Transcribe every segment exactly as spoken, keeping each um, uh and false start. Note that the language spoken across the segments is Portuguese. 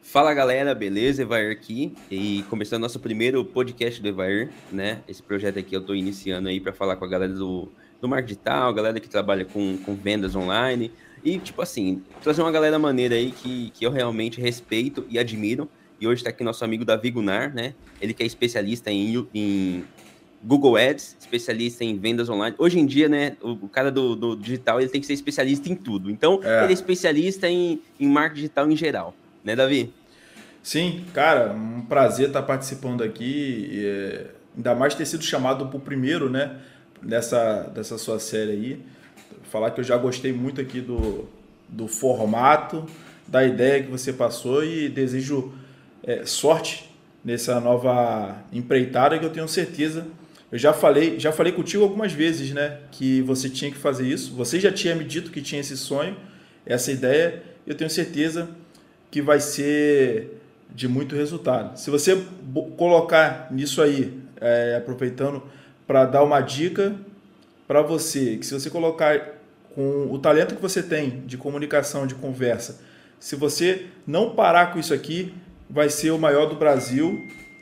Fala galera, beleza? Evair aqui e começando nosso primeiro podcast do Evair, né? Esse projeto aqui eu tô iniciando aí para falar com a galera do, do marketing digital, galera que trabalha com, com vendas online e, tipo assim, trazer uma galera maneira aí que, que eu realmente respeito e admiro. E hoje tá aqui nosso amigo Davi Gunnar, né? Ele que é especialista em, em Google Ads, especialista em vendas online. Hoje em dia, né, o, o cara do, do digital ele tem que ser especialista em tudo. Então, ele é É, especialista em, em marketing digital em geral, né, Davi? sim, cara, um prazer estar participando aqui, e, é, ainda mais ter sido chamado para o primeiro, né, dessa, dessa sua série aí. Falar que eu já gostei muito aqui do, do formato, da ideia que você passou e desejo é, sorte nessa nova empreitada que eu tenho certeza. Eu já falei, já falei contigo algumas vezes, né, que você tinha que fazer isso. Você já tinha me dito que tinha esse sonho, essa ideia. Eu tenho certeza que vai ser de muito resultado. Se você colocar nisso aí, é, aproveitando para dar uma dica para você, que se você colocar com o talento que você tem de comunicação, de conversa, se você não parar com isso aqui, vai ser o maior do Brasil,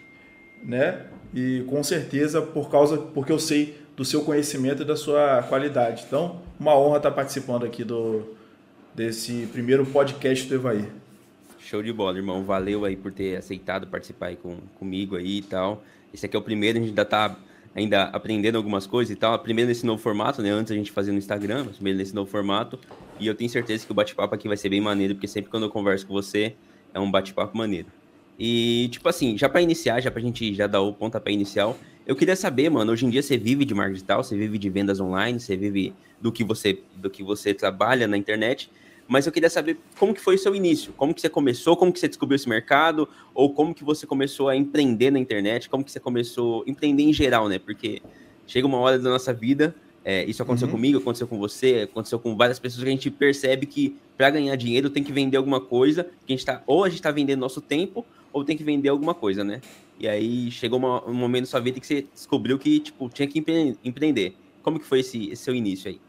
né? E com certeza por causa, porque eu sei do seu conhecimento e da sua qualidade. Então, uma honra estar participando aqui do desse primeiro podcast do Evair. Show de bola, irmão. Valeu aí por ter aceitado participar aí com, comigo aí e tal. Esse aqui é o primeiro, a gente ainda tá ainda aprendendo algumas coisas e tal. Primeiro nesse novo formato, né? Antes a gente fazia no Instagram, mas primeiro nesse novo formato. E eu tenho certeza que o bate-papo aqui vai ser bem maneiro, porque sempre quando eu converso com você, é um bate-papo maneiro. E, tipo assim, já para iniciar, já pra gente já dar o pontapé inicial, eu queria saber, mano, hoje em dia você vive de marketing digital, você vive de vendas online, você vive do que você, do que você trabalha na internet, mas eu queria saber como que foi o seu início, como que você começou, como que você descobriu esse mercado, ou como que você começou a empreender na internet, como que você começou a empreender em geral, né? Porque chega uma hora da nossa vida, é, isso aconteceu Uhum. comigo, aconteceu com você, aconteceu com várias pessoas, que a gente percebe que para ganhar dinheiro tem que vender alguma coisa, que a gente tá, ou a gente está vendendo nosso tempo, ou tem que vender alguma coisa, né? E aí chegou uma, um momento da sua vida que você descobriu que, tipo, tinha que empre empreender. Como que foi esse, esse seu início aí?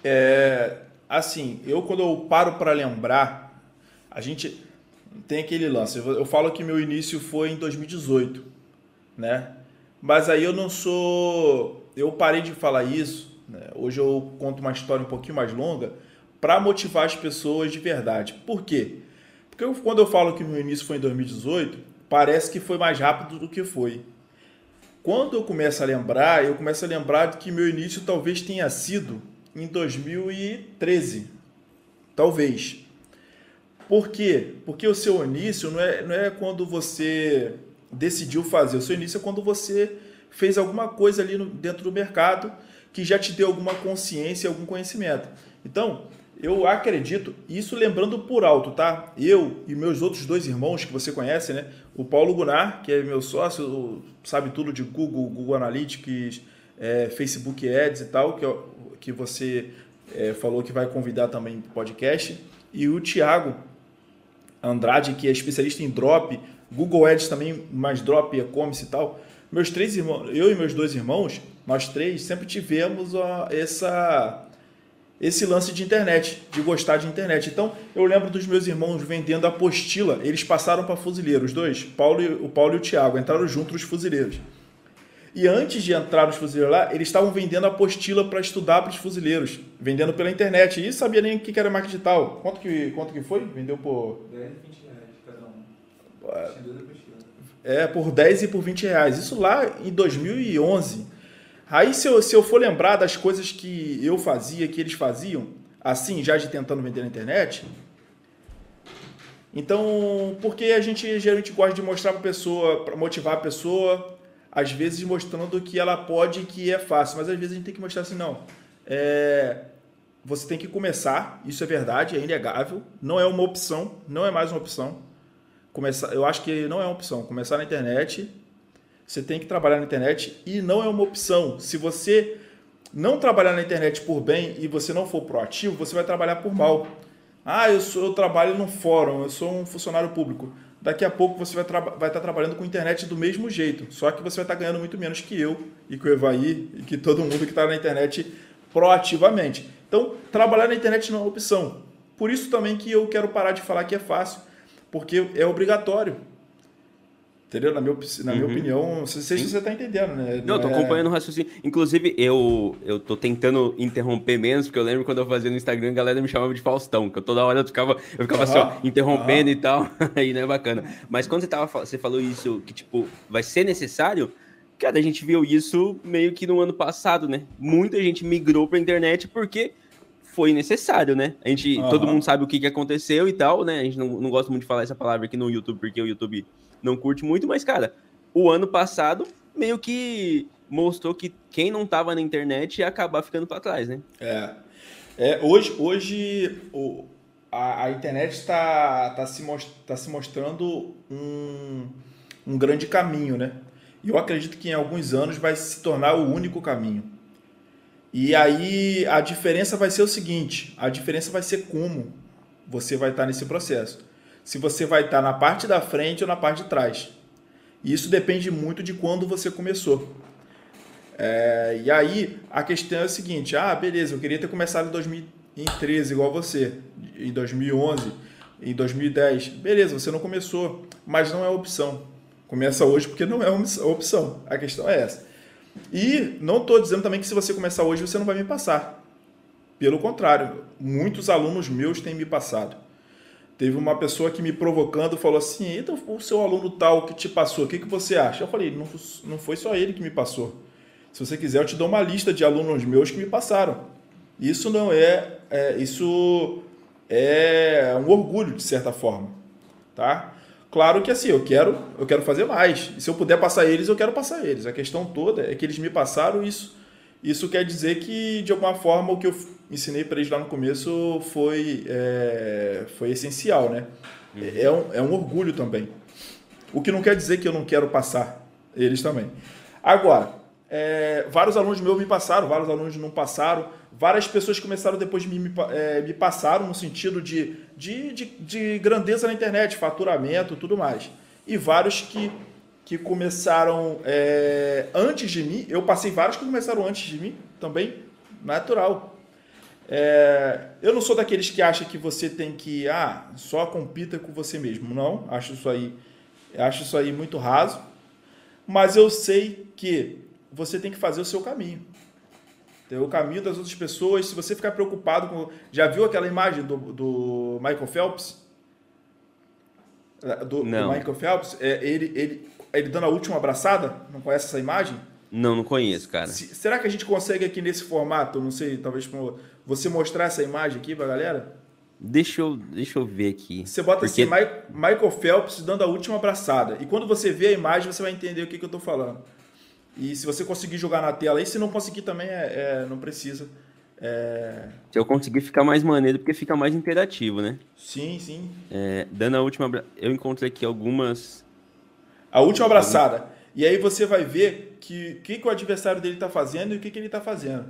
É, assim, eu quando eu paro para lembrar, a gente tem aquele lance. Eu eu falo que meu início foi em dois mil e dezoito, né? Mas aí eu não sou. Eu parei de falar isso, né? Hoje eu conto uma história um pouquinho mais longa para motivar as pessoas de verdade. Por quê? Porque eu- quando eu falo que meu início foi em dois mil e dezoito, parece que foi mais rápido do que foi. Quando eu começo a lembrar, eu começo a lembrar de que meu início talvez tenha sido em dois mil e treze. Talvez. Por quê? Porque o seu início não é, não é quando você decidiu fazer. O seu início é quando você fez alguma coisa ali no, dentro do mercado que já te deu alguma consciência, algum conhecimento. Então, eu acredito, isso lembrando por alto, tá? Eu e meus outros dois irmãos que você conhece, né? O Paulo Gunnar, que é meu sócio, sabe tudo de Google, Google Analytics, é, Facebook Ads e tal, que, que você é, falou que vai convidar também para o podcast. E o Thiago Andrade, que é especialista em drop, Google Ads também, mais drop, e-commerce e tal. Meus três irmãos, eu e meus dois irmãos, nós três sempre tivemos ó, essa esse lance de internet, de gostar de internet. Então, eu lembro dos meus irmãos vendendo apostila, eles passaram para fuzileiro, os dois, Paulo e, o Paulo e o Thiago, entraram juntos nos fuzileiros. E antes de entrar nos fuzileiros lá, eles estavam vendendo apostila para estudar para os fuzileiros, vendendo pela internet. E sabia nem o que era marketing digital. Quanto que, quanto que foi? Vendeu por dez, vinte reais cada um. Tinha duas apostilas. é, por dez e por vinte reais. Isso lá em dois mil e onze. Aí, se eu, se eu for lembrar das coisas que eu fazia, que eles faziam, assim, já de tentando vender na internet, então, porque a gente geralmente gosta de mostrar para a pessoa, para motivar a pessoa, às vezes mostrando que ela pode e que é fácil, mas às vezes a gente tem que mostrar assim, não, é, você tem que começar, isso é verdade, é inegável, não é uma opção, não é mais uma opção. Começar, eu acho que não é uma opção, começar na internet. Você tem que trabalhar na internet e não é uma opção. Se você não trabalhar na internet por bem e você não for proativo, você vai trabalhar por mal. Ah, eu, sou, eu trabalho no fórum, eu sou um funcionário público. Daqui a pouco você vai, vai estar trabalhando com internet do mesmo jeito, só que você vai estar ganhando muito menos que eu e que o Evaí e que todo mundo que está na internet proativamente. Então, trabalhar na internet não é uma opção. Por isso também que eu quero parar de falar que é fácil, porque é obrigatório. Entendeu? Na minha, na minha Uhum. opinião, não sei se Sim. você está entendendo, né? Não, eu tô é... acompanhando o raciocínio. Inclusive, eu, eu tô tentando interromper menos, porque eu lembro quando eu fazia no Instagram, a galera me chamava de Faustão, que eu toda hora eu ficava, eu ficava assim, ó, Aham, interrompendo aham. e tal. Aí não é bacana. Mas quando você, tava, fal- você falou isso, que tipo, vai ser necessário, cara, a gente viu isso meio que no ano passado, né? Muita gente migrou pra internet porque foi necessário, né? A gente, todo mundo Aham. sabe o que, que aconteceu e tal, né? A gente não, não gosta muito de falar essa palavra aqui no YouTube, porque o YouTube não curte muito, mas, cara, o ano passado meio que mostrou que quem não tava na internet ia acabar ficando para trás, né? É. É, hoje hoje o, a, a internet está tá se, mos- tá se mostrando um, um grande caminho, né? E eu acredito que em alguns anos vai se tornar o único caminho. E aí a diferença vai ser o seguinte: a diferença vai ser como você vai estar nesse processo. Se você vai estar na parte da frente ou na parte de trás. E isso depende muito de quando você começou. É, e aí a questão é a seguinte: ah, beleza, eu queria ter começado em dois mil e treze igual você, em dois mil e onze, em dois mil e dez. Beleza, você não começou, mas não é opção. Começa hoje porque não é uma opção. A questão é essa. E não estou dizendo também que se você começar hoje você não vai me passar. Pelo contrário, muitos alunos meus têm me passado. Teve uma pessoa que me provocando falou assim: então o seu aluno tal que te passou, o que, que você acha? Eu falei: não, não foi só ele que me passou. Se você quiser, eu te dou uma lista de alunos meus que me passaram. Isso não é, é isso é um orgulho de certa forma, tá? Claro que assim, eu quero, eu quero fazer mais. E se eu puder passar eles, eu quero passar eles. A questão toda é que eles me passaram isso. Isso quer dizer que, de alguma forma, o que eu ensinei para eles lá no começo foi, é, foi essencial, né? Uhum. É, um, é um orgulho também. O que não quer dizer que eu não quero passar eles também. Agora, é, vários alunos meus me passaram, vários alunos não passaram, várias pessoas que começaram depois de mim me, é, me passaram no sentido de, de, de, de grandeza na internet, faturamento e tudo mais. E vários que, que começaram é, antes de mim, eu passei vários que começaram antes de mim também, natural. É, eu não sou daqueles que acham que você tem que, ah, só compita com você mesmo. Não, acho isso aí, acho isso aí muito raso. Mas eu sei que você tem que fazer o seu caminho. O caminho das outras pessoas. Se você ficar preocupado com... Já viu aquela imagem do, do Michael Phelps? Do, do Michael Phelps? É, ele, ele, ele dando a última abraçada? Não conhece essa imagem? Não, não conheço, cara. Se, será que a gente consegue aqui nesse formato, não sei, talvez você mostrar essa imagem aqui pra galera? Deixa eu, deixa eu ver aqui. Você bota porque... assim, Michael Phelps dando a última abraçada. E quando você vê a imagem, você vai entender o que, que eu tô falando. E se você conseguir jogar na tela aí, se não conseguir também, é, é, não precisa. É... Se eu conseguir ficar mais maneiro, porque fica mais interativo, né? Sim, sim. É, dando a última... abra- Eu encontrei aqui algumas... A última abraçada. E aí você vai ver que o que, que o adversário dele está fazendo e o que, que ele está fazendo.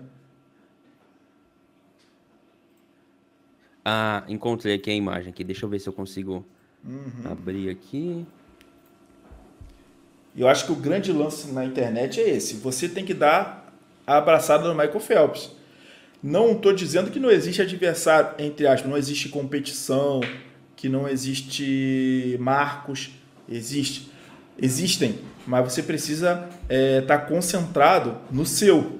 Ah, encontrei aqui a imagem aqui. Deixa eu ver se eu consigo Uhum. abrir aqui. E eu acho que o grande lance na internet é esse. Você tem que dar a abraçada no Michael Phelps. Não estou dizendo que não existe adversário, entre aspas, não existe competição, que não existe marcos. Existe. Existem, mas você precisa estar é, tá concentrado no seu.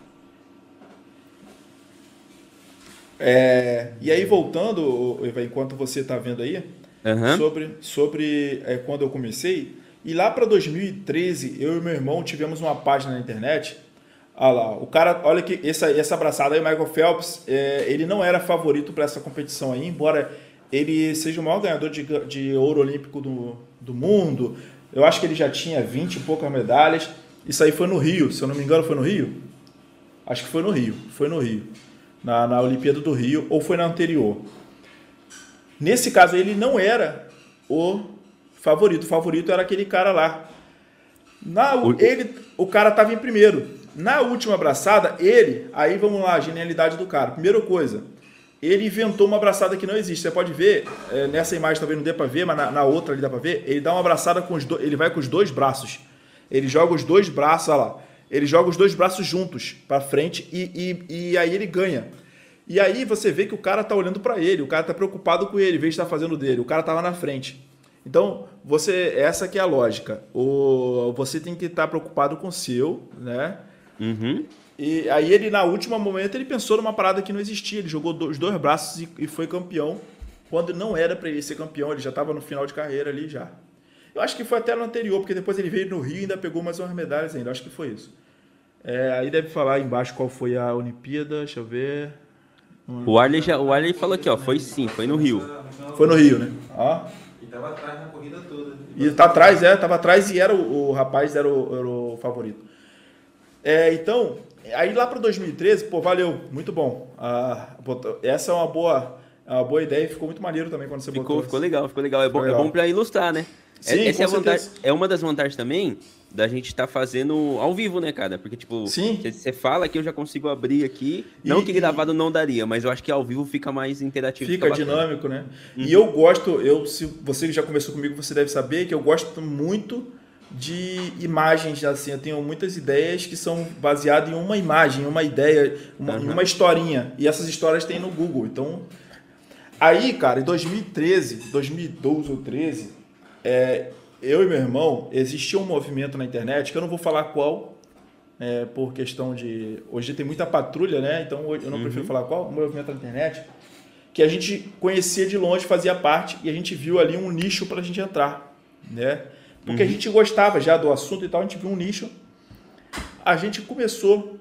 É, e aí, voltando, Eva, enquanto você está vendo aí, Aham. sobre, sobre é, quando eu comecei, e lá para dois mil e treze, eu e meu irmão tivemos uma página na internet. Olha lá, o cara, olha que essa, essa abraçada aí, o Michael Phelps, é, ele não era favorito para essa competição aí, embora ele seja o maior ganhador de, de ouro olímpico do, do mundo. Eu acho que ele já tinha vinte e poucas medalhas. Isso aí foi no Rio, se eu não me engano, foi no Rio? Acho que foi no Rio, foi no Rio. Na, na Olimpíada do Rio, ou foi na anterior. Nesse caso, ele não era o favorito. O favorito era aquele cara lá. Na, O- ele, o cara estava em primeiro. Na última abraçada, ele... Aí vamos lá, a genialidade do cara. Primeira coisa, ele inventou uma abraçada que não existe. Você pode ver, é, nessa imagem talvez não dê para ver, mas na, na outra ali dá para ver. Ele dá uma abraçada com os dois... Ele vai com os dois braços. Ele joga os dois braços, olha lá. Ele joga os dois braços juntos para frente e, e, e aí ele ganha. E aí você vê que o cara tá olhando para ele, o cara tá preocupado com ele, em vez de estar fazendo dele. O cara tava na frente. Então, você, essa que é a lógica. O, você tem que estar preocupado com o seu, né? Uhum. E aí ele, na última momento, ele pensou numa parada que não existia. Ele jogou os dois braços e, e foi campeão. Quando não era para ele ser campeão, ele já estava no final de carreira ali já. Eu acho que foi até no anterior, porque depois ele veio no Rio e ainda pegou mais umas medalhas ainda. Eu acho que foi isso. É, aí deve falar embaixo qual foi a Olimpíada, deixa eu ver. O Arley, já, o Arley falou aqui, ó, foi sim, foi no Rio. Foi no Rio, né? Ó. E tava atrás na corrida toda. E tá atrás, é, tava atrás e era o, o rapaz era o, era o favorito. É, então, aí lá para dois mil e treze, pô, valeu, muito bom. Ah, essa é uma boa, uma boa ideia e ficou muito maneiro também quando você ficou, botou. Ficou legal, ficou legal. É bom, legal. É bom para ilustrar, né? Sim, Essa é, a com vantagem, é uma das vantagens também da gente estar tá fazendo ao vivo, né, cara? Porque, tipo, você fala que eu já consigo abrir aqui. Não e, que gravado e... não daria, mas eu acho que ao vivo fica mais interativo. Fica, fica dinâmico, né? Uhum. E eu gosto, eu, se você já conversou comigo, você deve saber que eu gosto muito de imagens, assim. Eu tenho muitas ideias que são baseadas em uma imagem, uma ideia, uma, uhum. em uma historinha. E essas histórias tem no Google. Então, aí, cara, em dois mil e treze, dois mil e doze ou treze, é... eu e meu irmão, existia um movimento na internet, que eu não vou falar qual, é, por questão de... Hoje tem muita patrulha, né? Então eu não uhum. prefiro falar qual, um movimento na internet, que a gente conhecia de longe, fazia parte, e a gente viu ali um nicho para a gente entrar, né? Porque uhum. a gente gostava já do assunto e tal, a gente viu um nicho. A gente começou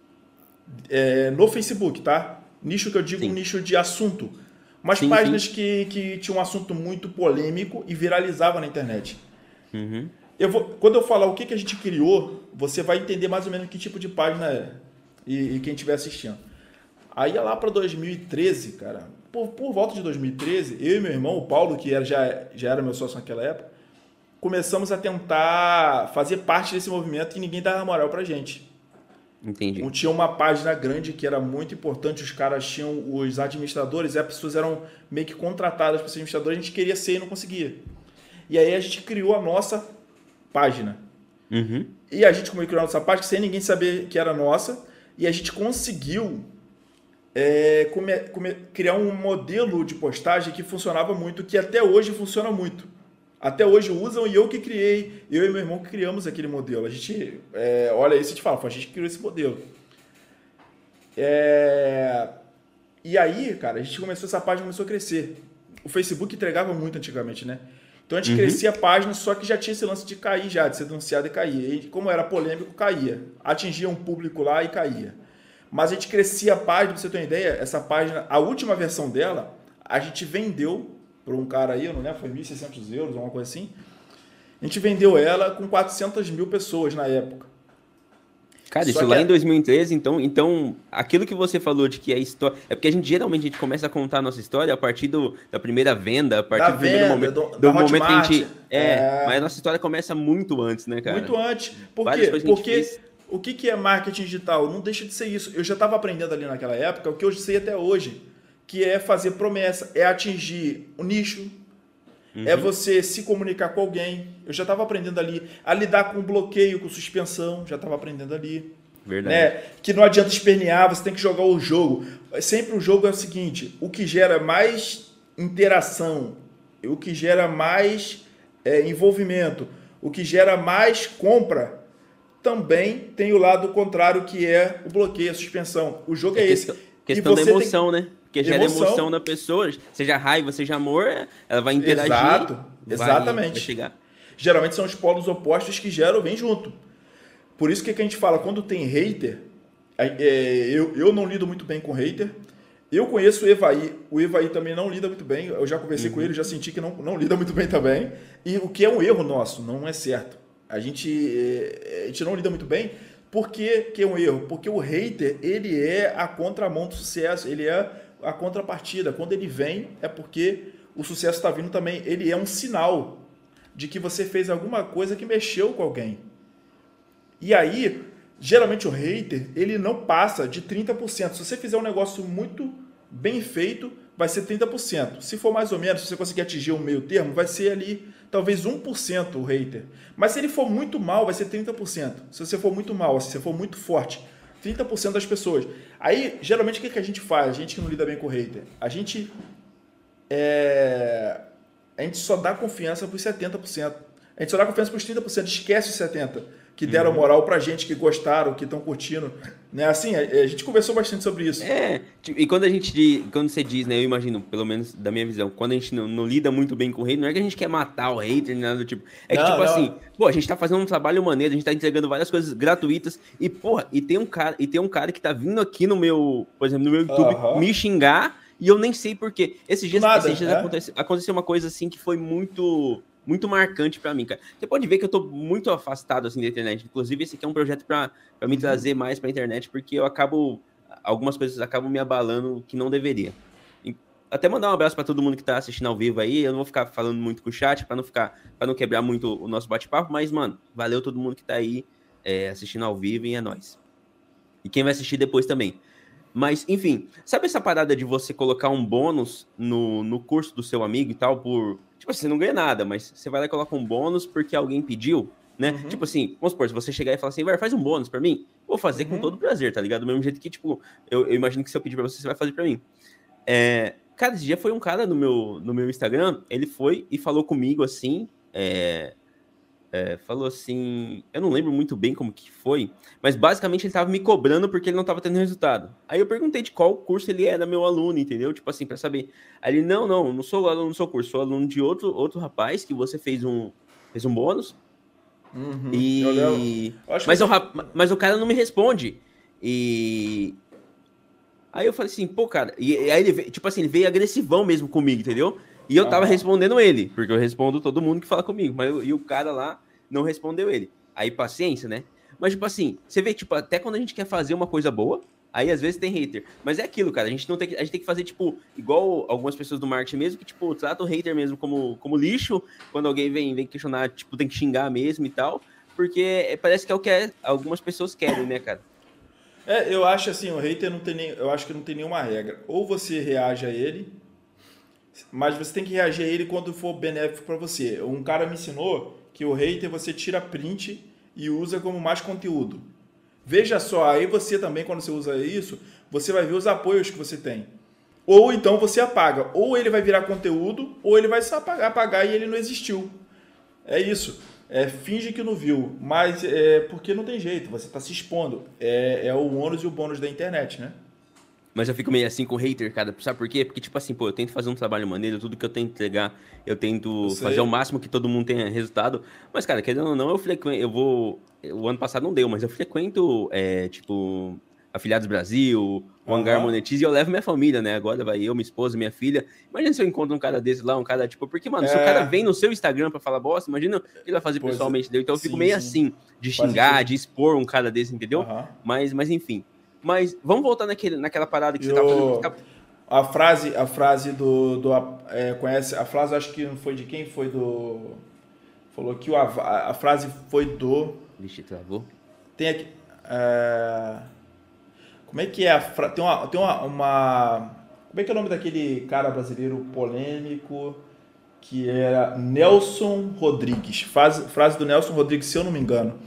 é, no Facebook, tá? Nicho que eu digo, sim. um nicho de assunto. Umas sim, páginas sim. Que, que tinham um assunto muito polêmico e viralizava na internet. Uhum. Eu vou, quando eu falar o que, que a gente criou, você vai entender mais ou menos que tipo de página é. E, e quem estiver assistindo. Aí lá para dois mil e treze, cara, por, por volta de dois mil e treze, eu e meu irmão, o Paulo, que era, já, já era meu sócio naquela época, começamos a tentar fazer parte desse movimento e ninguém dava moral pra gente. Entendi. Tinha uma página grande que era muito importante, os caras tinham os administradores, e as pessoas eram meio que contratadas para ser administradores, a gente queria ser e não conseguia. E aí a gente criou a nossa página. Uhum. E a gente criou a nossa página sem ninguém saber que era nossa, e a gente conseguiu é, come, come, criar um modelo de postagem que funcionava muito, que até hoje funciona muito. Até hoje usam e eu que criei, eu e meu irmão que criamos aquele modelo. A gente é, olha isso e te fala, a gente criou esse modelo. É, e aí, cara, a gente começou, essa página começou a crescer. O Facebook entregava muito antigamente, né? Então a gente uhum. crescia a página, só que já tinha esse lance de cair já, de ser denunciado e cair. E como era polêmico, caía. Atingia um público lá e caía. Mas a gente crescia a página, pra você ter uma ideia, essa página, a última versão dela, a gente vendeu para um cara aí, eu não lembro, foi mil e seiscentos euros, alguma coisa assim. A gente vendeu ela com quatrocentas mil pessoas na época. Cara, Só isso lá é... em dois mil e treze, então, então, aquilo que você falou de que a história... É porque a gente, geralmente, a gente começa a contar a nossa história a partir do, da primeira venda, a partir da do primeiro venda, momento, do, do momento que a gente... É, é, mas a nossa história começa muito antes, né, cara? Muito antes. Por quê? Porque o que é marketing digital? Não deixa de ser isso. Eu já estava aprendendo ali naquela época, o que eu sei até hoje, que é fazer promessa, é atingir o nicho, uhum. é você se comunicar com alguém. Eu já estava aprendendo ali a lidar com bloqueio, com suspensão, já estava aprendendo ali. Verdade. Né? Que não adianta espernear, você tem que jogar o jogo. Sempre o jogo é o seguinte, o que gera mais interação, o que gera mais é, envolvimento, o que gera mais compra, também tem o lado contrário, que é o bloqueio, a suspensão. O jogo é, é esse. Questão da emoção, tem... né? Porque gera emoção. emoção na pessoa, seja raiva, seja amor, ela vai interagir. Exato, vai, exatamente. Vai chegar. Geralmente são os polos opostos que geram, vem junto. Por isso que, que a gente fala, quando tem hater, é, eu, eu não lido muito bem com hater. Eu conheço o Evaí, o Evaí também não lida muito bem, eu já conversei uhum. com ele, já senti que não, não lida muito bem também. E o que é um erro nosso, não é certo. A gente, a gente não lida muito bem. Por que, que é um erro? Porque o hater, ele é a contramão do sucesso, ele é a contrapartida. Quando ele vem, é porque o sucesso está vindo também. Ele é um sinal de que você fez alguma coisa que mexeu com alguém. E aí, geralmente o hater, ele não passa de trinta por cento. Se você fizer um negócio muito bem feito, vai ser trinta por cento. Se for mais ou menos, se você conseguir atingir um meio termo, vai ser ali talvez um por cento o hater. Mas se ele for muito mal, vai ser trinta por cento. Se você for muito mal, se você for muito forte, trinta por cento das pessoas. Aí, geralmente, o que a gente faz? A gente que não lida bem com o hater. A gente é, a gente só dá confiança para os setenta por cento. A gente só dá confiança para os trinta por cento, esquece os setenta por cento. Que deram Uhum. moral pra gente, que gostaram, que estão curtindo. Né? Assim, a, a gente conversou bastante sobre isso. É, tipo, e quando a gente diz, quando você diz, né, eu imagino, pelo menos da minha visão, quando a gente não, não lida muito bem com o hater, não é que a gente quer matar o hater, nem nada do tipo. É que, Não, tipo não. assim, pô, a gente tá fazendo um trabalho maneiro, a gente tá entregando várias coisas gratuitas, e, porra, e tem um cara, e tem um cara que tá vindo aqui no meu, por exemplo, no meu YouTube, Aham. me xingar, e eu nem sei porquê. Esses dias, Nada, esses dias é? acontece- aconteceu uma coisa assim que foi muito. Muito marcante pra mim, cara. Você pode ver que eu tô muito afastado, assim, da internet. Inclusive, esse aqui é um projeto pra, pra me Uhum. trazer mais pra internet, porque eu acabo... Algumas coisas acabam me abalando que não deveria. E até mandar um abraço pra todo mundo que tá assistindo ao vivo aí. Eu não vou ficar falando muito com o chat pra não ficar... para não quebrar muito o nosso bate-papo. Mas, mano, valeu todo mundo que tá aí é, assistindo ao vivo e é nóis. E quem vai assistir depois também. Mas, enfim, sabe essa parada de você colocar um bônus no, no curso do seu amigo e tal, por... Tipo assim, você não ganha nada, mas você vai lá e coloca um bônus porque alguém pediu, né? Uhum. Tipo assim, vamos supor, se você chegar e falar assim, vai, faz um bônus pra mim, vou fazer Uhum. com todo prazer, tá ligado? Do mesmo jeito que, tipo, eu, eu imagino que se eu pedir pra você, você vai fazer pra mim. É, cara, esse dia foi um cara no meu, no meu Instagram, ele foi e falou comigo assim, é... É, falou assim, eu não lembro muito bem como que foi, mas basicamente ele tava me cobrando porque ele não tava tendo resultado. Aí eu perguntei de qual curso ele era meu aluno, entendeu? Tipo assim, pra saber. Aí ele, não, não, não sou aluno do seu curso, sou aluno de outro, outro rapaz que você fez um, fez um bônus. Uhum. Eu lembro. E... Eu acho que Mas, o você- rap... mas o cara não me responde. E... Aí eu falei assim, pô, cara... E e aí ele veio, tipo assim, ele veio agressivão mesmo comigo, entendeu? E eu tava Aham. respondendo ele, porque eu respondo todo mundo que fala comigo. Mas eu- e o cara lá não respondeu ele. Aí paciência, né? Mas, tipo assim, você vê, tipo, até quando a gente quer fazer uma coisa boa, aí às vezes tem hater. Mas é aquilo, cara, a gente não tem que, a gente tem que fazer, tipo, igual algumas pessoas do marketing mesmo, que, tipo, trata o hater mesmo como, como lixo, quando alguém vem, vem questionar, tipo, tem que xingar mesmo e tal, porque é- parece que é o que é- algumas pessoas querem, né, cara? É, eu acho assim, o hater não tem nem, eu acho que não tem nenhuma regra. Ou você reage a ele, mas você tem que reagir a ele quando for benéfico para você. Um cara me ensinou que o hater você tira print e usa como mais conteúdo. Veja só, aí você também, quando você usa isso, você vai ver os apoios que você tem. Ou então você apaga. Ou ele vai virar conteúdo, ou ele vai só apagar, apagar e ele não existiu. É isso. É, finge que não viu. Mas é porque não tem jeito, você está se expondo. É, é o ônus e o bônus da internet, né? Mas eu fico meio assim com o hater, cara. Sabe por quê? Porque, tipo assim, pô, eu tento fazer um trabalho maneiro, tudo que eu tento entregar, eu tento Eu sei. fazer o máximo que todo mundo tenha resultado. Mas, cara, querendo ou não, eu frequento, eu vou. O ano passado não deu, mas eu frequento, é, tipo, Afiliados Brasil, o Hangar Aham. Monetize, e eu levo minha família, né? Agora vai eu, minha esposa, minha filha. Imagina se eu encontro um cara desse lá, um cara, tipo, porque, mano, se o cara É. vem no seu Instagram pra falar bosta, imagina o que ele vai fazer Pois é. pessoalmente dele. Então eu fico Sim, meio sim. assim, de Faz xingar, sentido. de expor um cara desse, entendeu? Aham. Mas, mas enfim. Mas vamos voltar naquele, naquela parada que E você tava fazendo. o- Você tava- a frase, a frase do, do é, conhece a frase, acho que não foi de quem, foi do falou que o, a, a frase foi do Vixe, travou. tem aqui é, como é que é a fra, tem uma tem uma, uma como é que é o nome daquele cara brasileiro polêmico que era Nelson Rodrigues, frase, frase do Nelson Rodrigues, se eu não me engano.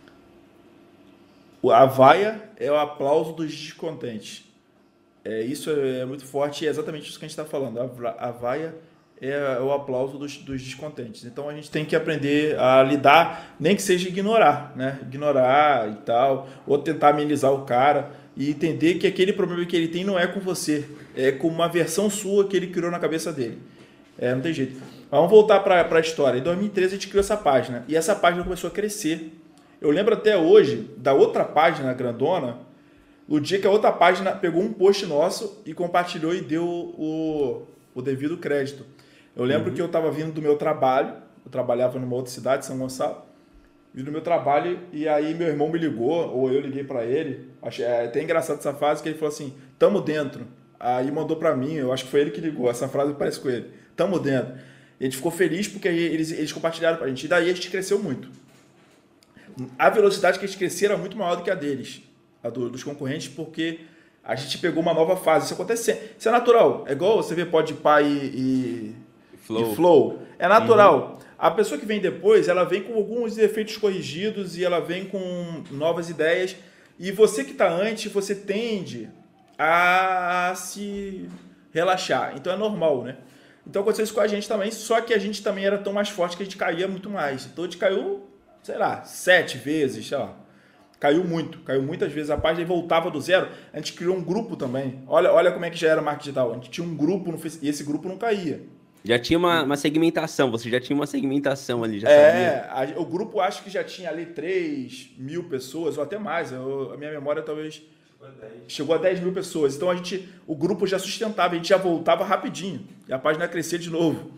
A vaia é o aplauso dos descontentes. É, isso é muito forte e é exatamente isso que a gente está falando. A, a vaia é o aplauso dos, dos descontentes. Então a gente tem que aprender a lidar, nem que seja ignorar, né? Ignorar e tal, ou tentar amenizar o cara e entender que aquele problema que ele tem não é com você, é com uma versão sua que ele criou na cabeça dele. É, não tem jeito. Mas vamos voltar para a história. Em dois mil e treze a gente criou essa página e essa página começou a crescer. Eu lembro até hoje da outra página grandona, no dia que a outra página pegou um post nosso e compartilhou e deu o, o devido crédito. Eu lembro Uhum. que eu estava vindo do meu trabalho, eu trabalhava numa outra cidade, São Gonçalo, vim do meu trabalho e aí meu irmão me ligou, ou eu liguei para ele, achei é até engraçado essa frase, que ele falou assim, tamo dentro. Aí mandou para mim, eu acho que foi ele que ligou, essa frase parece com ele, tamo dentro. E a gente ficou feliz porque aí eles, eles compartilharam pra gente, e daí a gente cresceu muito. A velocidade que a gente crescia era muito maior do que a deles, a do, dos concorrentes, porque a gente pegou uma nova fase. Isso acontece sempre. Isso é natural. É igual você vê Podpah e, e, Flow. e Flow. É natural. Uhum. A pessoa que vem depois, ela vem com alguns efeitos corrigidos e ela vem com novas ideias. E você que está antes, você tende a se relaxar. Então é normal, né? Então aconteceu isso com a gente também, só que a gente também era tão mais forte que a gente caía muito mais. Então a gente caiu, sei lá, sete vezes, sei lá. Caiu muito, caiu muitas vezes a página e voltava do zero. A gente criou um grupo também. Olha, olha como é que já era marketing digital. A gente tinha um grupo no Facebook e esse grupo não caía. Já tinha uma, uma segmentação, você já tinha uma segmentação ali, já é, sabia? A, o grupo acho que já tinha ali três mil pessoas, ou até mais. Eu, a minha memória talvez chegou a dez mil pessoas. Então a gente, o grupo já sustentava, a gente já voltava rapidinho. E a página crescia de novo.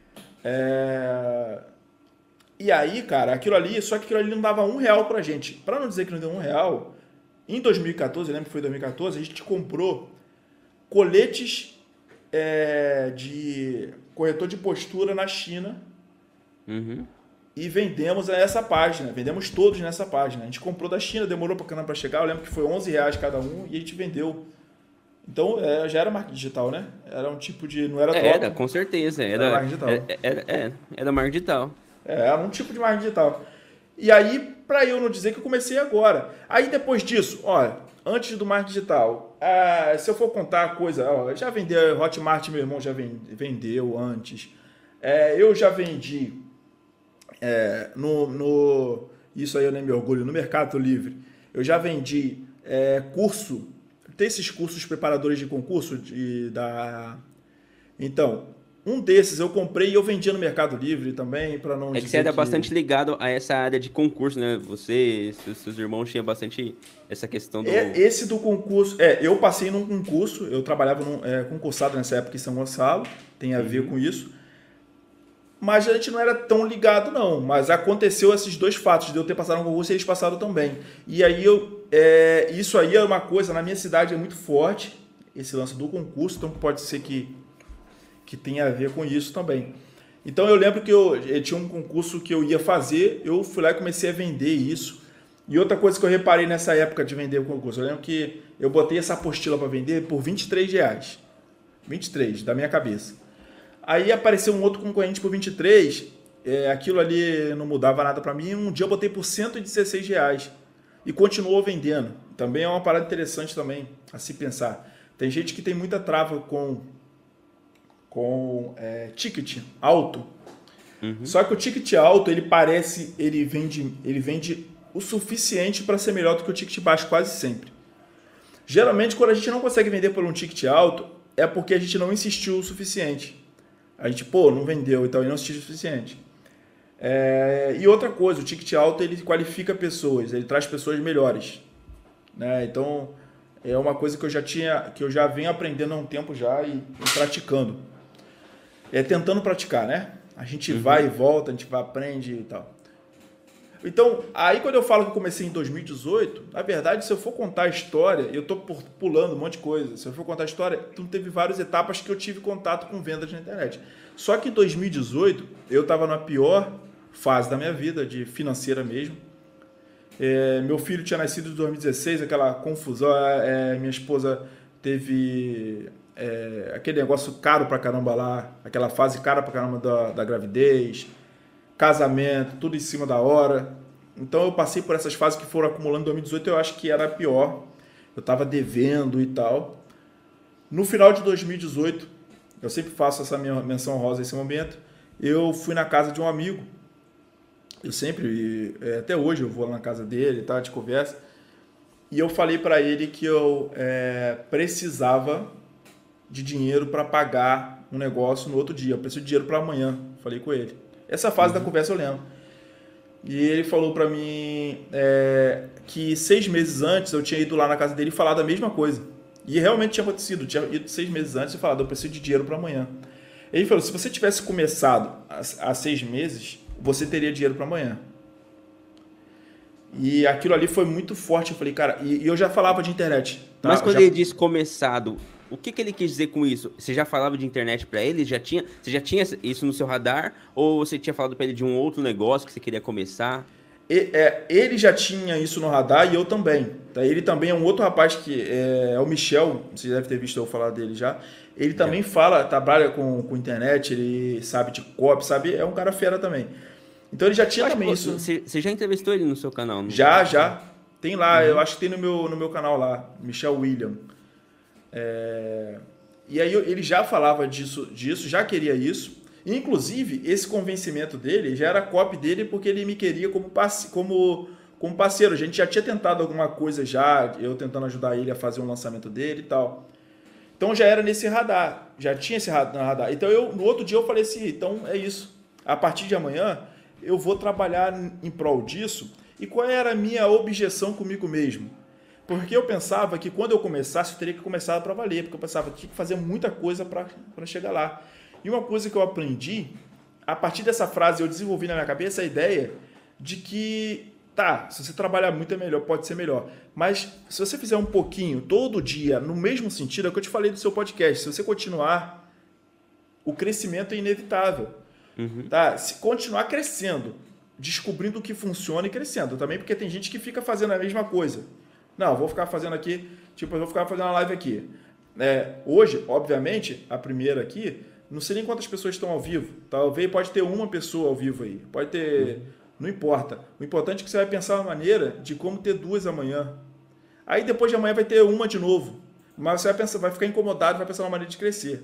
É... E aí, cara, aquilo ali, só que aquilo ali não dava um real pra gente. Pra não dizer que não deu um real, em dois mil e quatorze, eu lembro que foi em dois mil e quatorze, a gente comprou coletes é, de corretor de postura na China. Uhum. E vendemos nessa página, vendemos todos nessa página. A gente comprou da China, demorou pra caramba pra chegar, eu lembro que foi onze reais cada um e a gente vendeu. Então, é, já era marketing digital, né? Era um tipo de... Não era troca. Era, com certeza. Era, era marketing digital. Era, era, era, era marketing digital. É, era um tipo de marketing digital. E aí, pra eu não dizer que eu comecei agora. Aí, depois disso, olha, antes do marketing digital, ah, se eu for contar a coisa, ó, já vendeu, Hotmart, meu irmão já vendeu antes. É, eu já vendi... É, no, no, isso aí eu nem me orgulho, no Mercado Livre, eu já vendi é, curso, tem esses cursos preparadores de concurso, de, da, então, um desses eu comprei e eu vendia no Mercado Livre também, para não É que você era que... bastante ligado a essa área de concurso, né? Você, seus, seus irmãos tinham bastante essa questão do... É, esse do concurso, é, eu passei num concurso, eu trabalhava num, é, concursado nessa época em São Gonçalo, tem a ver uhum. com isso. Mas a gente não era tão ligado, não. Mas aconteceu esses dois fatos, de eu ter passado um concurso e eles passaram também. E aí, eu, é, isso aí é uma coisa, na minha cidade é muito forte, esse lance do concurso, então pode ser que, que tenha a ver com isso também. Então eu lembro que eu, eu tinha um concurso que eu ia fazer, eu fui lá e comecei a vender isso. E outra coisa que eu reparei nessa época de vender o concurso, eu lembro que eu botei essa apostila para vender por vinte e três reais. vinte e três, da minha cabeça. Aí apareceu um outro concorrente por vinte e três, é, aquilo ali não mudava nada para mim. Um dia eu botei por cento e dezesseis reais e continuou vendendo. Também é uma parada interessante também a se pensar. Tem gente que tem muita trava com, com é, ticket alto. Uhum. Só que o ticket alto, ele parece, ele vende, ele vende o suficiente para ser melhor do que o ticket baixo quase sempre. Geralmente, quando a gente não consegue vender por um ticket alto, é porque a gente não insistiu o suficiente. A gente, pô, não vendeu e tal, e não assistiu o suficiente. É, e outra coisa, o ticket alto, ele qualifica pessoas, ele traz pessoas melhores. Né? Então, é uma coisa que eu já tinha, que eu já venho aprendendo há um tempo já e, e praticando. É tentando praticar, né? A gente uhum. vai e volta, a gente vai, aprende e tal. Então, aí quando eu falo que eu comecei em dois mil e dezoito, na verdade, se eu for contar a história, eu estou pulando um monte de coisa, se eu for contar a história, então teve várias etapas que eu tive contato com vendas na internet. Só que em dois mil e dezoito, eu estava na pior fase da minha vida, de financeira mesmo. É, meu filho tinha nascido em dois mil e dezesseis, aquela confusão, é, minha esposa teve é, aquele negócio caro pra caramba lá, aquela fase cara pra caramba da, da gravidez, casamento, tudo em cima da hora. Então eu passei por essas fases que foram acumulando em dois mil e dezoito, eu acho que era pior. Eu estava devendo e tal. No final de dois mil e dezoito, eu sempre faço essa minha menção rosa nesse momento, eu fui na casa de um amigo. Eu sempre, até hoje eu vou lá na casa dele, tá, de conversa. E eu falei para ele que eu é, precisava de dinheiro para pagar um negócio no outro dia. Eu preciso de dinheiro para amanhã. Falei com ele. Essa fase uhum. da conversa eu lembro. E ele falou para mim é, que seis meses antes eu tinha ido lá na casa dele e falado a mesma coisa. E realmente tinha acontecido. Eu tinha ido seis meses antes e falado, eu preciso de dinheiro para amanhã. Ele falou, se você tivesse começado há seis meses, você teria dinheiro para amanhã. E aquilo ali foi muito forte. Eu falei, cara, e, e eu já falava de internet. Tá? Mas quando já... ele disse começado, o que, que ele quis dizer com isso? Você já falava de internet para ele? Já tinha, você já tinha isso no seu radar? Ou você tinha falado para ele de um outro negócio que você queria começar? E, é, ele já tinha isso no radar e eu também. Tá? Ele também é um outro rapaz que é, é o Michel, você deve ter visto eu falar dele já. Ele também é. fala, trabalha com, com internet, ele sabe de copy, sabe? É um cara fera também. Então ele já tinha também isso. Você, você já entrevistou ele no seu canal? Não? Já, já. Tem lá, uhum. eu acho que tem no meu, no meu canal lá, Michel William. É... E aí ele já falava disso, disso, já queria isso. Inclusive, esse convencimento dele já era copy dele porque ele me queria como, parce como, como parceiro. A gente já tinha tentado alguma coisa já, eu tentando ajudar ele a fazer um lançamento dele e tal. Então já era nesse radar, já tinha esse radar. Então eu, no outro dia eu falei assim, então é isso. A partir de amanhã eu vou trabalhar em prol disso. E qual era a minha objeção comigo mesmo? Porque eu pensava que quando eu começasse, eu teria que começar para valer. Porque eu pensava que tinha que fazer muita coisa para chegar lá. E uma coisa que eu aprendi, a partir dessa frase eu desenvolvi na minha cabeça a ideia de que, tá, se você trabalhar muito é melhor, pode ser melhor. Mas se você fizer um pouquinho, todo dia, no mesmo sentido, é o que eu te falei do seu podcast. Se você continuar, o crescimento é inevitável. Uhum. Tá? Se continuar crescendo, descobrindo o que funciona e crescendo. Também porque tem gente que fica fazendo a mesma coisa. Não, vou ficar fazendo aqui, tipo, eu vou ficar fazendo uma live aqui. É, hoje, obviamente, a primeira aqui, não sei nem quantas pessoas estão ao vivo. Talvez pode ter uma pessoa ao vivo aí. Pode ter... Não importa. O importante é que você vai pensar uma maneira de como ter duas amanhã. Aí depois de amanhã vai ter uma de novo. Mas você vai, pensar, vai ficar incomodado, vai pensar uma maneira de crescer.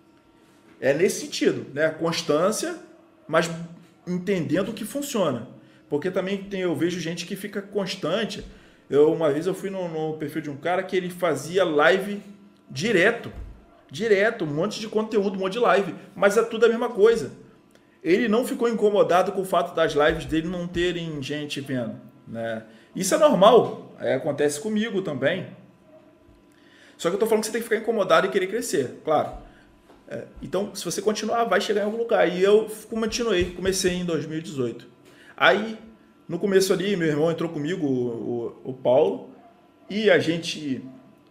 É nesse sentido, né? Constância, mas entendendo o que funciona. Porque também tem, eu vejo gente que fica constante. Eu, uma vez eu fui no, no perfil de um cara que ele fazia live direto. Direto, um monte de conteúdo, um monte de live. Mas é tudo a mesma coisa. Ele não ficou incomodado com o fato das lives dele não terem gente vendo. Né? Isso é normal. É, acontece comigo também. Só que eu estou falando que você tem que ficar incomodado e querer crescer, claro. É, então, se você continuar, vai chegar em algum lugar. E eu continuei, comecei em dois mil e dezoito. Aí, no começo ali, meu irmão entrou comigo, o, o, o Paulo, e a gente...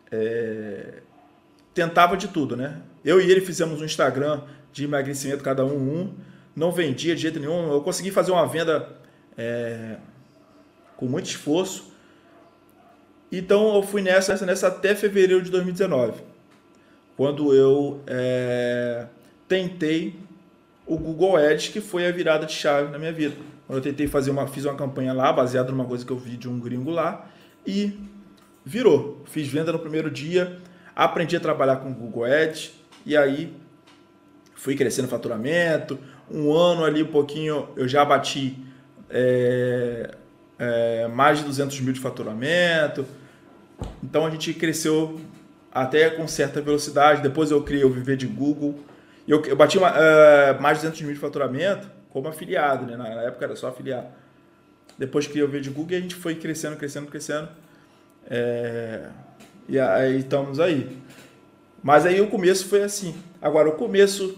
É, tentava de tudo, né? Eu e ele fizemos um Instagram de emagrecimento, cada um um. Não vendia de jeito nenhum. Eu consegui fazer uma venda é, com muito esforço. Então eu fui nessa, nessa até fevereiro de dois mil e dezenove. Quando eu é, tentei o Google Ads, que foi a virada de chave na minha vida. Quando eu tentei fazer uma, fiz uma campanha lá, baseada numa coisa que eu vi de um gringo lá, e virou. Fiz venda no primeiro dia. Aprendi a trabalhar com o Google Ads e aí fui crescendo o faturamento. Um ano ali, um pouquinho, eu já bati é, é, mais de duzentos mil de faturamento. Então a gente cresceu até com certa velocidade. Depois eu criei o Viver de Google. Eu, eu bati uma, uh, mais de duzentos mil de faturamento como afiliado, né? Na época era só afiliado. Depois criei o Viver de Google e a gente foi crescendo, crescendo, crescendo. É... E aí estamos aí. Mas aí o começo foi assim. Agora, o começo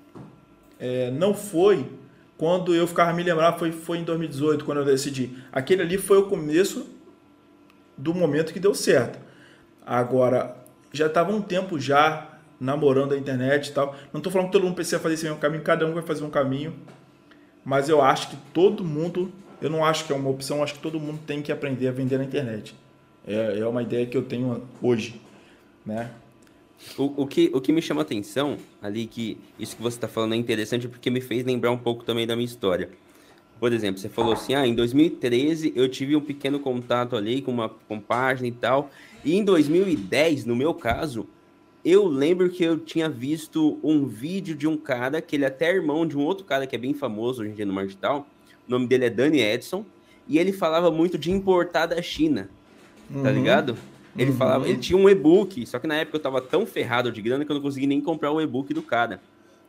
é, não foi quando eu ficava me lembrando, foi, foi em dois mil e dezoito, quando eu decidi. Aquele ali foi o começo do momento que deu certo. Agora, já estava um tempo já namorando a internet e tal. Não estou falando que todo mundo precisa fazer esse mesmo caminho, cada um vai fazer um caminho. Mas eu acho que todo mundo, eu não acho que é uma opção, eu acho que todo mundo tem que aprender a vender na internet. É, é uma ideia que eu tenho hoje, né? O, o, que, o que me chama a atenção ali, que isso que você está falando é interessante, porque me fez lembrar um pouco também da minha história. Por exemplo, você falou assim, ah, em dois mil e treze eu tive um pequeno contato ali com uma com página e tal, e em dois mil e dez, no meu caso, eu lembro que eu tinha visto um vídeo de um cara, que ele é até irmão de um outro cara que é bem famoso hoje em dia no marketing digital, o nome dele é Dani Edson, e ele falava muito de importar da China. Tá ligado? Ele uhum. falava, ele tinha um e-book, só que na época eu tava tão ferrado de grana que eu não consegui nem comprar o e-book do cara.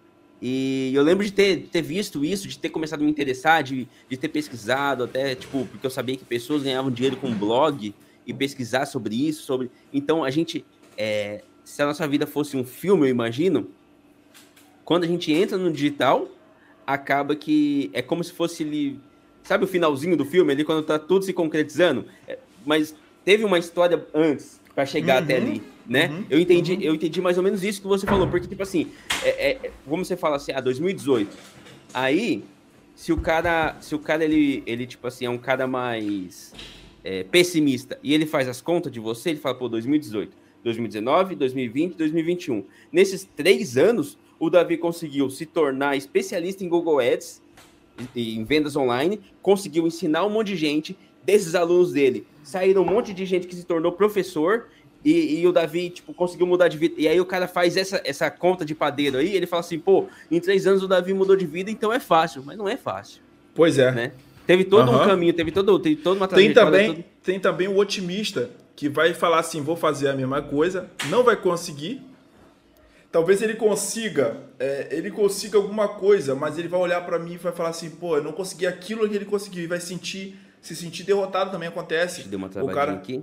E eu lembro de ter, de ter visto isso, de ter começado a me interessar, de, de ter pesquisado até, tipo, porque eu sabia que pessoas ganhavam dinheiro com blog e pesquisar sobre isso, sobre... Então, a gente, é, se a nossa vida fosse um filme, eu imagino, quando a gente entra no digital, acaba que é como se fosse ele... Sabe o finalzinho do filme ali, quando tá tudo se concretizando? É, mas... Teve uma história antes para chegar uhum, até ali, né? Uhum, eu entendi, uhum. eu entendi mais ou menos isso que você falou, porque tipo assim, é, é, como você fala assim, ah, dois mil e dezoito. Aí, se o cara, se o cara ele, ele tipo assim é um cara mais é, pessimista e ele faz as contas de você, ele fala pô, dois mil e dezoito, dois mil e dezenove, dois mil e vinte, dois mil e vinte e um. Nesses três anos, o Davi conseguiu se tornar especialista em Google Ads, em vendas online, conseguiu ensinar um monte de gente. Desses alunos dele, saíram um monte de gente que se tornou professor, e, e o Davi, tipo, conseguiu mudar de vida. E aí o cara faz essa, essa conta de padeiro aí, ele fala assim, pô, em três anos o Davi mudou de vida, então é fácil. Mas não é fácil. Pois é. Né? Teve todo Uhum. um caminho, teve, todo, teve toda uma Tem trajetória. também, todo... tem também o otimista, que vai falar assim, vou fazer a mesma coisa, não vai conseguir. Talvez ele consiga, é, ele consiga alguma coisa, mas ele vai olhar para mim e vai falar assim, pô, eu não consegui aquilo que ele conseguiu, e vai sentir, se sentir derrotado também acontece. Deu uma o travadinha cara aqui.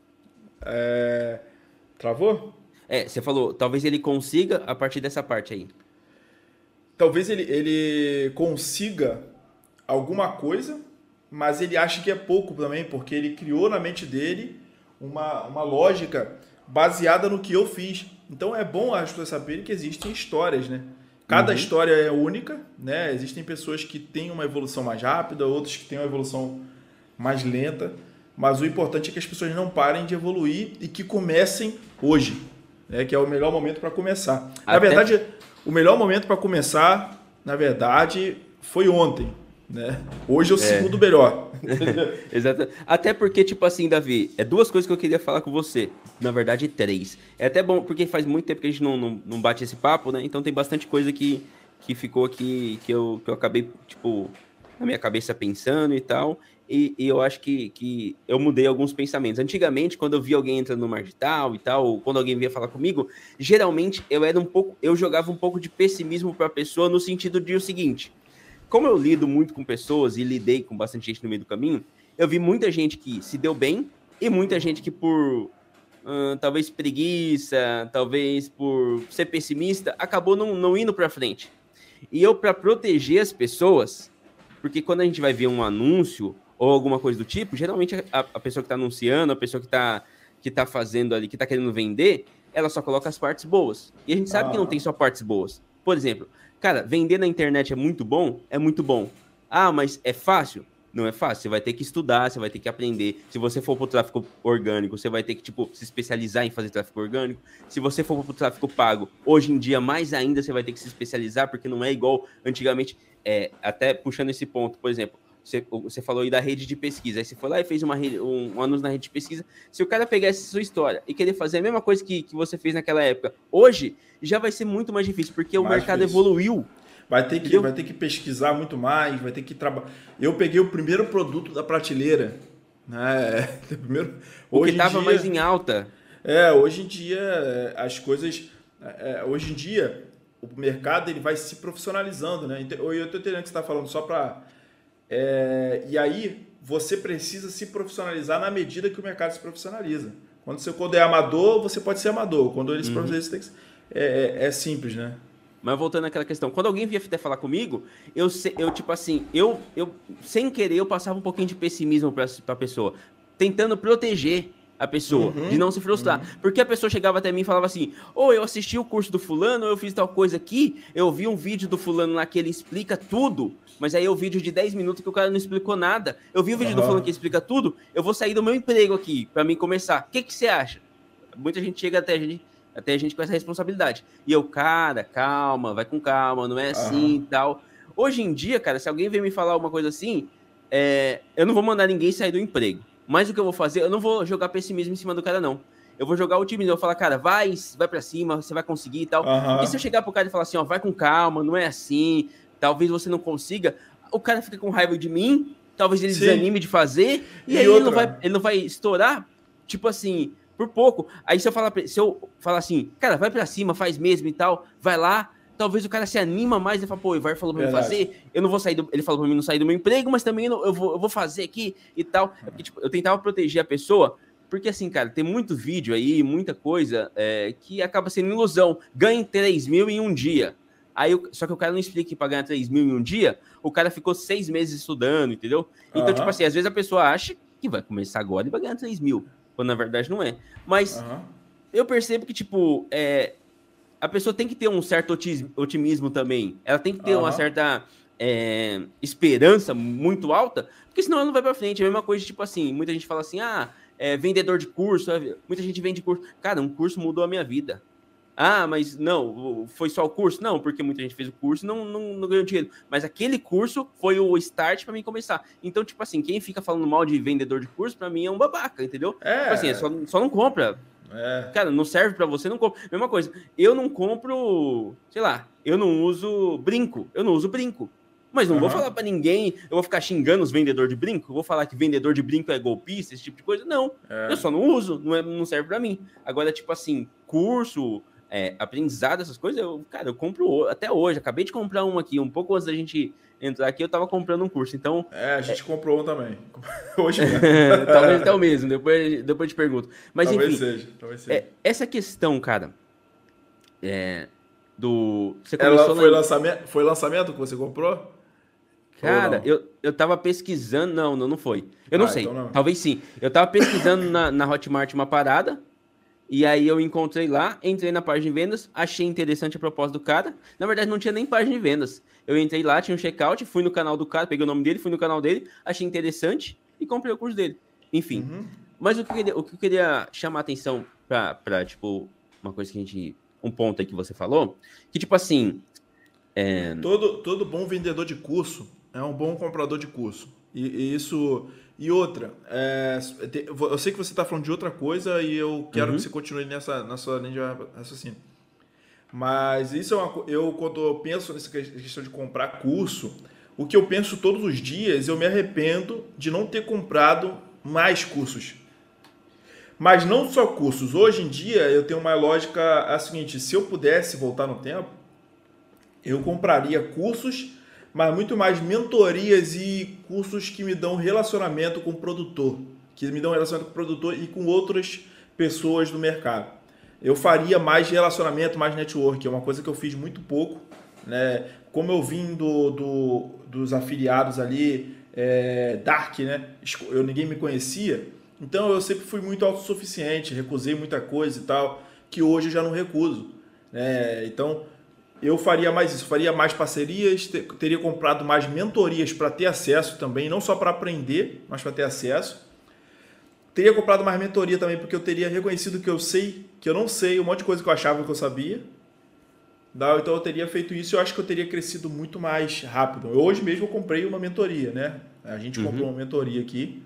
É... Travou? É, você falou, talvez ele consiga a partir dessa parte aí. Talvez ele, ele consiga alguma coisa, mas ele acha que é pouco também, porque ele criou na mente dele uma, uma lógica baseada no que eu fiz. Então é bom as pessoas saberem que existem histórias, né? Cada Uhum. história é única, né? Existem pessoas que têm uma evolução mais rápida, outras que têm uma evolução mais lenta, mas o importante é que as pessoas não parem de evoluir e que comecem hoje, né? Que é o melhor momento para começar. Na Até- verdade, o melhor momento para começar, na verdade, foi ontem, né? Hoje é o segundo melhor. Exato. Até porque, tipo assim, Davi, é duas coisas que eu queria falar com você. Na verdade, três. É até bom, porque faz muito tempo que a gente não, não, não bate esse papo, né? Então tem bastante coisa que, que ficou aqui, que eu, que eu acabei, tipo, na minha cabeça pensando e tal. E, e eu acho que, que eu mudei alguns pensamentos. Antigamente, quando eu via alguém entrando no Margital e tal, ou quando alguém vinha falar comigo, geralmente eu era um pouco, eu jogava um pouco de pessimismo para a pessoa no sentido de o seguinte: como eu lido muito com pessoas e lidei com bastante gente no meio do caminho, eu vi muita gente que se deu bem e muita gente que por hum, talvez preguiça, talvez por ser pessimista, acabou não, não indo para frente. E eu, para proteger as pessoas, porque quando a gente vai ver um anúncio ou alguma coisa do tipo, geralmente a, a pessoa que está anunciando, a pessoa que está que tá fazendo ali, que está querendo vender, ela só coloca as partes boas. E a gente sabe Ah. que não tem só partes boas. Por exemplo, cara, vender na internet é muito bom? É muito bom. Ah, mas é fácil? Não é fácil. Você vai ter que estudar, você vai ter que aprender. Se você for pro tráfego orgânico, você vai ter que, tipo, se especializar em fazer tráfego orgânico. Se você for pro tráfego pago, hoje em dia, mais ainda, você vai ter que se especializar, porque não é igual antigamente. É, até puxando esse ponto, por exemplo, você, você falou aí da rede de pesquisa. Aí você foi lá e fez uma rede, um, um anúncio na rede de pesquisa. Se o cara pegar essa sua história e querer fazer a mesma coisa que, que você fez naquela época, hoje, já vai ser muito mais difícil, porque Mais o mercado difícil. evoluiu. Vai ter, que, Entendeu? vai ter que pesquisar muito mais, vai ter que trabalhar. Eu peguei o primeiro produto da prateleira, né? Primeiro, O hoje que estava em dia, mais em alta. É, hoje em dia é, as coisas, é, hoje em dia o mercado ele vai se profissionalizando, né? Então, eu estou entendendo que você está falando só para, é, e aí você precisa se profissionalizar na medida que o mercado se profissionaliza. Quando você quando é amador, você pode ser amador. Quando ele se profissionaliza, você tem que ser- é, é, é simples, né? Mas voltando àquela questão, quando alguém vinha até falar comigo, eu, se- eu tipo assim, eu, eu sem querer, eu passava um pouquinho de pessimismo para a pessoa, tentando proteger a pessoa, Uhum, de não se frustrar. Porque a pessoa chegava até mim e falava assim, ou eu assisti o curso do fulano, ou eu fiz tal coisa aqui, eu vi um vídeo do fulano lá que ele explica tudo, mas aí é o vídeo de dez minutos que o cara não explicou nada. Eu vi o vídeo do Aham. fulano que explica tudo, eu vou sair do meu emprego aqui, para mim começar. O que que você acha? Muita gente chega até a gente, até a gente com essa responsabilidade. E eu, cara, calma, vai com calma, não é assim e tal. Hoje em dia, cara, se alguém vem me falar uma coisa assim, é, eu não vou mandar ninguém sair do emprego. Mas o que eu vou fazer, eu não vou jogar pessimismo em cima do cara, não. Eu vou jogar otimismo, eu vou falar, cara, vai, vai pra cima, você vai conseguir e tal. Aham. E se eu chegar pro cara e falar assim, ó, vai com calma, não é assim, talvez você não consiga, o cara fica com raiva de mim, talvez ele Sim. desanime de fazer, e, E aí ele não, outra? vai, ele não vai estourar, tipo assim, por pouco. Aí se eu falar, pra- se eu falar assim, cara, vai pra cima, faz mesmo e tal, vai lá, talvez o cara se anima mais e fala, pô, o Ivar falou pra mim Verdade. fazer, eu não vou sair do, ele falou pra mim não sair do meu emprego, mas também não- eu, vou, eu vou fazer aqui e tal. É porque, tipo, eu tentava proteger a pessoa, porque assim, cara, tem muito vídeo aí, muita coisa é, que acaba sendo ilusão. Ganhe três mil em um dia. Aí, o- só que o cara não explica que para ganhar três mil em um dia, o cara ficou seis meses estudando, entendeu? Então, Aham. tipo assim, às vezes a pessoa acha que vai começar agora e vai ganhar três mil, quando na verdade não é. Mas Aham. eu percebo que, tipo, é, a pessoa tem que ter um certo otis- otimismo também. Ela tem que ter uma Aham. certa é, esperança muito alta, porque senão ela não vai pra frente. É a mesma coisa, tipo assim, muita gente fala assim, ah, é, vendedor de curso, é, muita gente vende curso. Cara, um curso mudou a minha vida. Ah, mas não, foi só o curso? Não, porque muita gente fez o curso e não, não, não ganhou dinheiro. Mas aquele curso foi o start pra mim começar. Então, tipo assim, quem fica falando mal de vendedor de curso, pra mim é um babaca, entendeu? É. Tipo assim, é só, só não compra. É. Cara, não serve pra você, não compra. Mesma coisa, eu não compro, sei lá, eu não uso brinco, eu não uso brinco. Mas não Uhum. vou falar pra ninguém, eu vou ficar xingando os vendedores de brinco, eu vou falar que vendedor de brinco é golpista, esse tipo de coisa. Não, É. eu só não uso, não, é, não serve pra mim. Agora, tipo assim, curso, é, aprendizado, essas coisas, eu, cara, eu compro até hoje. Acabei de comprar um aqui, um pouco antes da gente entrar aqui, eu tava comprando um curso. Então, É, a gente é. comprou um também. Hoje mesmo. talvez até o mesmo, depois, depois eu te pergunto. Mas talvez enfim, seja, talvez seja. É, essa questão, cara, é, do... Você Ela começou foi, na... lançamento, foi lançamento que você comprou? Cara, eu, eu tava pesquisando... Não, não, não foi. Eu não Ah, sei, então não. talvez sim. Eu tava pesquisando na, na Hotmart uma parada, e aí eu encontrei lá, entrei na página de vendas, achei interessante a proposta do cara. Na verdade, não tinha nem página de vendas. Eu entrei lá, tinha um checkout, fui no canal do cara, peguei o nome dele, fui no canal dele, achei interessante e comprei o curso dele. Enfim, Uhum. mas o que, eu queria, o que eu queria chamar a atenção pra, pra, tipo, uma coisa que a gente... Um ponto aí que você falou, que tipo assim... É... Todo, todo bom vendedor de curso é um bom comprador de curso. E, e isso... E outra, é, eu sei que você está falando de outra coisa e eu quero Uhum. que você continue nessa, na sua linha de raciocínio. Mas isso é uma eu quando eu penso nessa questão de comprar curso, o que eu penso todos os dias, eu me arrependo de não ter comprado mais cursos. Mas não só cursos. Hoje em dia eu tenho uma lógica a seguinte: se eu pudesse voltar no tempo, eu compraria cursos, mas muito mais mentorias e cursos que me dão relacionamento com o produtor, que me dão relacionamento com o produtor e com outras pessoas do mercado. Eu faria mais relacionamento, mais network, é uma coisa que eu fiz muito pouco, né? Como eu vim do, do, dos afiliados ali, é, Dark, né? Eu, ninguém me conhecia, então eu sempre fui muito autossuficiente, recusei muita coisa e tal, que hoje eu já não recuso, né? Então eu faria mais isso, faria mais parcerias, ter, teria comprado mais mentorias para ter acesso também, não só para aprender, mas para ter acesso. Teria comprado mais mentoria também, porque eu teria reconhecido que eu sei, que eu não sei, um monte de coisa que eu achava que eu sabia. Então eu teria feito isso e eu acho que eu teria crescido muito mais rápido. Hoje mesmo eu comprei uma mentoria, né? A gente Uhum. comprou uma mentoria aqui,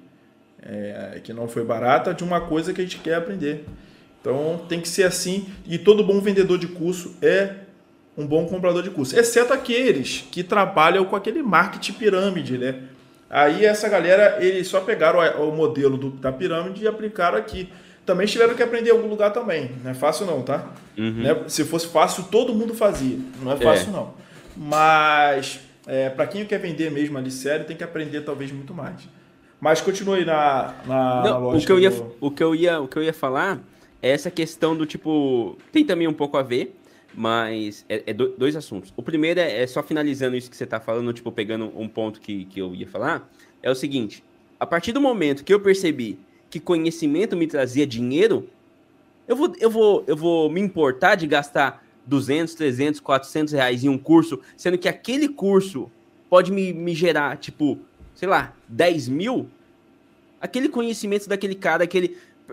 é, que não foi barata, de uma coisa que a gente quer aprender. Então tem que ser assim, e todo bom vendedor de curso é um bom comprador de curso, exceto aqueles que trabalham com aquele marketing pirâmide, né? Aí essa galera, eles só pegaram o modelo do, da pirâmide e aplicaram aqui. Também tiveram que aprender em algum lugar também. Não é fácil não, tá? Uhum. Né? Se fosse fácil, todo mundo fazia. Não é fácil É. não. Mas, é, para quem quer vender mesmo ali sério, tem que aprender talvez muito mais. Mas continue na, na, Não, na o lógica que eu ia, do... o que eu ia, o que eu ia falar é essa questão do tipo, tem também um pouco a ver, mas é, é do- dois assuntos. O primeiro é, é só finalizando isso que você tá falando, tipo, pegando um ponto que, que eu ia falar, é o seguinte: a partir do momento que eu percebi que conhecimento me trazia dinheiro, eu vou, eu vou, eu vou me importar de gastar duzentos, trezentos, quatrocentos reais em um curso, sendo que aquele curso pode me, me gerar, tipo, sei lá, dez mil? Aquele conhecimento daquele cara, aquele...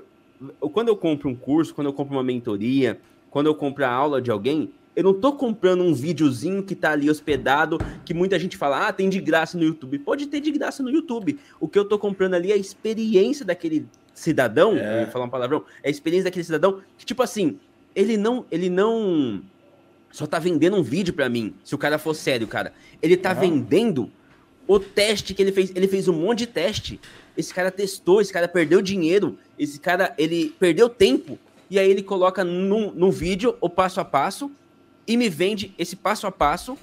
Quando eu compro um curso, quando eu compro uma mentoria, quando eu compro a aula de alguém, eu não tô comprando um videozinho que tá ali hospedado, que muita gente fala, ah, tem de graça no YouTube. Pode ter de graça no YouTube. O que eu tô comprando ali é a experiência daquele cidadão, É. eu ia falar um palavrão, é a experiência daquele cidadão, que tipo assim, ele não, ele não só tá vendendo um vídeo pra mim, se o cara for sério, cara. Ele tá Aham. vendendo o teste que ele fez. Ele fez um monte de teste. Esse cara testou, esse cara perdeu dinheiro, esse cara, ele perdeu tempo, e aí ele coloca no, no vídeo o passo a passo e me vende esse passo a passo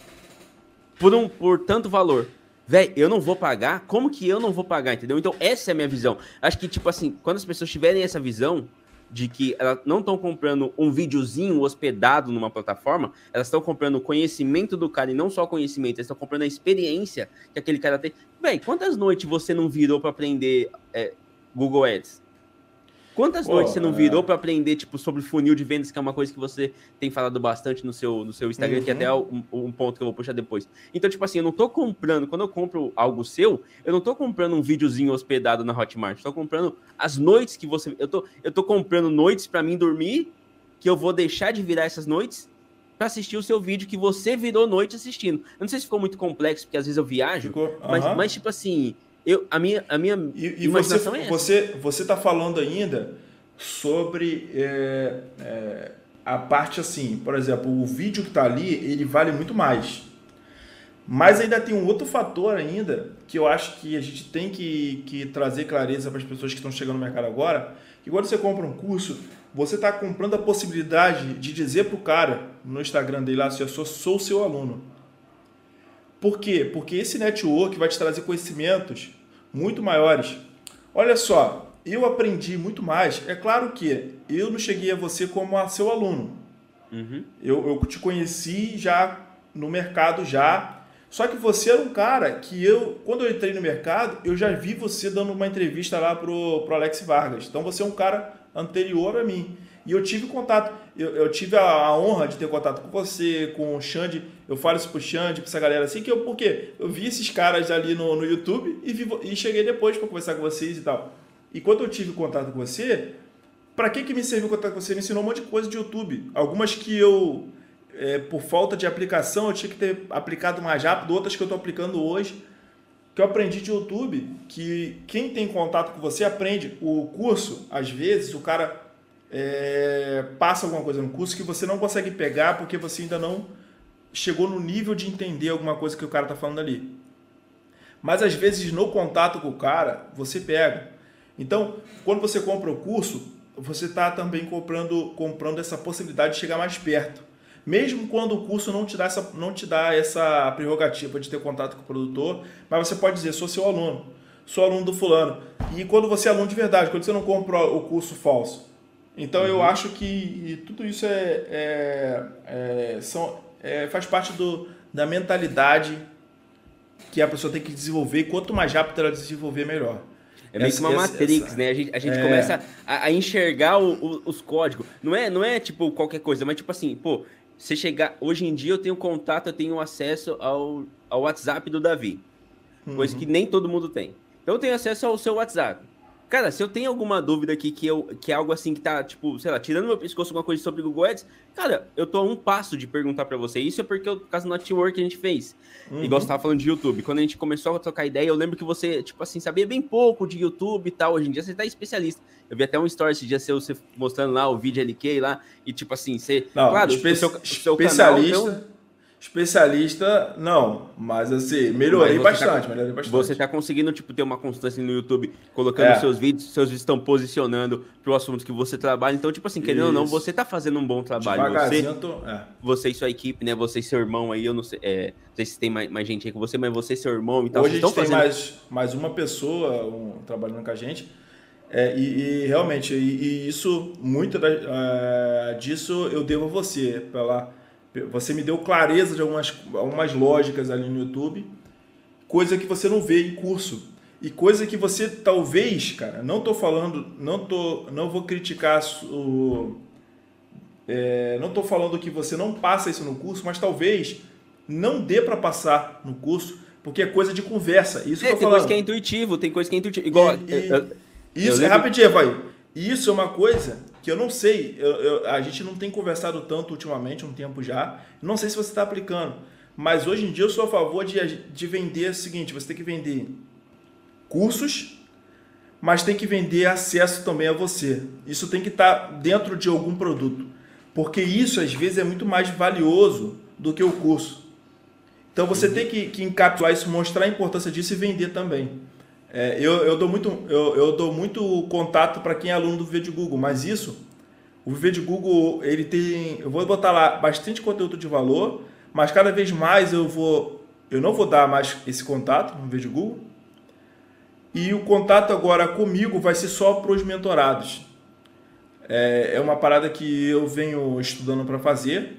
por, um, por tanto valor. Véi, eu não vou pagar? Como que eu não vou pagar, entendeu? Então essa é a minha visão. Acho que, tipo assim, quando as pessoas tiverem essa visão de que elas não estão comprando um videozinho hospedado numa plataforma, elas estão comprando o conhecimento do cara, e não só o conhecimento, elas estão comprando a experiência que aquele cara tem. Véi, quantas noites você não virou para aprender é, Google Ads? Quantas Pô, noites você não é. virou para aprender, tipo, sobre funil de vendas, que é uma coisa que você tem falado bastante no seu, no seu Instagram, Uhum. que até é um, um ponto que eu vou puxar depois. Então, tipo assim, eu não tô comprando, quando eu compro algo seu, eu não tô comprando um videozinho hospedado na Hotmart, eu tô comprando as noites que você... Eu tô, eu tô comprando noites para mim dormir, que eu vou deixar de virar essas noites para assistir o seu vídeo que você virou noite assistindo. Eu não sei se ficou muito complexo, porque às vezes eu viajo, Ficou? mas, Aham. mas tipo assim... Eu, a minha, a minha E, e você, imaginação é essa. você, você tá falando ainda sobre é, é, a parte assim, por exemplo, o vídeo que está ali, ele vale muito mais. Mas ainda tem um outro fator ainda, que eu acho que a gente tem que, que trazer clareza para as pessoas que estão chegando no mercado agora, que quando você compra um curso, você está comprando a possibilidade de dizer para o cara no Instagram dele lá, assim, eu sou, sou seu aluno. Por quê? Porque esse network vai te trazer conhecimentos muito maiores. Olha só, eu aprendi muito mais. É claro que eu não cheguei a você como a seu aluno. Uhum. Eu, eu te conheci já no mercado já. Só que você era um cara que eu, quando eu entrei no mercado, eu já vi você dando uma entrevista lá pro, pro Alex Vargas. Então você é um cara anterior a mim. E eu tive contato, eu, eu tive a, a honra de ter contato com você, com o Xande. Eu falo isso pro Xande, pra essa galera assim, que eu, por quê? Eu vi esses caras ali no, no YouTube e, vi, e cheguei depois para conversar com vocês e tal. E quando eu tive contato com você, para que que me serviu contato com você? Me ensinou um monte de coisa de YouTube. Algumas que eu, é, por falta de aplicação, eu tinha que ter aplicado mais rápido, outras que eu estou aplicando hoje, que eu aprendi de YouTube, que quem tem contato com você aprende. O curso, às vezes, o cara é, passa alguma coisa no curso que você não consegue pegar porque você ainda não chegou no nível de entender alguma coisa que o cara está falando ali. Mas, às vezes, no contato com o cara, você pega. Então, quando você compra o curso, você está também comprando, comprando essa possibilidade de chegar mais perto. Mesmo quando o curso não te dá essa, não te dá essa prerrogativa de ter contato com o produtor, mas você pode dizer, sou seu aluno, sou aluno do fulano. E quando você é aluno de verdade, quando você não compra o curso falso. Então, uhum. eu acho que tudo isso é, é, é, são, é, faz parte do, da mentalidade que a pessoa tem que desenvolver, e quanto mais rápido ela desenvolver, melhor. É meio que uma essa, Matrix, essa, né? A gente, a gente é... começa a, a enxergar o, o, os códigos. Não é, não é tipo qualquer coisa, mas tipo assim, pô, você chegar... Hoje em dia eu tenho contato, eu tenho acesso ao, ao WhatsApp do Davi. Uhum. Coisa que nem todo mundo tem. Então eu tenho acesso ao seu WhatsApp. Cara, se eu tenho alguma dúvida aqui que, eu, que é algo assim que tá, tipo, sei lá, tirando meu pescoço alguma coisa sobre o Google Ads, cara, eu tô a um passo de perguntar pra você. Isso é porque, por causa do network que a gente fez. Uhum. Igual você tava falando de YouTube. Quando a gente começou a trocar ideia, eu lembro que você, tipo assim, sabia bem pouco de YouTube e tal. Hoje em dia você tá especialista. Eu vi até um story esse dia seu, você mostrando lá o vídeo L K lá, e tipo assim, você... Não, claro, espe o seu, o seu especialista... canal, então... Especialista, não, mas assim, melhorei mas bastante, tá, melhorei bastante. Você tá conseguindo, tipo, ter uma constância no YouTube, colocando é. seus vídeos, seus vídeos estão posicionando pro assunto que você trabalha. Então, tipo assim, querendo isso. ou não, você tá fazendo um bom trabalho. Devagarzinho, você, tô, é. você e sua equipe, né? Você e seu irmão aí, eu não sei, é, não sei se tem mais, mais gente aí com você, mas você e seu irmão e tal. Hoje a gente tem fazendo... mais, mais uma pessoa um, trabalhando com a gente. É, e, e realmente, e, e isso, muito da, uh, disso eu devo a você, pela... Você me deu clareza de algumas, algumas lógicas ali no YouTube, coisa que você não vê em curso. E coisa que você talvez, cara, não tô falando, não, tô, não vou criticar o... É, não tô falando que você não passa isso no curso, mas talvez não dê para passar no curso, porque é coisa de conversa. Isso é, que eu tô tem falando. coisa que é intuitivo, tem coisa que é intuitivo. Igual, e, e, eu, isso, eu é rapidinho, vai. Isso é uma coisa... que eu não sei, eu, eu, a gente não tem conversado tanto ultimamente, um tempo já, não sei se você está aplicando, mas hoje em dia eu sou a favor de, de vender o seguinte, você tem que vender cursos, mas tem que vender acesso também a você. Isso tem que estar dentro de algum produto, porque isso às vezes é muito mais valioso do que o curso. Então você uhum. tem que, que encapsular isso, mostrar a importância disso e vender também. É, eu, eu, dou muito, eu, eu dou muito contato para quem é aluno do Viver de Google, mas isso, o Viver de Google, ele tem, eu vou botar lá bastante conteúdo de valor, mas cada vez mais eu vou, eu não vou dar mais esse contato no Viver de Google, e o contato agora comigo vai ser só para os mentorados. É, é uma parada que eu venho estudando para fazer.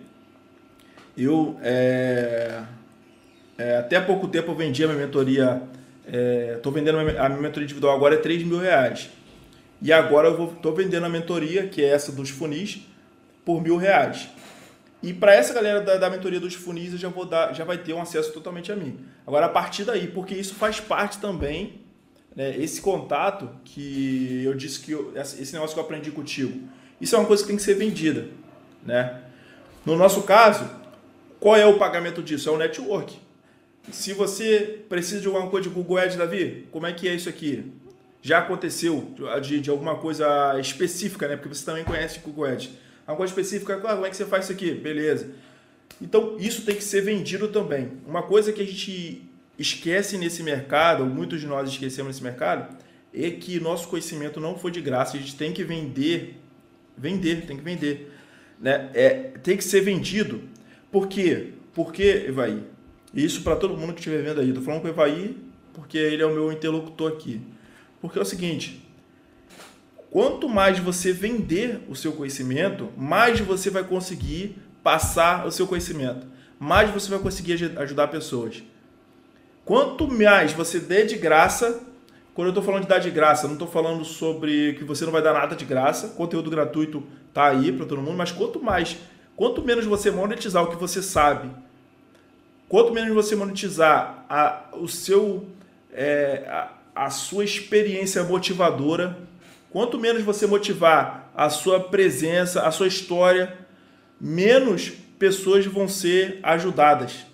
Eu, é, é, até há pouco tempo eu vendia minha mentoria. Estou é, vendendo a minha mentoria individual agora é três mil reais. E agora eu estou vendendo a mentoria, que é essa dos funis, por mil reais. E para essa galera da, da mentoria dos funis, eu já, vou dar, já vai ter um acesso totalmente a mim. Agora, a partir daí, porque isso faz parte também, né, esse contato que eu disse que eu, esse negócio que eu aprendi contigo, isso é uma coisa que tem que ser vendida. Né? No nosso caso, qual é o pagamento disso? É o network. Se você precisa de alguma coisa de Google Ads, Davi, como é que é isso aqui? já aconteceu de, de alguma coisa específica, né? Porque você também conhece o Google Ads. Alguma coisa específica, ah, como é que você faz isso aqui? Beleza. Então, isso tem que ser vendido também. Uma coisa que a gente esquece nesse mercado, muitos de nós esquecemos nesse mercado, é que nosso conhecimento não foi de graça. A gente tem que vender, vender, tem que vender. Né? É, tem que ser vendido. Por quê? Porque, Evaí, isso para todo mundo que estiver vendo aí. Estou falando com o Evaí porque ele é o meu interlocutor aqui. Porque é o seguinte, quanto mais você vender o seu conhecimento, mais você vai conseguir passar o seu conhecimento. Mais você vai conseguir ajudar pessoas. Quanto mais você der de graça, quando eu estou falando de dar de graça, não estou falando sobre que você não vai dar nada de graça, conteúdo gratuito está aí para todo mundo, mas quanto mais, quanto menos você monetizar o que você sabe, quanto menos você monetizar a, o seu, é, a, a sua experiência motivadora, quanto menos você motivar a sua presença, a sua história, menos pessoas vão ser ajudadas.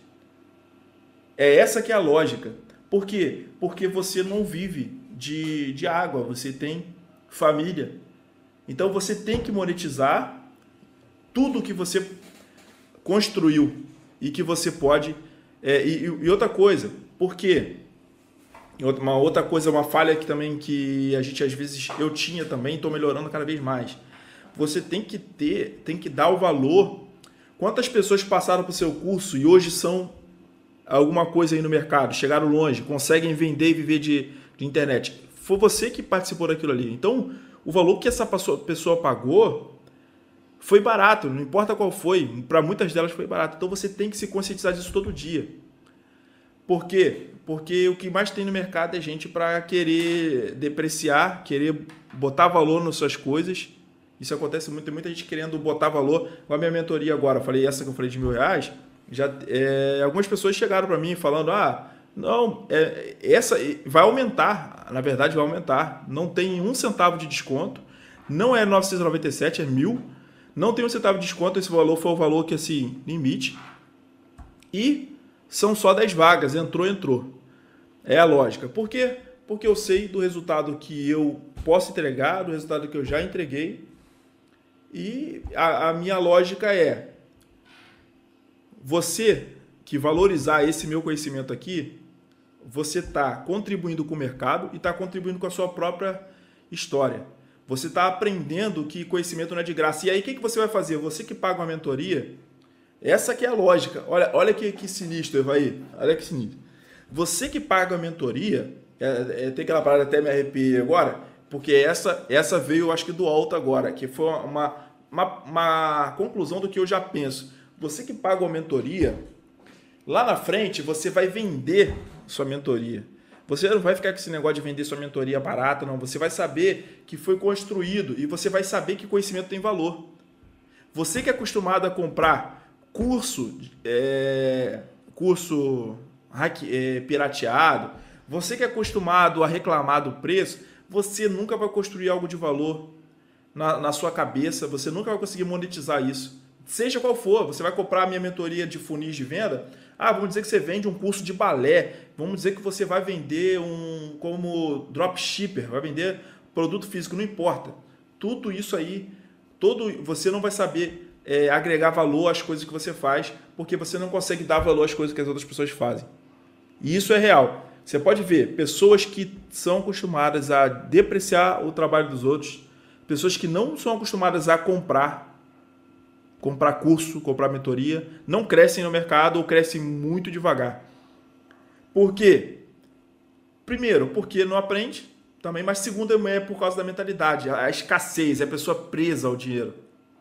É essa que é a lógica. Por quê? Porque você não vive de, de água, você tem família. Então você tem que monetizar tudo que você construiu e que você pode... É, e, e outra coisa, por quê? Uma outra coisa, uma falha que também que a gente às vezes eu tinha também, estou melhorando cada vez mais. Você tem que ter, tem que dar o valor. Quantas pessoas passaram por seu curso e hoje são alguma coisa aí no mercado, chegaram longe, conseguem vender e viver de, de internet? Foi você que participou daquilo ali. Então, o valor que essa pessoa pagou foi barato, não importa qual foi. Para muitas delas foi barato. Então, você tem que se conscientizar disso todo dia. Por quê? Porque o que mais tem no mercado é gente para querer depreciar, querer botar valor nas suas coisas. Isso acontece muito, tem muita gente querendo botar valor. Com a minha mentoria agora, eu falei essa que eu falei de mil reais, já, é, algumas pessoas chegaram para mim falando, ah, não, é, essa vai aumentar, na verdade vai aumentar, não tem um centavo de desconto, não é novecentos e noventa e sete, é mil, não tem um centavo de desconto, esse valor foi o valor que, assim, limite, e são só dez vagas, entrou, entrou. É a lógica. Por quê? Porque eu sei do resultado que eu posso entregar, do resultado que eu já entreguei, e a, a minha lógica é, você que valorizar esse meu conhecimento aqui, você está contribuindo com o mercado e está contribuindo com a sua própria história. Você está aprendendo que conhecimento não é de graça. E aí o que, que você vai fazer? Você que paga uma mentoria, essa que é a lógica. Olha, olha que, que sinistro, Evaí. Olha que sinistro. Você que paga a mentoria, é, é, tem aquela parada, até me arrepiei agora, porque essa, essa veio, acho que do alto agora, que foi uma, uma, uma conclusão do que eu já penso. Você que paga uma mentoria, lá na frente você vai vender sua mentoria. Você não vai ficar com esse negócio de vender sua mentoria barata, não. Você vai saber que foi construído e você vai saber que conhecimento tem valor. Você que é acostumado a comprar curso, é, curso é, pirateado, você que é acostumado a reclamar do preço, você nunca vai construir algo de valor na, na sua cabeça, você nunca vai conseguir monetizar isso. Seja qual for, você vai comprar a minha mentoria de funis de venda, ah, vamos dizer que você vende um curso de balé, vamos dizer que você vai vender um como dropshipper, vai vender produto físico, não importa. Tudo isso aí, todo, você não vai saber é, agregar valor às coisas que você faz, porque você não consegue dar valor às coisas que as outras pessoas fazem. E isso é real. Você pode ver pessoas que são acostumadas a depreciar o trabalho dos outros, pessoas que não são acostumadas a comprar, comprar curso, comprar mentoria, não crescem no mercado ou crescem muito devagar. Por quê? Primeiro, porque não aprende também, mas segundo é por causa da mentalidade, a escassez, é a pessoa presa ao dinheiro.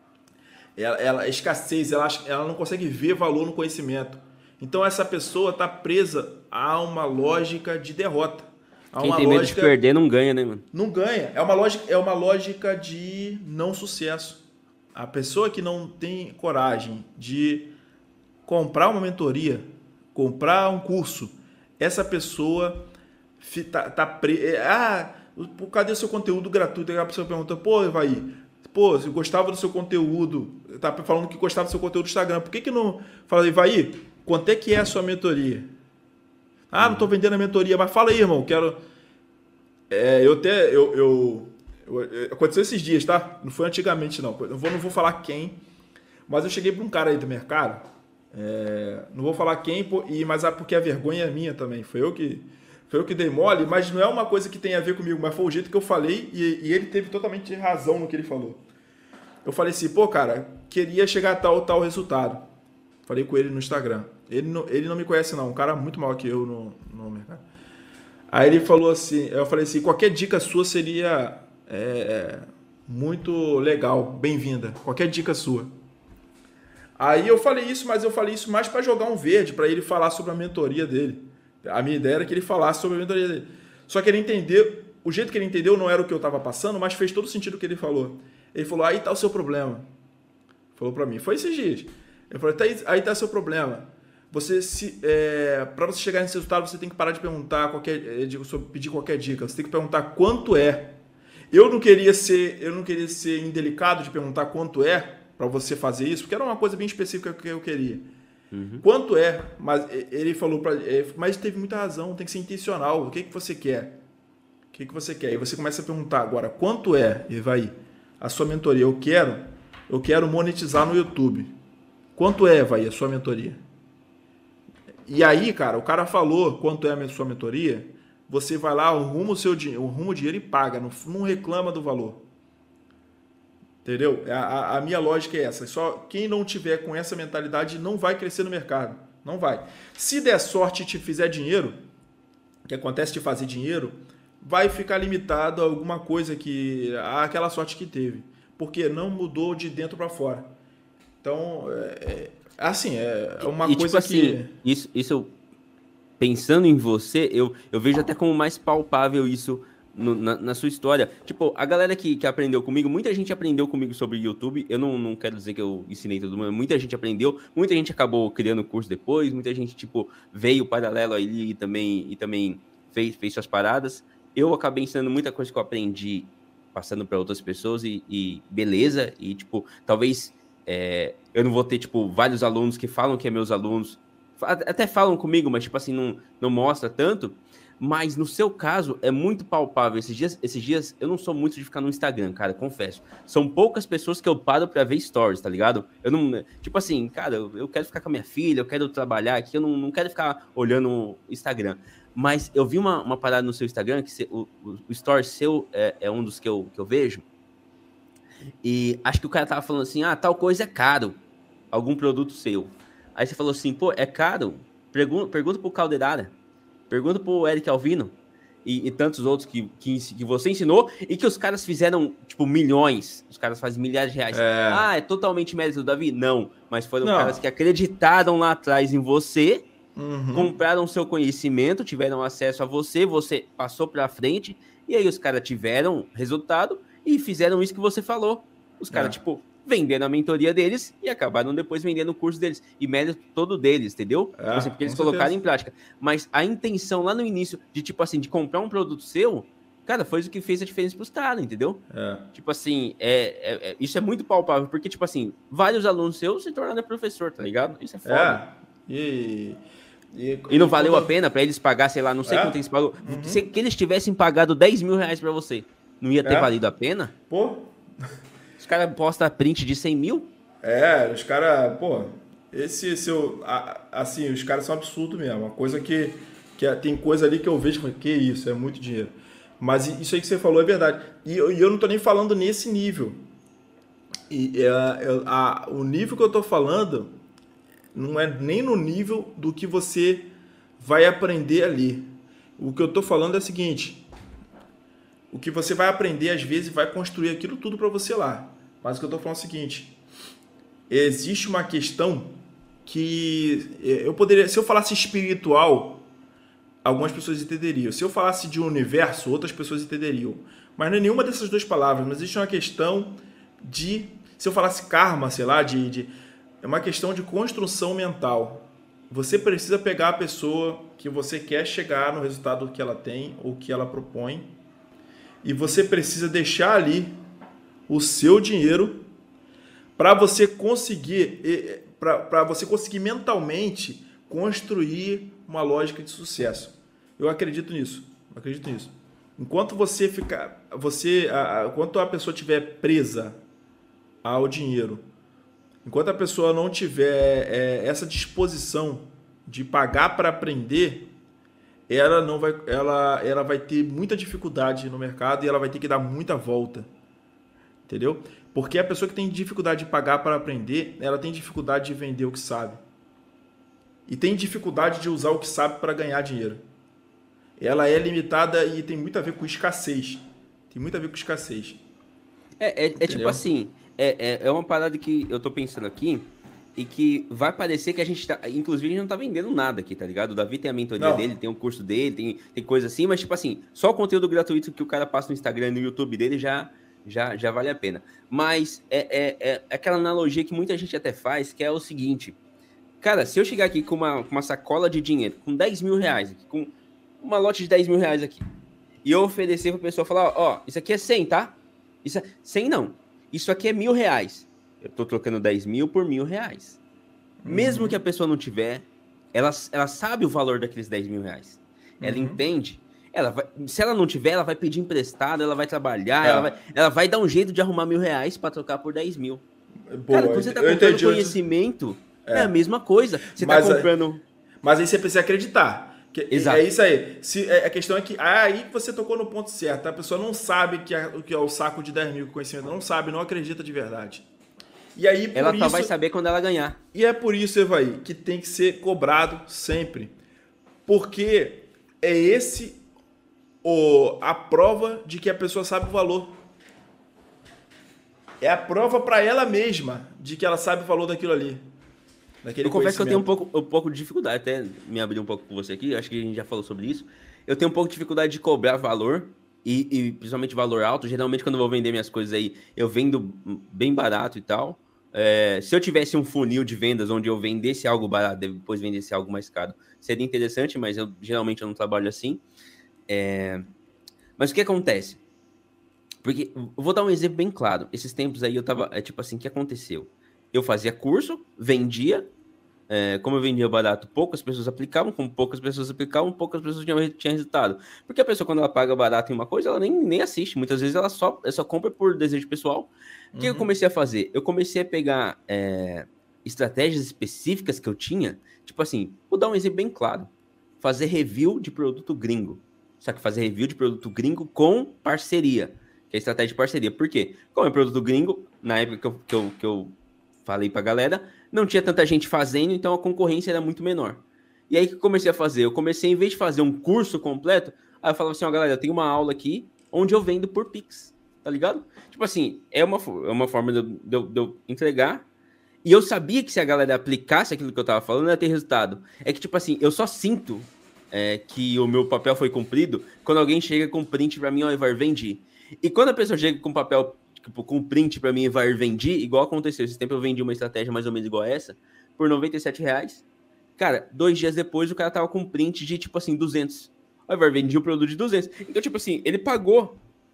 Ela, ela, a escassez, ela, ela não consegue ver valor no conhecimento. Então essa pessoa está presa a uma lógica de derrota. A Quem uma tem medo lógica, de perder não ganha, né, mano? Não ganha. É uma lógica, é uma lógica de não sucesso. A pessoa que não tem coragem de comprar uma mentoria, comprar um curso, essa pessoa tá, tá pre... ah, cadê o seu conteúdo gratuito? Aí a pessoa pergunta, pô, Evaí, pô, eu gostava do seu conteúdo, tá falando que gostava do seu conteúdo do Instagram, por que que não... Fala, Evaí, quanto é que é a sua mentoria? Ah, não tô vendendo a mentoria, mas fala aí, irmão, quero... É, eu até. Eu, eu, eu- aconteceu esses dias, tá? Não foi antigamente, não. Eu vou, não vou falar quem, mas eu cheguei para um cara aí do mercado. é, não vou falar quem, pô, e, mas é porque a vergonha é minha também. Foi eu que. Foi eu que dei mole, mas não é uma coisa que tem a ver comigo, mas foi o jeito que eu falei e, e ele teve totalmente razão no que ele falou. Eu falei assim, pô, cara, queria chegar a tal, tal resultado. Falei com ele no Instagram. Ele não, ele não me conhece, não. Um cara muito maior que eu no, no mercado. Aí ele falou assim, eu falei assim, qualquer dica sua seria é, muito legal, bem-vinda. Qualquer dica sua. Aí eu falei isso, mas eu falei isso mais para jogar um verde, para ele falar sobre a mentoria dele. A minha ideia era que ele falasse sobre a mentoria dele. Só que ele entendeu, o jeito que ele entendeu não era o que eu estava passando, mas fez todo sentido o que ele falou. Ele falou, aí tá o seu problema. Falou para mim, foi esses dias. Ele falou, tá aí, aí tá o seu problema. Você se, é, para você chegar nesse resultado, você tem que parar de perguntar qualquer, de pedir qualquer dica. Você tem que perguntar quanto é. Eu não queria ser, eu não queria ser indelicado de perguntar quanto é para você fazer isso, porque era uma coisa bem específica que eu queria. Uhum. Quanto é? Mas ele falou para, mas teve muita razão. Tem que ser intencional. O que que você quer? O que que você quer? E você começa a perguntar agora, quanto é, Evaí, a sua mentoria? Eu quero, eu quero monetizar no YouTube. Quanto é, Evaí, a sua mentoria? E aí, cara, o cara falou quanto é a sua mentoria, você vai lá, arruma o seu dinheiro, arruma o dinheiro e paga, não, não reclama do valor. Entendeu? A, a minha lógica é essa. Só quem não tiver com essa mentalidade não vai crescer no mercado. Não vai. Se der sorte e te fizer dinheiro, o que acontece de fazer dinheiro, vai ficar limitado a alguma coisa que... aquela sorte que teve. Porque não mudou de dentro para fora. Então, é, assim, é uma e, coisa tipo que... Assim, isso, isso eu, pensando em você, eu, eu vejo até como mais palpável isso... No, na, na sua história. Tipo, a galera que, que aprendeu comigo, muita gente aprendeu comigo sobre YouTube. Eu não, não quero dizer que eu ensinei todo mundo, muita gente aprendeu, muita gente acabou criando curso depois, muita gente, tipo, veio paralelo ali e também, e também fez, fez suas paradas. Eu acabei ensinando muita coisa que eu aprendi passando para outras pessoas e, e beleza, e, tipo, talvez é, eu não vou ter, tipo, vários alunos que falam que é meus alunos, até falam comigo, mas, tipo assim, não, não mostra tanto. Mas no seu caso, é muito palpável. Esses dias, esses dias, eu não sou muito de ficar no Instagram, cara, confesso. São poucas pessoas que eu paro pra ver stories, tá ligado? Eu não... Tipo assim, cara, eu quero ficar com a minha filha, eu quero trabalhar aqui, eu não, não quero ficar olhando o Instagram. Mas eu vi uma, uma parada no seu Instagram, que se, o, o, o story seu é, é um dos que eu, que eu vejo. E acho que o cara tava falando assim, ah, tal coisa é caro. Algum produto seu. Aí você falou assim, pô, é caro? Pergunta, pergunta pro Calderara. Pergunta pro Eric Alvino e, e tantos outros que, que, que você ensinou e que os caras fizeram, tipo, milhões. Os caras fazem milhares de reais. É... Ah, é totalmente mérito do Davi? Não. Mas foram Não. caras que acreditaram lá atrás em você, uhum. compraram seu conhecimento, tiveram acesso a você, você passou pra frente e aí os caras tiveram resultado e fizeram isso que você falou. Os caras, é. tipo... vendendo a mentoria deles e acabaram depois vendendo o curso deles. E mérito todo deles, entendeu? É, assim, porque eles colocaram certeza. em prática. Mas a intenção lá no início de, tipo assim, de comprar um produto seu, cara, foi o que fez a diferença pros caras, entendeu? É. Tipo assim, é, é, é, isso é muito palpável, porque, tipo assim, vários alunos seus se tornaram professor, tá ligado? Isso é foda. É. E... E, e não e valeu quando... a pena pra eles pagar, sei lá, não sei é. quanto eles pagam. Uhum. Se que eles tivessem pagado dez mil reais pra você, não ia ter é. valido a pena? Pô... Os caras postam print de cem mil? É, os caras, pô, esse seu, assim, os caras são absurdos mesmo. Uma coisa que, que tem coisa ali que eu vejo, que isso, é muito dinheiro. Mas isso aí que você falou é verdade. E eu, eu não tô nem falando nesse nível. E, é, é, a, o nível que eu tô falando não é nem no nível do que você vai aprender ali. O que eu tô falando é o seguinte... O que você vai aprender, às vezes, vai construir aquilo tudo para você lá. Mas o que eu estou falando é o seguinte. Existe uma questão que... eu poderia, se eu falasse espiritual, algumas pessoas entenderiam. Se eu falasse de universo, outras pessoas entenderiam. Mas não é nenhuma dessas duas palavras. Mas existe uma questão de... Se eu falasse karma, sei lá, de, de, é uma questão de construção mental. Você precisa pegar a pessoa que você quer chegar no resultado que ela tem ou que ela propõe. E você precisa deixar ali o seu dinheiro para você conseguir, para você conseguir mentalmente construir uma lógica de sucesso. Eu acredito nisso. Eu acredito nisso. Enquanto você ficar, você, a, a, enquanto a pessoa estiver presa ao dinheiro, enquanto a pessoa não tiver é, essa disposição de pagar para aprender, ela não vai, ela, ela vai ter muita dificuldade no mercado e ela vai ter que dar muita volta, entendeu? Porque a pessoa que tem dificuldade de pagar para aprender, ela tem dificuldade de vender o que sabe e tem dificuldade de usar o que sabe para ganhar dinheiro. Ela é limitada e tem muito a ver com escassez. Tem muito a ver com escassez. É, é, é tipo assim, é, é, é uma parada que eu tô pensando aqui e que vai parecer que a gente tá... Inclusive, a gente não tá vendendo nada aqui, tá ligado? O Davi tem a mentoria não. dele, tem o curso dele, tem, tem coisa assim, mas tipo assim, só o conteúdo gratuito que o cara passa no Instagram e no YouTube dele já, já, já vale a pena. Mas é, é, é aquela analogia que muita gente até faz, que é o seguinte... Cara, se eu chegar aqui com uma, com uma sacola de dinheiro, com dez mil reais, aqui, com uma lote de dez mil reais aqui, e eu oferecer pra pessoa falar, ó, oh, isso aqui é cem, tá? Isso é... cem não, isso aqui é mil reais. Eu tô trocando dez mil por mil reais. Uhum. Mesmo que a pessoa não tiver, ela, ela sabe o valor daqueles dez mil reais. Ela uhum. entende. Ela vai, se ela não tiver, ela vai pedir emprestado, ela vai trabalhar, é. ela, vai, ela vai dar um jeito de arrumar mil reais pra trocar por dez mil. Boa, cara, quando você tá comprando conhecimento, é. é a mesma coisa. Você mas tá comprando... Aí, mas aí você precisa acreditar. Que, Exato. É isso aí. Se, é, a questão é que aí você tocou no ponto certo. A pessoa não sabe que é, o que é o saco de dez mil com conhecimento. Não sabe, não acredita de verdade. E aí, por ela isso, só vai saber quando ela ganhar. E é por isso, Evaí, que tem que ser cobrado sempre. Porque é esse o, a prova de que a pessoa sabe o valor. É a prova para ela mesma de que ela sabe o valor daquilo ali. Eu confesso que eu tenho um pouco, um pouco de dificuldade, até me abrir um pouco com você aqui, acho que a gente já falou sobre isso. Eu tenho um pouco de dificuldade de cobrar valor, e, e principalmente valor alto. Geralmente, quando eu vou vender minhas coisas aí, eu vendo bem barato e tal. É, se eu tivesse um funil de vendas onde eu vendesse algo barato, depois vendesse algo mais caro, seria interessante, mas eu geralmente eu não trabalho assim. É, mas o que acontece? Porque, eu vou dar um exemplo bem claro. Esses tempos aí eu tava, é tipo assim, o que aconteceu? Eu fazia curso, vendia, é, como eu vendia barato, poucas pessoas aplicavam, como poucas pessoas aplicavam, poucas pessoas tinham, tinham resultado. Porque a pessoa, quando ela paga barato em uma coisa, ela nem, nem assiste. Muitas vezes ela só, ela só compra por desejo pessoal. O que uhum. eu comecei a fazer? Eu comecei a pegar é, estratégias específicas que eu tinha, tipo assim, vou dar um exemplo bem claro. Fazer review de produto gringo. Só que fazer review de produto gringo com parceria. Que é a estratégia de parceria. Por quê? Como é produto gringo, na época que eu, que eu, que eu falei pra galera, não tinha tanta gente fazendo, então a concorrência era muito menor. E aí que eu comecei a fazer? Eu comecei, em vez de fazer um curso completo, aí eu falava assim, ó, galera, eu tenho uma aula aqui onde eu vendo por Pix, tá ligado? Tipo assim, é uma, é uma forma de eu, de, eu, de eu entregar, e eu sabia que se a galera aplicasse aquilo que eu tava falando, ia ter resultado. É que, tipo assim, eu só sinto é, que o meu papel foi cumprido quando alguém chega com print pra mim, ó, Ivar, vendi. E quando a pessoa chega com papel tipo, com print pra mim, vai vendi, igual aconteceu. Esse tempo eu vendi uma estratégia mais ou menos igual a essa, por noventa e sete reais. Cara, dois dias depois o cara tava com print de, tipo assim, duzentos. Aí vai vendi um produto de duzentos. Então, tipo assim, ele pagou.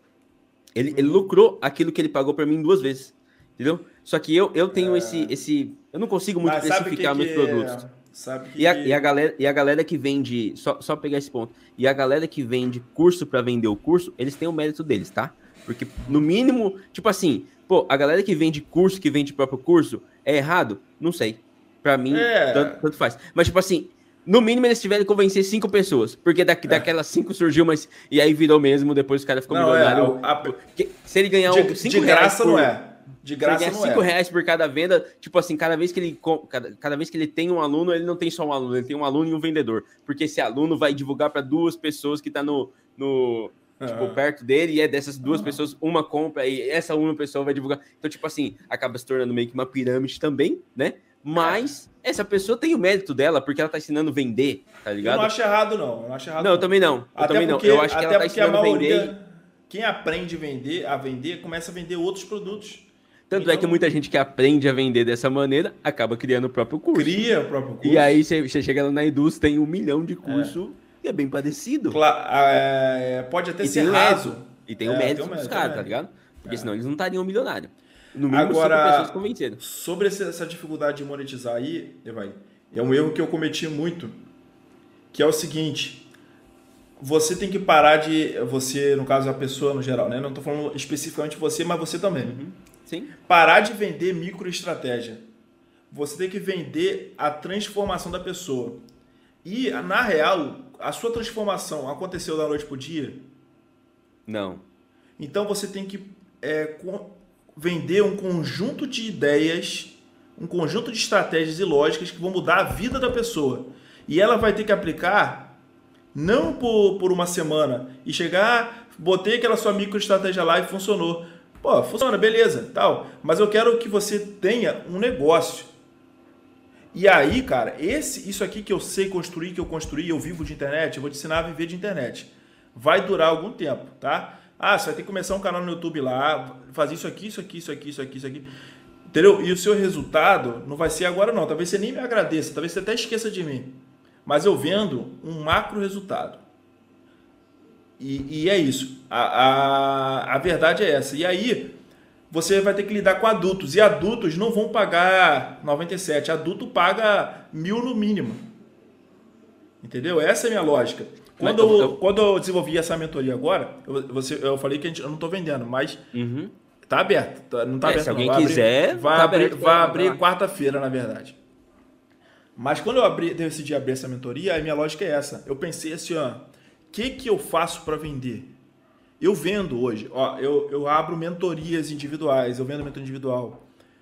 Ele, ele lucrou aquilo que ele pagou pra mim duas vezes. Entendeu? Só que eu, eu tenho é... esse, esse... Eu não consigo muito precificar meus produtos. É... Sabe que... e, a, e, a galera, e a galera que vende... Só, só pegar esse ponto. E a galera que vende curso pra vender o curso, eles têm o mérito deles, tá? Porque, no mínimo, tipo assim, pô, a galera que vende curso, que vende próprio curso, é errado? Não sei. Pra mim, é. tanto, tanto faz. Mas, tipo assim, no mínimo eles tiveram que convencer cinco pessoas. Porque daqui, é. daquelas cinco surgiu, mas... E aí virou mesmo, depois o cara ficou não, milionário. É, a... Porque, se ele ganhar de, um, cinco de graça por, não é. De graça se ele não ganhar cinco é. reais por cada venda, tipo assim, cada vez que ele cada, cada vez que ele tem um aluno, ele não tem só um aluno, ele tem um aluno e um vendedor. Porque esse aluno vai divulgar para duas pessoas que tá no... no tipo, uhum. perto dele, e é dessas duas uhum. pessoas, uma compra, e essa uma pessoa vai divulgar. Então, tipo assim, acaba se tornando meio que uma pirâmide também, né? Mas é. essa pessoa tem o mérito dela, porque ela tá ensinando a vender, tá ligado? Eu não acho errado, não. Eu não acho errado, não, não. Eu também não. Eu até também porque, não. Eu acho que ela tá ensinando a, maioria, a vender. Quem aprende a vender, a vender, começa a vender outros produtos. Tanto então, é que muita gente que aprende a vender dessa maneira acaba criando o próprio curso. Cria o próprio curso. E aí você chega lá na Eduz, tem um milhão de curso. É. É bem parecido. Claro, é, pode até e ser raso. Mérito. E tem o é, mérito dos caras, tá ligado? Porque é. senão eles não estariam milionários. No mínimo, agora, cinco pessoas convenceram. Sobre essa dificuldade de monetizar aí, Evai, é um erro que eu cometi muito, que é o seguinte, você tem que parar de... Você, no caso, a pessoa no geral, né? Não estou falando especificamente você, mas você também. Uhum. Sim. Parar de vender microestratégia. Você tem que vender a transformação da pessoa. E, na real, a sua transformação aconteceu da noite para o dia? Não. Então, você tem que é, vender um conjunto de ideias, um conjunto de estratégias e lógicas que vão mudar a vida da pessoa. E ela vai ter que aplicar, não por, por uma semana, e chegar, botei aquela sua microestratégia lá e funcionou. Pô, funciona, beleza, tal. Mas eu quero que você tenha um negócio. E aí, cara, esse, isso aqui que eu sei construir, que eu construí, eu vivo de internet, eu vou te ensinar a viver de internet. Vai durar algum tempo, tá? Ah, você vai ter que começar um canal no YouTube lá, fazer isso aqui, isso aqui, isso aqui, isso aqui, isso aqui. Entendeu? E o seu resultado não vai ser agora não. Talvez você nem me agradeça, talvez você até esqueça de mim. Mas eu vendo um macro resultado. E, e é isso. A, a, a verdade é essa. E aí, você vai ter que lidar com adultos. E adultos não vão pagar noventa e sete. Adulto paga mil no mínimo. Entendeu? Essa é a minha lógica. Quando eu, eu, quando eu desenvolvi essa mentoria agora, eu, você, eu falei que a gente, eu não estou vendendo, mas uhum. tá aberto. Tá, não tá é, aberto. Se alguém não. Vai quiser, abrir, vai tá abrir, aberto, vai abrir quarta-feira, na verdade. Mas quando eu abri, decidi abrir essa mentoria, a minha lógica é essa. Eu pensei assim, ó, o que, que eu faço para vender? Eu vendo hoje, ó, eu, eu abro mentorias individuais, eu vendo mentoria individual.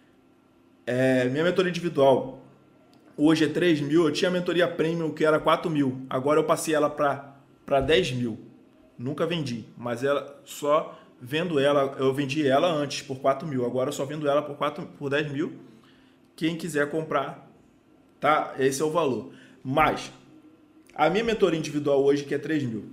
É, minha mentoria individual hoje é três mil, eu tinha a mentoria premium que era quatro mil, agora eu passei ela para dez mil. Nunca vendi, mas ela só vendo ela, eu vendi ela antes por quatro mil, agora eu só vendo ela por, quatro, por dez mil. Quem quiser comprar, tá? Esse é o valor. Mas a minha mentoria individual hoje que é três mil.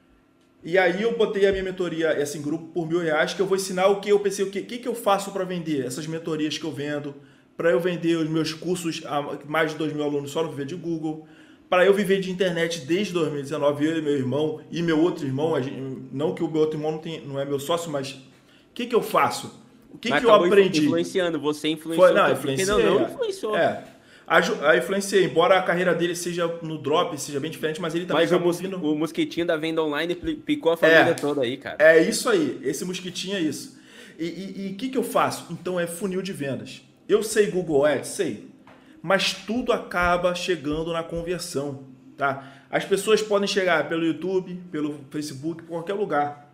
E aí eu botei a minha mentoria, assim, grupo por mil reais, que eu vou ensinar o que eu pensei, o que, que, que eu faço para vender essas mentorias que eu vendo, para eu vender os meus cursos a mais de dois mil alunos só no Viver de Google, para eu viver de internet desde dois mil e dezenove, eu e meu irmão, e meu outro irmão, a gente, não que o meu outro irmão não, tem, não é meu sócio, mas o que, que eu faço? O que, que eu aprendi? Influenciando, você influenciou. Foi, não, influenciei. Não, não, influenciou. É. A influenciei, embora a carreira dele seja no drop, seja bem diferente, mas ele também mas acabou o, vindo... o mosquitinho da venda online picou a família é, toda aí, cara. É isso aí, esse mosquitinho é isso. E o que, que eu faço? Então é funil de vendas. Eu sei Google Ads? Sei. Mas tudo acaba chegando na conversão, tá? As pessoas podem chegar pelo YouTube, pelo Facebook, por qualquer lugar.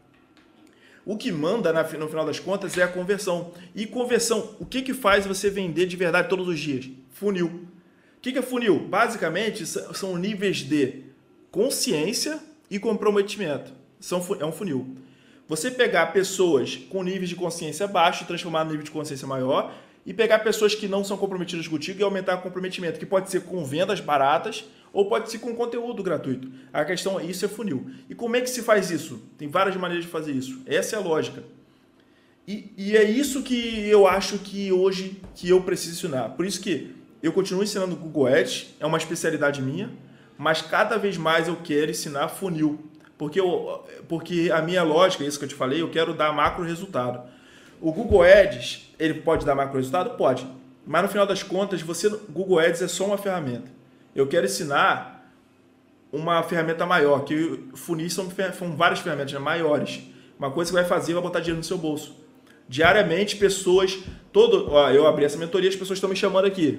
O que manda no final das contas é a conversão. E conversão, o que, que faz você vender de verdade todos os dias? Funil. O que, que é funil? Basicamente, são níveis de consciência e comprometimento. São, é um funil. Você pegar pessoas com níveis de consciência baixo e transformar no nível de consciência maior, e pegar pessoas que não são comprometidas contigo e aumentar o comprometimento, que pode ser com vendas baratas ou pode ser com conteúdo gratuito. A questão é, isso é funil. E como é que se faz isso? Tem várias maneiras de fazer isso. Essa é a lógica. E, e é isso que eu acho que hoje que eu preciso ensinar. Por isso que eu continuo ensinando Google Ads, é uma especialidade minha, mas cada vez mais eu quero ensinar funil. Porque, eu, porque a minha lógica, isso que eu te falei, eu quero dar macro resultado. O Google Ads, ele pode dar macro resultado? Pode. Mas no final das contas, você, Google Ads é só uma ferramenta. Eu quero ensinar uma ferramenta maior, que funis são, são várias ferramentas maiores. Uma coisa que vai fazer, vai botar dinheiro no seu bolso. Diariamente, pessoas... Todo, ó, eu abri essa mentoria, as pessoas estão me chamando aqui.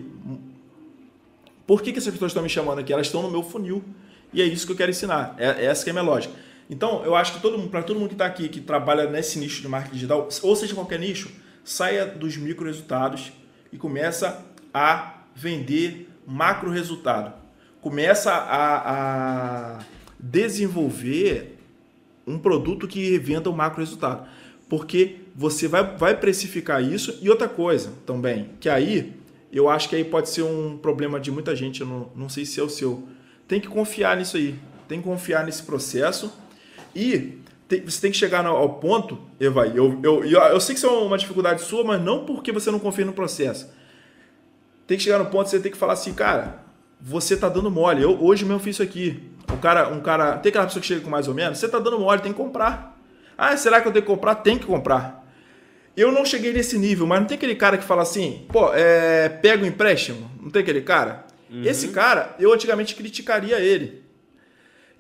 Por que, que essas pessoas estão me chamando aqui? Elas estão no meu funil. E é isso que eu quero ensinar. É, essa que é a minha lógica. Então, eu acho que todo mundo, para todo mundo que está aqui, que trabalha nesse nicho de marketing digital, ou seja, qualquer nicho, saia dos micro resultados e começa a vender macro resultado. Começa a, a desenvolver um produto que venda o macro resultado. Porque você vai, vai precificar isso. E outra coisa também, que aí, eu acho que aí pode ser um problema de muita gente, eu não, não sei se é o seu. Tem que confiar nisso aí. Tem que confiar nesse processo. E tem, você tem que chegar ao ponto, Eva, eu, eu, eu, eu sei que isso é uma dificuldade sua, mas não porque você não confia no processo. Tem que chegar no ponto que você tem que falar assim, cara, você tá dando mole. Eu hoje mesmo fiz isso aqui. O cara, um cara, tem aquela pessoa que chega com mais ou menos, você tá dando mole, tem que comprar. Ah, será que eu tenho que comprar? Tem que comprar. Eu não cheguei nesse nível, mas não tem aquele cara que fala assim, pô, é, pega o empréstimo? Não tem aquele cara? Uhum. Esse cara, eu antigamente criticaria ele. Eu,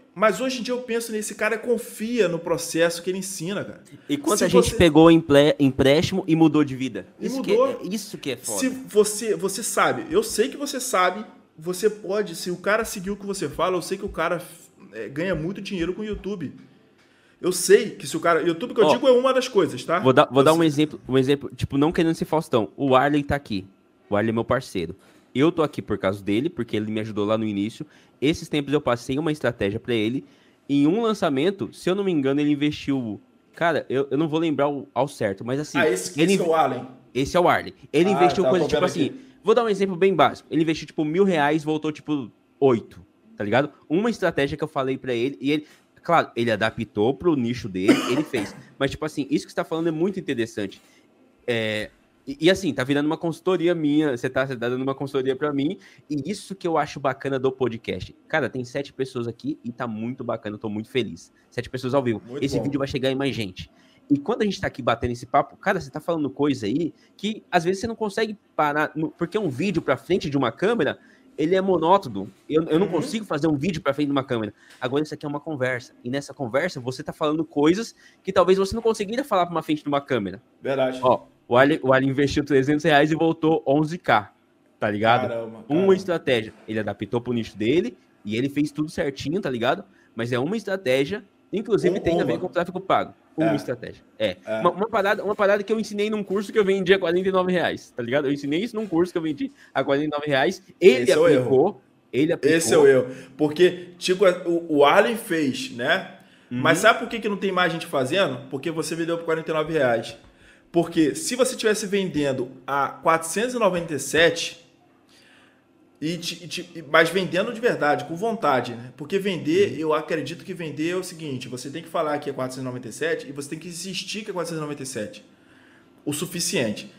Mas hoje em dia eu penso nesse cara, confia no processo que ele ensina, cara. E quanta Se gente você- pegou emple- empréstimo e mudou de vida? E Isso, mudou. Que é, isso que é foda. Se você, você sabe, eu sei que você sabe, você pode, se o cara seguir o que você fala, eu sei que o cara é, ganha muito dinheiro com o YouTube. Eu sei que se o cara... YouTube que eu Ó, digo é uma das coisas, tá? Vou dar, vou Eu dar um sei. exemplo, um exemplo, tipo, não querendo ser Faustão. O Arley tá aqui. O Arley é meu parceiro. Eu tô aqui por causa dele, porque ele me ajudou lá no início. Esses tempos eu passei uma estratégia pra ele. Em um lançamento, se eu não me engano, ele investiu... Cara, eu, eu não vou lembrar o- ao certo, mas assim... Ah, esse, ele, esse é o Allen. esse é o Arley. Ele Ah, investiu tá, coisa tô tipo vendo assim... aqui. Vou dar um exemplo bem básico. Ele investiu tipo mil reais, voltou tipo oito, tá ligado? Uma estratégia que eu falei pra ele, e ele... Claro, ele adaptou pro nicho dele, ele fez. Mas tipo assim, isso que você tá falando é muito interessante. É... E, e assim, tá virando uma consultoria minha, você tá, você tá dando uma consultoria pra mim, e isso que eu acho bacana do podcast. Cara, tem sete pessoas aqui e tá muito bacana, eu tô muito feliz. Sete pessoas ao vivo. Muito Esse bom. vídeo vai chegar em mais gente. E quando a gente tá aqui batendo esse papo, cara, você tá falando coisa aí que às vezes você não consegue parar, no- porque um vídeo pra frente de uma câmera, ele é monótono. Eu, eu não Uhum. consigo fazer um vídeo pra frente de uma câmera. Agora isso aqui é uma conversa. E nessa conversa você tá falando coisas que talvez você não conseguiria falar pra uma frente de uma câmera. Verdade. Ó, o Ali, o Ali investiu trezentos reais e voltou onze k, tá ligado? Caramba, Uma caramba. estratégia. Ele adaptou pro nicho dele e ele fez tudo certinho, tá ligado? Mas é uma estratégia, inclusive Um- tem a ver uma. com tráfego pago. Uma É. estratégia. É. É. Uma, uma parada, uma parada que eu ensinei num curso que eu vendi a quarenta e nove reais, tá ligado? Eu ensinei isso num curso que eu vendi a quarenta e nove reais. Ele Esse é o aplicou. Ele aplicou. Esse é o erro. Porque, tipo, o, o Arlen fez, né? Uhum. Mas sabe por que, que não tem mais gente fazendo? Porque você vendeu por quarenta e nove reais. Porque se você estivesse vendendo a quatrocentos e noventa e sete, e te- e te- mas vendendo de verdade, com vontade, né? Porque vender, eu acredito que vender é o seguinte, você tem que falar que é quatrocentos e noventa e sete e você tem que insistir que é quatrocentos e noventa e sete. O suficiente.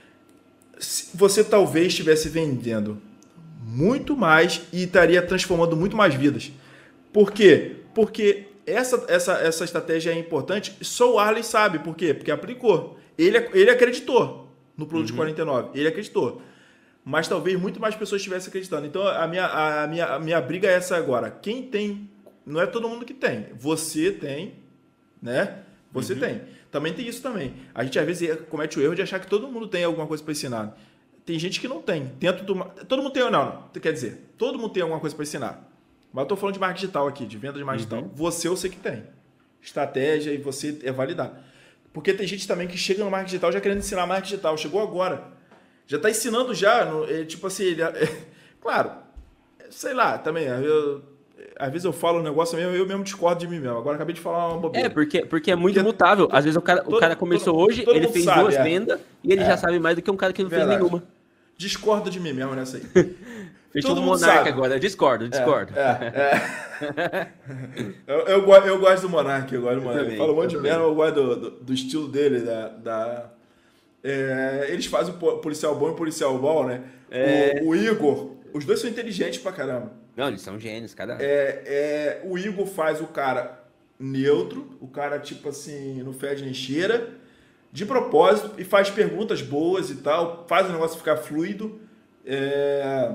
Se você talvez estivesse vendendo muito mais e estaria transformando muito mais vidas. Por quê? Porque essa, essa, essa estratégia é importante. Só o Arley sabe. Por quê? Porque aplicou. Ele, ele acreditou no produto de quarenta e nove. Ele acreditou. Mas talvez muito mais pessoas estivessem acreditando. Então a minha, a, minha, a minha briga é essa agora. Quem tem... Não é todo mundo que tem. Você tem, né? Você tem. Também tem isso também. A gente às vezes comete o erro de achar que todo mundo tem alguma coisa para ensinar. Tem gente que não tem. Dentro do... Todo mundo tem... Não, não. Quer dizer, todo mundo tem alguma coisa para ensinar. Mas eu estou falando de marketing digital aqui, de venda de marketing Uhum. digital. Você eu sei que tem. Estratégia e você é validado. Porque tem gente também que chega no marketing digital já querendo ensinar marketing digital. Chegou agora. Já está ensinando já. No, é, tipo assim, ele, é, claro, sei lá, também. Eu, às vezes eu falo um negócio mesmo, eu mesmo discordo de mim mesmo. Agora acabei de falar uma bobeira. É, porque, porque é muito Porque mutável. Às vezes o cara, o todo- cara começou todo- hoje, todo ele mundo fez sabe, duas é. vendas e ele É. já sabe mais do que um cara que não Verdade. fez nenhuma. Discordo de mim mesmo nessa aí. Fechou Todo o mundo Monarca sabe. agora. Discordo, discordo. É, é. eu, eu, go- eu gosto do Monark, eu gosto do Monark. também, Ele fala um monte de eu merda, eu gosto do, do, do estilo dele, da... da- É, eles fazem o po- policial bom e policial bom, né? É. O, o Igor, os dois são inteligentes pra caramba. Não, eles são gênios, cada. É, é, o Igor faz o cara neutro, o cara tipo assim, não fede nem cheira, de propósito, e faz perguntas boas e tal, faz o negócio ficar fluido. É,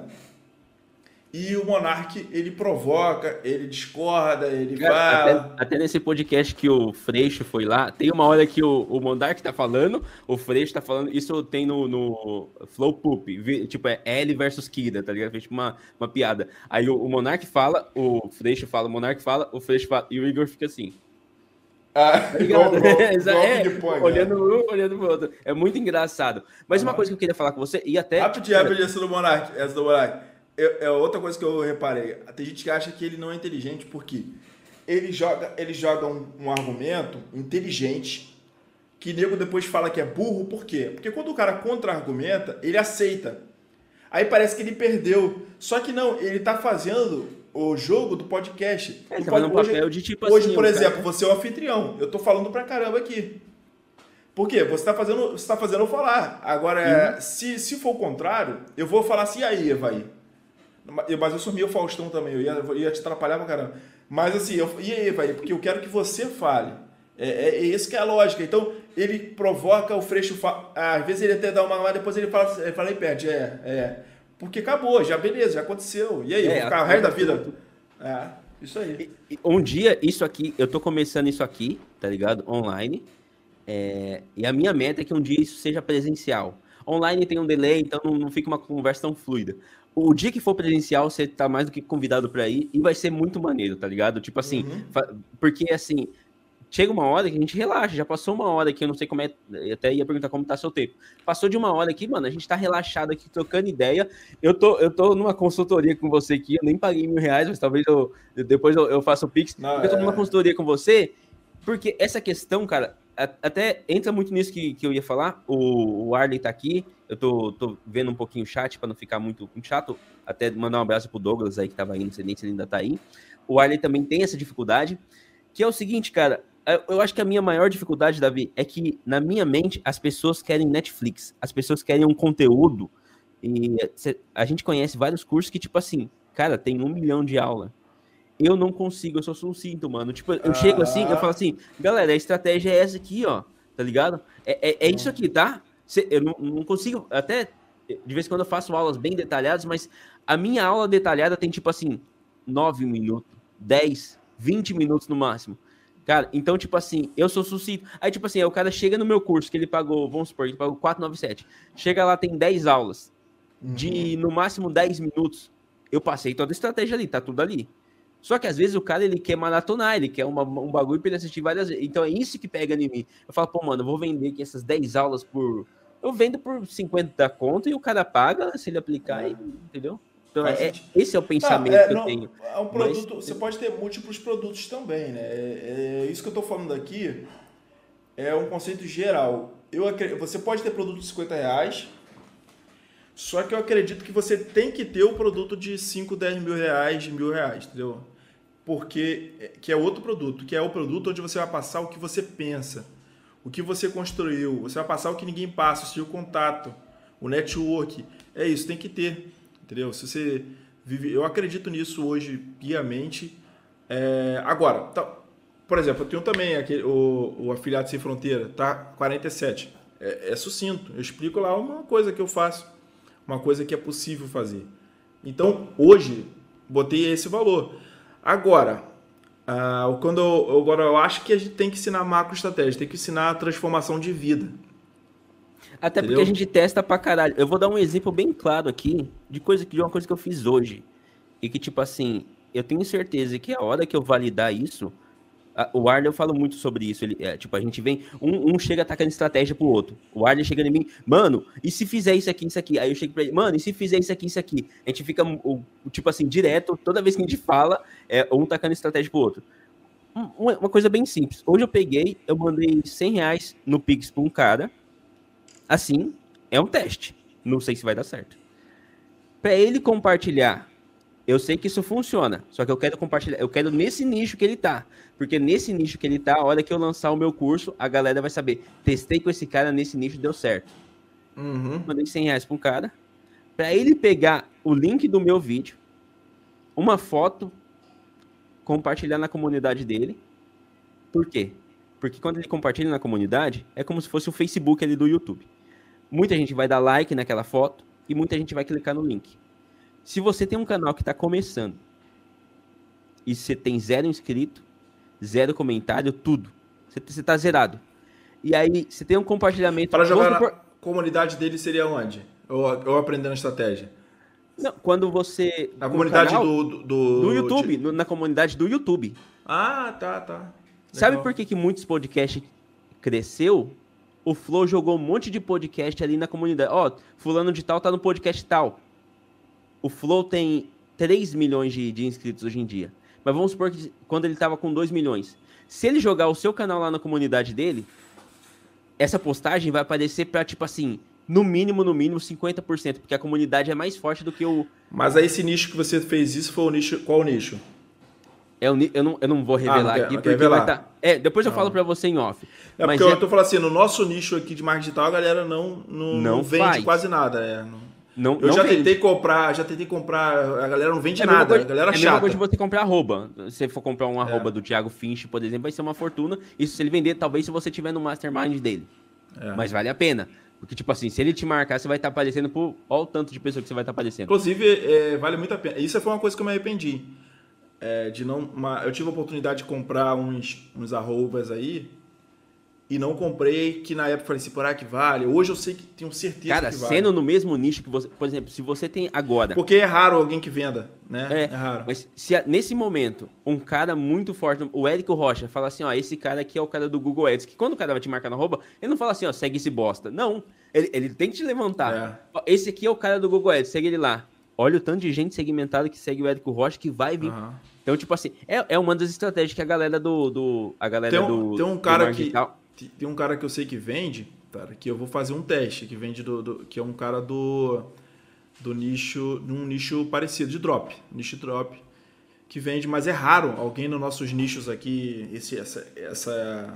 e o Monark, ele provoca, ele discorda, ele Cara, fala. até, até nesse podcast que o Freixo foi lá, tem uma hora que o, o Monark tá falando, o Freixo tá falando, isso tem no, no Flow Poop, vi- tipo, é L versus Kida, tá ligado? Fez tipo uma, uma piada. Aí o, o Monark fala, o Freixo fala, o Monark fala, o Freixo fala, e o Igor fica assim. Ah, Tá ligado? igual- igual- Exa- igual é, ping-pong, né? olhando um, olhando pro outro. É muito engraçado. Mas uma Aham. coisa que eu queria falar com você, e até... Rapidinho, rapidinho, essa do Monark. Essa do Monark. É, é outra coisa que eu reparei. Tem gente que acha que ele não é inteligente porque ele joga, ele joga um, um argumento inteligente que nego depois fala que é burro. Por quê? Porque quando o cara contra-argumenta, ele aceita. Aí parece que ele perdeu. Só que não, ele tá fazendo o jogo do podcast. Ele O tá fazendo um pod- papel de tipo Hoje, assim, por o cara- exemplo, você é o anfitrião. Eu tô falando pra caramba aqui. Por quê? Você está fazendo, você tá fazendo eu falar. Agora, é, se, se for o contrário, eu vou falar assim, e aí, Evaí? Mas eu sou meio Faustão também, eu ia, eu ia te atrapalhar pra caramba. Mas assim, eu, e aí, Evaí? Porque eu quero que você fale. É, é, é isso que é a lógica. Então, ele provoca o Freixo, fa- às vezes ele até dá uma lá, depois ele fala, ele fala e perde. É, é. Porque acabou, já beleza, já aconteceu. E aí, eu É, vou ficar o a- resto da vida? É. Isso aí. E- e Um dia, isso aqui, eu tô começando isso aqui, tá ligado? Online. É, e a minha meta é que um dia isso seja presencial. Online tem um delay, então não, não fica uma conversa tão fluida. O dia que for presencial, você tá mais do que convidado pra ir e vai ser muito maneiro, tá ligado? Tipo assim, Uhum. fa- porque assim, chega uma hora que a gente relaxa, já passou uma hora aqui, eu não sei como é, eu até ia perguntar como tá seu tempo. Passou de uma hora aqui, mano, a gente tá relaxado aqui, trocando ideia. Eu tô, eu tô numa consultoria com você aqui, eu nem paguei mil reais, mas talvez eu, depois eu, eu faça o Pix, Não, porque eu tô numa é... consultoria com você, porque essa questão, cara, a- até entra muito nisso que, que eu ia falar, o, o Arley tá aqui, eu tô, tô vendo um pouquinho o chat pra não ficar muito, muito chato, até mandar um abraço pro Douglas aí que tava aí, não sei nem se ele ainda tá aí. O Arley também tem essa dificuldade, que é o seguinte, cara, eu eu acho que a minha maior dificuldade, Davi, é que na minha mente as pessoas querem Netflix, as pessoas querem um conteúdo e cê- a gente conhece vários cursos que, tipo assim, cara, tem um milhão de aula. Eu não consigo, eu sou sucinto, mano. Tipo, eu chego assim, eu falo Aham. assim, galera, a estratégia é essa aqui, ó, tá ligado? É, é, é isso Hum. aqui, tá? Cê- eu não, não consigo, até de vez em quando eu faço aulas bem detalhadas, mas a minha aula detalhada tem, tipo assim, nove minutos, dez, vinte minutos no máximo. Cara, então, tipo assim, eu sou sucinto. Aí, tipo assim, aí o cara chega no meu curso, que ele pagou, vamos supor, ele pagou quatrocentos e noventa e sete. Chega lá, tem dez aulas, Uhum. de no máximo dez minutos. Eu passei toda a estratégia ali, tá tudo ali. Só que às vezes o cara ele quer maratonar, ele quer uma, um bagulho pra ele assistir várias vezes. Então é isso que pega em mim. Eu falo, pô, mano, eu vou vender aqui essas dez aulas por. Eu vendo por cinquenta conto e o cara paga se ele aplicar, e, É. entendeu? Então é, Faz é- sentido. esse é o Não, pensamento é, que eu não, tenho. é um Mas produto. Você pode ter múltiplos produtos também, né? É, é isso que eu estou falando aqui é um conceito geral. Eu, acre- você pode ter produto de cinquenta reais, só que eu acredito que você tem que ter o produto de cinco, dez mil reais, de mil reais, entendeu? Porque é- que é outro produto, que é o produto onde você vai passar o que você pensa, o que você construiu, você vai passar o que ninguém passa, o seu contato, o network. É isso, tem que ter, entendeu? Se você vive, eu acredito nisso hoje piamente. É, agora, tá- por exemplo, eu tenho também aquele, o, o Afiliado Sem Fronteira, tá quarenta e sete. É, é sucinto. Eu explico lá uma coisa que eu faço, uma coisa que é possível fazer. Então, hoje, botei esse valor. Agora, ah, quando eu, agora eu acho que a gente tem que ensinar macroestratégia, tem que ensinar a transformação de vida, até porque a entendeu? gente testa pra caralho. Eu vou dar um exemplo bem claro aqui de coisa que de uma coisa que eu fiz hoje. E que, tipo assim, eu tenho certeza que a hora que eu validar isso. A- O Arley, eu falo muito sobre isso. Ele, é, tipo, a gente vem. Um, um chega atacando estratégia pro outro. O Arley chega em mim, mano, e se fizer isso aqui, isso aqui? Aí eu chego pra ele, mano, e se fizer isso aqui, isso aqui? A gente fica, o, o- tipo assim, direto, toda vez que a gente fala, é um tacando estratégia pro outro. Um- Uma, uma coisa bem simples. Hoje eu peguei, eu mandei cem reais no Pix pra um cara. Assim, é um teste. Não sei se vai dar certo. Pra ele compartilhar. Eu sei que isso funciona, só que eu quero compartilhar, eu quero nesse nicho que ele tá. Porque nesse nicho que ele tá, a hora que eu lançar o meu curso, a galera vai saber. Testei com esse cara nesse nicho, deu certo. Uhum. Mandei cem reais pra um cara, pra ele pegar o link do meu vídeo, uma foto, compartilhar na comunidade dele. Por quê? Porque quando ele compartilha na comunidade, é como se fosse o Facebook ali do YouTube. Muita gente vai dar like naquela foto e muita gente vai clicar no link. Se você tem um canal que está começando e você tem zero inscrito, zero comentário, tudo, você, você tá zerado. E aí você tem um compartilhamento. Para jogar Vamos na supor, comunidade dele seria onde? Eu, eu aprendendo a estratégia. não, quando você Na com o comunidade canal do, do, do do- YouTube, de- no- na comunidade do YouTube. Ah, tá, tá. Sabe Legal. por que, que muitos podcasts cresceu? O Flow jogou um monte de podcast ali na comunidade. Ó, fulano de tal tá no podcast tal. O Flow tem três milhões de, de inscritos hoje em dia. Mas vamos supor que quando ele tava com dois milhões. Se ele jogar o seu canal lá na comunidade dele, essa postagem vai aparecer pra, tipo assim, no mínimo, no mínimo, cinquenta por cento. Porque a comunidade é mais forte do que o... Mas aí esse nicho que você fez isso foi o nicho. Qual o nicho? É o ni- eu, não, eu não vou Ah, não revelar quer, aqui, não quer porque vai revelar. estar... É, depois eu Não. falo pra você em off. É Mas porque é- eu tô falando assim, no nosso nicho aqui de marketing digital, a galera não, não, Não não vende faz. quase nada. É. não, Eu não já vende. tentei comprar, já tentei comprar, a galera não vende É a mesma nada, coisa- a galera é a mesma chata. coisa de você comprar arroba. Se você for comprar um arroba É. do Thiago Finch, por exemplo, vai ser uma fortuna. Isso se ele vender, talvez se você tiver no mastermind dele. É. Mas vale a pena. Porque, tipo assim, se ele te marcar, você vai estar aparecendo por... Olha o tanto de pessoa que você vai estar aparecendo. Inclusive, é, vale muito a pena. Isso foi uma coisa que eu me arrependi. é, de não... Uma, eu tive a oportunidade de comprar uns, uns arrobas aí e não comprei, que na época eu falei assim, porra, que vale. Hoje eu sei que tenho certeza Cara, que vale. sendo no mesmo nicho que você... Por exemplo, se você tem agora... Porque é raro alguém que venda, né? É, É raro. mas se a- nesse momento um cara muito forte, o Érico Rocha, fala assim, ó, esse cara aqui é o cara do Google Ads, que quando o cara vai te marcar na arroba, ele não fala assim, ó, segue esse bosta. Não, ele, ele tem que te levantar. Ó, esse aqui é o cara do Google Ads, segue ele lá. Olha o tanto de gente segmentada que segue o Érico Rocha que vai vir. Aham. Então, tipo assim, é, é uma das estratégias que a galera do... do a galera Tem um, do, tem um do cara marketing que digital- tem um cara que eu sei que vende, cara, que eu vou fazer um teste, que vende do, do- que é um cara do do nicho, num nicho parecido de drop, nicho drop, que vende, mas é raro alguém nos nossos nichos aqui, esse essa essa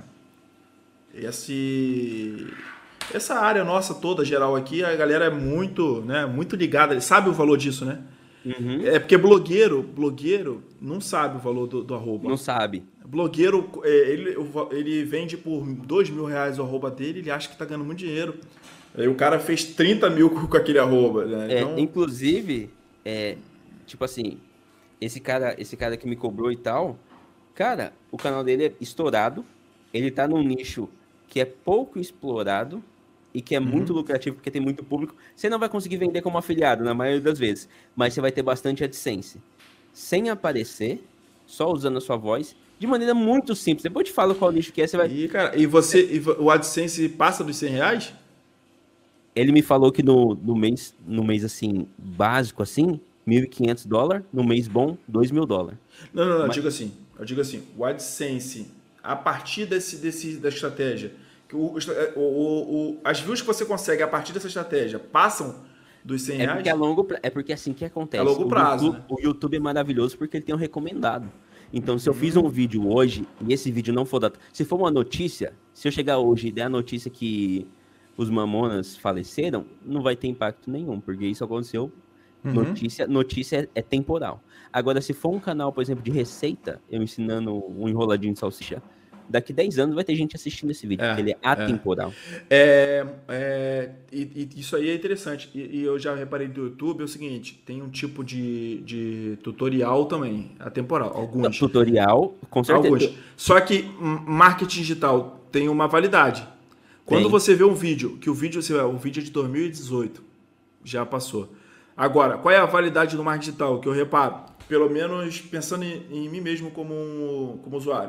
esse essa área nossa toda geral aqui, a galera é muito, né, muito ligada, ele sabe o valor disso, né? Uhum. É porque blogueiro, blogueiro não sabe o valor do, do arroba. Não sabe. Blogueiro, é, ele, ele vende por dois mil reais o arroba dele, ele acha que tá ganhando muito dinheiro. Aí o cara fez trinta mil com, com aquele arroba, né? É, Então, inclusive, é, tipo assim, esse cara, esse cara que me cobrou e tal, cara, o canal dele é estourado, ele tá num nicho que é pouco explorado e que é muito lucrativo porque tem muito público. Você não vai conseguir vender como afiliado na maioria das vezes, mas você vai ter bastante AdSense. Sem aparecer, só usando a sua voz, de maneira muito simples. Depois eu te falo qual nicho que é, você vai... e, cara, e você, e vo- o AdSense passa dos cem reais? Ele me falou que no, no mês, no mês assim, básico assim, mil e quinhentos dólares, no mês bom, dois mil dólares. Não, não, não, eu Mas- digo assim, eu digo assim, o AdSense, a partir desse, desse, da estratégia, que o, o, o, o- as views que você consegue a partir dessa estratégia passam dos cem É reais? porque, é longo, pra- é porque é assim que acontece. É longo O prazo, YouTube, né? o YouTube é maravilhoso porque ele tem um recomendado. Então, se eu fiz um vídeo hoje e esse vídeo não for dado... Se for uma notícia, se eu chegar hoje e der a notícia que os Mamonas faleceram, não vai ter impacto nenhum, porque isso aconteceu... Uhum. Notícia, notícia é, é temporal. Agora, se for um canal, por exemplo, de receita, eu ensinando um enroladinho de salsicha, daqui dez anos vai ter gente assistindo esse vídeo, É, porque ele é atemporal. É, é, e, e isso aí é interessante. E, e eu já reparei do YouTube, é o seguinte, tem um tipo de, de tutorial também, atemporal, alguns. Tutorial, com certeza. Alguns. Só que hum, marketing digital tem uma validade. Quando Tem. você vê um vídeo, que o vídeo, você, o vídeo é de dois mil e dezoito, já passou. Agora, qual é a validade do marketing digital? Que eu reparo, pelo menos pensando em, em mim mesmo como, um, como usuário.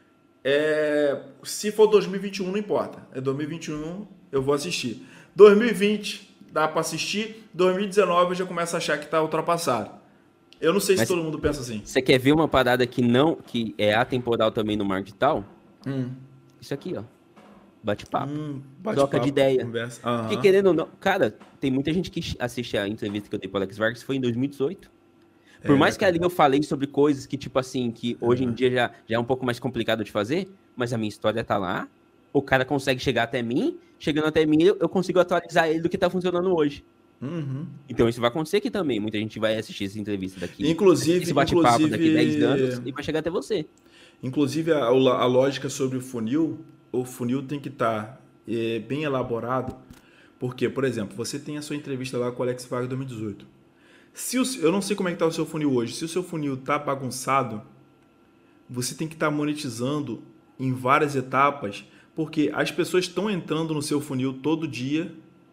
É, se for dois mil e vinte e um, não importa. É dois mil e vinte e um, eu vou assistir. dois mil e vinte, dá para assistir. dois mil e dezenove, eu já começo a achar que está ultrapassado. Eu não sei Mas- se todo mundo pensa assim. Você quer ver uma parada que não, que é atemporal também no marketing digital? Hum. Isso aqui, ó. Bate-papo. Hum, Troca bate-papo, de ideia. conversa. Aham. Porque querendo ou não, cara, tem muita gente que assiste a entrevista que eu dei pro Alex Vargas, foi em dois mil e dezoito. Por É, mais que ali eu falei sobre coisas que, tipo assim, que hoje em dia já, já é um pouco mais complicado de fazer, mas a minha história tá lá, o cara consegue chegar até mim, chegando até mim, eu eu consigo atualizar ele do que tá funcionando hoje. Uhum. Então isso vai acontecer aqui também, muita gente vai assistir essa entrevista daqui, Inclusive, esse bate-papo inclusive, daqui dez anos e vai chegar até você. inclusive a, a lógica sobre o funil, o funil tem que estar bem elaborado, porque, por exemplo, você tem a sua entrevista lá com o Alex Vargas dois mil e dezoito. Se o, eu não sei como é que está o seu funil hoje. Se o seu funil está bagunçado, você tem que estar monetizando em várias etapas, porque as pessoas estão entrando no seu funil todo dia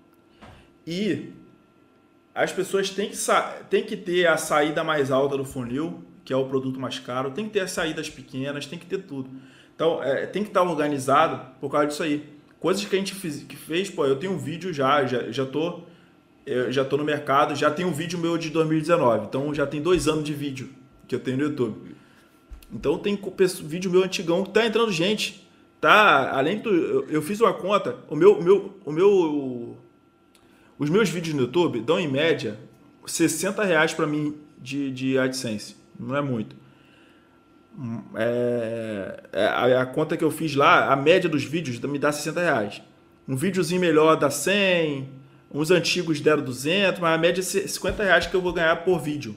e as pessoas têm que, sa- têm que ter a saída mais alta do funil, que é o produto mais caro, tem que ter as saídas pequenas, tem que ter tudo. Então, é, tem que estar organizado por causa disso aí. Coisas que a gente fiz, que fez, pô, eu tenho um vídeo já, já, já tô... Eu já estou no mercado, já tem um vídeo meu de dois mil e dezenove, então já tem dois anos de vídeo que eu tenho no YouTube. Então tem co- pesso- vídeo meu antigão que tá entrando gente, tá? Além do, eu, eu fiz uma conta, o meu, o meu, o meu, os meus vídeos no YouTube dão em média sessenta reais para mim de, de AdSense, não é muito. Hum, É, é, a, a conta que eu fiz lá, a média dos vídeos me dá sessenta reais. Um videozinho melhor dá cem. Uns antigos deram duzentos, mas a média é cinquenta reais que eu vou ganhar por vídeo.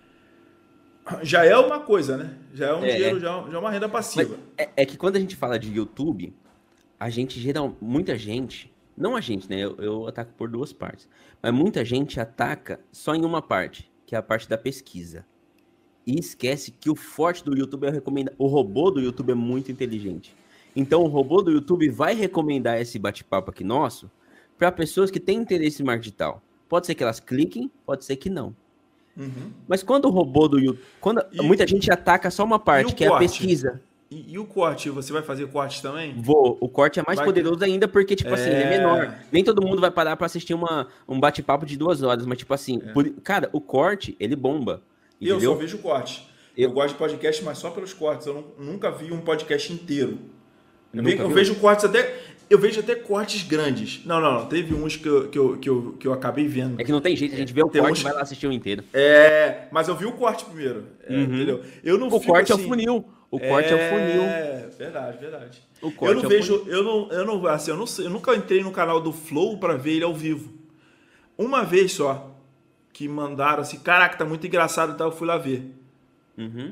Já é uma coisa, né? Já é um É, dinheiro, é. já, já é uma renda Mas passiva. é, é que quando a gente fala de YouTube, a gente geral, muita gente, não a gente, né? Eu, eu ataco por duas partes, mas muita gente ataca só em uma parte, que é a parte da pesquisa. E esquece que o forte do YouTube é recomendar. O robô do YouTube é muito inteligente. Então, o robô do YouTube vai recomendar esse bate-papo aqui nosso para pessoas que têm interesse em marketing digital. Pode ser que elas cliquem, pode ser que não. Uhum. Mas quando o robô do YouTube... Quando E- muita gente ataca só uma parte, e o que é a corte? pesquisa. E, e o corte? Você vai fazer corte também? Vou. O corte é mais Vai- poderoso ainda porque, tipo assim, ele é É. menor. Nem todo mundo vai parar para assistir uma, um bate-papo de duas horas, mas, tipo assim, por- cara, o corte, ele bomba. Eu Entendeu? só vejo corte. Eu... Eu- gosto de podcast, mas só pelos cortes. Eu nu- nunca vi um podcast inteiro. Eu, Nunca ve- eu viu? vejo cortes até. Eu vejo até cortes grandes. Não, não, não. Teve uns que eu, que eu, que eu, que eu acabei vendo. É que não tem jeito, a gente vê o Tem corte uns- e vai lá assistir o inteiro. É, mas eu vi o corte primeiro. É, Uhum. Entendeu? Eu não O fico corte é assim, o funil. O corte é o funil. É, verdade, verdade. O Eu corte não é o vejo, eu não, eu não, assim, eu não sei, eu nunca entrei no canal do Flow pra ver ele ao vivo. Uma vez só que mandaram assim, caraca, tá muito engraçado e tal, eu fui lá ver. Uhum.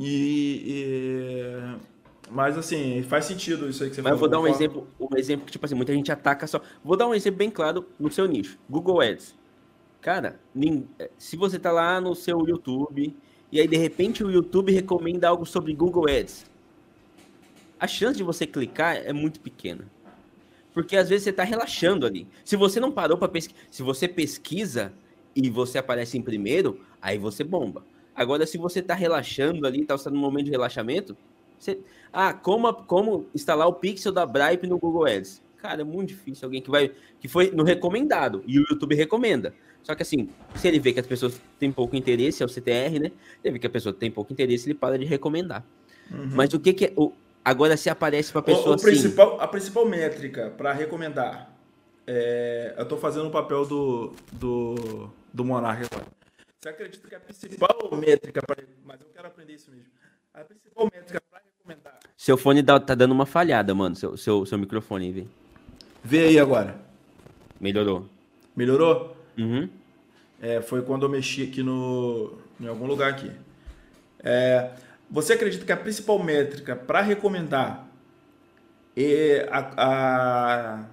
E, e- mas assim, faz sentido isso aí que você Mas eu falou. vou dar um Concordo. exemplo, um exemplo que, tipo assim, muita gente ataca só. Vou dar um exemplo bem claro no seu nicho. Google Ads. Cara, nin- se você tá lá no seu YouTube e aí de repente o YouTube recomenda algo sobre Google Ads, a chance de você clicar é muito pequena. Porque às vezes você tá relaxando ali. Se você não parou para pesquisar, se você pesquisa e você aparece em primeiro, aí você bomba. Agora, se você tá relaxando ali, tá no momento de relaxamento, você... Ah, como, como instalar o pixel da Bripe no Google Ads? Cara, é muito difícil alguém que vai... Que foi no recomendado, e o YouTube recomenda. Só que assim, se ele vê que as pessoas têm pouco interesse, é o C T R, né? Ele vê que a pessoa tem pouco interesse, ele para de recomendar. Uhum. Mas o que que é... O... Agora, se aparece pra O- pessoa o assim... principal, a principal métrica para recomendar, é, eu tô fazendo o papel do, do, do Monarca agora. Você acredita que a principal métrica para, mas eu quero aprender isso mesmo. A principal métrica para recomendar. Seu fone dá- tá dando uma falhada, mano. Seu, seu, seu microfone aí, vê. Vê aí agora. Melhorou. Melhorou? Uhum. É, foi quando eu mexi aqui no, em algum lugar aqui. É, você acredita que a principal métrica para recomendar é a, a,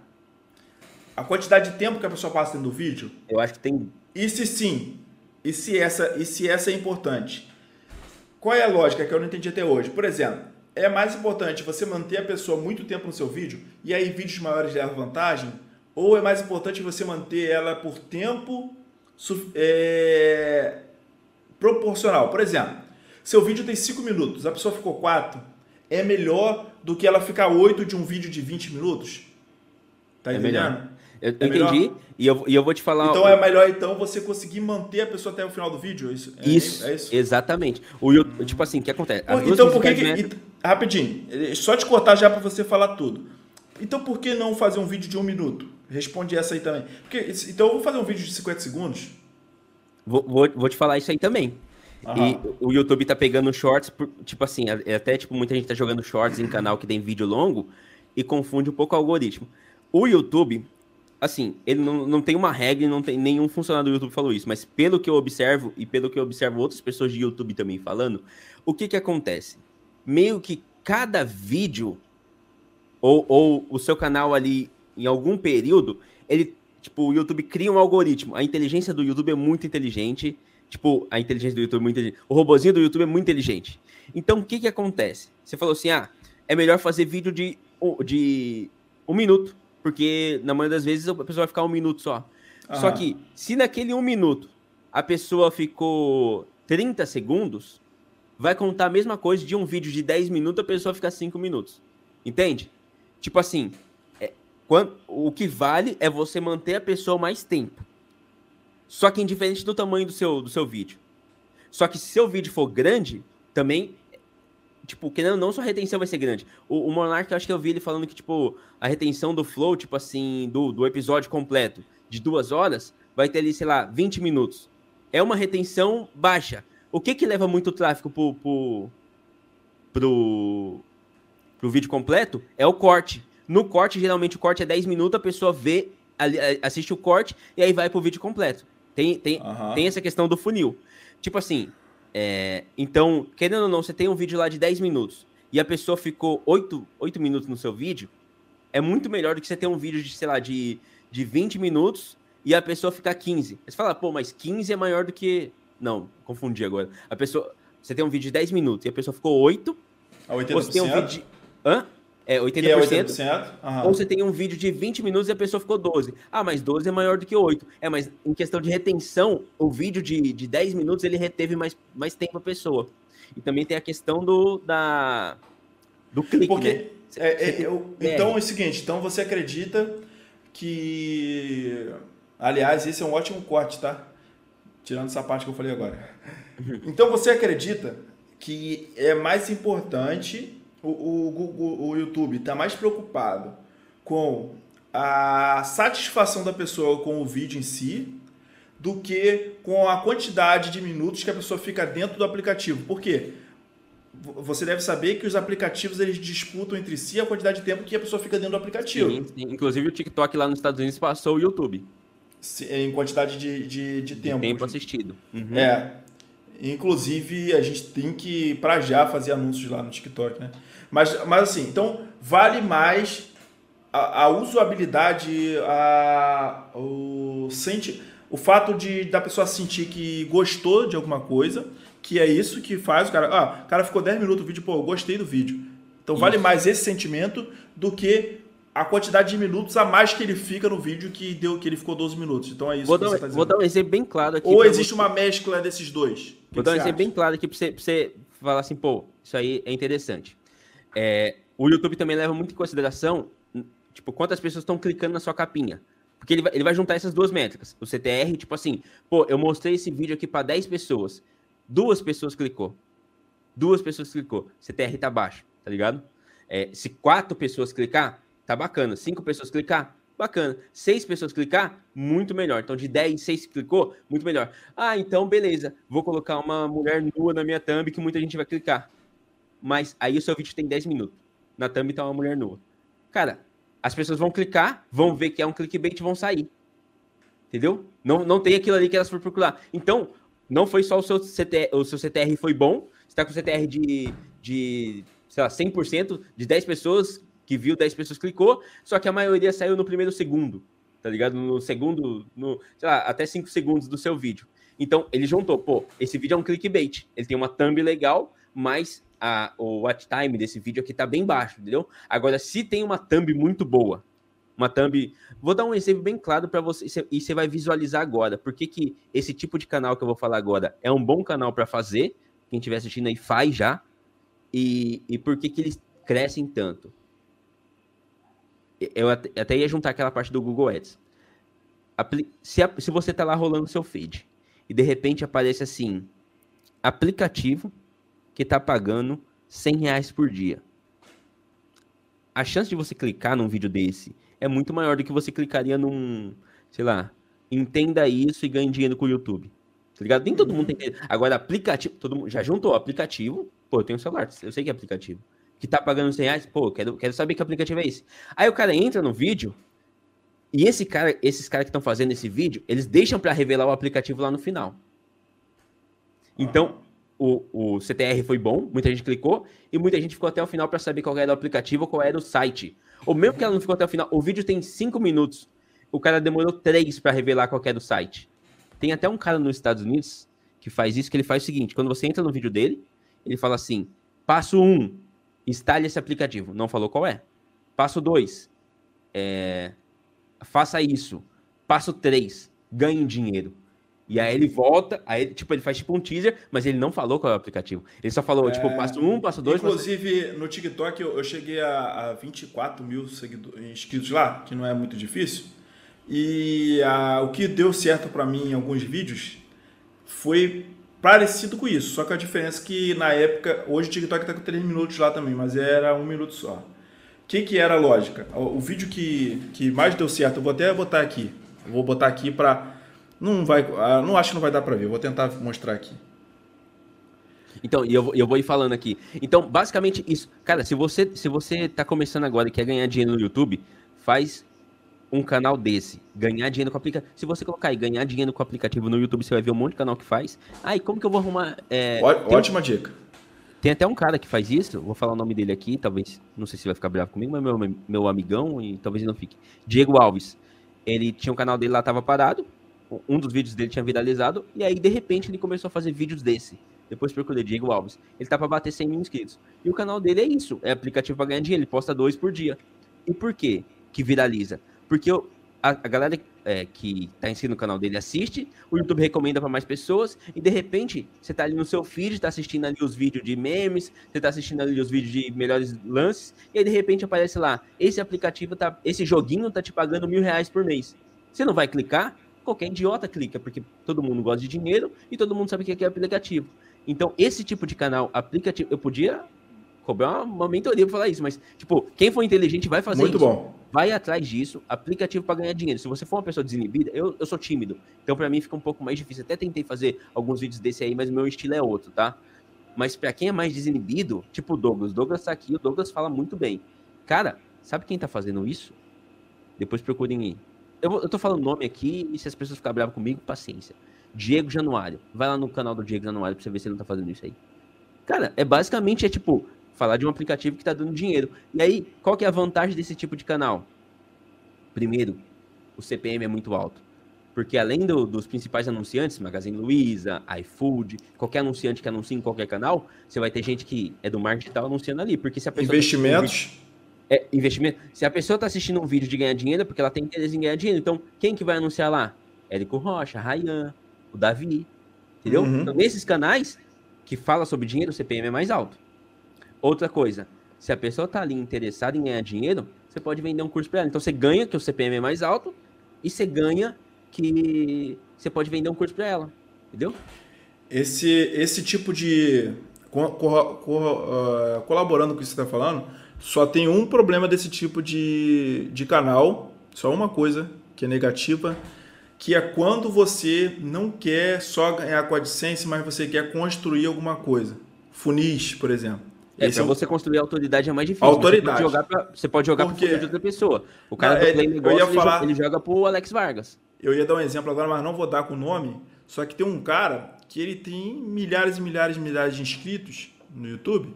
a quantidade de tempo que a pessoa passa dentro do vídeo? Eu acho que tem... E se sim? E se essa, e se essa é importante? Qual é a lógica que eu não entendi até hoje? Por exemplo, é mais importante você manter a pessoa muito tempo no seu vídeo e aí vídeos maiores levam vantagem? Ou é mais importante você manter ela por tempo su- é, proporcional? Por exemplo, seu vídeo tem cinco minutos, a pessoa ficou quatro, é melhor do que ela ficar oito de um vídeo de vinte minutos? Tá É entendendo? melhor. Eu, É eu entendi. melhor? E eu, e eu vou te falar... Então o- é melhor então você conseguir manter a pessoa até o final do vídeo? É isso? É, Isso, é isso? exatamente. O YouTube, tipo assim, o que acontece? As Pô, duas então por que, principais que métricas- e- rapidinho, eh, só te cortar já para você falar tudo. Então por que não fazer um vídeo de um minuto? Responde essa aí também. Porque, isso- então eu vou fazer um vídeo de cinquenta segundos. Vou, vou, vou te falar isso aí também. Aham. E o YouTube tá pegando shorts, por- tipo assim, é até tipo, muita gente tá jogando shorts em canal que tem vídeo longo e confunde um pouco o algoritmo. O YouTube, assim, ele não, não tem uma regra, e não tem nenhum funcionário do YouTube falou isso, mas pelo que eu observo e pelo que eu observo outras pessoas de YouTube também falando, o que que acontece? Meio que cada vídeo ou, ou o seu canal ali em algum período, ele, tipo, o YouTube cria um algoritmo. A inteligência do YouTube é muito inteligente. Tipo, a inteligência do YouTube é muito inteligente. O robozinho do YouTube é muito inteligente. Então, o que que acontece? Você falou assim, ah, é melhor fazer vídeo de, um- de um minuto, porque na maioria das vezes a pessoa vai ficar um minuto só. Só Aham. que, se naquele um minuto a pessoa ficou trinta segundos, vai contar a mesma coisa de um vídeo de dez minutos, a pessoa fica cinco minutos. Entende? Tipo assim, é, quando, o que vale é você manter a pessoa mais tempo. Só que indiferente do tamanho do seu, do seu vídeo. Só que se seu vídeo for grande, também, tipo, querendo ou não, sua retenção vai ser grande. O, o Monark, eu acho que eu vi ele falando que, tipo, a retenção do Flow, tipo assim, do, do episódio completo, de duas horas, vai ter ali, sei lá, vinte minutos. É uma retenção baixa. O que que leva muito tráfego pro, pro, pro, pro vídeo completo? É o corte. No corte, geralmente o corte é dez minutos, a pessoa vê, ali- assiste o corte e aí vai pro vídeo completo. Tem, tem, Aham. tem essa questão do funil. Tipo assim, é, então, querendo ou não, você tem um vídeo lá de dez minutos e a pessoa ficou oito, oito minutos no seu vídeo, é muito melhor do que você ter um vídeo de, sei lá, de, de vinte minutos e a pessoa ficar quinze. Aí você fala, pô, mas quinze é maior do que... Não, confundi agora. A pessoa, você tem um vídeo de dez minutos e a pessoa ficou oito, A oitenta por cento? você tem um vídeo de... Hã? É, oitenta Que por é cento. oitenta por cento? Aham. Ou você tem um vídeo de vinte minutos e a pessoa ficou doze. Ah, mas doze é maior do que oito. É, mas em questão de retenção, o vídeo de, de dez minutos, ele reteve mais, mais tempo a pessoa. E também tem a questão do, da, do clique, Porque, né? Cê- é, cê é, tem- eu- é, então é o seguinte, então você acredita que... Aliás, esse é um ótimo corte, tá? Tirando essa parte que eu falei agora. Então você acredita que é mais importante o, o, Google- o YouTube está mais preocupado com a satisfação da pessoa com o vídeo em si do que com a quantidade de minutos que a pessoa fica dentro do aplicativo. Por quê? Você deve saber que os aplicativos eles disputam entre si a quantidade de tempo que a pessoa fica dentro do aplicativo. sim, sim. Inclusive o TikTok lá nos Estados Unidos passou o YouTube. Se- Em quantidade de, de, de De tempo. tempo assistido. Uhum. É. Inclusive, a gente tem que, pra já, fazer anúncios lá no TikTok, né? Mas, mas assim, então, vale mais a, a usabilidade, a, o, senti, o fato de da pessoa sentir que gostou de alguma coisa, que é isso que faz o cara... Ah, o cara ficou dez minutos no vídeo, pô, eu gostei do vídeo. Então, vale Isso. mais esse sentimento do que a quantidade de minutos a mais que ele fica no vídeo que deu que ele ficou doze minutos. Então, é isso Vou, que dar, você um- tá vou dizendo. dar um exemplo bem claro aqui. Ou pra existe você. uma mescla desses dois? O que Vou que dar um você exemplo acha? bem claro aqui pra você, pra você falar assim, pô, isso aí é interessante. É, o YouTube também leva muito em consideração, tipo, quantas pessoas estão clicando na sua capinha. Porque ele vai, ele vai juntar essas duas métricas. O C T R, tipo assim, pô, eu mostrei esse vídeo aqui para dez pessoas. Duas pessoas clicou. Duas pessoas clicou. C T R tá baixo, tá ligado? É, se quatro pessoas clicar, tá bacana. Cinco pessoas clicar, bacana. Seis pessoas clicar, muito melhor. Então, de dez, seis clicou, muito melhor. Ah, então, beleza. Vou colocar uma mulher nua na minha thumb que muita gente vai clicar. Mas aí o seu vídeo tem dez minutos. Na thumb tá uma mulher nua. Cara, as pessoas vão clicar, vão ver que é um clickbait e vão sair. Entendeu? Não, não tem aquilo ali que elas foram procurar. Então, não foi só o seu C T R, o seu C T R foi bom. Você tá com C T R de, de sei lá, cem por cento de dez pessoas que viu, dez pessoas clicou, só que a maioria saiu no primeiro segundo, tá ligado? No segundo, no, sei lá, até cinco segundos do seu vídeo. Então, ele juntou, pô, esse vídeo é um clickbait. Ele tem uma thumb legal, mas a, o watch time desse vídeo aqui tá bem baixo, entendeu? Agora, se tem uma thumb muito boa, uma thumb... Vou dar um exemplo bem claro para você, e você vai visualizar agora. Por que que esse tipo de canal que eu vou falar agora é um bom canal para fazer, quem estiver assistindo aí faz já, e, e por que que eles crescem tanto. Eu até, até ia juntar aquela parte do Google Ads. Apli- se, a- se você tá lá rolando seu feed, e de repente aparece assim, aplicativo que tá pagando cem reais por dia. A chance de você clicar num vídeo desse é muito maior do que você clicaria num, sei lá, entenda isso e ganhe dinheiro com o YouTube. Tá ligado? Nem todo mundo tem que... Agora, aplicativo, todo mundo já juntou aplicativo, pô, eu tenho um celular, eu sei que é aplicativo. Que tá pagando cem reais, pô, quero, quero saber que aplicativo é esse. Aí o cara entra no vídeo, e esse cara, esses caras que estão fazendo esse vídeo, eles deixam para revelar o aplicativo lá no final. Então, o, o C T R foi bom, muita gente clicou, e muita gente ficou até o final para saber qual era o aplicativo ou qual era o site. Ou mesmo que ela não ficou até o final, o vídeo tem cinco minutos, o cara demorou três para revelar qual era o site. Tem até um cara nos Estados Unidos que faz isso, que ele faz o seguinte, quando você entra no vídeo dele, ele fala assim, passo um, instale esse aplicativo. Não falou qual é. Passo dois, é, faça isso. Passo três, ganhe dinheiro. E aí ele volta, aí tipo, ele faz tipo um teaser, mas ele não falou qual é o aplicativo. Ele só falou, É, tipo, passo um, passo dois, passo... Inclusive, no TikTok eu, eu cheguei a, a vinte e quatro mil seguidores, inscritos lá, que não é muito difícil. E a, o que deu certo para mim em alguns vídeos foi parecido com isso. Só que a diferença é que na época, hoje o TikTok tá com três minutos lá também, mas era um minuto só. O que que era a lógica? O, o vídeo que, que mais deu certo, eu vou até botar aqui. Eu vou botar aqui para... Não vai, não acho que não vai dar para ver, eu vou tentar mostrar aqui. Então, e eu, vou- eu vou ir falando aqui. Então, basicamente isso. Cara, se você, se você tá começando agora e quer ganhar dinheiro no YouTube, faz um canal desse. Ganhar dinheiro com aplicativo. Se você colocar aí, ganhar dinheiro com aplicativo no YouTube, você vai ver um monte de canal que faz. Ah, e como que eu vou arrumar... é, Ó- tem um- Ótima dica. Tem até um cara que faz isso, vou falar o nome dele aqui, talvez, não sei se vai ficar bravo comigo, mas meu, meu amigão, e talvez ele não fique. Diego Alves. Ele tinha um canal dele lá, tava parado, um dos vídeos dele tinha viralizado, e aí, de repente, ele começou a fazer vídeos desse. depois procura Diego Alves. Ele tá para bater cem mil inscritos. E o canal dele é isso, é aplicativo para ganhar dinheiro, ele posta dois por dia. E por quê que viraliza? Porque eu, a, a galera é, que tá inscrito no canal dele assiste, o YouTube recomenda para mais pessoas, e de repente, você tá ali no seu feed, tá assistindo ali os vídeos de memes, você tá assistindo ali os vídeos de melhores lances, e aí de repente aparece lá, esse aplicativo, tá, esse joguinho tá te pagando mil reais por mês. Você não vai clicar? Qualquer idiota clica, porque todo mundo gosta de dinheiro e todo mundo sabe o que é aplicativo. Então, esse tipo de canal aplicativo, eu podia cobrar uma, uma mentoria pra falar isso, mas, tipo, quem for inteligente vai fazer Muito isso. Muito bom. Vai atrás disso, aplicativo para ganhar dinheiro. Se você for uma pessoa desinibida, eu, eu sou tímido, então para mim fica um pouco mais difícil. Até tentei fazer alguns vídeos desse aí, mas o meu estilo é outro, tá? Mas para quem é mais desinibido, tipo o Douglas, o Douglas tá aqui, o Douglas fala muito bem. Cara, sabe quem tá fazendo isso? Depois procurem aí. Eu, eu tô falando nome aqui, e se as pessoas ficarem bravas comigo, paciência. Diego Januário. Vai lá no canal do Diego Januário pra você ver se ele não tá fazendo isso aí. Cara, é basicamente, é tipo, falar de um aplicativo que tá dando dinheiro. E aí, qual que é a vantagem desse tipo de canal? Primeiro, o C P M é muito alto. Porque além do, dos principais anunciantes, Magazine Luiza, iFood, qualquer anunciante que anuncia em qualquer canal, você vai ter gente que é do marketing digital anunciando ali. Porque se a pessoa Investimentos. Tá É, investimento. Se a pessoa está assistindo um vídeo de ganhar dinheiro, é porque ela tem interesse em ganhar dinheiro. Então, quem que vai anunciar lá? Érico Rocha, Ryan, o Davi. Entendeu? Uhum. Então, nesses canais que fala sobre dinheiro, o C P M é mais alto. Outra coisa, se a pessoa está ali interessada em ganhar dinheiro, você pode vender um curso para ela. Então, você ganha que o C P M é mais alto e você ganha que você pode vender um curso para ela. Entendeu? Esse, esse tipo de... Co co co uh, colaborando com o que você está falando... Só tem um problema desse tipo de, de canal, só uma coisa que é negativa, que é quando você não quer só ganhar com a AdSense, mas você quer construir alguma coisa. Funis, por exemplo. É, para é o... você construir autoridade é mais difícil. Autoridade. Você pode jogar para você pode jogar Porque... pro de outra pessoa. O cara não, do é, Play Negócio, eu ia ele, falar... joga, ele joga pro Alex Vargas. Eu ia dar um exemplo agora, mas não vou dar com o nome. Só que tem um cara que ele tem milhares e milhares e milhares de inscritos no YouTube.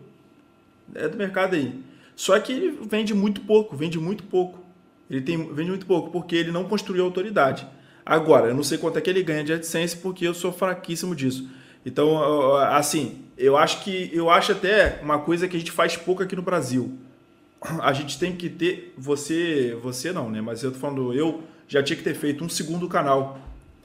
É do mercado aí. Só que ele vende muito pouco, vende muito pouco. Ele tem, vende muito pouco, porque ele não construiu autoridade. Agora, eu não sei quanto é que ele ganha de AdSense, porque eu sou fraquíssimo disso. Então, assim, eu acho que eu acho até uma coisa que a gente faz pouco aqui no Brasil. A gente tem que ter, você, você não, né? Mas eu tô falando, eu já tinha que ter feito um segundo canal.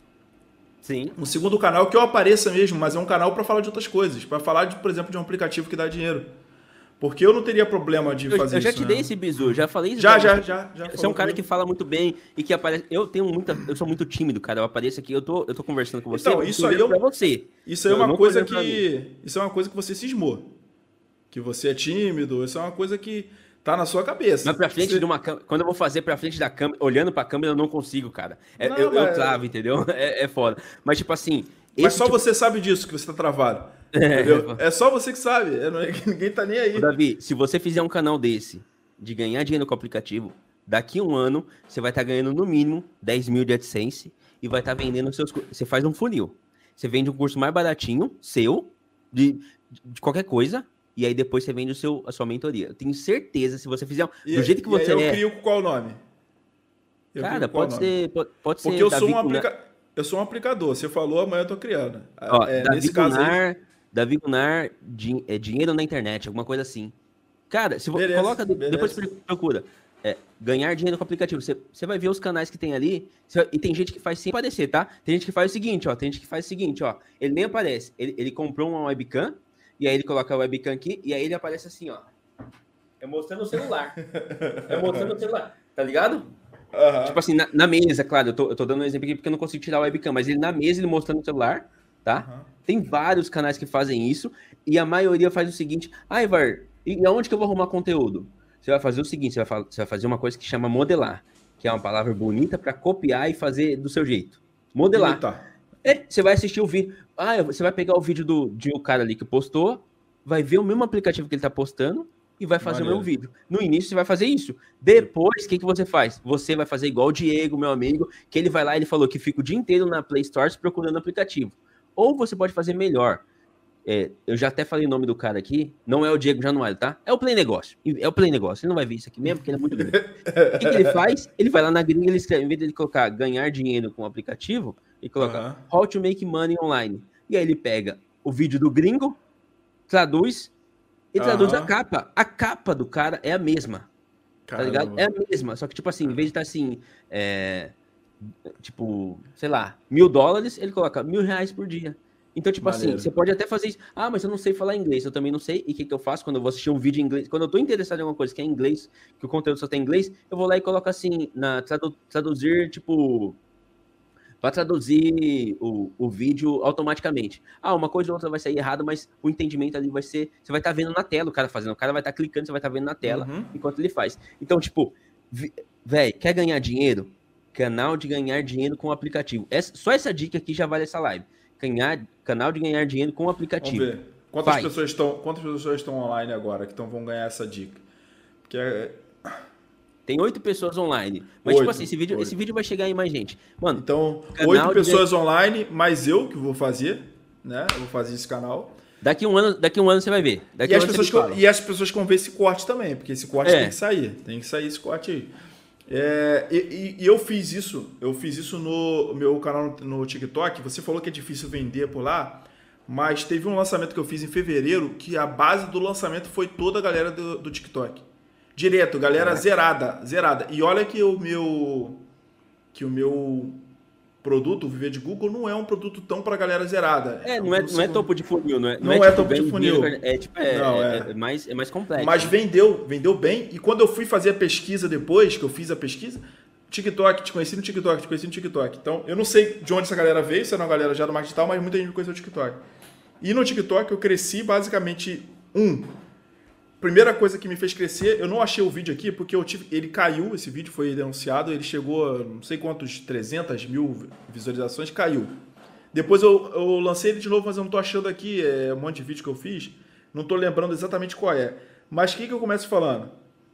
Sim. Um segundo canal que eu apareça mesmo, mas é um canal para falar de outras coisas, para falar, de, por exemplo, de um aplicativo que dá dinheiro. Porque eu não teria problema de eu, fazer eu já isso. te né? dei esse bizu, já falei isso. Já, já, já, já. Você é um cara que fala muito bem e que aparece. Eu tenho muita. Eu sou muito tímido, cara. Eu apareço aqui, eu tô, eu tô conversando com você. Então, isso aí eu, pra você. Isso aí é uma coisa que. Isso é uma coisa que você cismou. Que você é tímido, isso é uma coisa que tá na sua cabeça. Mas pra frente você... de uma câmera. Quando eu vou fazer pra frente da câmera, olhando pra câmera, eu não consigo, cara. É, Não, eu, mas... eu travo, entendeu? É, é foda. Mas, tipo assim. Mas só tipo... você sabe disso, que você tá travado. Entendeu? É, é só você que sabe. É, não é, ninguém tá nem aí. Ô, Davi, se você fizer um canal desse, de ganhar dinheiro com o aplicativo, daqui a um ano, você vai estar tá ganhando no mínimo dez mil de AdSense e vai estar tá vendendo seus cursos. Você faz um funil. Você vende um curso mais baratinho, seu, de, de qualquer coisa, e aí depois você vende o seu, a sua mentoria. Eu tenho certeza, se você fizer e, do jeito que você e aí eu é... eu crio com qual nome? Eu Cara, pode nome? ser, pode, pode ser... Porque eu Davi sou um Gunnar... aplica... eu sou um aplicador. Você falou, amanhã eu tô criando. Ó, é, Davi nesse caso Gunnar, aí... Davi Gunnar, din... é, dinheiro na internet, alguma coisa assim. Cara, se você coloca, beleza. Depois procura, é, ganhar dinheiro com o aplicativo, você, você vai ver os canais que tem ali, você, e tem gente que faz sem aparecer, tá? Tem gente que faz o seguinte, ó, tem gente que faz o seguinte, ó, ele nem aparece, ele, ele comprou uma webcam, e aí ele coloca a webcam aqui, e aí ele aparece assim, ó, é mostrando o celular, é mostrando o celular, tá ligado? Uhum. Tipo assim, na, na mesa, claro, eu tô, eu tô dando um exemplo aqui porque eu não consigo tirar o webcam, mas ele na mesa, ele mostrando o celular, tá? Uhum. Tem vários canais que fazem isso, e a maioria faz o seguinte, ah, Ivar, e aonde que eu vou arrumar conteúdo? Você vai fazer o seguinte, você vai, você vai fazer uma coisa que chama modelar, que é uma palavra bonita para copiar e fazer do seu jeito. Modelar. É, você vai assistir o vídeo, ah, você vai pegar o vídeo do, de um cara ali que postou, vai ver o mesmo aplicativo que ele tá postando, e vai fazer Valeu. o mesmo vídeo. No início você vai fazer isso. Depois, o que, que você faz? Você vai fazer igual o Diego, meu amigo, que ele vai lá e ele falou que fica o dia inteiro na Play Store procurando aplicativo. Ou você pode fazer melhor. É, eu já até falei o nome do cara aqui, não é o Diego Januário, tá? É o Play Negócio. É o Play Negócio. Ele não vai ver isso aqui mesmo, porque ele é muito grande. O que, que ele faz? Ele vai lá na gringa, ele escreve, em vez de ele colocar ganhar dinheiro com o aplicativo, ele coloca uh-huh. How to make money online. E aí ele pega o vídeo do gringo, traduz e traduz Aham. a capa. A capa do cara é a mesma, tá ligado? Caramba. É a mesma, só que, tipo assim, em vez de estar assim, é, tipo, sei lá, mil dólares, ele coloca mil reais por dia. Então, tipo assim, Maneiro. você pode até fazer isso. Ah, mas eu não sei falar inglês, eu também não sei. E o que, que eu faço quando eu vou assistir um vídeo em inglês? Quando eu tô interessado em alguma coisa que é em inglês, que o conteúdo só tem em inglês, eu vou lá e coloco assim, na tradu- traduzir, tipo, para traduzir o, o vídeo automaticamente. Ah, uma coisa ou outra vai sair errado, mas o entendimento ali vai ser. Você vai estar vendo na tela o cara fazendo. O cara vai estar clicando, você vai estar vendo na tela Uhum. enquanto ele faz. Então, tipo, velho, quer ganhar dinheiro? Canal de ganhar dinheiro com o aplicativo. Essa, só essa dica aqui já vale essa live. Ganhar, canal de ganhar dinheiro com o Vamos aplicativo. ver. Quantas Faz. pessoas estão, quantas pessoas estão online agora que tão, vão ganhar essa dica? Porque é... Tem oito pessoas online. Mas, Oito, tipo assim, esse vídeo, oito. esse vídeo vai chegar em mais gente. Mano, Então, canal oito de- pessoas online, mais eu que vou fazer, né? Eu vou fazer esse canal. daqui um ano, daqui um ano você vai ver. Daqui E um as, ano pessoas você que, me fala. e as pessoas que vão ver esse corte também, porque esse corte É. tem que sair. Tem que sair esse corte aí. É, e, e- e eu fiz isso, eu fiz isso no meu canal no, no TikTok. Você falou que é difícil vender por lá, mas teve um lançamento que eu fiz em fevereiro que a base do lançamento foi toda a galera do, do TikTok. Direto, galera zerada, zerada. E olha que o meu que o meu produto, o Viver de Google, não é um produto tão pra galera zerada. É, não é, não é topo de funil, não é? Não é tipo, topo de ganha funil. dinheiro, É tipo, é, Não, é- é. é mais, é mais complexo. Mas vendeu, vendeu bem. E quando eu fui fazer a pesquisa depois, que eu fiz a pesquisa, TikTok, te conheci no TikTok, te conheci no TikTok. Então, eu não sei de onde essa galera veio, se era uma galera já do marketing digital, mas muita gente me conheceu no TikTok. E no TikTok eu cresci basicamente um. Primeira coisa que me fez crescer, eu não achei o vídeo aqui, porque eu tive, ele caiu, esse vídeo foi denunciado, ele chegou a não sei quantos, trezentas mil visualizações, caiu. Depois eu, eu lancei ele de novo, mas eu não tô achando aqui, é um monte de vídeo que eu fiz, não tô lembrando exatamente qual é. Mas o que, que eu começo falando?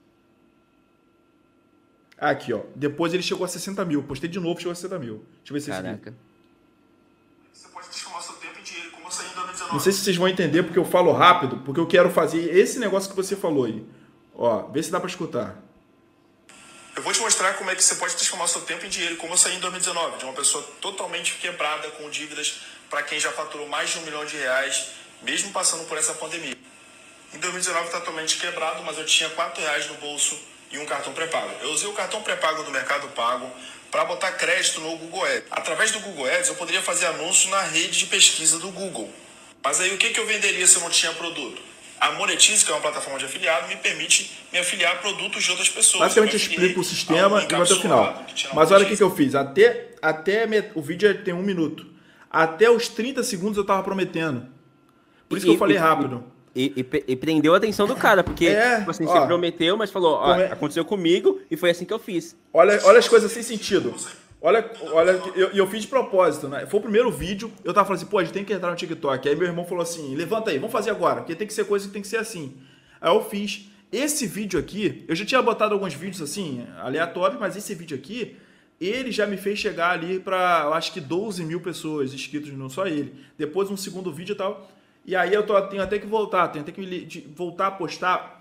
Aqui, ó. Depois ele chegou a sessenta mil, postei de novo, chegou a sessenta mil. Deixa eu ver se esse vídeo. Caraca. Você pode transformar seu tempo em dinheiro, como eu saí em dois mil e dezenove. Não sei se vocês vão entender, porque eu falo rápido, porque eu quero fazer esse negócio que você falou aí. Ó, vê se dá pra escutar. Eu vou te mostrar como é que você pode transformar seu tempo em dinheiro, como eu saí em dois mil e dezenove, de uma pessoa totalmente quebrada, com dívidas, para quem já faturou mais de um milhão de reais, mesmo passando por essa pandemia. Em dois mil e dezenove, totalmente quebrado, mas eu tinha quatro reais no bolso e um cartão pré-pago. Eu usei o cartão pré-pago do Mercado Pago para botar crédito no Google Ads. Através do Google Ads, eu poderia fazer anúncio na rede de pesquisa do Google. Mas aí o que, que eu venderia se eu não tinha produto? A Monetize, que é uma plataforma de afiliado, me permite me afiliar a produtos de outras pessoas. Basicamente eu explico o sistema e vou até o final. Mas olha o que, que eu fiz. Até, até met... o vídeo tem um minuto. Até os trinta segundos eu estava prometendo. Por isso E- que eu falei e- rápido. E, e pe- e prendeu a atenção do cara, porque É, tipo assim, ó. você prometeu, mas falou, ó, Come- aconteceu comigo e foi assim que eu fiz. Olha, olha as coisas sem sentido. Olha, olha, eu, eu fiz de propósito, né? Foi o primeiro vídeo, eu tava falando assim, pô, a gente tem que entrar no TikTok. Aí meu irmão falou assim, levanta aí, vamos fazer agora, porque tem que ser coisa que tem que ser assim. Aí eu fiz. Esse vídeo aqui, eu já tinha botado alguns vídeos assim, aleatórios, mas esse vídeo aqui, ele já me fez chegar ali pra, eu acho que doze mil pessoas inscritos, não só ele. Depois um segundo vídeo e tal. E aí eu tô, tenho até que voltar, tenho até que me li- de- voltar a postar.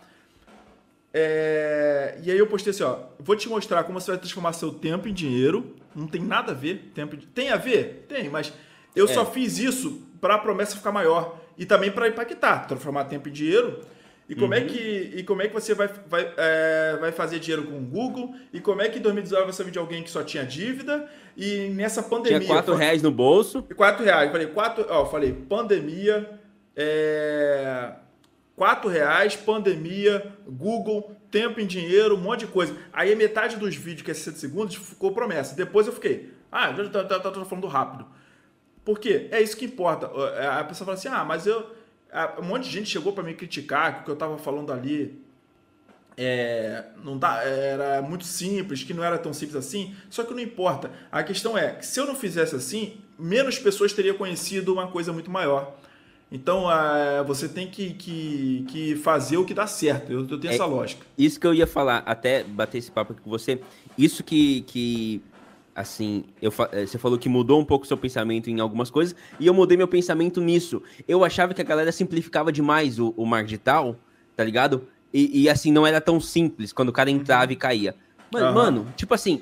É, e aí eu postei assim, ó, vou te mostrar como você vai transformar seu tempo em dinheiro. Não tem nada a ver. Tempo de... Tem a ver? Tem, mas eu É. só fiz isso para a promessa ficar maior. E também para impactar, transformar tempo em dinheiro. E como, é, que, e como é que você vai, vai, é, vai fazer dinheiro com o Google? E como é que em dois mil e dezenove você vê de alguém que só tinha dívida? E nessa pandemia... Tinha quatro foi- reais no bolso. quatro reais. Falei, quatro, ó, falei, pandemia, é, quatro reais, pandemia, Google, tempo em dinheiro, um monte de coisa. Aí metade dos vídeos, que é sessenta segundos, ficou promessa. Depois eu fiquei, ah, já tô, tô, tô, tô falando rápido. Por quê? É isso que importa. A pessoa fala assim, ah, mas eu... Um monte de gente chegou para me criticar que o que eu tava falando ali é, não dá, era muito simples, que não era tão simples assim. Só que não importa. A questão é que se eu não fizesse assim, menos pessoas teriam conhecido uma coisa muito maior. Então, é, você tem que, que, que fazer o que dá certo. Eu, eu tenho É, essa lógica. Isso que eu ia falar, até bater esse papo aqui com você. Isso que, que assim, eu, fa- eh, você falou que mudou um pouco o seu pensamento em algumas coisas, e eu mudei meu pensamento nisso. Eu achava que a galera simplificava demais o, o marketing digital, tá ligado? E, e, assim, não era tão simples quando o cara entrava e caía. Mas, Aham. mano, tipo assim,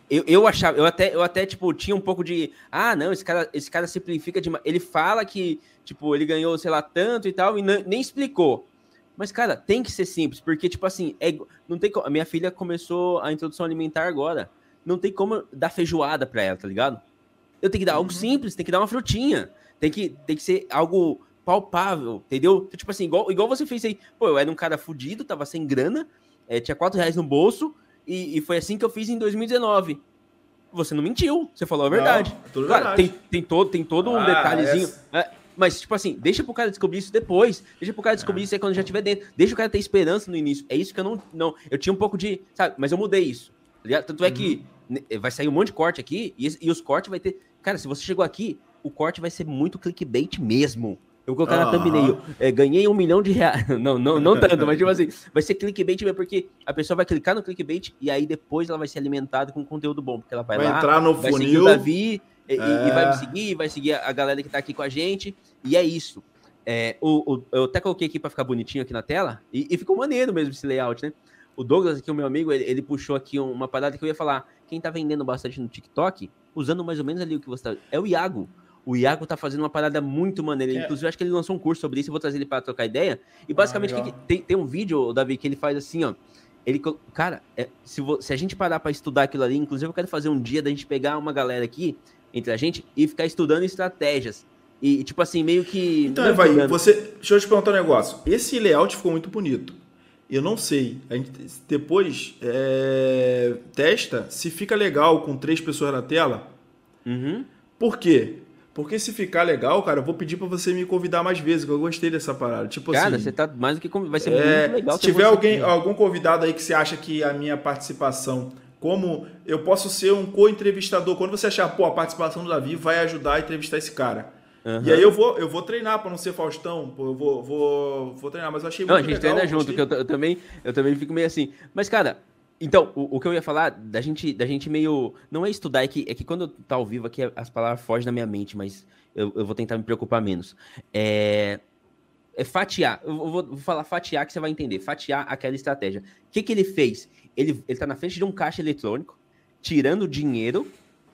Eu, eu achava, eu até, eu até, tipo, tinha um pouco de, ah, não, esse cara, esse cara simplifica demais. Ele fala que, tipo, ele ganhou, sei lá, tanto e tal, e não, nem explicou. Mas, cara, tem que ser simples, porque, tipo assim, é, não tem como, a minha filha começou a introdução alimentar agora, não tem como dar feijoada pra ela, tá ligado? Eu tenho que dar uhum. algo simples, tem que dar uma frutinha, tem que, tem que ser algo palpável, entendeu? Então, tipo assim, igual, igual você fez aí, pô, eu era um cara fudido, tava sem grana, é, tinha quatro reais no bolso, e, e foi assim que eu fiz em dois mil e dezenove. Você não mentiu, você falou a verdade. Não, tudo claro, verdade. Tem, tem, todo, tem todo um ah, detalhezinho, essa... é, mas, tipo assim, deixa pro cara descobrir isso depois. Deixa pro cara descobrir ah. isso aí quando já estiver dentro. Deixa o cara ter esperança no início. É isso que eu não... não eu tinha um pouco de... Sabe? Mas eu mudei isso. Tá Tanto é uhum. que vai sair um monte de corte aqui e, e os cortes vai ter... Cara, se você chegou aqui, o corte vai ser muito clickbait mesmo. Eu vou colocar uhum. na thumbnail. É, ganhei um milhão de reais. Não, não, não tanto, mas tipo assim, vai ser clickbait mesmo, porque a pessoa vai clicar no clickbait e aí depois ela vai ser alimentada com conteúdo bom. Porque ela vai, vai lá, entrar no vai funil. seguir o Davi... E, é. e vai me seguir, vai seguir a galera que tá aqui com a gente, e é isso. É, o, o, eu até coloquei aqui pra ficar bonitinho aqui na tela, e, e ficou maneiro mesmo esse layout, né? O Douglas aqui, o meu amigo, ele, ele puxou aqui uma parada que eu ia falar. Quem tá vendendo bastante no TikTok, usando mais ou menos ali o que você tá... É o Iago. O Iago tá fazendo uma parada muito maneira. É. Inclusive, eu acho que ele lançou um curso sobre isso, eu vou trazer ele pra trocar ideia. E basicamente, ah, que que, tem, tem um vídeo, Davi, que ele faz assim, ó. Ele, cara, é, se, vo, se a gente parar pra estudar aquilo ali, inclusive eu quero fazer um dia da gente pegar uma galera aqui, entre a gente, e ficar estudando estratégias. E, e tipo assim, meio que... Então, Evaí, você... Deixa eu te perguntar um negócio. Esse layout ficou muito bonito. Eu não sei. A gente depois é, testa se fica legal com três pessoas na tela. Uhum. Por quê? Porque se ficar legal, cara, eu vou pedir pra você me convidar mais vezes, que eu gostei dessa parada. Tipo cara, assim, você tá mais do que... Vai ser é, muito legal. Se tiver alguém, algum convidado aí que você acha que a minha participação... Como eu posso ser um co-entrevistador. Quando você achar, pô, a participação do Davi vai ajudar a entrevistar esse cara. Uhum. E aí eu vou, eu vou treinar para não ser Faustão. Pô, eu vou, vou, vou treinar, mas eu achei muito legal. Não, a gente legal, treina junto, que eu, eu, também, eu também fico meio assim. Mas, cara, então, o, o que eu ia falar da gente, da gente meio... Não é estudar, é que, é que quando tá ao vivo aqui, as palavras fogem da minha mente, mas eu, eu vou tentar me preocupar menos. É... É fatiar. Eu vou, vou falar fatiar que você vai entender. Fatiar aquela estratégia. O que, que ele fez? Ele, ele tá na frente de um caixa eletrônico, tirando dinheiro,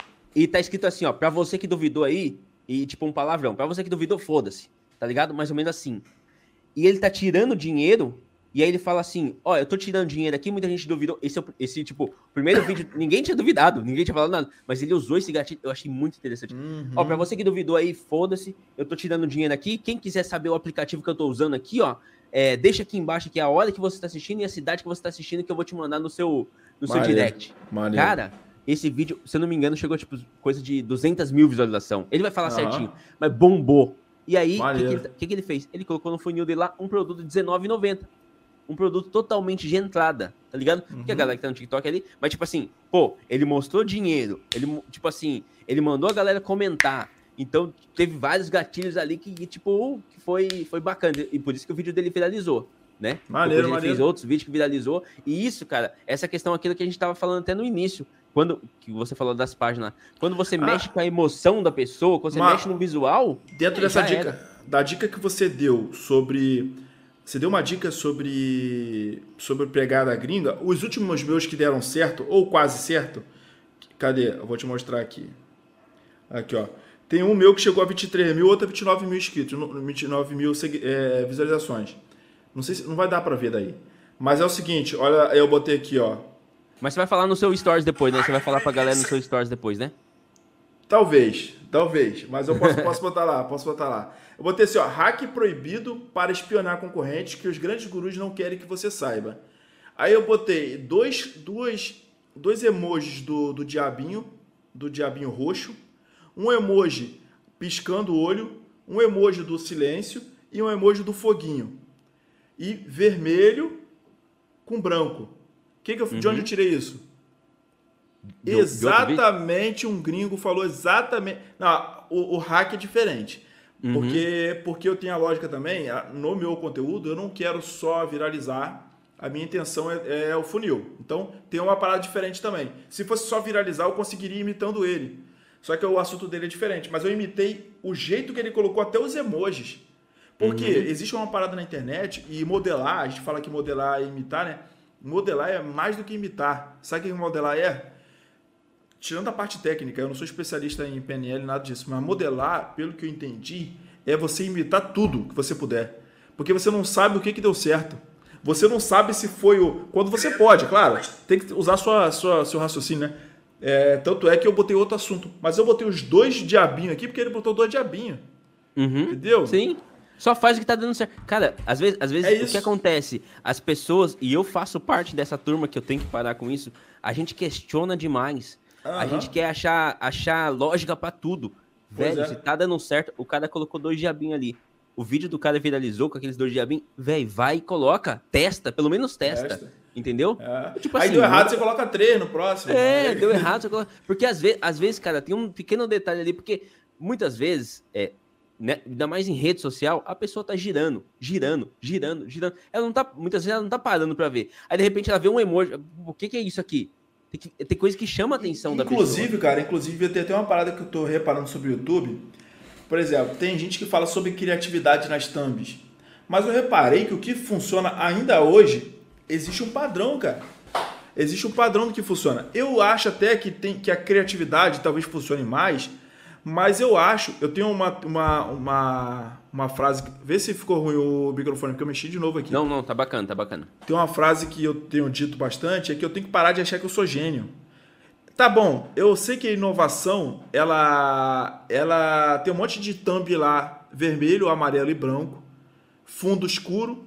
e tá escrito assim, ó, pra você que duvidou aí, e tipo um palavrão, pra você que duvidou, foda-se, tá ligado? Mais ou menos assim. E ele tá tirando dinheiro, e aí ele fala assim, ó, eu tô tirando dinheiro aqui, muita gente duvidou. Esse, é o, esse tipo, primeiro vídeo, ninguém tinha duvidado, ninguém tinha falado nada, mas ele usou esse gatilho, eu achei muito interessante. Uhum. Ó, pra você que duvidou aí, foda-se, eu tô tirando dinheiro aqui, quem quiser saber o aplicativo que eu tô usando aqui, ó, É, deixa aqui embaixo aqui a hora que você está assistindo e a cidade que você está assistindo que eu vou te mandar no seu, no seu direct. Maneiro. Cara, esse vídeo, se eu não me engano, chegou tipo coisa de duzentas mil visualizações. Ele vai falar uhum. certinho, mas bombou. E aí, o que, que, ele, que, que ele fez? Ele colocou no funil dele lá um produto de dezenove reais e noventa centavos. Um produto totalmente de entrada, tá ligado? Uhum. Porque a galera que tá no TikTok ali, mas tipo assim, pô, ele mostrou dinheiro, ele, tipo assim, ele mandou a galera comentar. Então, teve vários gatilhos ali que, tipo, que foi, foi bacana. E por isso que o vídeo dele viralizou, né? Maneiro, ele maneiro. fez outros vídeos que viralizou. E isso, cara, essa questão aquilo que a gente tava falando até no início. Quando que você falou das páginas. Quando você ah, mexe com a emoção da pessoa, quando você uma, mexe no visual... Dentro dessa dica, era. da dica que você deu sobre... Você deu uma dica sobre, sobre pegada gringa. Os últimos meus que deram certo, ou quase certo... Cadê? Eu vou te mostrar aqui. Aqui, ó. Tem um meu que chegou a vinte e três mil, outro a vinte e nove mil inscritos, vinte e nove mil é, visualizações. Não sei se não vai dar pra ver daí. Mas é o seguinte, olha, eu botei aqui, ó. Mas você vai falar no seu stories depois, né? Você vai falar pra galera no seu stories depois, né? Talvez, talvez. Mas eu posso, posso botar lá, posso botar lá. Eu botei assim, ó, hack proibido para espionar concorrentes que os grandes gurus não querem que você saiba. Aí eu botei dois, duas, dois emojis do, do diabinho, do diabinho roxo, um emoji piscando o olho, um emoji do silêncio e um emoji do foguinho. E vermelho com branco. Que que eu, uhum. De onde eu tirei isso? De, exatamente, de um gringo falou exatamente... Não, o, o hack é diferente. Uhum. Porque, porque eu tenho a lógica também, no meu conteúdo, eu não quero só viralizar. A minha intenção é, é o funil. Então, tem uma parada diferente também. Se fosse só viralizar, eu conseguiria ir imitando ele. Só que o assunto dele é diferente. Mas eu imitei o jeito que ele colocou, até os emojis. Porque uhum. existe uma parada na internet e modelar, a gente fala que modelar é imitar, né? Modelar é mais do que imitar. Sabe o que modelar é? tirando a parte técnica, eu não sou especialista em P N L, nada disso, mas modelar, pelo que eu entendi, é você imitar tudo que você puder. Porque você não sabe o que, que deu certo. Você não sabe se foi o... Quando você pode, claro, tem que usar sua, sua, seu raciocínio, né? É, tanto é que eu botei outro assunto. Mas eu botei os dois diabinhos aqui porque ele botou dois diabinhos. Uhum. Entendeu? Sim. Só faz o que tá dando certo. Cara, às vezes, às vezes É o isso. que acontece? As pessoas, e eu faço parte dessa turma que eu tenho que parar com isso, a gente questiona demais. A Aham. gente quer achar, achar lógica pra tudo. Pois Velho, é. se tá dando certo, o cara colocou dois diabinhos ali. O vídeo do cara viralizou com aqueles dois diabinhos. Velho, vai e coloca. Testa, pelo menos testa. Testa. Entendeu? É. Tipo Aí assim, deu errado, não- você coloca três no próximo. É, Aí- deu errado. Você coloca- Porque às vezes, às vezes, cara, tem um pequeno detalhe ali, porque muitas vezes, é, né, ainda mais em rede social, a pessoa tá girando, girando, girando, girando. Ela não tá, muitas vezes ela não tá parando pra ver. Aí de repente ela vê um emoji. O que que é isso aqui? Tem, que- tem coisa que chama a atenção da pessoa. Inclusive, cara, inclusive tem até uma parada que eu tô reparando sobre o YouTube. Por exemplo, tem gente que fala sobre criatividade nas thumbs. Mas eu reparei que o que funciona ainda hoje, existe um padrão, cara. Existe um padrão do que funciona. Eu acho até que, tem, que a criatividade talvez funcione mais, mas eu acho, eu tenho uma, uma, uma, uma frase, vê se ficou ruim o microfone, porque eu mexi de novo aqui. Não, não, tá bacana, tá bacana. Tem uma frase que eu tenho dito bastante, é que eu tenho que parar de achar que eu sou gênio. Tá bom, eu sei que a inovação, ela, ela tem um monte de thumb lá, vermelho, amarelo e branco, fundo escuro,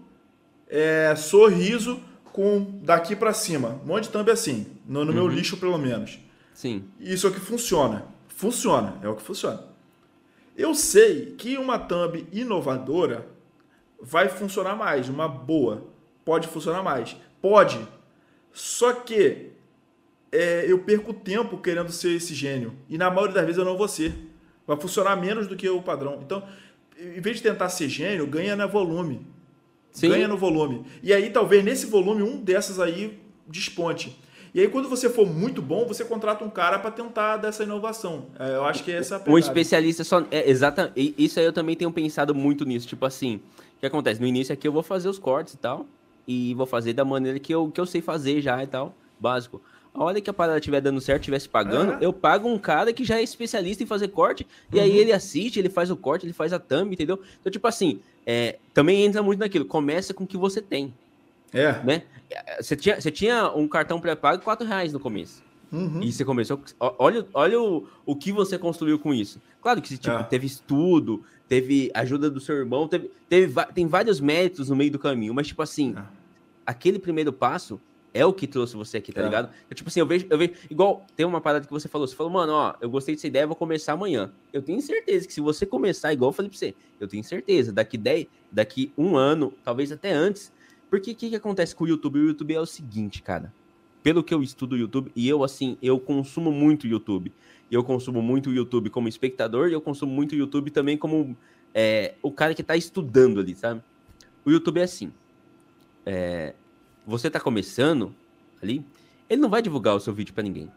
é, sorriso com daqui pra cima. Um monte de thumb assim, no, no meu lixo pelo menos. Sim. Isso é o que funciona. Funciona, é o que funciona. Eu sei que uma thumb inovadora vai funcionar mais, uma boa. Pode funcionar mais. Pode. Só que é, eu perco tempo querendo ser esse gênio. E na maioria das vezes eu não vou ser. Vai funcionar menos do que o padrão. Então, em vez de tentar ser gênio, ganha no volume. Sim. Ganha no volume. E aí, talvez, nesse volume, um dessas aí desponte. E aí, quando você for muito bom, você contrata um cara para tentar dessa inovação. É, eu acho que é essa a Um pegada. especialista só. É, exata, e- isso aí eu também tenho pensado muito nisso. Tipo assim, o que acontece? No início aqui eu vou fazer os cortes e tal. E vou fazer da maneira que eu, que eu sei fazer já e tal. Básico. A hora que a parada estiver dando certo, estivesse pagando, Ah. eu pago um cara que já é especialista em fazer corte. E Uhum. aí ele assiste, ele faz o corte, ele faz a thumb, entendeu? Então, tipo assim, é, também entra muito naquilo. Começa com o que você tem, É. né? Você tinha, você tinha um cartão pré-pago quatro reais no começo. Uhum. E você começou. ó- Olha, olha o, o que você construiu com isso. Claro que tipo, É. teve estudo, teve ajuda do seu irmão, teve, teve, va- tem vários méritos no meio do caminho, mas, tipo assim, É. aquele primeiro passo é o que trouxe você aqui, tá É. ligado? Eu, tipo assim, eu vejo, eu vejo. Igual tem uma parada que você falou. Você falou, mano, ó, eu gostei dessa ideia, vou começar amanhã. Eu tenho certeza que se você começar, igual eu falei pra você, eu tenho certeza, daqui dez, daqui um ano, talvez até antes. Porque o que, que acontece com o YouTube? O YouTube é o seguinte, cara. Pelo que eu estudo o YouTube, e eu, assim, eu consumo muito o YouTube. Eu consumo muito o YouTube como espectador e eu consumo muito o YouTube também como é, o cara que tá estudando ali, sabe? O YouTube é assim. É, você tá começando ali, ele não vai divulgar o seu vídeo pra ninguém.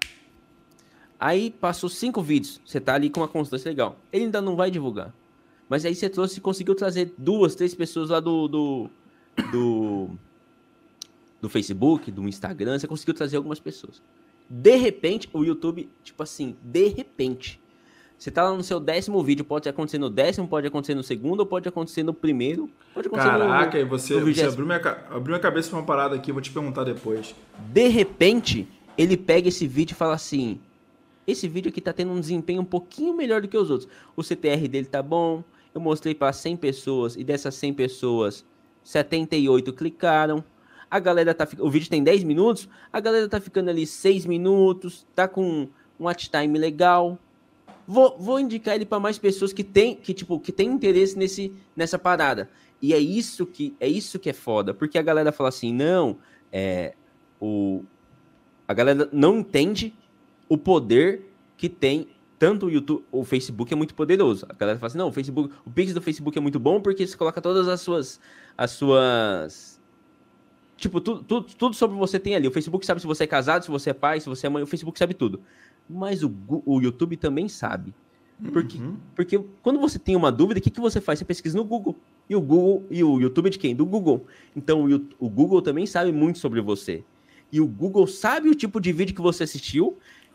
Aí passou cinco vídeos, você tá ali com uma constância legal. Ele ainda não vai divulgar. Mas aí você trouxe, conseguiu trazer duas, três pessoas lá do... do do, do Facebook, do Instagram, você conseguiu trazer algumas pessoas. De repente, o YouTube, tipo assim, de repente, você tá lá no seu décimo vídeo, pode acontecer no décimo, pode acontecer no segundo, ou pode acontecer no primeiro, pode acontecer Caraca, no, aí você, no você vigésimo. abriu, minha, ca- abriu minha cabeça pra uma parada aqui, vou te perguntar depois. De repente, ele pega esse vídeo e fala assim, esse vídeo aqui tá tendo um desempenho um pouquinho melhor do que os outros. O C T R dele tá bom, eu mostrei para cem pessoas, e dessas cem pessoas, setenta e oito clicaram. A galera tá ficando. O vídeo tem dez minutos, a galera tá ficando ali seis minutos, tá com um watch time legal. Vou, vou indicar ele para mais pessoas que tem, que, tipo, que tem interesse nesse, nessa parada. E é isso que é isso que é foda, porque a galera fala assim, não, é, o, a galera não entende o poder que tem. Tanto o YouTube, o Facebook é muito poderoso. A galera fala assim, não, o Facebook, o Pix do Facebook é muito bom porque você coloca todas as suas, as suas, tipo, tudo, tudo, tudo sobre você tem ali. O Facebook sabe se você é casado, se você é pai, se você é mãe, o Facebook sabe tudo. Mas o, Gu- o YouTube também sabe. Porque, Uhum. porque quando você tem uma dúvida, o que, que você faz? Você pesquisa no Google. E o Google, e o YouTube é de quem? Do Google. Então o, Yu- o Google também sabe muito sobre você. E o Google sabe o tipo de vídeo que você assistiu.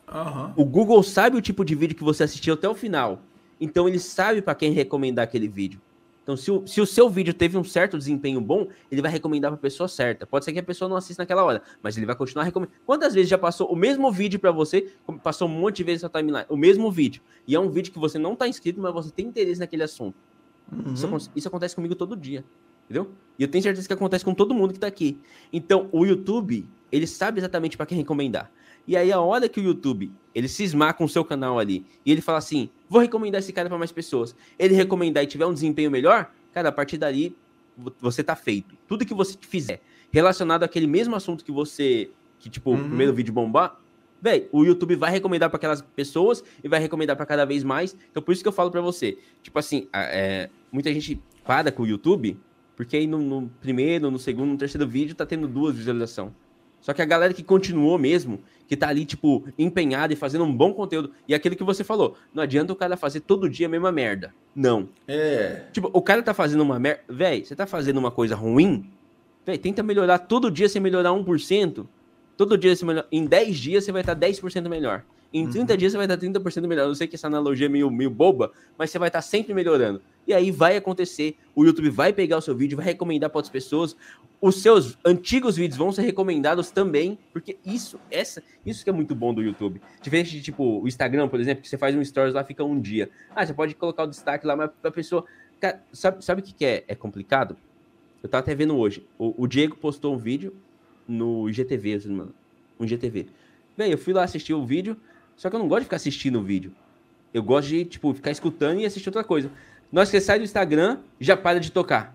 Aham. O Google sabe o tipo de vídeo que você assistiu até o final. Então ele sabe para quem recomendar aquele vídeo. Então se o, se o seu vídeo teve um certo desempenho bom, ele vai recomendar para a pessoa certa. Pode ser que a pessoa não assista naquela hora, mas ele vai continuar recomendando. Quantas vezes já passou o mesmo vídeo para você, como passou um monte de vezes na sua timeline, o mesmo vídeo. E é um vídeo que você não está inscrito, mas você tem interesse naquele assunto. Uhum. Isso, isso acontece comigo todo dia, entendeu? E eu tenho certeza que acontece com todo mundo que tá aqui. Então, o YouTube, ele sabe exatamente para quem recomendar. E aí, a hora que o YouTube, ele cismar com o seu canal ali, e ele fala assim, vou recomendar esse cara para mais pessoas, ele recomendar e tiver um desempenho melhor, cara, a partir dali, você tá feito. Tudo que você fizer relacionado àquele mesmo assunto que você, que tipo, Uhum. o primeiro vídeo bombar, velho, o YouTube vai recomendar para aquelas pessoas e vai recomendar para cada vez mais. Então, por isso que eu falo para você, tipo assim, é, muita gente para com o YouTube, porque aí no, no primeiro, no segundo, no terceiro vídeo tá tendo duas visualizações. Só que a galera que continuou mesmo, que tá ali, tipo, empenhada e fazendo um bom conteúdo, e aquilo que você falou, não adianta o cara fazer todo dia a mesma merda. Não. É. Tipo, o cara tá fazendo uma merda... Véi, você tá fazendo uma coisa ruim? Véi, tenta melhorar todo dia, você melhorar um por cento. Todo dia, você melhor... em dez dias, você vai estar dez por cento melhor. Em trinta uhum. dias, você vai estar trinta por cento melhor. Eu sei que essa analogia é meio, meio boba, mas você vai estar sempre melhorando. E aí vai acontecer, o YouTube vai pegar o seu vídeo, vai recomendar para outras pessoas, os seus antigos vídeos vão ser recomendados também, porque isso, essa, isso que é muito bom do YouTube. Diferente de, tipo, o Instagram, por exemplo, que você faz um stories lá, fica um dia. Ah, você pode colocar o destaque lá, mas pra pessoa... Cara, sabe, sabe o que, que é, é complicado? Eu tava até vendo hoje. O, o Diego postou um vídeo no I G T V, mano. Um I G T V. Bem, eu fui lá assistir o vídeo, só que eu não gosto de ficar assistindo o vídeo. Eu gosto de, tipo, ficar escutando e assistir outra coisa. Na hora que você sai do Instagram, já para de tocar.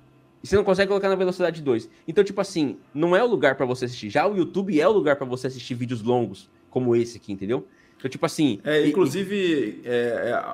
E você não consegue colocar na velocidade dois. Então, tipo assim, não é o lugar pra você assistir. Já o YouTube é o lugar pra você assistir vídeos longos, como esse aqui, entendeu? Então, tipo assim... É, e, inclusive, e... É, é,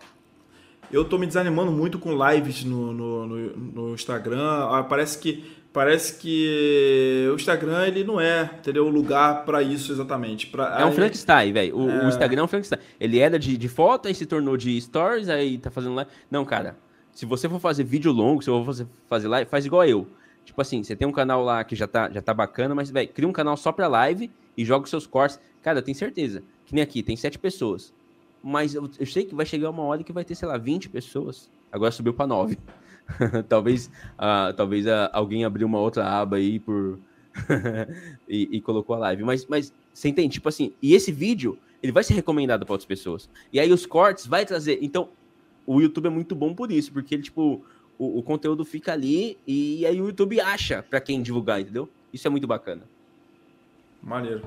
eu tô me desanimando muito com lives no, no, no, no Instagram. Parece que... Parece que o Instagram, ele não é, entendeu? O lugar para isso exatamente. Pra, é um aí, Frankenstein, velho. O, é... o Instagram é um Frankenstein. Ele era de, de foto, aí se tornou de stories, aí tá fazendo live. Não, cara, se você for fazer vídeo longo, se eu for fazer live, faz igual eu. Tipo assim, você tem um canal lá que já tá, já tá bacana, mas, velho, cria um canal só pra live e joga os seus cortes. Cara, eu tenho certeza que nem aqui, tem sete pessoas. Mas eu, eu sei que vai chegar uma hora que vai ter, sei lá, vinte pessoas. Agora subiu pra nove. talvez uh, talvez uh, alguém abriu uma outra aba aí por e, e colocou a live, mas, mas você entende? Tipo assim, e esse vídeo ele vai ser recomendado para outras pessoas, e aí os cortes vai trazer, então o YouTube é muito bom por isso, porque ele, tipo, o, o conteúdo fica ali e aí o YouTube acha para quem divulgar, entendeu? Isso é muito bacana. Maneiro.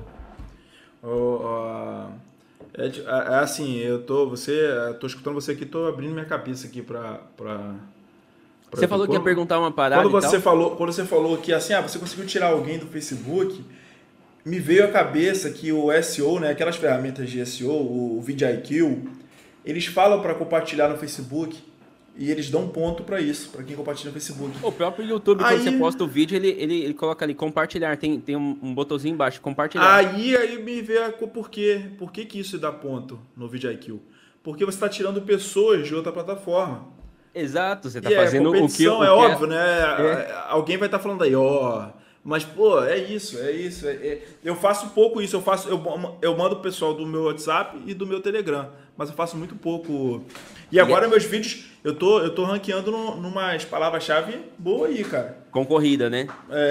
Oh, uh, é, é assim, eu tô, você, eu tô escutando você aqui, tô abrindo minha cabeça aqui para para Você falou quando, que ia perguntar uma parada quando você e tal. falou Quando você falou que assim, ah, você conseguiu tirar alguém do Facebook, me veio à cabeça que o S E O, né, aquelas ferramentas de S E O, o VidIQ, eles falam para compartilhar no Facebook e eles dão ponto para isso, para quem compartilha no Facebook. O próprio YouTube, aí, quando você posta o vídeo, ele, ele, ele coloca ali compartilhar, tem, tem um, um botãozinho embaixo, compartilhar. Aí, aí me veio a por quê? Por que que isso dá ponto no VidIQ? Porque você está tirando pessoas de outra plataforma. Exato, você tá e fazendo é, o que... O é que óbvio, é... né? É. Alguém vai estar tá falando aí, ó... Oh, mas, pô, é isso, é isso. É, é... Eu faço pouco isso, eu faço, eu, eu mando o pessoal do meu WhatsApp e do meu Telegram, mas eu faço muito pouco. E agora e é... meus vídeos, eu tô, eu tô ranqueando no, numas palavras-chave boa aí, cara. Concorrida, né?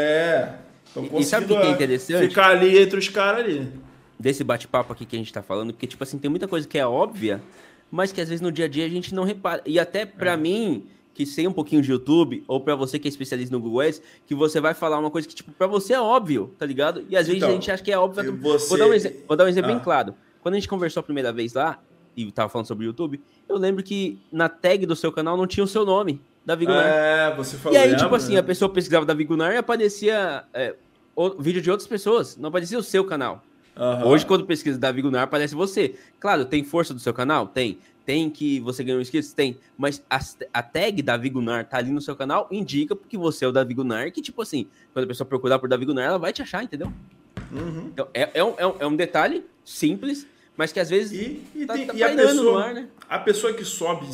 É. E, e sabe o que, que é interessante? Ficar ali entre os caras ali. Desse bate-papo aqui que a gente tá falando, porque, tipo assim, tem muita coisa que é óbvia, mas que às vezes no dia a dia a gente não repara. E até pra é. mim, que sei um pouquinho de YouTube, ou pra você que é especialista no Google Ads, que você vai falar uma coisa que, tipo, pra você é óbvio, tá ligado? E às vezes então, a gente acha que é óbvio. Você... Vou, dar um exemplo, vou dar um exemplo ah. bem claro. Quando a gente conversou a primeira vez lá, e tava falando sobre o YouTube, eu lembro que na tag do seu canal não tinha o seu nome, Davi Gunnar. É, você falou. E aí, lembra, tipo assim, né? a pessoa pesquisava Davi Gunnar e aparecia é, o vídeo de outras pessoas, não aparecia o seu canal. Uhum. Hoje, quando pesquisa Davi Gunnar, aparece você. Claro, tem força do seu canal? Tem. Tem que você ganhou inscritos? Tem. Mas a, a tag Davi Gunnar tá ali no seu canal, indica que você é o Davi Gunnar, que tipo assim, quando a pessoa procurar por Davi Gunnar, ela vai te achar, entendeu? Uhum. Então, é, é, um, é, um, é um detalhe simples, mas que às vezes e, e tá, tem, tá e a pessoa, no ar, né? A pessoa que sobe,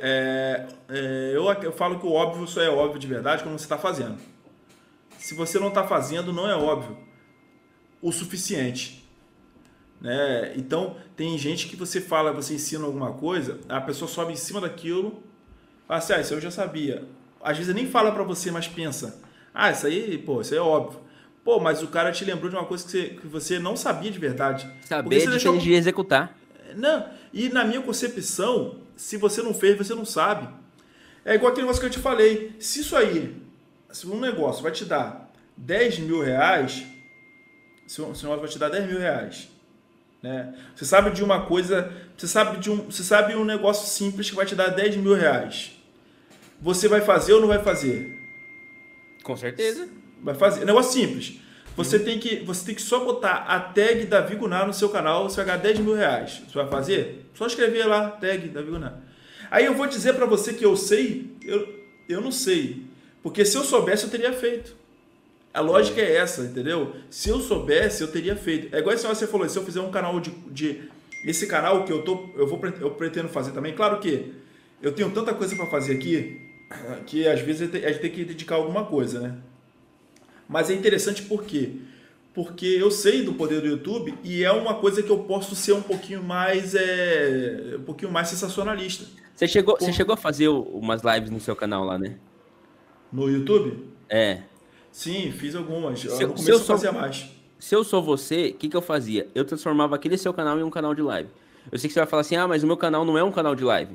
é, é, eu, eu falo que o óbvio só é óbvio de verdade quando você está fazendo. Se você não está fazendo, não é óbvio o suficiente. né? Então, tem gente que você fala, você ensina alguma coisa, a pessoa sobe em cima daquilo, fala assim, ah, isso eu já sabia. Às vezes nem fala para você, mas pensa, ah, isso aí, pô, isso aí é óbvio. Pô, mas o cara te lembrou de uma coisa que você, que você não sabia de verdade. Porque Saber você é deixou... diferente de executar. Não, e na minha concepção, se você não fez, você não sabe. É igual aquele negócio que eu te falei. Se isso aí, se um negócio vai te dar dez mil reais, se um negócio vai te dar dez mil reais, né? Você sabe de uma coisa, você sabe de um, você sabe um negócio simples que vai te dar dez mil reais. Você vai fazer ou não vai fazer? Com certeza. Vai fazer. É um negócio simples. Você, uhum. tem que, você tem que só botar a tag Davi Gunnar no seu canal, você vai ganhar dez mil reais. Você vai fazer? Só escrever lá, tag Davi Gunnar. Aí eu vou dizer para você que eu sei, eu, eu não sei. Porque se eu soubesse, eu teria feito. A lógica é essa, entendeu? Se eu soubesse, eu teria feito. É igual esse você falou, se eu fizer um canal de... de esse canal que eu, tô, eu, vou, eu pretendo fazer também, claro que eu tenho tanta coisa para fazer aqui, que às vezes a gente tem que dedicar alguma coisa, né? Mas é interessante por quê? Porque eu sei do poder do YouTube e é uma coisa que eu posso ser um pouquinho mais, é, um pouquinho mais sensacionalista. Você chegou, por... você chegou a fazer umas lives no seu canal lá, né? No YouTube? É. Sim, fiz algumas. Se, no começo eu fazia mais. Se eu sou você, o que, que eu fazia? Eu transformava aquele seu canal em um canal de live. Eu sei que você vai falar assim, ah, mas o meu canal não é um canal de live.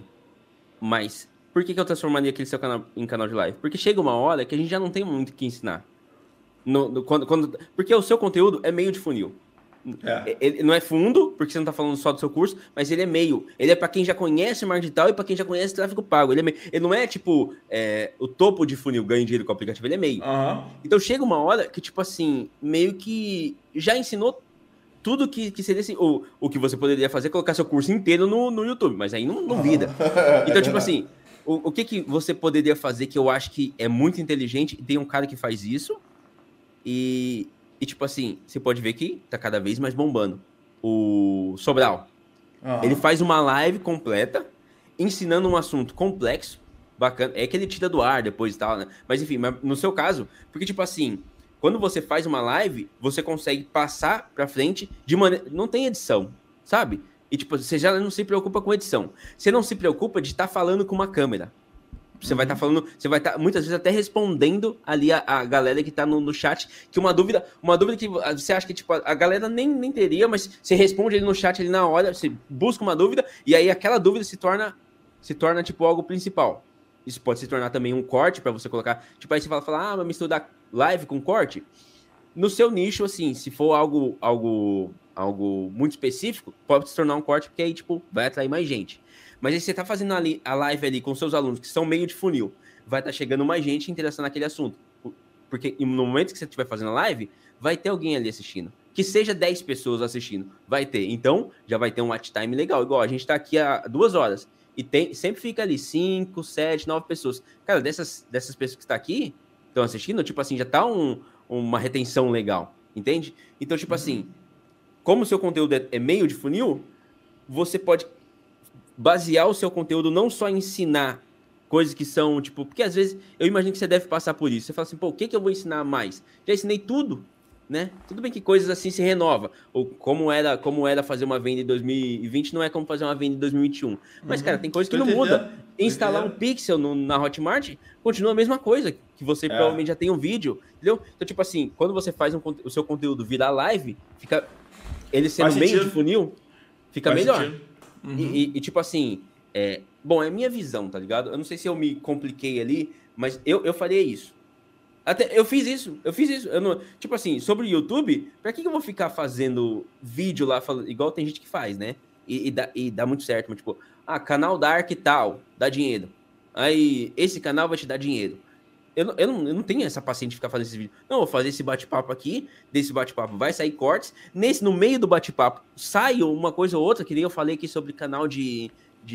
Mas por que, que eu transformaria aquele seu canal em canal de live? Porque chega uma hora que a gente já não tem muito o que ensinar. No, no, quando, quando, porque o seu conteúdo é meio de funil. É. Ele não é fundo, porque você não está falando só do seu curso, mas ele é meio. Ele é para quem já conhece marketing digital e para quem já conhece tráfego pago. Ele, é meio, ele não é tipo é, o topo de funil, ganha dinheiro com o aplicativo, ele é meio. Uhum. Então chega uma hora que, tipo assim, meio que já ensinou tudo que, que seria assim. O, o que você poderia fazer é colocar seu curso inteiro no, no YouTube, mas aí não, não vira. Então, tipo assim, o, o que, que você poderia fazer que eu acho que é muito inteligente, e tem um cara que faz isso. E, e, tipo assim, você pode ver que tá cada vez mais bombando. O Sobral. Uhum. Ele faz uma live completa, ensinando um assunto complexo, bacana. É que ele tira do ar depois e tal, né? Mas enfim, mas no seu caso, porque, tipo assim, quando você faz uma live, você consegue passar pra frente de maneira... Não tem edição, sabe? E, tipo, você já não se preocupa com edição. Você não se preocupa de estar tá falando com uma câmera. Você uhum. vai estar tá falando, você vai estar tá, muitas vezes até respondendo ali a, a galera que está no, no chat, que uma dúvida, uma dúvida que você acha que tipo, a galera nem, nem teria, mas você responde ali no chat ali na hora, você busca uma dúvida e aí aquela dúvida se torna, se torna tipo algo principal. Isso pode se tornar também um corte para você colocar, tipo aí você fala, fala ah, mas misturar live com corte. No seu nicho, assim, se for algo, algo, algo muito específico, pode se tornar um corte, porque aí tipo vai atrair mais gente. Mas aí você tá fazendo ali, a live ali com seus alunos, que são meio de funil, vai estar tá chegando mais gente interessada naquele assunto. Porque no momento que você estiver fazendo a live, vai ter alguém ali assistindo. Que seja dez pessoas assistindo, vai ter. Então, já vai ter um watch time legal. Igual, a gente tá aqui há duas horas. E tem, sempre fica ali cinco, sete, nove pessoas. Cara, dessas, dessas pessoas que estão aqui, estão assistindo, tipo assim, já tá um, uma retenção legal. Entende? Então, tipo assim, como o seu conteúdo é, é meio de funil, você pode... basear o seu conteúdo não só em ensinar coisas que são, tipo... Porque às vezes, eu imagino que você deve passar por isso. Você fala assim, pô, o que, que eu vou ensinar mais? Já ensinei tudo, né? Tudo bem que coisas assim se renova. Ou como era, como era fazer uma venda em dois mil e vinte, não é como fazer uma venda em dois mil e vinte e um. Mas, uhum. cara, tem coisa que não muda. Instalar um pixel no, na Hotmart continua a mesma coisa. Que você é. provavelmente já tem um vídeo, entendeu? Então, tipo assim, quando você faz um, o seu conteúdo virar live, fica... Ele sendo Faz meio sentido. de funil, fica Faz melhor. Sentido. Uhum. E, e, e, tipo assim, é, bom, é minha visão, tá ligado? Eu não sei se eu me compliquei ali, mas eu, eu faria isso. Até, eu fiz isso, eu fiz isso. Eu não, tipo assim, sobre o YouTube, pra que, que eu vou ficar fazendo vídeo lá, falando, igual tem gente que faz, né? E, e, dá, e dá muito certo, mas tipo, ah, canal Dark e tal, dá dinheiro. Aí, esse canal vai te dar dinheiro. Eu, eu, não, eu não tenho essa paciência de ficar fazendo esse vídeo. Não, eu vou fazer esse bate-papo aqui, desse bate-papo vai sair cortes. Nesse, no meio do bate-papo, sai uma coisa ou outra, que nem eu falei aqui sobre canal de,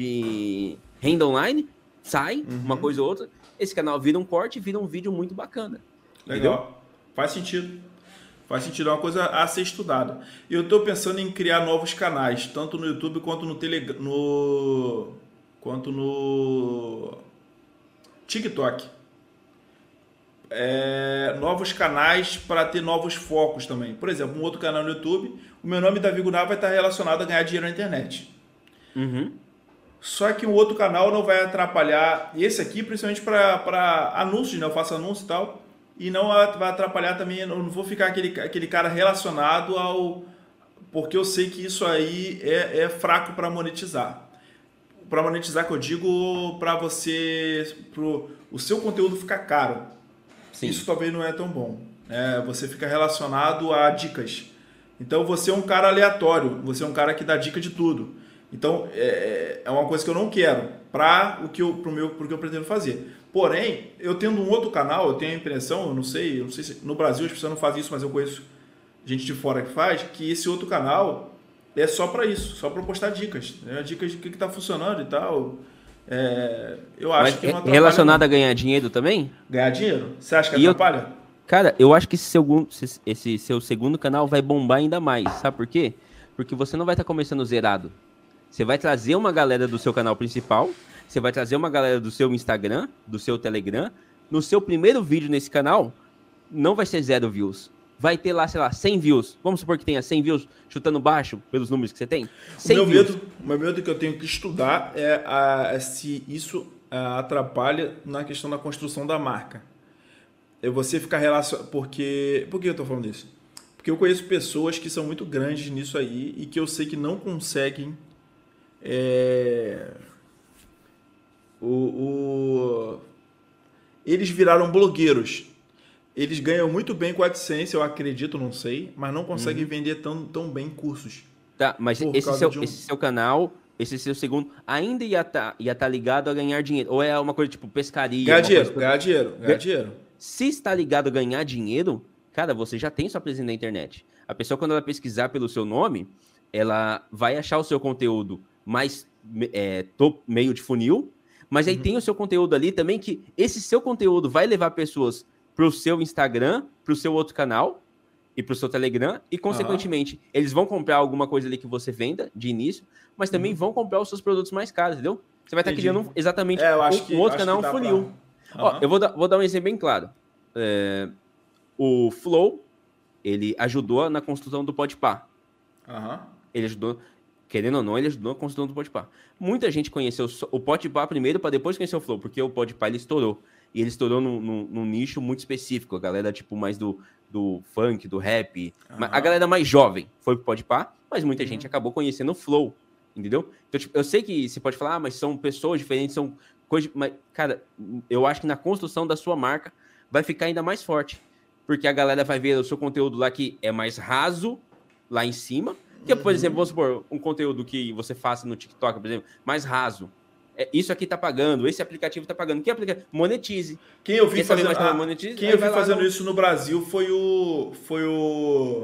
de renda online, sai uhum. uma coisa ou outra. Esse canal vira um corte, vira um vídeo muito bacana. Legal. Entendeu? Faz sentido. Faz sentido, é uma coisa a ser estudada. E eu estou pensando em criar novos canais, tanto no YouTube quanto no Telegram, no... quanto no TikTok. é, novos canais para ter novos focos também. Por exemplo, um outro canal no YouTube, o meu nome Davi Gunnar vai estar relacionado a ganhar dinheiro na internet. Uhum. Só que um outro canal não vai atrapalhar, esse aqui principalmente para anúncios, né? Eu faço anúncio e tal, e não vai atrapalhar também, eu não vou ficar aquele, aquele cara relacionado ao... Porque eu sei que isso aí é, é fraco para monetizar. Para monetizar, que eu digo, para você, pro, o seu conteúdo ficar caro. Sim. Isso talvez não é tão bom. É, você fica relacionado a dicas. Então você é um cara aleatório, você é um cara que dá dica de tudo. Então é, é uma coisa que eu não quero para o que eu, pro meu, pro que eu pretendo fazer. Porém, eu tendo um outro canal, eu tenho a impressão, eu não sei, eu não sei se no Brasil as pessoas não fazem isso, mas eu conheço gente de fora que faz, que esse outro canal é só para isso, só para postar dicas, né? Dicas de o que está funcionando e tal. É, eu acho mas que não relacionado não. a ganhar dinheiro também? Ganhar dinheiro? Você acha que e atrapalha? Eu, cara, eu acho que esse seu, esse seu segundo canal vai bombar ainda mais, sabe por quê? Porque você não vai estar tá começando zerado. Você vai trazer uma galera do seu canal principal, você vai trazer uma galera do seu Instagram, do seu Telegram. No seu primeiro vídeo nesse canal, não vai ser zero views. Vai ter lá, sei lá, cem views. Vamos supor que tenha cem views, chutando baixo pelos números que você tem. O meu medo, o meu medo que eu tenho que estudar é, a, é se isso a, atrapalha na questão da construção da marca. É você ficar relacionado... Porque, por que eu estou falando isso? Porque eu conheço pessoas que são muito grandes nisso aí e que eu sei que não conseguem... É, o, o, eles viraram blogueiros. Eles ganham muito bem com a AdSense, eu acredito, não sei, mas não conseguem uhum. vender tão, tão bem cursos. Tá, mas esse seu, um... esse seu canal, esse seu segundo, ainda ia estar tá, ia tá ligado a ganhar dinheiro? Ou é uma coisa tipo pescaria? Ganhar dinheiro, coisa... ganhar dinheiro, ganhar dinheiro. Se está ligado a ganhar dinheiro, cara, você já tem sua presença na internet. A pessoa, quando ela pesquisar pelo seu nome, ela vai achar o seu conteúdo mais é, top, meio de funil, mas aí uhum. tem o seu conteúdo ali também, que esse seu conteúdo vai levar pessoas para o seu Instagram, para o seu outro canal e para o seu Telegram, e consequentemente uhum. eles vão comprar alguma coisa ali que você venda de início, mas também uhum. vão comprar os seus produtos mais caros, entendeu? Você vai estar criando um, exatamente é, eu acho um, que, um outro acho canal, um funil. Pra... Uhum. Ó, eu vou dar, vou dar um exemplo bem claro. É, o Flow, ele ajudou na construção do Podpah. Uhum. Ele ajudou... Querendo ou não, ele ajudou a construção do Podpah. Muita gente conheceu o Podpah primeiro para depois conhecer o Flow, porque o Podpah ele estourou. E ele estourou num, num, num nicho muito específico. A galera, tipo, mais do, do funk, do rap. Uhum. A galera mais jovem foi pro Podpah, mas muita uhum. gente acabou conhecendo o Flow, entendeu? Então, tipo, eu sei que você pode falar, ah, mas são pessoas diferentes, são coisas... Mas, cara, eu acho que na construção da sua marca vai ficar ainda mais forte. Porque a galera vai ver o seu conteúdo lá que é mais raso, lá em cima. Que, por exemplo, vamos supor, um conteúdo que você faça no TikTok, por exemplo, mais raso. É, isso aqui tá pagando, esse aplicativo tá pagando. Que aplicativo? Monetize. Quem eu vi Quem fazendo, ah, monetize, quem eu vi fazendo no... isso no Brasil foi o... Foi o...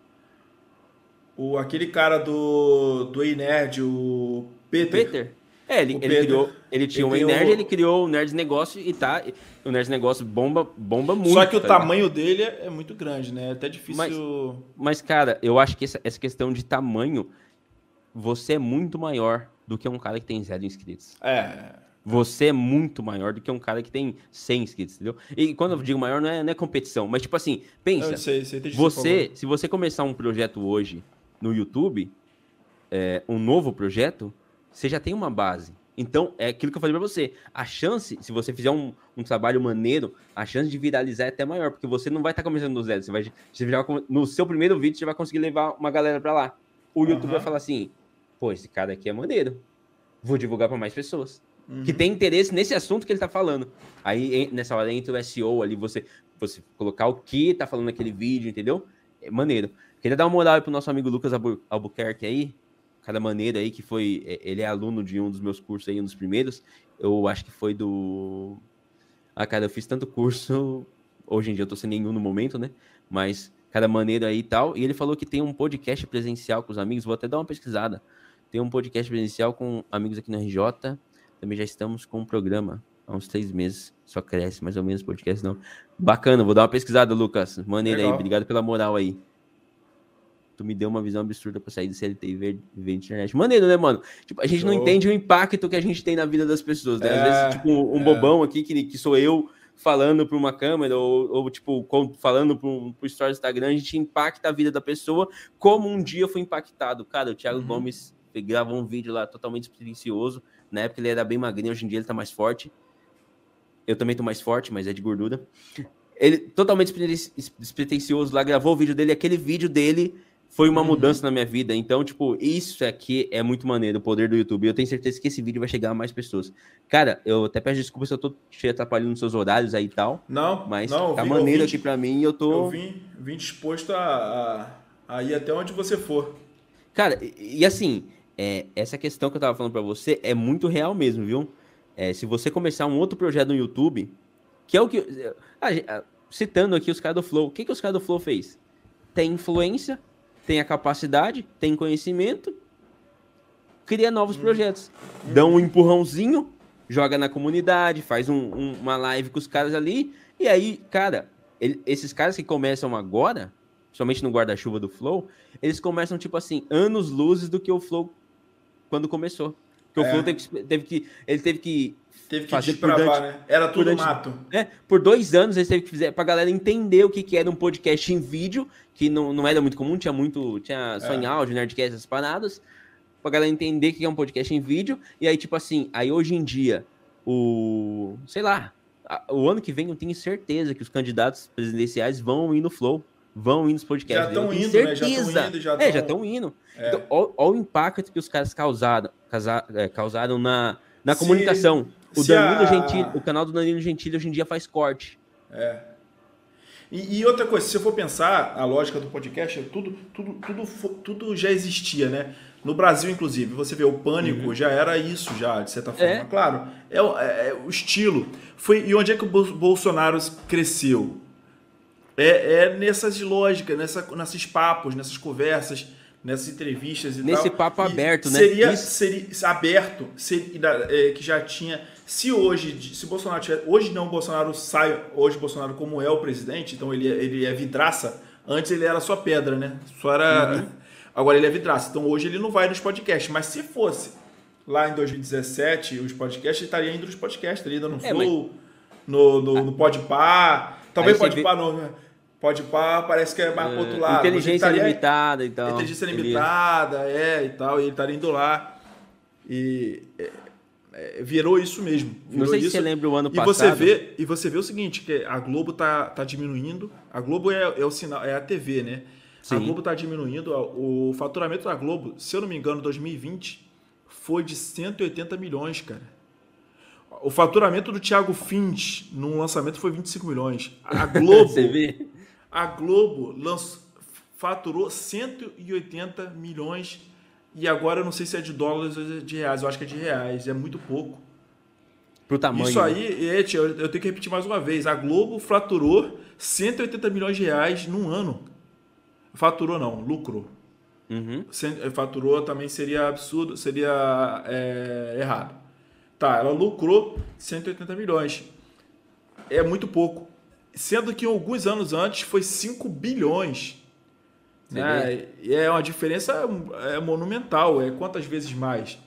o aquele cara do, do Ei Nerd, o Peter. Peter? É, ele, ele, criou, ele tinha ele um Ei Nerd, o... ele criou o Nerds Negócio e tá... O Nerds Negócio bomba, bomba muito. Só que o tá tamanho ligado? dele é muito grande, né? É até difícil... Mas, mas, cara, eu acho que essa, essa questão de tamanho, você é muito maior do que um cara que tem zero inscritos. É... Você é muito maior do que um cara que tem cem inscritos, entendeu? E quando eu digo maior, não é, não é competição, mas tipo assim, pensa, eu sei, sei, você, se você começar um projeto hoje no YouTube, é, um novo projeto, você já tem uma base. Então, é aquilo que eu falei pra você, a chance, se você fizer um, um trabalho maneiro, a chance de viralizar é até maior, porque você não vai estar tá começando do zero, você vai, você já, no seu primeiro vídeo, você vai conseguir levar uma galera pra lá. O YouTube uhum. vai falar assim, pô, esse cara aqui é maneiro, vou divulgar pra mais pessoas. Uhum. Que tem interesse nesse assunto que ele tá falando. Aí, nessa hora, entra o S E O ali, você, você colocar o que tá falando naquele vídeo, entendeu? É maneiro. Queria dar uma moral aí pro nosso amigo Lucas Albu- Albuquerque aí, cada maneiro aí, que foi... Ele é aluno de um dos meus cursos aí, um dos primeiros. Eu acho que foi do... Ah, cara, eu fiz tanto curso... Hoje em dia eu tô sem nenhum no momento, né? Mas cada maneiro aí e tal. E ele falou que tem um podcast presencial com os amigos. Vou até dar uma pesquisada. Tem um podcast presencial com amigos aqui no R J... Também já estamos com um programa há uns três meses. Só cresce mais ou menos o podcast, não. Bacana, vou dar uma pesquisada, Lucas. Maneiro aí, obrigado pela moral aí. Tu me deu uma visão absurda pra sair do C L T e ver, ver internet. Maneiro, né, mano? Tipo, a gente Show. não entende o impacto que a gente tem na vida das pessoas, né? Às é, vezes, tipo, um, um é. bobão aqui, que, que sou eu, falando para uma câmera ou, ou tipo, com, falando para o story do Instagram, a gente impacta a vida da pessoa como um dia eu fui impactado. Cara, o Thiago uhum. Gomes gravou um vídeo lá totalmente despretensioso. Na época ele era bem magrinho, hoje em dia ele tá mais forte. Eu também tô mais forte, mas é de gordura. Ele totalmente despretensioso lá, gravou o vídeo dele, aquele vídeo dele foi uma uhum. mudança na minha vida. Então, tipo, isso aqui é muito maneiro, o poder do YouTube. Eu tenho certeza que esse vídeo vai chegar a mais pessoas. Cara, eu até peço desculpa se eu tô te atrapalhando nos seus horários aí e tal. Não, mas não, tá vim, maneiro vim, aqui pra mim e eu tô... Eu vim, vim disposto a, a, a ir até onde você for. Cara, e, e assim, é, essa questão que eu tava falando pra você é muito real mesmo, viu? É, se você começar um outro projeto no YouTube, que é o que... Ah, citando aqui os caras do Flow, o que, que os caras do Flow fez? Tem influência, tem a capacidade, tem conhecimento, cria novos hum. projetos. Hum. Dá um empurrãozinho, joga na comunidade, faz um, um, uma live com os caras ali, e aí, cara, ele, esses caras que começam agora, somente no guarda-chuva do Flow, eles começam, tipo assim, anos luzes do que o Flow quando começou. Porque é. o Flow teve que, teve que, ele teve que Teve que fazer desbravar, durante, né? Era tudo durante, mato. É, por dois anos eles teve que fazer pra galera entender o que, que era um podcast em vídeo, que não, não era muito comum, tinha muito, tinha só é. em áudio, Nerdcast, essas paradas, pra galera entender o que é um podcast em vídeo, e aí, tipo assim, aí hoje em dia, o, sei lá, a, o ano que vem eu tenho certeza que os candidatos presidenciais vão ir no Flow, vão ir nos podcasts. Já estão indo, certeza. né? Já estão indo, já É, já estão indo. É. Então, olha o impacto que os caras causaram, causa, é, causaram na, na se, comunicação. O Danilo a... Gentili, o canal do Danilo Gentili hoje em dia faz corte. É. E, e outra coisa, se você for pensar a lógica do podcast, tudo, tudo, tudo, tudo já existia, né? No Brasil, inclusive, você vê, o Pânico uhum. já era isso, já, de certa forma. É. Claro, é, é, é o estilo. Foi, e onde é que o Bolsonaro cresceu? É, é nessas lógicas, nessa, nesses papos, nessas conversas, nessas entrevistas e Nesse tal. Nesse papo e aberto, seria, né? Seria aberto, seria, é, que já tinha... Se hoje, se Bolsonaro tiver... Hoje não, Bolsonaro sai... Hoje Bolsonaro, como é o presidente, então ele, ele é vidraça. Antes ele era só pedra, né? Só era... Uhum. Agora ele é vidraça. Então hoje ele não vai nos podcasts. Mas se fosse lá em dois mil e dezessete, os podcasts, ele estaria indo nos podcasts. Estaria indo no é, Flow, mas... no, no, no Podpah. Talvez Podpah vê... não... Podpah parece que é mais pro outro lado. Inteligência limitada e tal. Inteligência limitada, ele... é, e tal. E ele estaria indo lá. E... É... Virou isso mesmo. Virou não sei isso. se você lembra o ano e passado. Você vê, e você vê o seguinte, que a Globo tá, tá diminuindo. A Globo é, é o sinal, é a T V, né? Sim. A Globo tá diminuindo. O faturamento da Globo, se eu não me engano, em dois mil e vinte, foi de cento e oitenta milhões, cara. O faturamento do Thiago Fins num lançamento foi vinte e cinco milhões. A Globo, você vê? A Globo lanç, faturou cento e oitenta milhões. E agora eu não sei se é de dólares ou de reais. Eu acho que é de reais. É muito pouco. Pro tamanho. Isso aí, Eti, eu tenho que repetir mais uma vez. A Globo faturou cento e oitenta milhões de reais num ano. Faturou não, lucrou. Uhum. Faturou também seria absurdo, seria é, errado. Tá, ela lucrou cento e oitenta milhões. É muito pouco. Sendo que alguns anos antes foi cinco bilhões. Né? É uma diferença é monumental. É quantas vezes mais?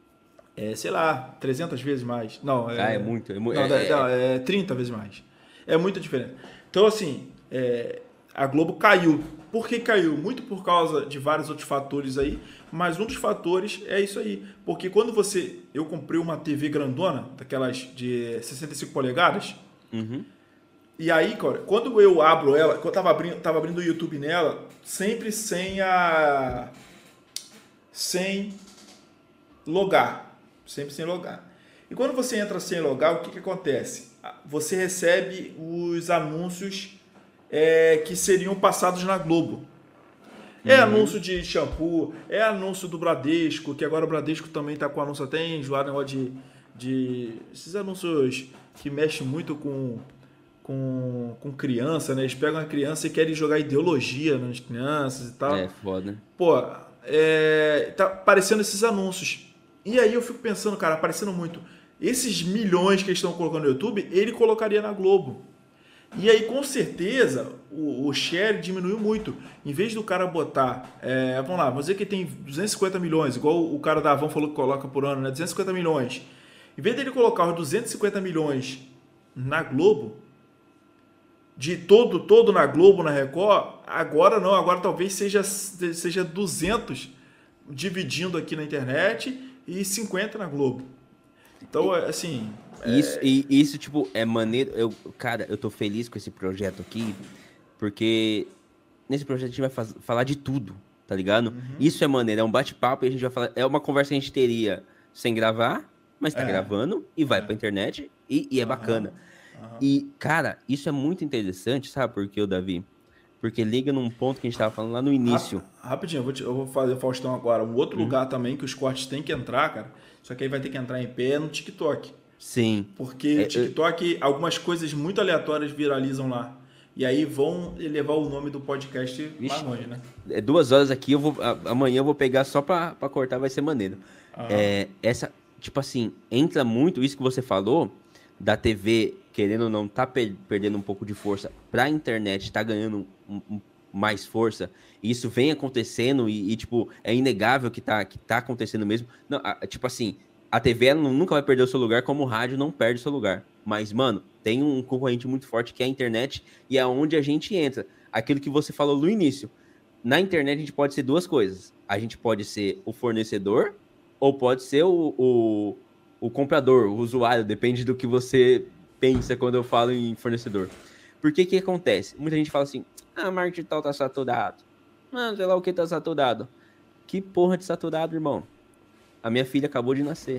É, sei lá, trezentas vezes mais. Não, é, ah, é muito. É, muito não, é, não, é trinta vezes mais. É muita diferença. Então, assim, é, a Globo caiu. Por que caiu? Muito por causa de vários outros fatores aí, mas um dos fatores é isso aí. Porque quando você... Eu comprei uma T V grandona, daquelas de sessenta e cinco polegadas, uhum. E aí, cara, quando eu abro ela, quando eu tava abrindo, tava abrindo o YouTube nela, sempre sem a... sem logar. Sempre sem logar. E quando você entra sem logar, o que que acontece? Você recebe os anúncios é, que seriam passados na Globo. É uhum. anúncio de shampoo, é anúncio do Bradesco, que agora o Bradesco também tá com anúncio até enjoado, negócio de, de... esses anúncios que mexem muito com... Com, com criança, né? Eles pegam a criança e querem jogar ideologia nas crianças e tal. É, foda. Pô, é, tá aparecendo esses anúncios. E aí eu fico pensando, cara, aparecendo muito. Esses milhões que eles estão colocando no YouTube, ele colocaria na Globo. E aí, com certeza, o, o share diminuiu muito. Em vez do cara botar... É, vamos lá, vamos dizer que tem duzentos e cinquenta milhões, igual o cara da Avon falou que coloca por ano, né? duzentos e cinquenta milhões. Em vez dele colocar os duzentos e cinquenta milhões na Globo... de todo, todo na Globo, na Record, agora não, agora talvez seja, seja duzentos dividindo aqui na internet e cinquenta na Globo. Então, assim... Isso, é... e isso, tipo, é maneiro. Eu, cara, eu tô feliz com esse projeto aqui, porque nesse projeto a gente vai faz, falar de tudo, tá ligado? Uhum. Isso é maneiro, é um bate-papo e a gente vai falar. É uma conversa que a gente teria sem gravar, mas tá é. gravando e vai é. pra internet e, e é uhum. bacana. Uhum. E, cara, isso é muito interessante, sabe por quê, Davi? Porque liga num ponto que a gente tava falando lá no início. Rapidinho, eu vou, te, eu vou fazer, Faustão, agora. Um outro uhum. lugar também que os cortes têm que entrar, cara, só que aí vai ter que entrar em pé no TikTok. Sim. Porque é, TikTok, eu... algumas coisas muito aleatórias viralizam lá. E aí vão elevar o nome do podcast Vixe, mais longe, né? É duas horas aqui, eu vou, amanhã eu vou pegar só pra, pra cortar, vai ser maneiro. É, essa, tipo assim, entra muito isso que você falou, da T V, querendo ou não, tá per- perdendo um pouco de força, pra internet tá ganhando um, um, mais força, e isso vem acontecendo, e, e tipo, é inegável que tá, que tá acontecendo mesmo. Não, a, tipo assim, a T V ela nunca vai perder o seu lugar, como o rádio não perde o seu lugar. Mas, mano, tem um concorrente muito forte que é a internet, e é onde a gente entra. Aquilo que você falou no início. Na internet a gente pode ser duas coisas. A gente pode ser o fornecedor, ou pode ser o, o, o comprador, o usuário, depende do que você pensa quando eu falo em fornecedor. Por que que acontece? Muita gente fala assim, ah, marketing digital tá saturado. Ah, sei lá o que tá saturado. Que porra de saturado, irmão? A minha filha acabou de nascer.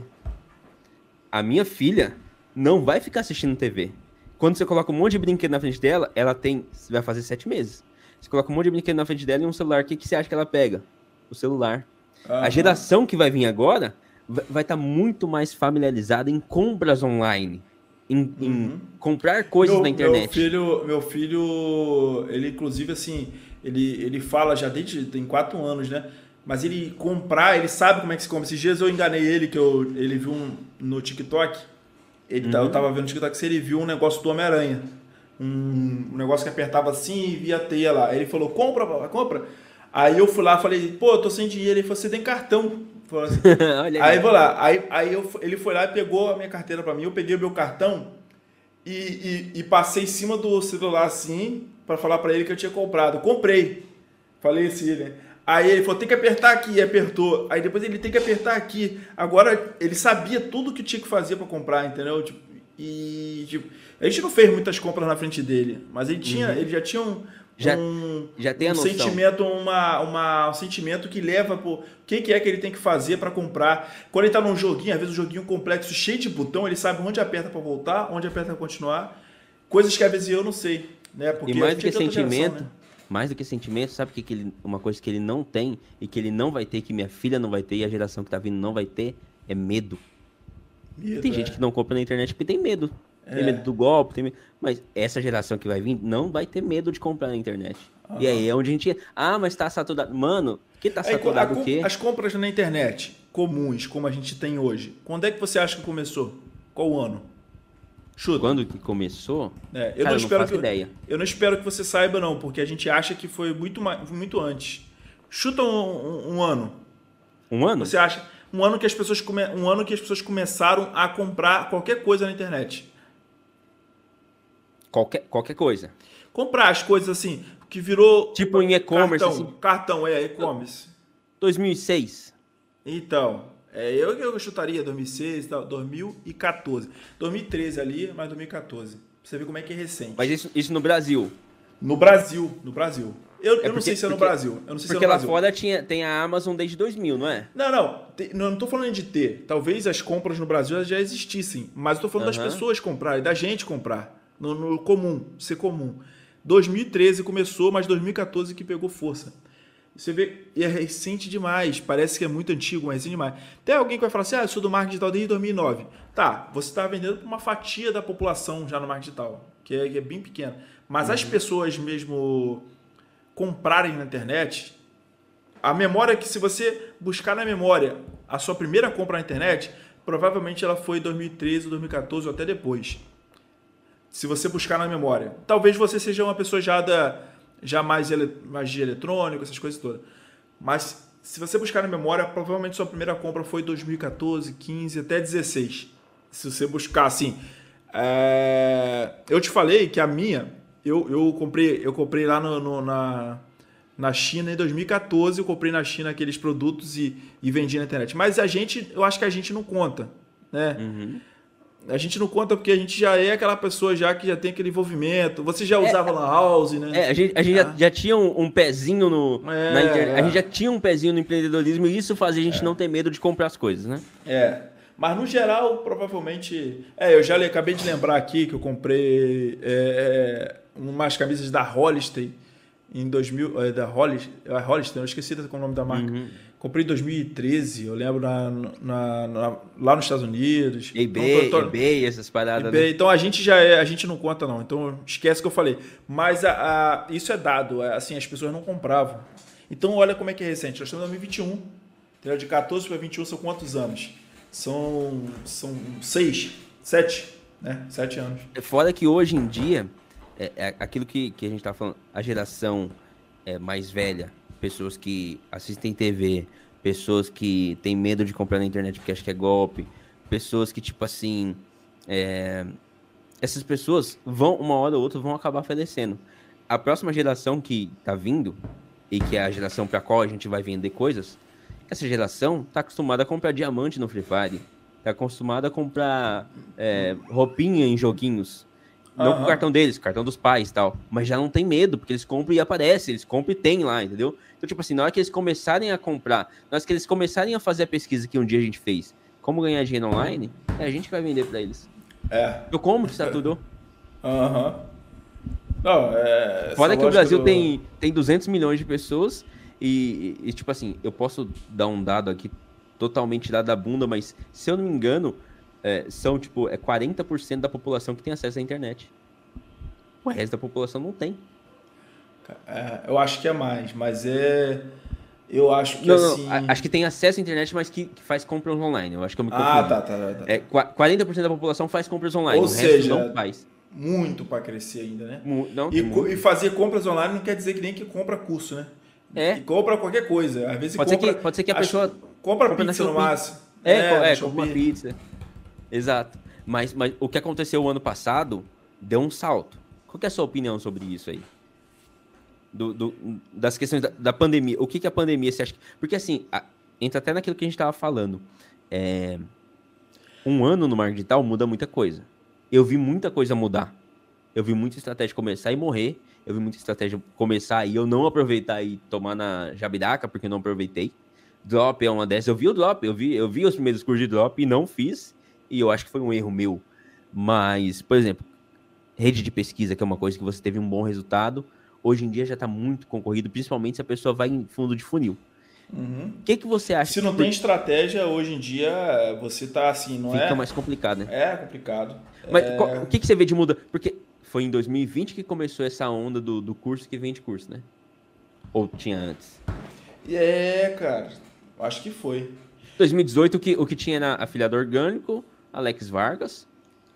A minha filha não vai ficar assistindo T V. Quando você coloca um monte de brinquedo na frente dela, ela tem... vai fazer sete meses. Você coloca um monte de brinquedo na frente dela e um celular. O que, que você acha que ela pega? O celular. Uhum. A geração que vai vir agora vai estar tá muito mais familiarizada em compras online. Em, uhum. em comprar coisas meu, na internet. Meu filho, meu filho, ele inclusive assim, ele, ele fala já desde tem quatro anos, né? Mas ele comprar, ele sabe como é que se compra. Esses dias eu enganei ele, que eu, ele viu um, no TikTok, ele, uhum. eu tava vendo no TikTok, se ele viu um negócio do Homem-Aranha. Um, um negócio que apertava assim e via a teia lá. Aí ele falou, compra, compra. Aí eu fui lá e falei, pô, eu tô sem dinheiro. Ele falou, você tem cartão. Assim. Olha aí, aí vou lá. Aí, aí eu, ele foi lá e pegou a minha carteira pra mim. Eu peguei o meu cartão e, e, e passei em cima do celular assim, pra falar pra ele que eu tinha comprado. Eu comprei. Falei assim, né? Aí ele falou, tem que apertar aqui, e apertou. Aí depois ele tem que apertar aqui. Agora, ele sabia tudo que tinha que fazer para comprar, entendeu? Tipo, e tipo, a gente não fez muitas compras na frente dele, mas ele, tinha, uhum. ele já tinha um, já, um, já tem a um noção. sentimento, uma, uma, um sentimento que leva pro que, que é que ele tem que fazer para comprar. Quando ele tá num joguinho, às vezes um joguinho complexo, cheio de botão, ele sabe onde aperta para voltar, onde aperta para continuar. Coisas que às vezes eu não sei, né? Porque e mais do que sentimento... geração, né? Mais do que sentimento, sabe que, que ele, uma coisa que ele não tem e que ele não vai ter, que minha filha não vai ter e a geração que tá vindo não vai ter, é medo. medo tem é. gente que não compra na internet porque tem medo. É. Tem medo do golpe, tem medo. Mas essa geração que vai vir não vai ter medo de comprar na internet. Ah. E aí é onde a gente... Ah, mas tá saturado. Mano, que tá saturado aí, a, o quê? As compras na internet comuns, como a gente tem hoje, quando é que você acha que começou? Qual ano? Chuta. Quando que começou? É, eu, Cara, não espero não faço que, ideia. Eu não espero que você saiba, não, porque a gente acha que foi muito, muito antes. Chuta um, um, um ano. Um ano? Você acha? Um ano, que as pessoas come, um ano que as pessoas começaram a comprar qualquer coisa na internet. Qualquer, qualquer coisa. Comprar as coisas assim, que virou... Tipo em e-commerce. Cartão, assim. cartão é, e-commerce. dois mil e seis. Então... É, eu, eu chutaria dois mil e seis, dois mil e quatorze. dois mil e treze ali, mas dois mil e quatorze. Pra você ver como é que é recente. Mas isso, isso no Brasil? No Brasil, no Brasil. Eu, é porque, eu não sei se é no porque, Brasil. Eu não sei porque se é no lá Brasil. fora tinha, tem a Amazon desde dois mil, não é? Não, não. Tem, não, não tô falando de ter. Talvez as compras no Brasil já existissem. Mas eu tô falando uhum. das pessoas comprarem, da gente comprar. No, no comum, ser comum. dois mil e treze começou, mas dois mil e quatorze que pegou força. Você vê, e é recente demais, parece que é muito antigo, mas é recente demais. Tem alguém que vai falar assim, ah, eu sou do marketing digital desde dois mil e nove. Tá, você está vendendo para uma fatia da população já no marketing digital, que é, que é bem pequena. Mas uhum. as pessoas mesmo comprarem na internet, a memória que se você buscar na memória a sua primeira compra na internet, provavelmente ela foi em dois mil e treze, dois mil e quatorze ou até depois. Se você buscar na memória. Talvez você seja uma pessoa já da... já mais ele, magia eletrônica, essas coisas todas. Mas se você buscar na memória, provavelmente sua primeira compra foi dois mil e quatorze, quinze, até dezesseis. Se você buscar assim... É... Eu te falei que a minha... eu, eu, comprei, eu comprei lá no, no, na, na China em dois mil e quatorze, eu comprei na China aqueles produtos e, e vendi na internet. Mas a gente, eu acho que a gente não conta, né? Uhum. A gente não conta porque a gente já é aquela pessoa já que já tem aquele envolvimento. Você já usava é, lan house, né? É, a gente, a gente ah. já, já tinha um, um pezinho no, é, na internet. É. A gente já tinha um pezinho no empreendedorismo e isso fazia a gente é. não ter medo de comprar as coisas, né? É. Mas no geral, provavelmente... É, eu já acabei de lembrar aqui que eu comprei é, umas camisas da Hollister em dois mil... É, da Hollister, a Hollister, eu esqueci qual é o nome da marca. Uhum. Comprei em dois mil e treze, eu lembro, na, na, na, lá nos Estados Unidos. eBay, então, tô... eBay, essas paradas. eBay. Né? Então a gente já é, a gente não conta não, então esquece o que eu falei. Mas a, a, isso é dado, assim, as pessoas não compravam. Então olha como é que é recente, nós estamos em dois mil e vinte e um, entendeu? De quatorze para vinte e um são quantos anos? São, são seis, sete, né? Sete anos. Fora que hoje em dia, é, é aquilo que, que a gente tá falando, a geração é, mais velha, pessoas que assistem T V, pessoas que têm medo de comprar na internet porque acham que é golpe, pessoas que, tipo assim, é... essas pessoas vão, uma hora ou outra, vão acabar falecendo. A próxima geração que tá vindo, e que é a geração para a qual a gente vai vender coisas, essa geração tá acostumada a comprar diamante no Free Fire, tá acostumada a comprar é, roupinha em joguinhos. Não uhum. com o cartão deles, com o cartão dos pais e tal. Mas já não tem medo, porque eles compram e aparece, eles compram e tem lá, entendeu? Então, tipo assim, na hora que eles começarem a comprar, na hora que eles começarem a fazer a pesquisa que um dia a gente fez, como ganhar dinheiro online, é a gente que vai vender pra eles. É. Eu como que está tudo. Aham. Uhum. Não, é... Fora que o Brasil do... tem, tem duzentos milhões de pessoas e, e, tipo assim, eu posso dar um dado aqui totalmente dado da bunda, mas se eu não me engano, É, são, tipo, é quarenta por cento da população que tem acesso à internet. O resto da população não tem. É, eu acho que é mais, mas é... Eu acho que não, assim... Não, acho que tem acesso à internet, mas que, que faz compras online. Eu acho que eu me confundi. Ah, tá, tá, tá. É, quarenta por cento da população faz compras online. Ou o seja, resto não faz. Muito para crescer ainda, né? Não, e, e fazer compras online não quer dizer que nem que compra curso, né? É. E compra qualquer coisa. Às vezes pode, compra, ser que, pode ser que a pessoa... Compra, compra pizza no máximo. É, é, é compra uma pizza. Exato. Mas, mas o que aconteceu o ano passado deu um salto. Qual que é a sua opinião sobre isso aí? Do, do, das questões da, da pandemia. O que, que a pandemia você acha que... Porque assim, a, entra até naquilo que a gente estava falando. É, um ano no marketing digital muda muita coisa. Eu vi muita coisa mudar. Eu vi muita estratégia começar e morrer. Eu vi muita estratégia começar e eu não aproveitar e tomar na jabiraca, porque eu não aproveitei. Drop é uma dessas. Eu vi o drop, eu vi, eu vi os primeiros cursos de drop e não fiz. E eu acho que foi um erro meu. Mas, por exemplo, rede de pesquisa, que é uma coisa que você teve um bom resultado, hoje em dia já está muito concorrido, principalmente se a pessoa vai em fundo de funil. O uhum. que, que você acha? Se não que... tem estratégia, hoje em dia, você tá assim, não Fica é? Fica mais complicado, né? É complicado. Mas é... Qual, o que, que você vê de muda? Porque foi em dois mil e vinte que começou essa onda do, do curso que vende curso, né? Ou tinha antes? É, cara. Acho que foi. dois mil e dezoito, o que, o que tinha na afiliado orgânico... Alex Vargas.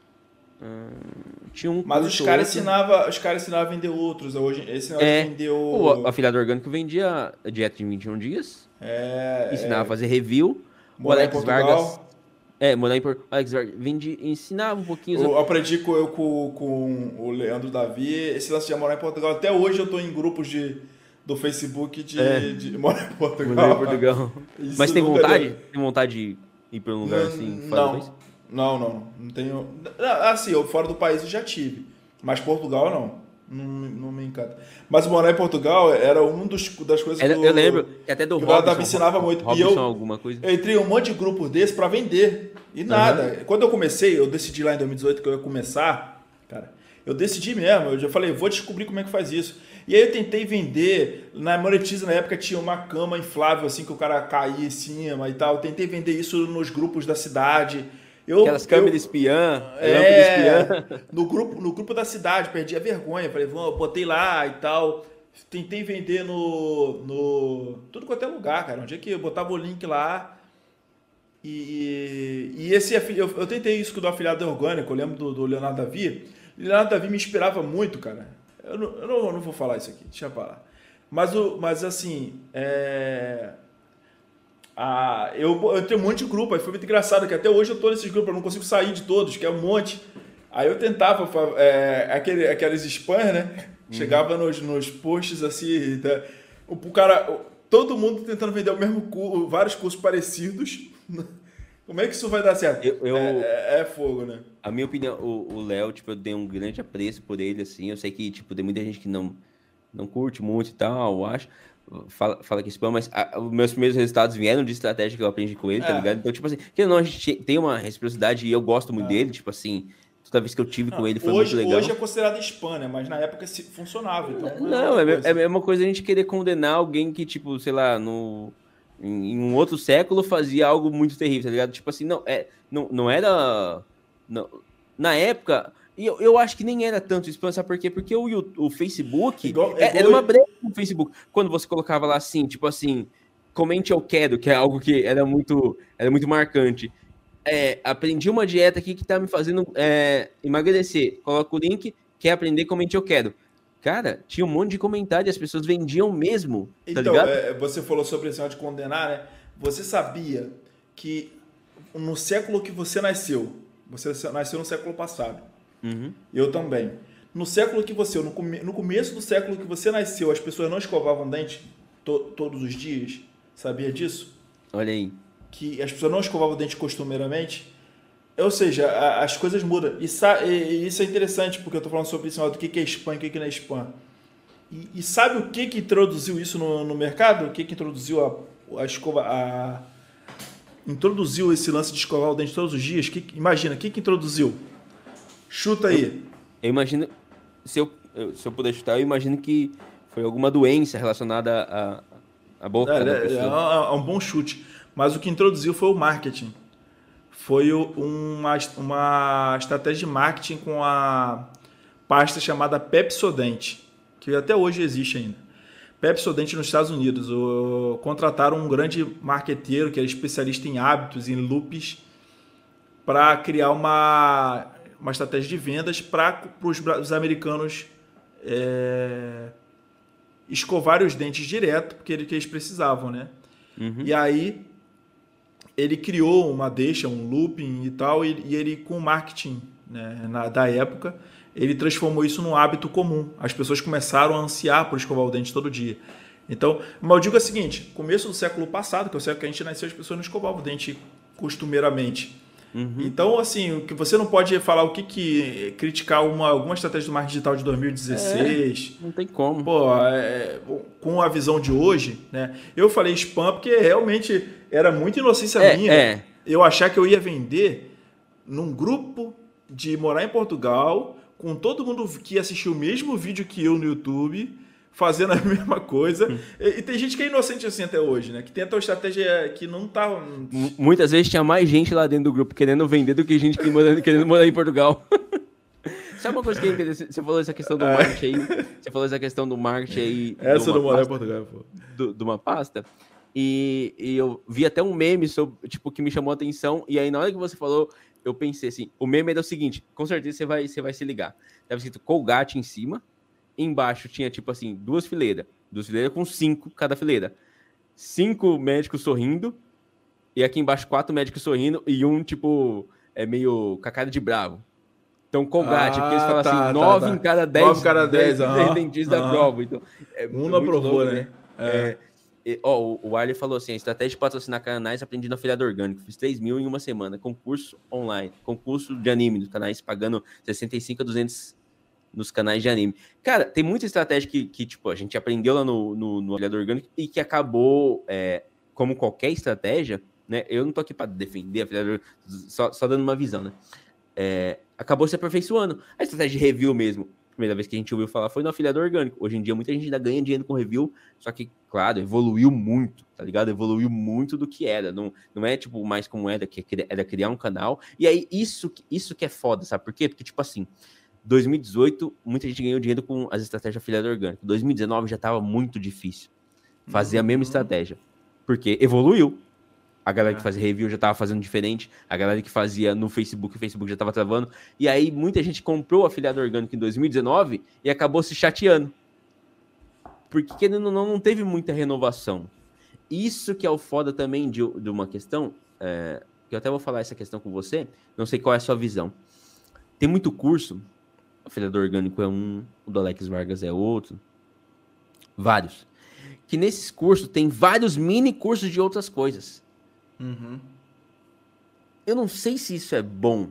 Hum, tinha um Mas os caras ensinavam os cara ensinava a vender outros. Hoje, esse negócio é, de vender o... o afiliado orgânico vendia a dieta de vinte e um dias. É, ensinava é. a fazer review. O Alex Vargas. É, morar em Portugal. Alex Vargas vendia, ensinava um pouquinho. Eu aprendi com, eu, com, com o Leandro Davi. Esse lance de morar em Portugal. Até hoje eu estou em grupos de, do Facebook de, é. de morar em Portugal. Morar em Portugal. Mas tem vontade? Deu. Tem vontade de ir para um lugar assim? Fora não. do país? Não, não, não tenho. Assim, eu fora do país eu já tive, mas Portugal não, não, não me encanta. Mas morar em Portugal era um dos das coisas era, que eu lembro que até do que Robson, me ensinava muito. Robson, e eu, alguma coisa. eu entrei em um monte de grupos desse para vender e nada. Uhum. Quando eu comecei, eu decidi lá em dois mil e dezoito que eu ia começar, cara. Eu decidi mesmo, eu já falei, vou descobrir como é que faz isso. E aí eu tentei vender, na Monetiza na época tinha uma cama inflável assim que o cara caía em cima e tal. Eu tentei vender isso nos grupos da cidade. Eu, Aquelas câmeras espiã, é, espiã. No grupo, no grupo da cidade, perdi a vergonha. Falei, vamos, botei lá e tal. Tentei vender no, no... Tudo quanto é lugar, cara. Onde é que eu botava o link lá. E, e esse eu, eu tentei isso com o do afiliado orgânico. Eu lembro do, do Leonardo Davi. O Leonardo Davi me inspirava muito, cara. Eu não, eu não, eu não vou falar isso aqui, deixa eu falar. Mas, o, mas assim, é... Ah, eu, eu tenho um monte de grupo, aí foi muito engraçado que até hoje eu tô nesses grupos, eu não consigo sair de todos, que é um monte. Aí eu tentava, é, aquele, aqueles spams, né? Uhum. Chegava nos, nos posts assim, tá? o, o cara, todo mundo tentando vender o mesmo curso, vários cursos parecidos. Como é que isso vai dar certo? Eu, eu, é, é, é fogo, né? A minha opinião, o Léo, tipo, eu dei um grande apreço por ele, assim. Eu sei que, tipo, tem muita gente que não, não curte muito e tal, eu acho. Fala, fala que spam, mas a, os meus primeiros resultados vieram de estratégia que eu aprendi com ele, é. tá ligado? Então, tipo assim, que não, a gente tem uma reciprocidade e eu gosto muito é. dele, tipo assim, toda vez que eu tive não, com ele foi hoje, muito legal. Hoje é considerado spam, né? Mas na época funcionava. Então não, é, é a mesma coisa a gente querer condenar alguém que, tipo, sei lá, no, em, em um outro século fazia algo muito terrível, tá ligado? Tipo assim, não, é, não, não era... Não, na época... E eu, eu acho que nem era tanto spam, sabe por quê? Porque o, o Facebook igual, igual era uma brecha no Facebook. Quando você colocava lá assim, tipo assim, comente eu quero, que é algo que era muito, era muito marcante. É, aprendi uma dieta aqui que tá me fazendo é, emagrecer. Coloca o link, quer aprender, comente eu quero. Cara, tinha um monte de comentário e as pessoas vendiam mesmo, tá então, ligado? É, você falou sobre esse negócio de condenar, né? Você sabia que no século que você nasceu, você nasceu no século passado, Uhum. Eu também. No século que você, no, come, no começo do século que você nasceu, as pessoas não escovavam dente to, todos os dias. Sabia disso? Olha aí. Que as pessoas não escovavam dente costumeiramente. Ou seja, a, as coisas mudam. E, sa, e, e isso é interessante, porque eu estou falando sobre isso, do que, que é spam e o que, que não é spam. E, e sabe o que, que introduziu isso no, no mercado? O que, que introduziu a, a escova... A, introduziu esse lance de escovar o dente todos os dias? Que, imagina, o que, que introduziu? Chuta aí. Eu, eu imagino, se eu, se eu puder chutar, eu imagino que foi alguma doença relacionada à, à boca é, da é, pessoa. É, é um bom chute. Mas o que introduziu foi o marketing. Foi uma, uma estratégia de marketing com a pasta chamada Pepsodent, que até hoje existe ainda. Pepsodent nos Estados Unidos. O, contrataram um grande marqueteiro que era especialista em hábitos, em loops, para criar uma... uma estratégia de vendas para os americanos é, escovarem os dentes direto, porque ele, que eles precisavam, né? Uhum. E aí ele criou uma deixa, um looping e tal, e, e ele, com o marketing, né, na, da época, ele transformou isso num hábito comum. As pessoas começaram a ansiar por escovar o dente todo dia. Então, mas eu digo o seguinte, começo do século passado, que é o século que a gente nasceu, as pessoas não escovavam o dente costumeiramente. Uhum. Então, assim, o que você não pode falar o que, que criticar uma, alguma estratégia do marketing digital de dois mil e dezesseis. É, não tem como. Pô, é, com a visão de hoje, né? Eu falei spam porque realmente era muita inocência é, minha. É. Eu achar que eu ia vender num grupo de morar em Portugal, com todo mundo que assistiu o mesmo vídeo que eu no YouTube, fazendo a mesma coisa. Hum. E, e tem gente que é inocente assim até hoje, né? Que tenta uma estratégia que não tá... M- muitas vezes tinha mais gente lá dentro do grupo querendo vender do que gente que mora, querendo morar em Portugal. Sabe uma coisa que é interessante? Você falou essa questão do marketing aí. Você falou essa questão do marketing aí. Essa do morar em Portugal, pô. Do, de uma pasta. E, e eu vi até um meme sobre, tipo, que me chamou a atenção. E aí, na hora que você falou, eu pensei assim: o meme era o seguinte, com certeza você vai, você vai se ligar. Tava escrito Colgate em cima. Embaixo tinha, tipo assim, duas fileiras. Duas fileiras com cinco cada fileira. Cinco médicos sorrindo. E aqui embaixo, quatro médicos sorrindo. E um, tipo, é meio com a cara de bravo. Então, Colgate, ah, porque eles falam tá, assim, nove tá, tá. em cada dez. Nove em cada dez, dez, dez dentistas da prova. Então, é um não aprovou, louco, né? É. É, e, ó, o, o Arley falou assim, a estratégia de patrocinar canais aprendi na afiliado orgânico. Fiz três mil em uma semana. Concurso online. Concurso de anime dos canais pagando sessenta e cinco a duzentos nos canais de anime. Cara, tem muita estratégia que, que tipo, a gente aprendeu lá no, no, no afiliado orgânico e que acabou, é, como qualquer estratégia, né? Eu não tô aqui para defender a afiliado, só, só dando uma visão, né? É, acabou se aperfeiçoando. A estratégia de review mesmo, a primeira vez que a gente ouviu falar foi no afiliado orgânico. Hoje em dia, muita gente ainda ganha dinheiro com review, só que, claro, evoluiu muito, tá ligado? Evoluiu muito do que era. Não, não é, tipo, mais como era, que era criar um canal. E aí, isso, isso que é foda, sabe por quê? Porque, tipo assim, dois mil e dezoito, muita gente ganhou dinheiro com as estratégias de afiliado orgânico. dois mil e dezenove já tava muito difícil fazer uhum. a mesma estratégia, porque evoluiu. A galera que fazia review já tava fazendo diferente. A galera que fazia no Facebook, o Facebook já tava travando. E aí, muita gente comprou o afiliado orgânico em dois mil e dezenove e acabou se chateando. Porque, querendo ou não, não teve muita renovação. Isso que é o foda também de, de uma questão, é, que eu até vou falar essa questão com você, não sei qual é a sua visão. tem muito curso, o afiliador orgânico é um, o do Alex Vargas é outro, vários. Que nesses cursos tem vários mini cursos de outras coisas. Uhum. Eu não sei se isso é bom.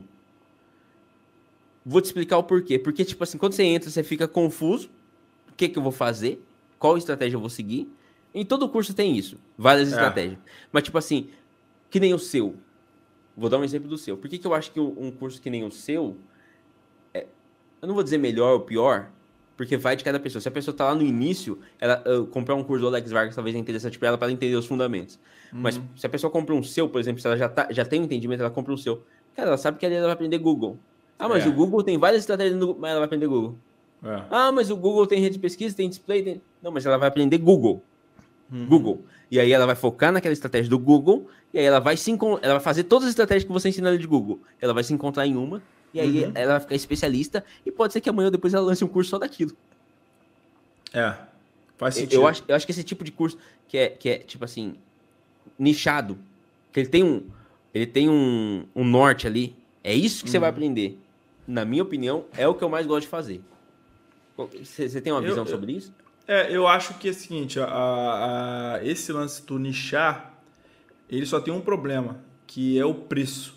Vou te explicar o porquê. Porque, tipo assim, quando você entra, você fica confuso. O que que eu vou fazer? Qual estratégia eu vou seguir? Em todo curso tem isso. Várias É. estratégias. Mas, tipo assim, que nem o seu. Vou dar um exemplo do seu. Por que que eu acho que um curso que nem o seu... É, eu não vou dizer melhor ou pior, porque vai de cada pessoa. Se a pessoa tá lá no início, ela uh, comprar um curso do Alex Vargas talvez é interessante para ela, para ela entender os fundamentos. Uhum. Mas se a pessoa compra um seu, por exemplo, se ela já, tá, já tem um entendimento, ela compra um seu. Cara, ela sabe que ali ela vai aprender Google. Ah, mas é. o Google tem várias estratégias no Google, mas ela vai aprender Google. É. Ah, mas o Google tem rede de pesquisa, tem display, tem... Não, mas ela vai aprender Google. Uhum. Google. E aí ela vai focar naquela estratégia do Google, e aí ela vai se encont... ela vai fazer todas as estratégias que você ensina ela de Google. Ela vai se encontrar em uma, e aí uhum. ela vai ficar especialista, e pode ser que amanhã ou depois ela lance um curso só daquilo. É, faz sentido. Eu acho, eu acho que esse tipo de curso que é, que é tipo assim, nichado, que ele tem um, ele tem um, um norte ali, é isso que uhum. você vai aprender. Na minha opinião, é o que eu mais gosto de fazer. Você, você tem uma visão eu, sobre isso? É, eu acho que é o seguinte, a, a, esse lance do nichar, ele só tem um problema, que é o preço.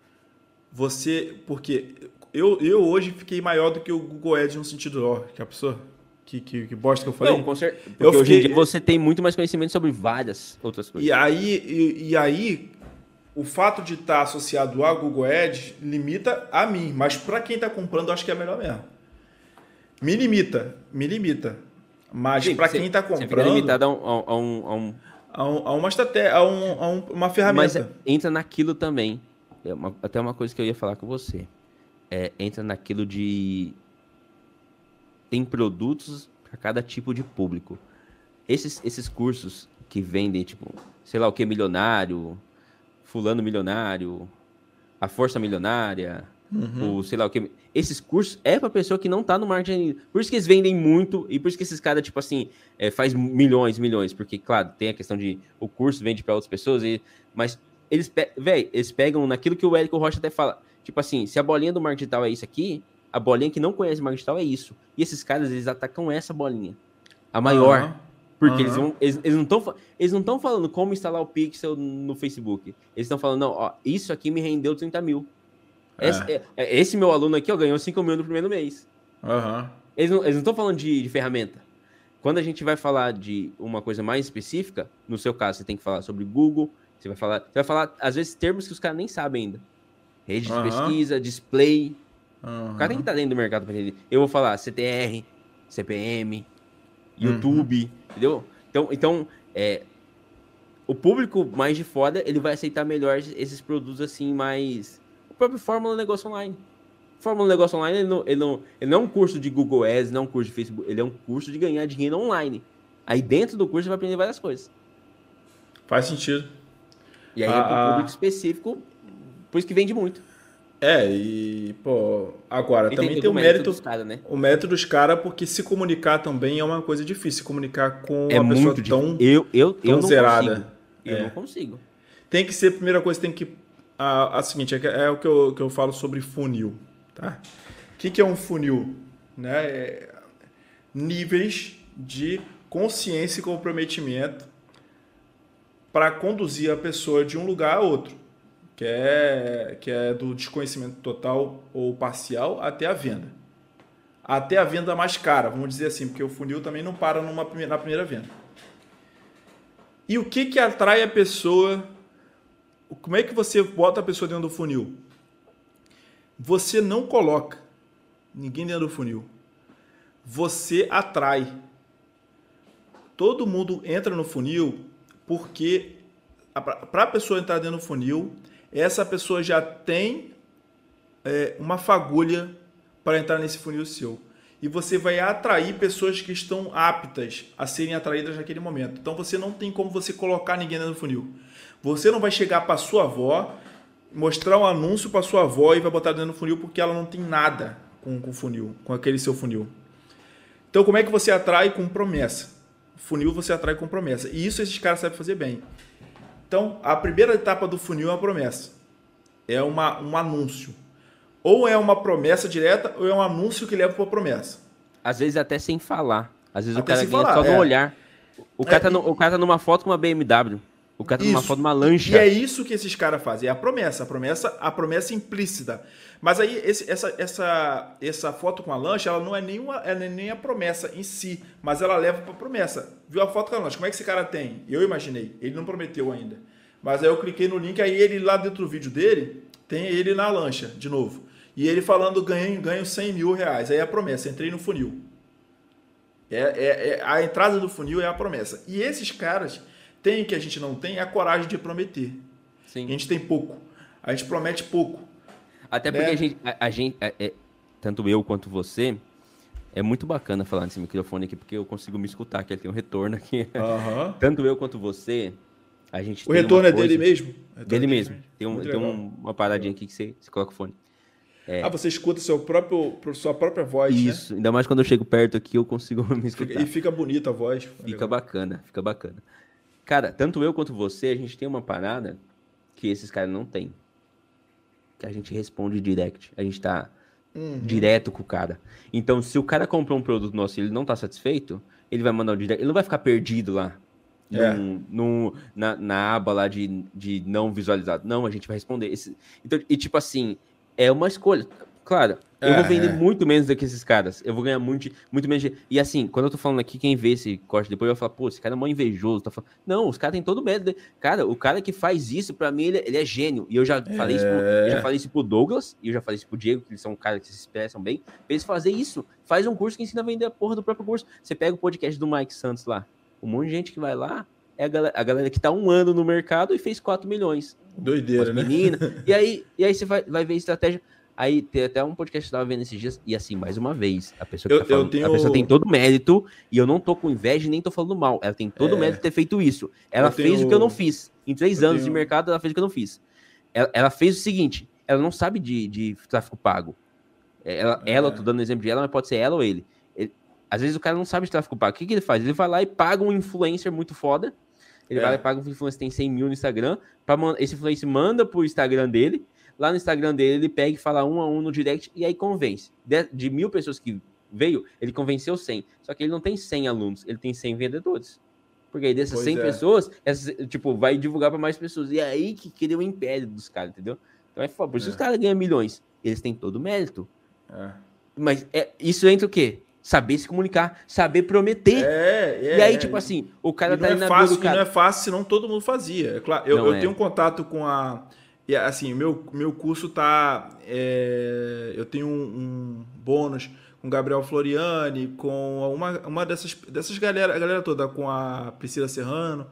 Você, porque eu, eu hoje fiquei maior do que o Google Ads no sentido, ó, que a pessoa... Que, que, que bosta que eu falei? Não, com certeza. Porque eu fiquei... hoje em dia você tem muito mais conhecimento sobre várias outras coisas. E aí, e, e aí o fato de estar associado a Google Ads limita a mim. Mas para quem está comprando, eu acho que é melhor mesmo. Me limita, me limita. Mas para quem está comprando... Você fica limitado a um... A, um, a, um... a, um, a uma estratégia, a, um, a um, uma ferramenta. Mas entra naquilo também. É uma, até uma coisa que eu ia falar com você. É, entra naquilo de... Tem produtos para cada tipo de público. Esses, esses cursos que vendem, tipo, sei lá o que, milionário, fulano milionário, a força milionária, uhum. o sei lá o que... Esses cursos é para pessoa que não tá no marketing. Por isso que eles vendem muito e por isso que esses caras, tipo assim, é, faz milhões, milhões. Porque, claro, tem a questão de o curso vende para outras pessoas, e, mas eles, pe... Véi, eles pegam naquilo que o Érico Rocha até fala. Tipo assim, se a bolinha do marketing digital é isso aqui, a bolinha que não conhece marketing digital é isso. E esses caras, eles atacam essa bolinha. A maior. Uhum. Porque uhum. eles, vão, eles, eles não estão eles não estão falando como instalar o Pixel no Facebook. Eles estão falando, não, ó, isso aqui me rendeu trinta mil. É. Esse, é, esse meu aluno aqui, ó, ganhou cinco mil no primeiro mês. Uhum. Eles não estão falando de, de ferramenta. Quando a gente vai falar de uma coisa mais específica, no seu caso, você tem que falar sobre Google, você vai falar, você vai falar às vezes, termos que os caras nem sabem ainda. Rede uhum. de pesquisa, display... Uhum. O cara tem que estar dentro do mercado para entender. Eu vou falar C T R, C P M, YouTube, uhum. entendeu? Então, então é, o público mais de foda, ele vai aceitar melhor esses produtos assim, mais... O próprio Fórmula Negócio Online. Fórmula Negócio Online, ele não, ele, não, ele não é um curso de Google Ads, não é um curso de Facebook, ele é um curso de ganhar dinheiro online. Aí dentro do curso você vai aprender várias coisas. Faz sentido. E aí ah, é para o público específico, por isso que vende muito. É, e, pô, agora, tem também tem o mérito, dos cara, né? o mérito dos caras, porque se comunicar também é uma coisa difícil, se comunicar com é uma pessoa muito tão, eu, eu, tão eu não zerada. Consigo. Eu é. não consigo. Tem que ser, a primeira coisa, tem que... A, a seguinte, é, é o que eu, que eu falo sobre funil, tá? O que, que é um funil? Né? É níveis de consciência e comprometimento para conduzir a pessoa de um lugar a outro. Que é, que é do desconhecimento total ou parcial até a venda. Até a venda mais cara, vamos dizer assim, porque o funil também não para numa, na primeira venda. E o que, que atrai a pessoa? Como é que você bota a pessoa dentro do funil? Você não coloca ninguém dentro do funil. Você atrai. Todo mundo entra no funil porque para a pessoa entrar dentro do funil, essa pessoa já tem é, uma fagulha para entrar nesse funil seu. E você vai atrair pessoas que estão aptas a serem atraídas naquele momento. Então você não tem como você colocar ninguém dentro do funil. Você não vai chegar para sua avó, mostrar um anúncio para sua avó e vai botar dentro do funil porque ela não tem nada com o funil, com aquele seu funil. Então como é que você atrai? Com promessa. Funil você atrai com promessa. E isso esses caras sabem fazer bem. Então, a primeira etapa do funil é a promessa. É uma, um anúncio. Ou é uma promessa direta, ou é um anúncio que leva para a promessa. Às vezes até sem falar. Às vezes Até o cara sem ganha falar, só no é. olhar. O cara, É, tá no- e- o cara tá numa foto com uma B M W. O cara tá numa Isso. foto de uma lancha. E é isso que esses caras fazem, é a promessa, a promessa, a promessa implícita. Mas aí esse- essa, essa, essa foto com a lancha, ela não é nem, uma, ela não é nem a promessa em si, mas ela leva para a promessa. Viu a foto com a lancha? Como é que esse cara tem? Eu imaginei, ele não prometeu ainda. Mas aí eu cliquei no link, aí ele lá dentro do vídeo dele, tem ele na lancha, de novo. E ele falando, ganho, ganho cem mil reais. Aí é a promessa, entrei no funil. É, é, é- a entrada do funil é a promessa. E esses caras têm o que a gente não tem, é a coragem de prometer. Sim. A gente tem pouco. A gente promete pouco. Até né? porque a gente, a, a gente é- é- tanto eu quanto você, é muito bacana falar nesse microfone aqui, porque eu consigo me escutar, que ele tem um retorno aqui. Aham. Tanto eu quanto você, a gente O tem retorno uma é coisa- dele mesmo? O retorno Dele é mesmo. Tem, um, Muito tem legal. um- uma paradinha aqui que você, você coloca o fone. Ah, você escuta seu próprio, sua própria voz, Isso, ainda mais quando eu chego perto aqui, eu consigo me né? escutar. Fica- E fica bonita a voz. Fica bacana, fica bacana. Cara, tanto eu quanto você, a gente tem uma parada que esses caras não têm. Que a gente responde direct. A gente tá Uhum. direto com o cara. Então, se o cara comprou um produto nosso e ele não tá satisfeito, ele vai mandar o direct. Ele não vai ficar perdido lá. É. Num, num- na, na aba lá de, de não visualizado. Não, a gente vai responder. Esse, então, e tipo assim, é uma escolha. Claro, eu É, vou vender é. muito menos do que esses caras. Eu vou ganhar muito, muito menos. de- E assim, quando eu tô falando aqui, quem vê esse corte depois vai falar, pô, esse cara é mó invejoso. Tá falando... Não, os caras têm todo medo. de- Cara, o cara que faz isso, pra mim, ele, ele é gênio. E eu já falei isso pro, eu já falei isso pro Douglas, e eu já falei isso pro Diego, que eles são caras que se expressam bem. Pra eles fazerem isso, faz um curso que ensina a vender a porra do próprio curso. Você pega o podcast do Mike Santos lá. Um monte de gente que vai lá é a galera, a galera que tá um ano no mercado e fez quatro milhões. Doideira, As né? meninas. E aí, e aí você vai, vai ver estratégia. Aí tem até um podcast que eu tava vendo esses dias. E assim, mais uma vez, a pessoa que Eu- tá falando, eu tenho- a pessoa tem todo o mérito. E eu não tô com inveja e nem tô falando mal. Ela tem todo o É. mérito de ter feito isso. Ela Eu fez tenho- o que eu não fiz. Em três eu anos de tenho- mercado, ela fez o que eu não fiz. Ela, ela fez o seguinte: ela não sabe de, de tráfego pago. Ela, É. ela, eu tô dando exemplo de ela, mas pode ser ela ou ele. Ele- Às vezes o cara não sabe de tráfego pago. O que, que ele faz? Ele vai lá e paga um influencer muito foda. Ele É. vai lá e paga um influencer que tem cem mil no Instagram. Pra man- esse influencer manda pro Instagram dele. Lá no Instagram dele, ele pega e fala um a um no direct e aí convence. De, de mil pessoas que veio, ele convenceu cem. Só que ele não tem cem alunos, ele tem cem vendedores. Porque aí dessas Pois cem é. pessoas, essas, tipo, vai divulgar para mais pessoas. E é aí que cria o império dos caras, entendeu? Então é foda. Por isso É. os caras ganham milhões. Eles têm todo o mérito. É. Mas é, isso entra o quê? Saber se comunicar, saber prometer. É, é, e aí, é. tipo assim, o E cara não tá é ali na fácil, vida do e cara. não é fácil, senão todo mundo fazia. É claro, eu, Não eu é. tenho contato com a. E assim, meu, meu curso tá. é, eu tenho um, um bônus com o Gabriel Floriani, com uma, uma dessas, dessas galera, a galera toda, com a Priscila Serrano.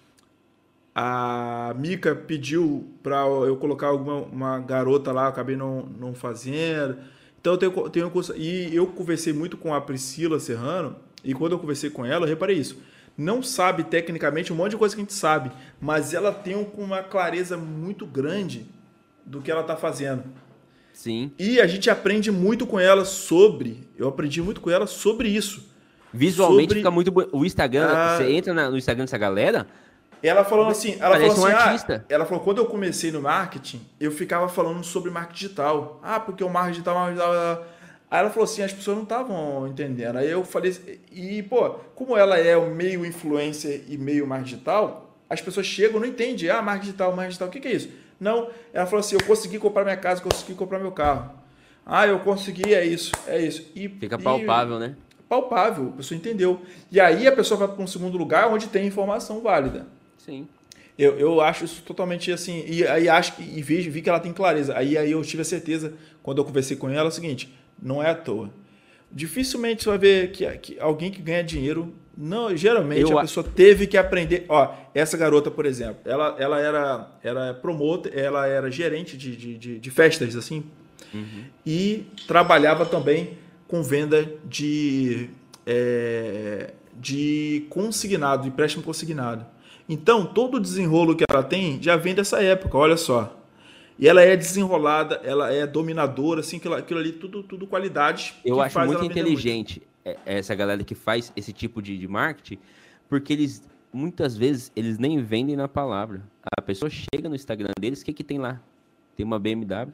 A Mica pediu para eu colocar alguma uma garota lá, eu acabei não, não fazendo. Então eu tenho, tenho um curso. E eu conversei muito com a Priscila Serrano, e quando eu conversei com ela, eu reparei isso. Não sabe tecnicamente um monte de coisa que a gente sabe, mas ela tem um- uma clareza muito grande do que ela está fazendo. Sim. E a gente aprende muito com ela sobre. Eu aprendi muito com ela sobre isso. Visualmente Sobre- fica muito bonito. O Instagram, Ah. você entra na- no Instagram dessa galera, Ela falou assim, ela Parece falou um assim, artista. ah, ela falou, quando eu comecei no marketing, eu ficava falando sobre marketing digital. Ah, porque o marketing digital, marketing digital. Aí ela falou assim, as pessoas não estavam entendendo. Aí eu falei, e pô, como ela é o meio influencer e meio marketing digital, as pessoas chegam e não entendem. Ah, marketing digital, marketing digital, o que, que é isso? Não, ela falou assim, eu consegui comprar minha casa, consegui comprar meu carro. Ah, eu consegui, é isso, é isso. E, fica e- palpável, né? palpável, a pessoa entendeu. E aí a pessoa vai para um segundo lugar onde tem informação válida. Sim. Eu, eu acho isso totalmente assim, e aí acho que e vi, vi que ela tem clareza. Aí, aí eu tive a certeza, quando eu conversei com ela, é o seguinte, não é à toa. Dificilmente você vai ver que, que alguém que ganha dinheiro, não, geralmente Eu a a- pessoa teve que aprender. Ó, essa garota, por exemplo, ela, ela era, era promotor, ela era gerente de, de, de, de festas, assim, Uhum. e trabalhava também com venda de, é, de consignado, de empréstimo consignado. Então, todo o desenrolo que ela tem já vem dessa época, olha só. E ela é desenrolada, ela é dominadora, assim, aquilo, aquilo ali, tudo, tudo qualidades. Eu que acho faz muito ela vender inteligente é- essa galera que faz esse tipo de, de marketing, porque eles, muitas vezes, eles nem vendem na palavra. A pessoa chega no Instagram deles, o que que tem lá? Tem uma B M W,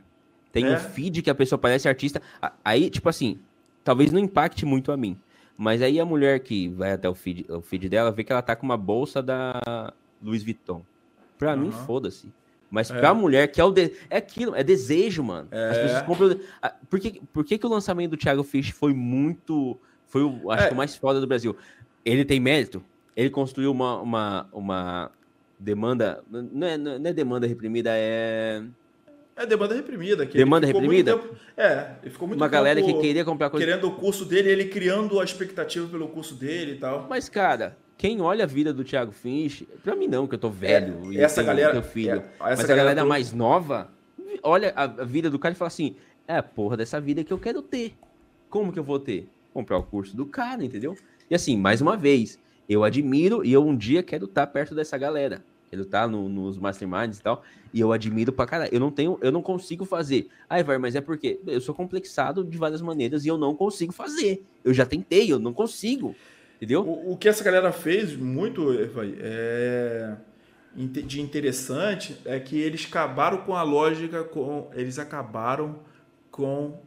Tem É. um feed que a pessoa parece artista. A- Aí, tipo assim, talvez não impacte muito a mim. Mas aí a mulher que vai até o feed, o feed dela vê que ela tá com uma bolsa da Louis Vuitton. Pra mim, Aham. foda-se. Mas É. pra mulher, que é o de... é aquilo, é desejo, mano. As É. pessoas compram. a- Por que, por que, que o lançamento do Thiago Fish foi muito. Foi o, acho É. que o mais foda do Brasil? Ele tem mérito. Ele construiu uma, uma, uma demanda. Não é, não é demanda reprimida, é. É demanda reprimida. Que Demanda ele ficou reprimida? Muito tempo, é, ele ficou muito Uma galera tempo que queria comprar coisa. querendo o curso dele, ele criando a expectativa pelo curso dele e tal. Mas, cara, quem olha a vida do Thiago Finch, pra mim não, que eu tô velho É, e essa tenho, galera- tenho filho, é, essa mas a galera galera pro- mais nova, olha a, a vida do cara e fala assim, é a porra dessa vida que eu quero ter. Como que eu vou ter? Comprar o curso do cara, entendeu? E assim, mais uma vez, eu admiro e eu um dia quero estar perto dessa galera. Quero estar no, nos masterminds e tal, e eu admiro pra caralho. Eu não tenho, eu não consigo fazer. Ai, vai, mas é porque eu sou complexado de várias maneiras e eu não consigo fazer. Eu já tentei, eu não consigo. Entendeu? O, o que essa galera fez muito vai, é, inte- de interessante é que eles acabaram com a lógica, com, eles acabaram com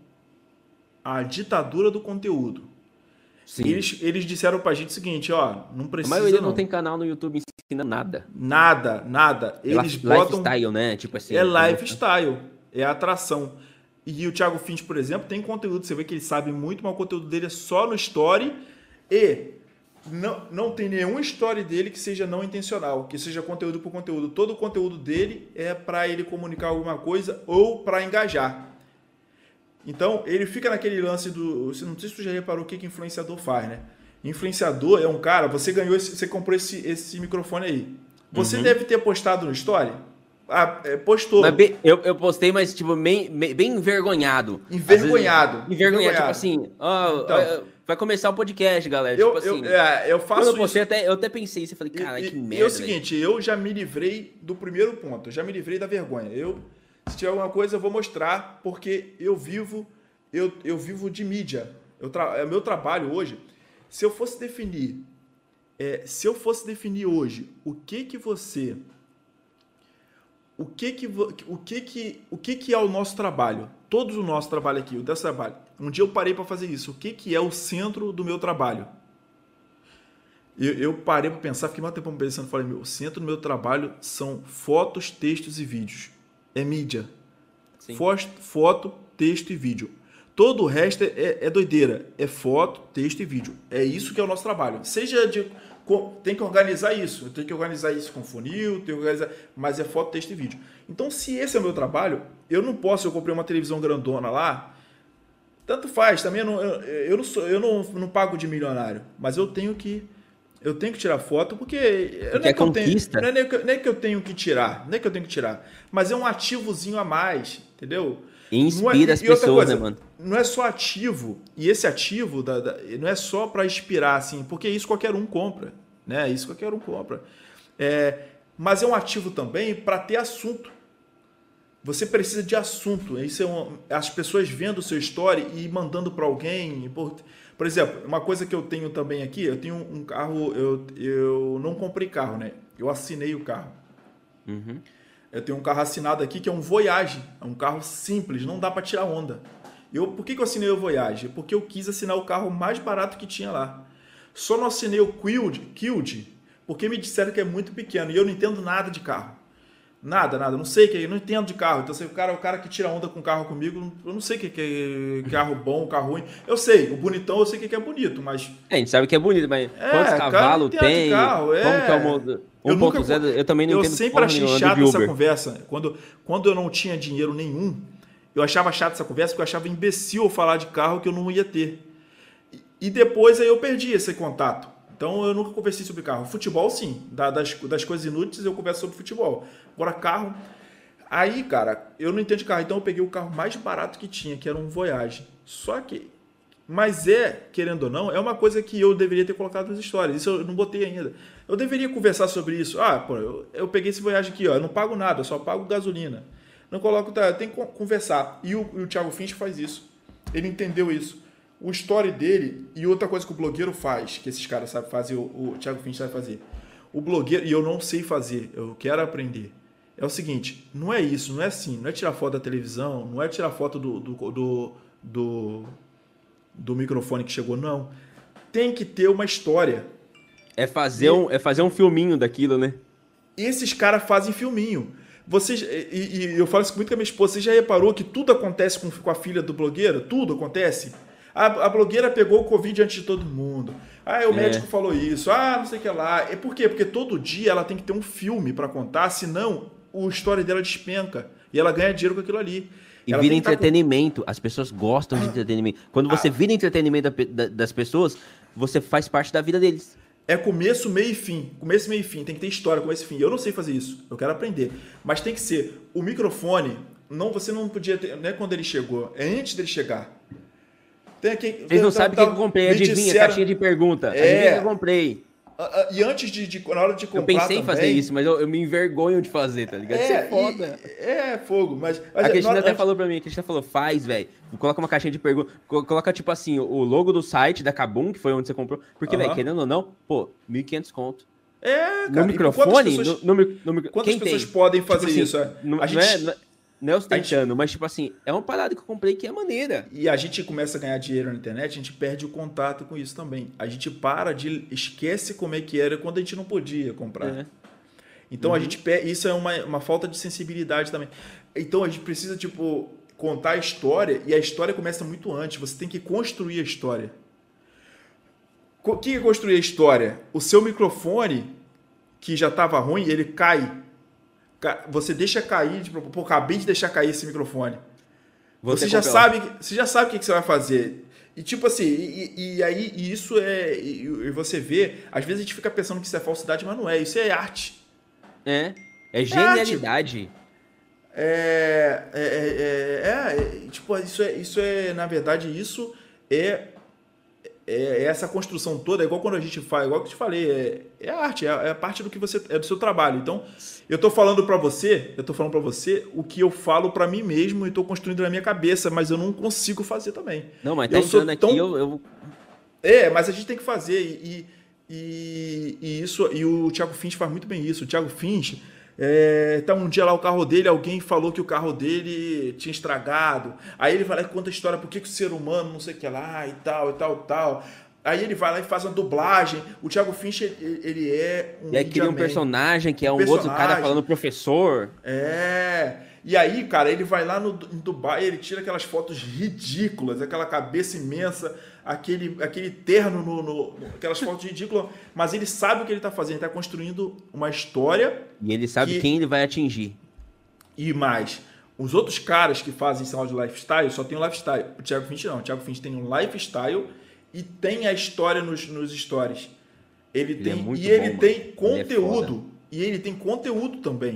a ditadura do conteúdo. Sim. Eles, eles disseram pra gente o seguinte, ó, não A precisa maioria não. não tem canal no YouTube ensinando nada. Nada, nada. Eles Life- botam... Lifestyle, né? Tipo assim. É lifestyle, é atração. E o Thiago Finch, por exemplo, tem conteúdo, você vê que ele sabe muito, mas o conteúdo dele é só no story e não, não tem nenhum story dele que seja não intencional, que seja conteúdo por conteúdo. Todo o conteúdo dele é para ele comunicar alguma coisa ou para engajar. Então, ele fica naquele lance do... Não sei se tu já reparou o que, que influenciador faz, né? Influenciador é um cara... Você ganhou, esse, você comprou esse, esse microfone aí. Você Uhum. deve ter postado no story. Ah, é, postou. Mas bem- eu, eu postei, mas tipo, bem, bem bem envergonhado. Envergonhado. Às vezes, envergonhado, tipo Envergonhado. assim, ó, Então. ó, vai começar o podcast, galera. Eu, tipo assim, eu, é, eu quando faço eu postei, isso. até, eu até pensei, você falei, cara, E- que e- merda. E é o velho. seguinte, eu já me livrei do primeiro ponto. Eu já me livrei da vergonha. Eu, se tiver alguma coisa, eu vou mostrar, porque eu vivo, eu, eu vivo de mídia. Eu tra, é meu trabalho hoje. Se eu fosse definir, é, se eu fosse definir hoje o que que você, o que que, vo- o que que, o que que é o nosso trabalho? Todo o nosso trabalho aqui, o nosso trabalho. Um dia eu parei para fazer isso. O que que é o centro do meu trabalho? Eu, eu parei para pensar, fiquei mais tempo pensando, falei, meu, o centro do meu trabalho são fotos, textos e vídeos. É mídia. Sim. Foto, foto, texto e vídeo. Todo o resto é, é doideira. É foto, texto e vídeo. É isso que é o nosso trabalho. Seja de... com- Tem que organizar isso. Eu tenho que organizar isso com funil, tenho que organizar, mas é foto, texto e vídeo. Então, se esse é o meu trabalho, eu não posso, eu comprei uma televisão grandona lá, tanto faz, também eu não, eu, eu não, sou, eu não, não pago de milionário, mas eu tenho que eu tenho que tirar foto porque, Porque não é é que eu tenho, conquista. não é nem que, não é que eu tenho que tirar, não é que eu tenho que tirar, mas é um ativozinho a mais, entendeu? E inspira Não é- as e outra pessoas, coisa, né, mano? Não é só ativo, e esse ativo da, da- não é só para inspirar, assim, porque isso qualquer um compra, né? Isso qualquer um compra. É, mas é um ativo também para ter assunto. Você precisa de assunto. Isso é um, as pessoas vendo o seu story e mandando para alguém. Por, por exemplo, uma coisa que eu tenho também aqui, eu tenho um carro, eu, eu não comprei carro, né? Eu assinei o carro. Uhum. Eu tenho um carro assinado aqui que é um Voyage. É um carro simples, não dá para tirar onda. Eu, por que, que eu assinei o Voyage? Porque eu quis assinar o carro mais barato que tinha lá. Só não assinei o Quild, Quild porque me disseram que é muito pequeno e eu não entendo nada de carro. Nada, nada. Não sei, que eu não entendo de carro. Então, se o cara, o cara que tira onda com carro comigo, eu não sei o que que é carro bom, carro ruim. Eu sei, o bonitão eu sei o que é bonito, mas É, a gente sabe que é bonito, mas É, quantos cara, cavalos não entendo de tem? carro, é. Como que é o modo Eu um nunca- ponto zero? Eu também não eu entendo sempre porra achei nenhuma, ando chato de essa Uber. conversa. Quando, quando eu não tinha dinheiro nenhum, eu achava chato essa conversa porque eu achava imbecil eu falar de carro que eu não ia ter. E, e depois aí eu perdi esse contato. Então eu nunca conversei sobre carro. Futebol, sim. Da- Das, das coisas inúteis eu converso sobre futebol. Agora, carro. Aí, cara, eu não entendo de carro. Então eu peguei o carro mais barato que tinha, que era um Voyage. Só que. Mas é, querendo ou não, é uma coisa que eu deveria ter colocado nas histórias. Isso eu não botei ainda. Eu deveria conversar sobre isso. Ah, pô, eu, eu peguei esse Voyage aqui, ó. Eu não pago nada, eu só pago gasolina. Não coloco. Tá, tem que conversar. E o, e o Thiago Finch faz isso. Ele entendeu isso. O story dele, e outra coisa que o blogueiro faz, que esses caras sabem fazer, o, o Thiago Finch sabe fazer. O blogueiro, e eu não sei fazer, eu quero aprender. é o seguinte, não é isso, não é assim, não é tirar foto da televisão, não é tirar foto do, do, do, do, do microfone que chegou, não. Tem que ter uma história. É fazer, um, é fazer um filminho daquilo, né? Esses caras fazem filminho. Vocês, e, e eu falo isso muito com a minha esposa, você já reparou que tudo acontece com, com a filha do blogueiro? Tudo acontece? A, a blogueira pegou o Covid antes de todo mundo. Ah, o médico é. falou isso. Ah, não sei o que lá. É por quê? Porque todo dia ela tem que ter um filme para contar, senão a história dela despenca. E ela ganha dinheiro com aquilo ali. E ela vira entretenimento. Com... As pessoas gostam de entretenimento. Quando você ah. vira entretenimento da, da, das pessoas, você faz parte da vida deles. É começo, meio e fim. Começo, meio e fim. Tem que ter história, começo e fim. Eu não sei fazer isso. Eu quero aprender. Mas tem que ser. O microfone, não, você não podia ter... Não é quando ele chegou. É antes dele chegar. Tem aqui, Vocês não sabem o que eu comprei. Adivinha, disseram... caixinha de pergunta. É... Adivinha que eu comprei. E antes de, de... Na hora de comprar Eu pensei também, em fazer isso, mas eu, eu me envergonho de fazer, tá ligado? É, isso é foda. E, é, fogo. Mas, mas a Cristina até antes... falou pra mim. A Cristina falou, faz, velho. Coloca uma caixinha de pergunta. Coloca, tipo assim, o logo do site da Kabum, que foi onde você comprou. Porque, uh-huh. velho, querendo ou não, pô, mil e quinhentos conto. É, cara. No microfone? Pessoas... No, no, no, no, quantas quem pessoas tem? podem fazer tipo assim, isso? É? Não, a gente... não, é, não é ostentando, gente... mas, tipo assim, é uma parada que eu comprei que é maneira. E a gente começa a ganhar dinheiro na internet, a gente perde o contato com isso também. A gente para de... Esquece como é que era quando a gente não podia comprar. É. Então, uhum. a gente perde... Isso é uma, uma falta de sensibilidade também. Então, a gente precisa, tipo... contar a história, e a história começa muito antes. Você tem que construir a história. O que é construir a história? O seu microfone, que já estava ruim, ele cai. Você deixa cair, tipo, pô, acabei de deixar cair esse microfone. Você já, sabe, você já sabe o que você vai fazer. E tipo assim, e, e aí e isso é... E, e você vê, às vezes a gente fica pensando que isso é falsidade, mas não é. Isso é arte. É, é genialidade. É, é, é, é, é, tipo, isso é, isso é, na verdade, isso é, é, é essa construção toda, é igual quando a gente faz, igual que eu te falei, é, é arte, é, é parte do que você, é do seu trabalho. Então, eu tô falando para você, eu tô falando para você o que eu falo para mim mesmo e tô construindo na minha cabeça, mas eu não consigo fazer também. Não, mas tá eu entrando aqui, tão... eu, eu... É, mas a gente tem que fazer e, e, e isso, e o Thiago Finch faz muito bem isso. O Thiago Finch... É, tá um dia lá o carro dele, alguém falou que o carro dele tinha estragado. Aí ele vai lá e conta a história, por que, que o ser humano não sei o que lá e tal, e tal, tal. Aí ele vai lá e faz uma dublagem. O Thiago Finch, ele, ele é um... E aí cria um personagem que é um, um outro cara falando professor. É... E aí, cara, ele vai lá no, em Dubai, ele tira aquelas fotos ridículas, aquela cabeça imensa, aquele, aquele terno, no, no, aquelas fotos ridículas, mas ele sabe o que ele está fazendo, ele está construindo uma história. E ele sabe que... quem ele vai atingir. E mais, os outros caras que fazem sinal de lifestyle só tem o lifestyle. O Thiago Finch não, o Thiago Finch tem um lifestyle e tem a história nos, nos stories. Ele, ele tem, é muito e ele bom, tem conteúdo, ele é e ele tem conteúdo também.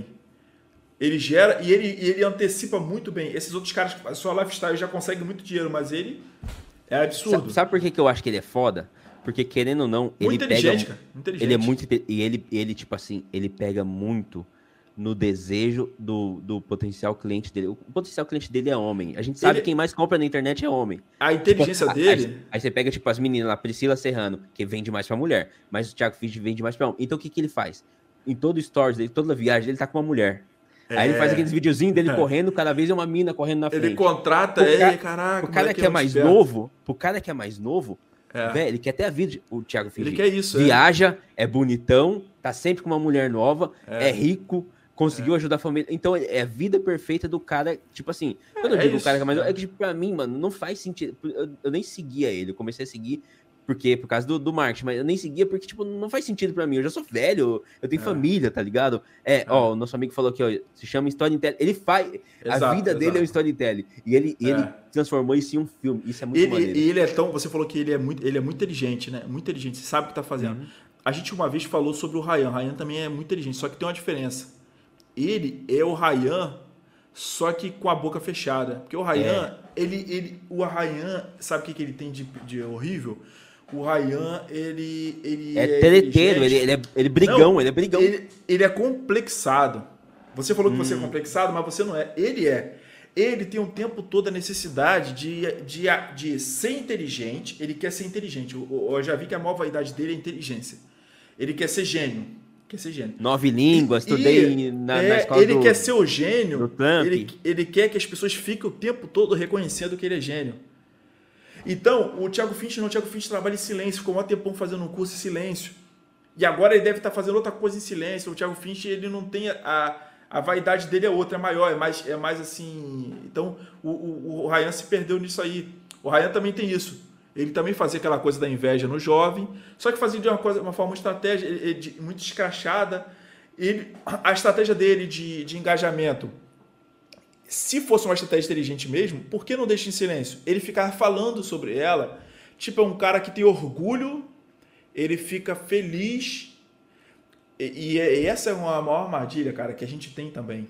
Ele gera e ele, e ele antecipa muito bem. Esses outros caras que fazem só lifestyle já conseguem muito dinheiro, mas ele é absurdo. Sabe, sabe por que, que eu acho que ele é foda? Porque, querendo ou não, muito ele pega... Cara. Inteligente. Ele é muito... E ele, ele, tipo assim, ele pega muito no desejo do, do potencial cliente dele. O potencial cliente dele é homem. A gente sabe ele... quem mais compra na internet é homem. A inteligência tipo, dele... Aí, aí você pega, tipo, as meninas lá, Priscila Serrano, que vende mais pra mulher, mas o Thiago Finch vende mais pra homem. Então, o que, que ele faz? Em todo o stories dele, toda viagem, ele tá com uma mulher. É. Aí ele faz aqueles videozinhos dele correndo, cada vez é uma mina correndo na frente. Ele contrata, ele, ca... caraca. O cara que é mais esperto. novo, pro cara que é mais novo, é. velho, ele quer ter a vida. De... O Thiago Finch ele quer isso, viaja, é. é bonitão, tá sempre com uma mulher nova, é, é rico, conseguiu é. ajudar a família. Então, é a vida perfeita do cara, tipo assim, quando eu é digo isso. o cara que é mais novo, é que tipo, pra mim, mano, não faz sentido. Eu, eu nem seguia ele, eu comecei a seguir porque por causa do, do marketing, mas eu nem seguia porque, tipo, não faz sentido pra mim. Eu já sou velho, eu tenho é. família, tá ligado? É, é, ó, o nosso amigo falou aqui, ó, se chama Storytelling. Ele faz, exato, a vida exato. dele é o Storytelling. E ele, é. ele transformou isso em um filme. Isso é muito ele, maneiro. E ele é tão, você falou que ele é muito, ele é muito inteligente, né? Muito inteligente, você sabe o que tá fazendo. Uhum. A gente uma vez falou sobre o Ryan. O Ryan também é muito inteligente, só que tem uma diferença. Ele é o Ryan, só que com a boca fechada. Porque o Ryan, é. ele, ele, o Ryan, sabe o que, que ele tem de, de horrível? O Ryan, ele, ele é... É treteiro, ele, ele, é, ele é brigão, não, ele é brigão. Ele, ele é complexado. Você falou que hum. você é complexado, mas você não é. Ele é. Ele tem o tempo todo a necessidade de, de, de ser inteligente. Ele quer ser inteligente. Eu, eu já vi que a maior vaidade dele é a inteligência. Ele quer ser gênio. Quer ser gênio. Nove línguas, E- estudei e, na, é, na escola ele do, quer ser o gênio, do Trump. ele, ele quer que as pessoas fiquem o tempo todo reconhecendo que ele é gênio. Então, o Thiago Finch não, o Thiago Finch trabalha em silêncio, ficou um tempão fazendo um curso em silêncio. E agora ele deve estar fazendo outra coisa em silêncio. O Thiago Finch, ele não tem a, a vaidade dele é outra, é maior, é mais, é mais assim... Então, o, o, o Ryan se perdeu nisso aí. O Ryan também tem isso. Ele também fazia aquela coisa da inveja no jovem, só que fazia de uma, coisa, uma forma estratégia, ele, ele, muito escrachada. Ele, a estratégia dele de, de engajamento, se fosse uma estratégia inteligente mesmo, por que não deixa em silêncio? Ele ficar falando sobre ela, tipo, é um cara que tem orgulho, ele fica feliz, e, e, e essa é uma maior armadilha, cara, que a gente tem também.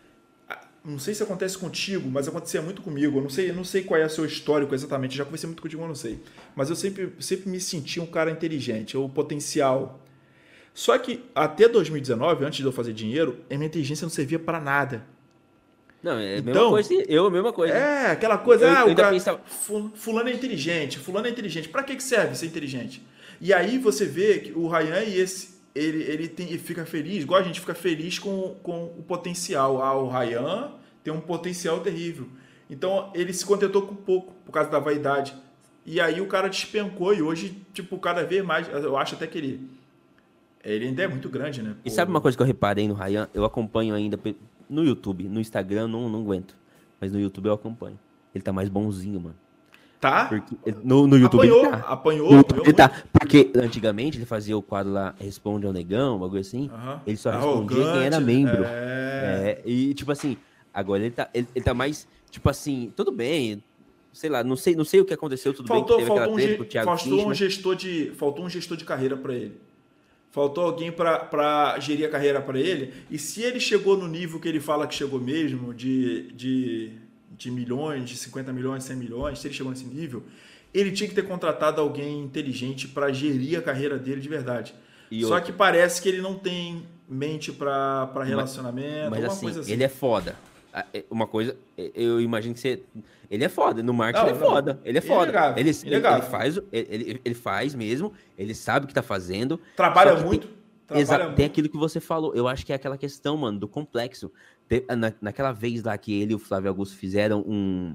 Não sei se acontece contigo, mas acontecia muito comigo. Eu não sei, eu não sei qual é o seu histórico exatamente. Eu já conversei muito contigo, eu não sei. Mas eu sempre, sempre me senti um cara inteligente, ou potencial. Só que até dois mil e dezenove, antes de eu fazer dinheiro, a minha inteligência não servia para nada. Não, é a Então, mesma coisa, eu a mesma coisa. É, aquela coisa, Eu- ah, eu o ainda cara, pensava- fu- fulano é inteligente, fulano é inteligente. Para que que serve ser inteligente? E aí você vê que o Ryan e esse, ele, ele, tem, ele fica feliz, igual a gente fica feliz com, com o potencial. Ah, o Ryan tem um potencial terrível. Então ele se contentou com pouco, por causa da vaidade. E aí o cara despencou e hoje, tipo, cada vez mais, eu acho até que ele... Ele ainda é muito grande, né? E Pô, sabe uma coisa que eu reparei no Ryan? Eu acompanho ainda pe- no YouTube, no Instagram não, não aguento. Mas no YouTube eu acompanho. Ele tá mais bonzinho, mano. Tá? Porque ele- no, no YouTube apanhou, ele tá. apanhou, No YouTube apanhou ele tá. muito. Porque antigamente ele fazia o quadro lá, Responde ao Negão, um bagulho assim. Aham. Ele só respondia quem era Arrogante, membro. É. É, e tipo assim, agora ele tá, ele, ele tá mais, tipo assim, tudo bem, sei lá, não sei, não sei o que aconteceu, tudo Faltou, bem que teve faltou, um, aquela treta ge- com o Thiago faltou Finch, um né? gestor de, faltou um gestor de carreira para ele. Faltou alguém para gerir a carreira para ele. E se ele chegou no nível que ele fala que chegou mesmo, de, de, de milhões, de cinquenta milhões, cem milhões, se ele chegou nesse nível, ele tinha que ter contratado alguém inteligente para gerir a carreira dele de verdade. E Só outra- que parece que ele não tem mente para relacionamento, Mas alguma assim, coisa assim. ele é foda. Ah, é Uma coisa, é- eu imagino que você. Ele é foda. No marketing Não, ele é não. foda. Ele é foda. Inegável, Ele, ele, inegável. ele faz, o- ele, ele- ele faz mesmo, ele sabe o que tá fazendo. Trabalha só que muito. Tem, trabalha exato, muito. tem aquilo que você falou. Eu acho que é aquela questão, mano, do complexo. Te- na, naquela vez lá que ele e o Flávio Augusto fizeram um,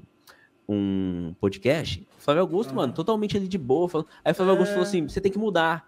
um podcast, o Flávio Augusto, Ah. mano, totalmente ali de boa. Falando, aí o Flávio Augusto É. falou assim: você tem que mudar.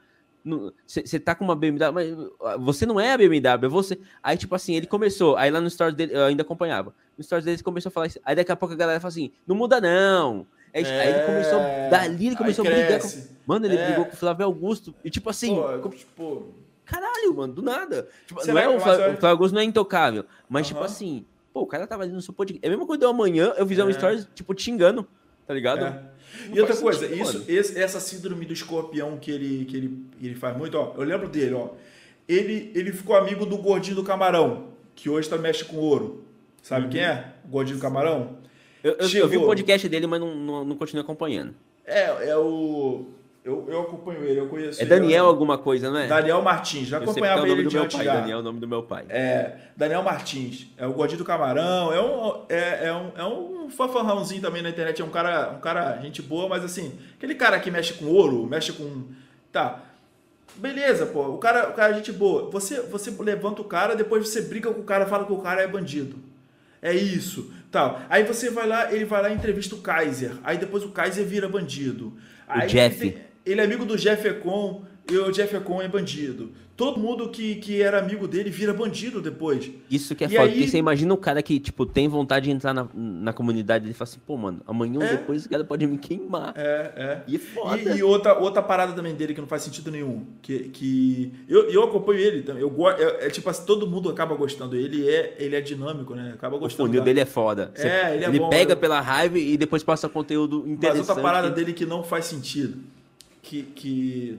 Você tá com uma B M W, mas você não é a B M W, é você. Aí, tipo assim, ele começou, aí lá no stories dele, eu ainda acompanhava. No stories dele ele começou a falar isso. Aí daqui a pouco a galera fala assim: não muda não. Aí, É, aí ele começou, dali ele começou aí a brigar. cresce. Com, mano, ele É. brigou com o Flávio Augusto. E tipo assim, Pô, como- tipo, caralho, mano, do nada. Tipo, Será não é que- o, mas Flávio, olha- o Flávio Augusto não é intocável. Mas, tipo Aham. assim, pô, o cara tava ali no seu podcast. É a mesma coisa de eu amanhã, eu fizer um É. stories, tipo, te xingando, tá ligado? É. Não E outra faz coisa, sentido, isso, mano. esse- essa síndrome do escorpião que ele, que ele, ele faz muito, ó, eu lembro dele, ó. Ele, ele ficou amigo do gordinho do camarão, que hoje tá mexe com ouro. Sabe Uhum. quem é? O gordinho do camarão? Eu, eu- eu Chegou. vi o podcast dele, mas não, não, não continuei acompanhando. É, é o. Eu, eu acompanho ele, eu conheço É ele. Daniel alguma coisa, não é? Daniel Martins, já Eu sei porque é acompanhava o nome ele do de meu antes pai. já. Daniel é o nome do meu pai. É, Daniel Martins, é o gordinho do camarão, é um, é, é um, é um fanfarrãozinho também na internet, é um cara, um cara, gente boa, mas assim, aquele cara que mexe com ouro, mexe com... Tá, beleza, pô, o cara, o cara é gente boa, você, você levanta o cara, depois você briga com o cara, fala que o cara é bandido. É isso, tal. Aí você vai lá, ele vai lá e entrevista o Kaiser, aí depois o Kaiser vira bandido. Aí Jeff. Ele, tem- ele é amigo do Jeff Econ, e o Jeff Econ é bandido. Todo mundo que, que era amigo dele vira bandido depois. Isso que é E foda, aí- porque você imagina o cara que, tipo, tem vontade de entrar na, na comunidade e fala assim, pô, mano, amanhã ou É. depois o cara pode me queimar. É, é. E é foda. E, e outra, outra parada também dele que não faz sentido nenhum. Que, que eu, eu acompanho ele também. Eu, go- é, é tipo assim, todo mundo acaba gostando. Ele é, ele é dinâmico, né? Acaba O gostando. funil da- dele é foda. Você- É, ele é ele bom, pega eu- pela raiva e depois passa conteúdo Mas interessante. outra parada dele que não faz sentido. Que, que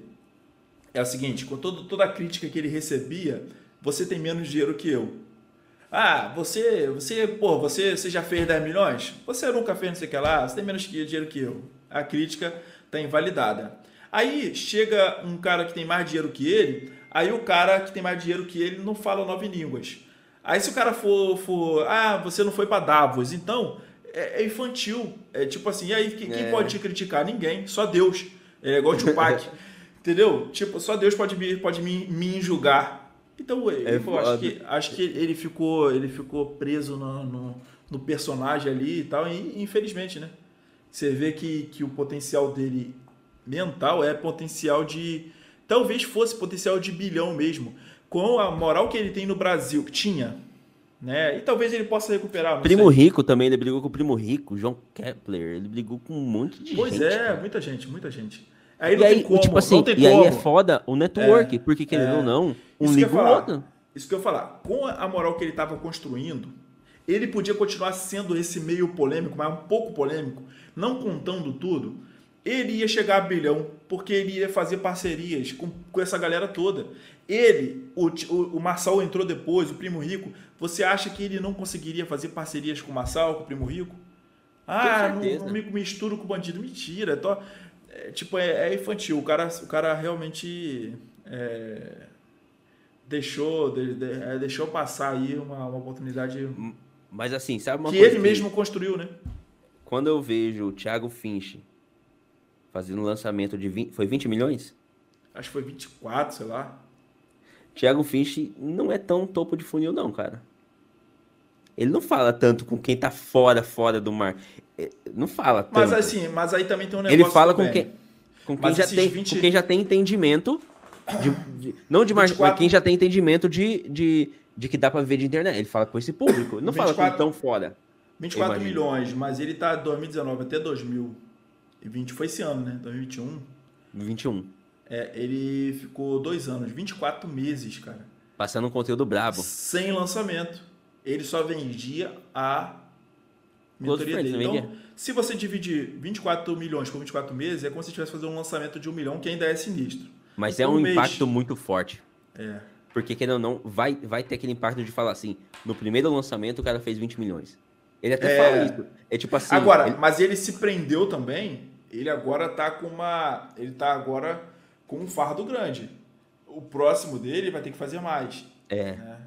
é o seguinte, com todo, toda a crítica que ele recebia, você tem menos dinheiro que eu. Ah, você, você, pô, você, você já fez dez milhões? Você nunca fez não sei o que lá, você tem menos que- dinheiro que eu. A crítica está invalidada. Aí chega um cara que tem mais dinheiro que ele, aí o cara que tem mais dinheiro que ele não fala nove línguas. Aí se o cara for, for ah, você não foi para Davos, então é, é infantil. É tipo assim, e aí quem, quem É. pode te criticar? Ninguém, só Deus. É igual o Tupac. Entendeu? Tipo, só Deus pode me, pode me, me julgar. Então, É eu acho foda. que, acho que ele ficou, ele ficou preso no, no, no personagem ali e tal, e infelizmente, né? Você vê que, que o potencial dele mental é potencial de... Talvez fosse potencial de bilhão mesmo. Com a moral que ele tem no Brasil, que tinha, né? E talvez ele possa recuperar, não Primo sei. Rico também, ele brigou com o Primo Rico, João Kepler, ele brigou com um monte de Pois gente. é, cara. muita gente, muita gente. Aí E não aí, tem como, tipo assim, não tem e como. aí é foda o network, porque querendo ou não, um Isso que eu liga ia o falar. outro. Isso que eu ia falar. Com a moral que ele estava construindo, ele podia continuar sendo esse meio polêmico, mas um pouco polêmico, não contando tudo. Ele ia chegar a bilhão, porque ele ia fazer parcerias com, com essa galera toda. Ele, o, o, o Marçal entrou depois, o Primo Rico. Você acha que ele não conseguiria fazer parcerias com o Marçal, com o Primo Rico? Ah, não, certeza. não me misturo com o bandido. Mentira. Tô, é, tipo, é, é infantil. O cara, o cara realmente é, deixou, de, de, é, deixou passar aí uma, uma oportunidade Mas assim, sabe uma que coisa ele mesmo construiu, né? Quando eu vejo o Thiago Finch fazendo um lançamento de vinte, foi vinte milhões? Acho que foi vinte e quatro, sei lá. Thiago Finch não é tão topo de funil não, cara. Ele não fala tanto com quem tá fora, fora do mar. É, não fala tanto. Mas assim, mas aí também tem um negócio Ele fala com também. quem, com quem Mas já esses tem, vinte com quem já tem entendimento de, de- não de mar, vinte e quatro mas quem já tem entendimento de, de, de que dá pra viver de internet. Ele fala com esse público. Ele não fala vinte e quatro com tão fora. vinte e quatro imagino. milhões, mas ele tá dois mil e dezenove até dois mil e vinte, foi esse ano, né? dois mil e vinte e um. vinte e um. É, ele ficou dois anos, vinte e quatro meses, cara, Passando um conteúdo brabo. sem lançamento. Ele só vendia a Close mentoria friends, dele. não Então, vendia? se você dividir vinte e quatro milhões por vinte e quatro meses, é como se estivesse fazendo um lançamento de um milhão, que ainda é sinistro. Mas é Um um mês. impacto muito forte. É. Porque, querendo ou não, vai, vai ter aquele impacto de falar assim, no primeiro lançamento o cara fez vinte milhões. Ele até É. fala isso. É tipo assim... Agora, ele- mas ele se prendeu também. Ele agora tá com uma. Ele tá agora com um fardo grande. O próximo dele vai ter que fazer mais. É. Né?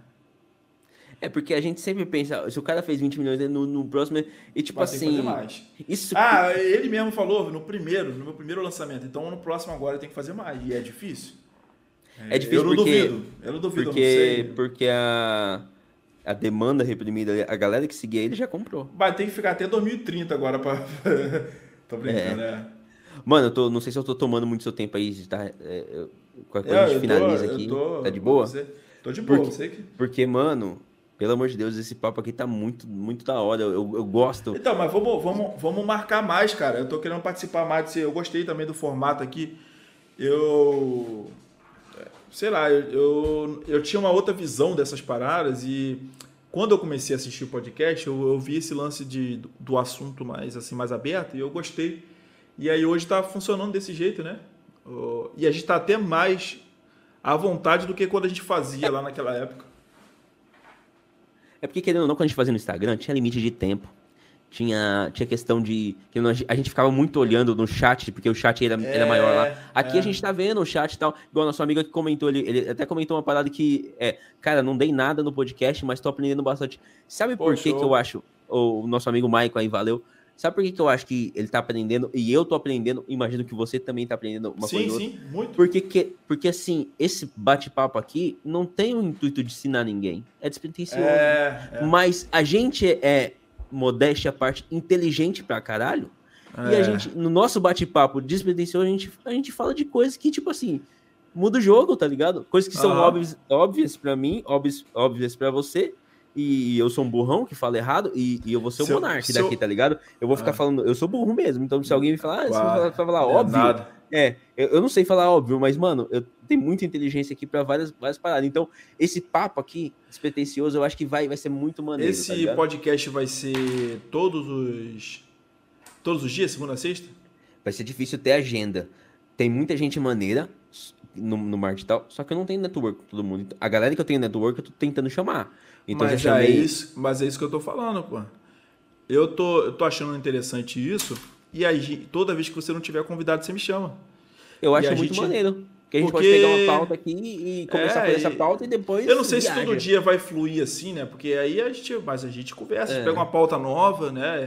É porque a gente sempre pensa, se o cara fez vinte milhões no, no próximo... E tipo Vai ter que assim... fazer mais. Isso... Ah, ele mesmo falou no primeiro, no meu primeiro lançamento. Então no próximo agora ele tem que fazer mais. E é difícil. É difícil eu não porque... duvido. Eu não duvido, porque, eu não sei. porque a, a demanda reprimida, a galera que seguia ele já comprou. Vai ter que ficar até dois mil e trinta agora pra. Tô brincando, né? Mano, eu tô, não sei se eu tô tomando muito seu tempo aí, tá? É, eu- qualquer coisa É, a gente eu tô- finaliza eu aqui. tô- Tá de boa? você- Tô de boa, Porque- sei que. Porque, mano, pelo amor de Deus, esse papo aqui tá muito, muito da hora. Eu, eu, eu gosto. Então, mas vamos, vamos, vamos marcar mais, cara. Eu tô querendo participar mais disso. Eu gostei também do formato aqui. Eu. Sei lá, eu, eu, eu tinha uma outra visão dessas paradas e quando eu comecei a assistir o podcast, eu, eu vi esse lance de, do, do assunto mais, assim, mais aberto e eu gostei. E aí hoje tá funcionando desse jeito, né? O- E a gente tá até mais à vontade do que quando a gente fazia lá naquela época. É porque, querendo ou não, quando a gente fazia no Instagram, tinha limite de tempo. Tinha, tinha questão de... que nós- a gente ficava muito olhando no chat, porque o chat era, era maior lá. Aqui é. a gente tá vendo o chat e tal. Igual a nossa amiga que comentou, ele, ele até comentou uma parada que... é, cara, não dei nada no podcast, mas tô aprendendo bastante. Sabe Pô, por que show. que eu acho... O nosso amigo Maicon aí, valeu. Sabe por que que eu acho que ele tá aprendendo e eu tô aprendendo? Imagino que você também tá aprendendo uma sim, coisa ou outra. sim, muito. Porque, que, porque, assim, esse bate-papo aqui não tem o intuito de ensinar ninguém. É despretensioso. É, é. Mas a gente é, modéstia à parte, inteligente pra caralho. E É. a gente, no nosso bate-papo despretensioso, a gente, a gente fala de coisas que, tipo assim, muda o jogo, tá ligado? Coisas que são Aham. óbvias, óbvias pra mim, óbvias, óbvias pra você. E eu sou um burrão que fala errado, e, e eu vou ser o Seu- monarca seu- daqui, tá ligado? Eu vou ficar Ah. falando, eu sou burro mesmo. Então, se alguém me falar, ah, você Claro. vai falar Não é óbvio. nada. É, eu, eu não sei falar óbvio, mas, mano, eu tenho muita inteligência aqui pra várias, várias paradas. Então, esse papo aqui, despretensioso, eu acho que vai, vai ser muito maneiro. tá Esse ligado? podcast vai ser todos os todos os dias, segunda a sexta? Vai ser difícil ter agenda. Tem muita gente maneira no, no marketing e tal, só que eu não tenho network com todo mundo. Então, a galera que eu tenho network, eu tô tentando chamar. Então, mas, eu já é chamei... isso, mas é isso que eu tô falando, pô. Eu tô, eu tô achando interessante isso, e aí toda vez que você não tiver convidado, você me chama. Eu e acho a muito gente- maneiro. Que a gente Porque- pode pegar uma pauta aqui e começar É, por essa e- pauta e depois. Eu não sei se viaja. todo dia vai fluir assim, né? Porque aí a gente, mas a gente conversa, a gente É. pega uma pauta nova, né?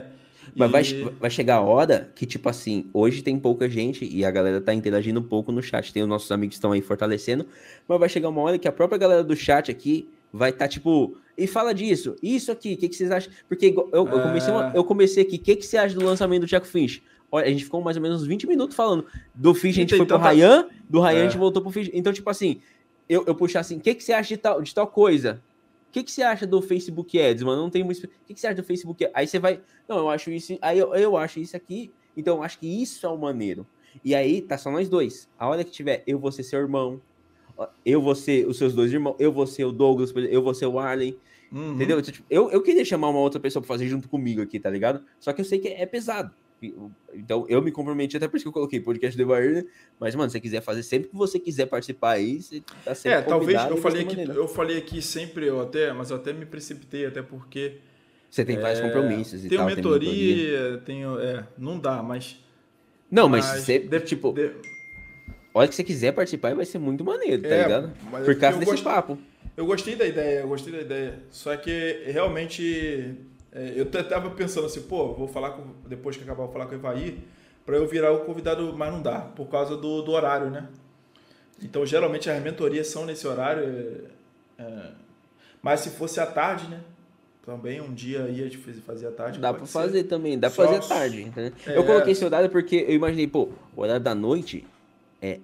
Mas vai, E vai chegar a hora que, tipo assim, hoje tem pouca gente e a galera tá interagindo um pouco no chat. Tem os nossos amigos que estão aí fortalecendo, mas vai chegar uma hora que a própria galera do chat aqui vai estar, tá, tipo, e fala disso, isso aqui, o que, que vocês acham? Porque eu, eu, comecei uma, é, eu comecei aqui, o que, que você acha do lançamento do Thiago Finch? Olha, a gente ficou mais ou menos uns vinte minutos falando. Do Finch a e gente tem foi pro tanta. Ryan, do Ryan a gente É, voltou pro Finch. Então, tipo assim, eu, eu puxar assim, o que, que você acha de tal, de tal coisa? O que, que você acha do Facebook Ads, mano? Não tem muito. O que, que você acha do Facebook Ads? Aí você vai. Não, eu acho isso. Aí eu, eu acho isso aqui. Então eu acho que isso é o maneiro. E aí tá só nós dois. A hora que tiver, eu vou ser seu irmão. Eu vou ser os seus dois irmãos. Eu vou ser o Douglas. Eu vou ser o Arlen. uhum. Entendeu? Eu, eu queria chamar uma outra pessoa pra fazer junto comigo aqui, tá ligado? Só que eu sei que é pesado. Então eu me comprometi, até por isso que eu coloquei podcast do Evair. Mas, mano, se você quiser fazer, sempre que você quiser participar aí, você tá sempre É, talvez convidado. eu falei, aqui, maneira. eu falei aqui sempre, eu até, mas eu até me precipitei, até porque. Você tem vários é, compromissos e tenho tal. mentoria, tenho. É, não dá, mas. Não, mas, mas você, de- tipo, de- a hora que você quiser participar, vai ser muito maneiro, tá É, ligado? mas Por é causa porque eu desse gosto- papo. Eu gostei da ideia, eu gostei da ideia. Só que realmente é, eu até tava pensando assim, pô, vou falar com, depois que acabar, vou falar com o Evair, pra eu virar o convidado, mas não dá, por causa do, do horário, né? Então geralmente as mentorias são nesse horário. é, é, mas se fosse à tarde, né? Também um dia ia de fazer à tarde. Dá pode pra ser. fazer também, dá pra Só- fazer à tarde, entendeu? É. Eu coloquei esse horário porque eu imaginei, pô, o horário da noite é,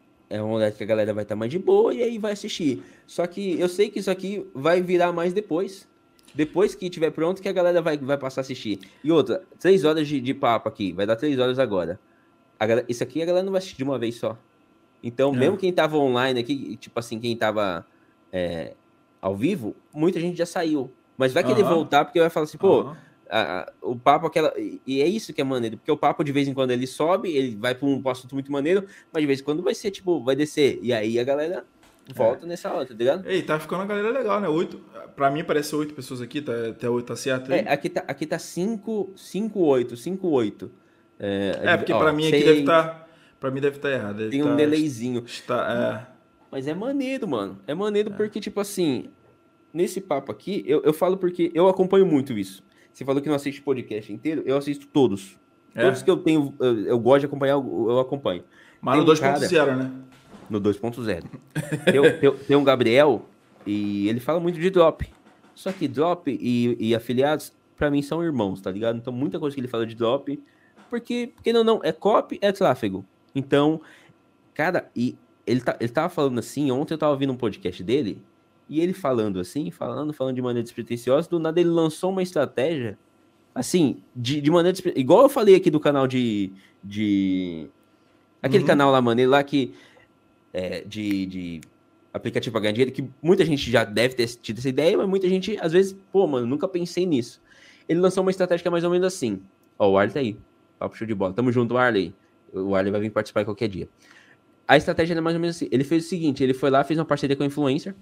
é um horário que a galera vai estar mais de boa e aí vai assistir. Só que eu sei que isso aqui vai virar mais depois. Depois que estiver pronto, que a galera vai, vai passar a assistir. E outra, três horas de, de papo aqui, vai dar três horas agora. A galera, isso aqui a galera não vai assistir de uma vez só. Então, É. mesmo quem tava online aqui, tipo assim, quem tava é, ao vivo, muita gente já saiu. Mas vai querer Aham. voltar porque vai falar assim, pô, Aham. a- a- o papo aquela... E e é isso que é maneiro, porque o papo de vez em quando ele sobe, ele vai pra um assunto muito maneiro, mas de vez em quando vai ser, tipo, vai descer. E aí a galera volta nessa hora, tá ligado? Ei, tá ficando uma galera legal, né? Oito, pra mim parece oito pessoas aqui, tá, até oito tá certo aí? É, aqui tá, aqui tá cinco, cinco, oito, cinco, oito. É, É, porque ó, pra mim aqui seis, deve estar. Pra mim deve estar errado. Deve tem um tá- delayzinho. Está, Mas é maneiro, mano. É maneiro porque, tipo assim, nesse papo aqui, eu, eu falo porque eu acompanho muito isso. Você falou que não assiste podcast inteiro, eu assisto todos. É? Todos que eu tenho, eu, eu gosto de acompanhar, eu, eu acompanho. é. Mas Tem no um dois ponto cara- zero, né? No dois ponto zero. Tem, o- tem, o- tem um Gabriel e ele fala muito de drop. Só que drop e, e afiliados, pra mim, são irmãos, tá ligado? Então, muita coisa que ele fala de drop, porque, porque não, não, é copy, é tráfego. Então, cara, e ele, tá, ele tava falando assim, ontem eu tava ouvindo um podcast dele, e ele falando assim, falando, falando de maneira despretensiosa, do nada ele lançou uma estratégia, assim, de, de maneira despre... igual eu falei aqui do canal de... de... Aquele Uhum. canal lá, maneiro, lá que... É, de, de aplicativo pra ganhar dinheiro, que muita gente já deve ter tido essa ideia, mas muita gente, às vezes, pô, mano, nunca pensei nisso. Ele lançou uma estratégia que é mais ou menos assim. Ó, o Arley tá aí. Papo show de bola. Tamo junto, Arley. O Arley vai vir participar qualquer dia. A estratégia é mais ou menos assim. Ele fez o seguinte, ele foi lá, fez uma parceria com a influencer,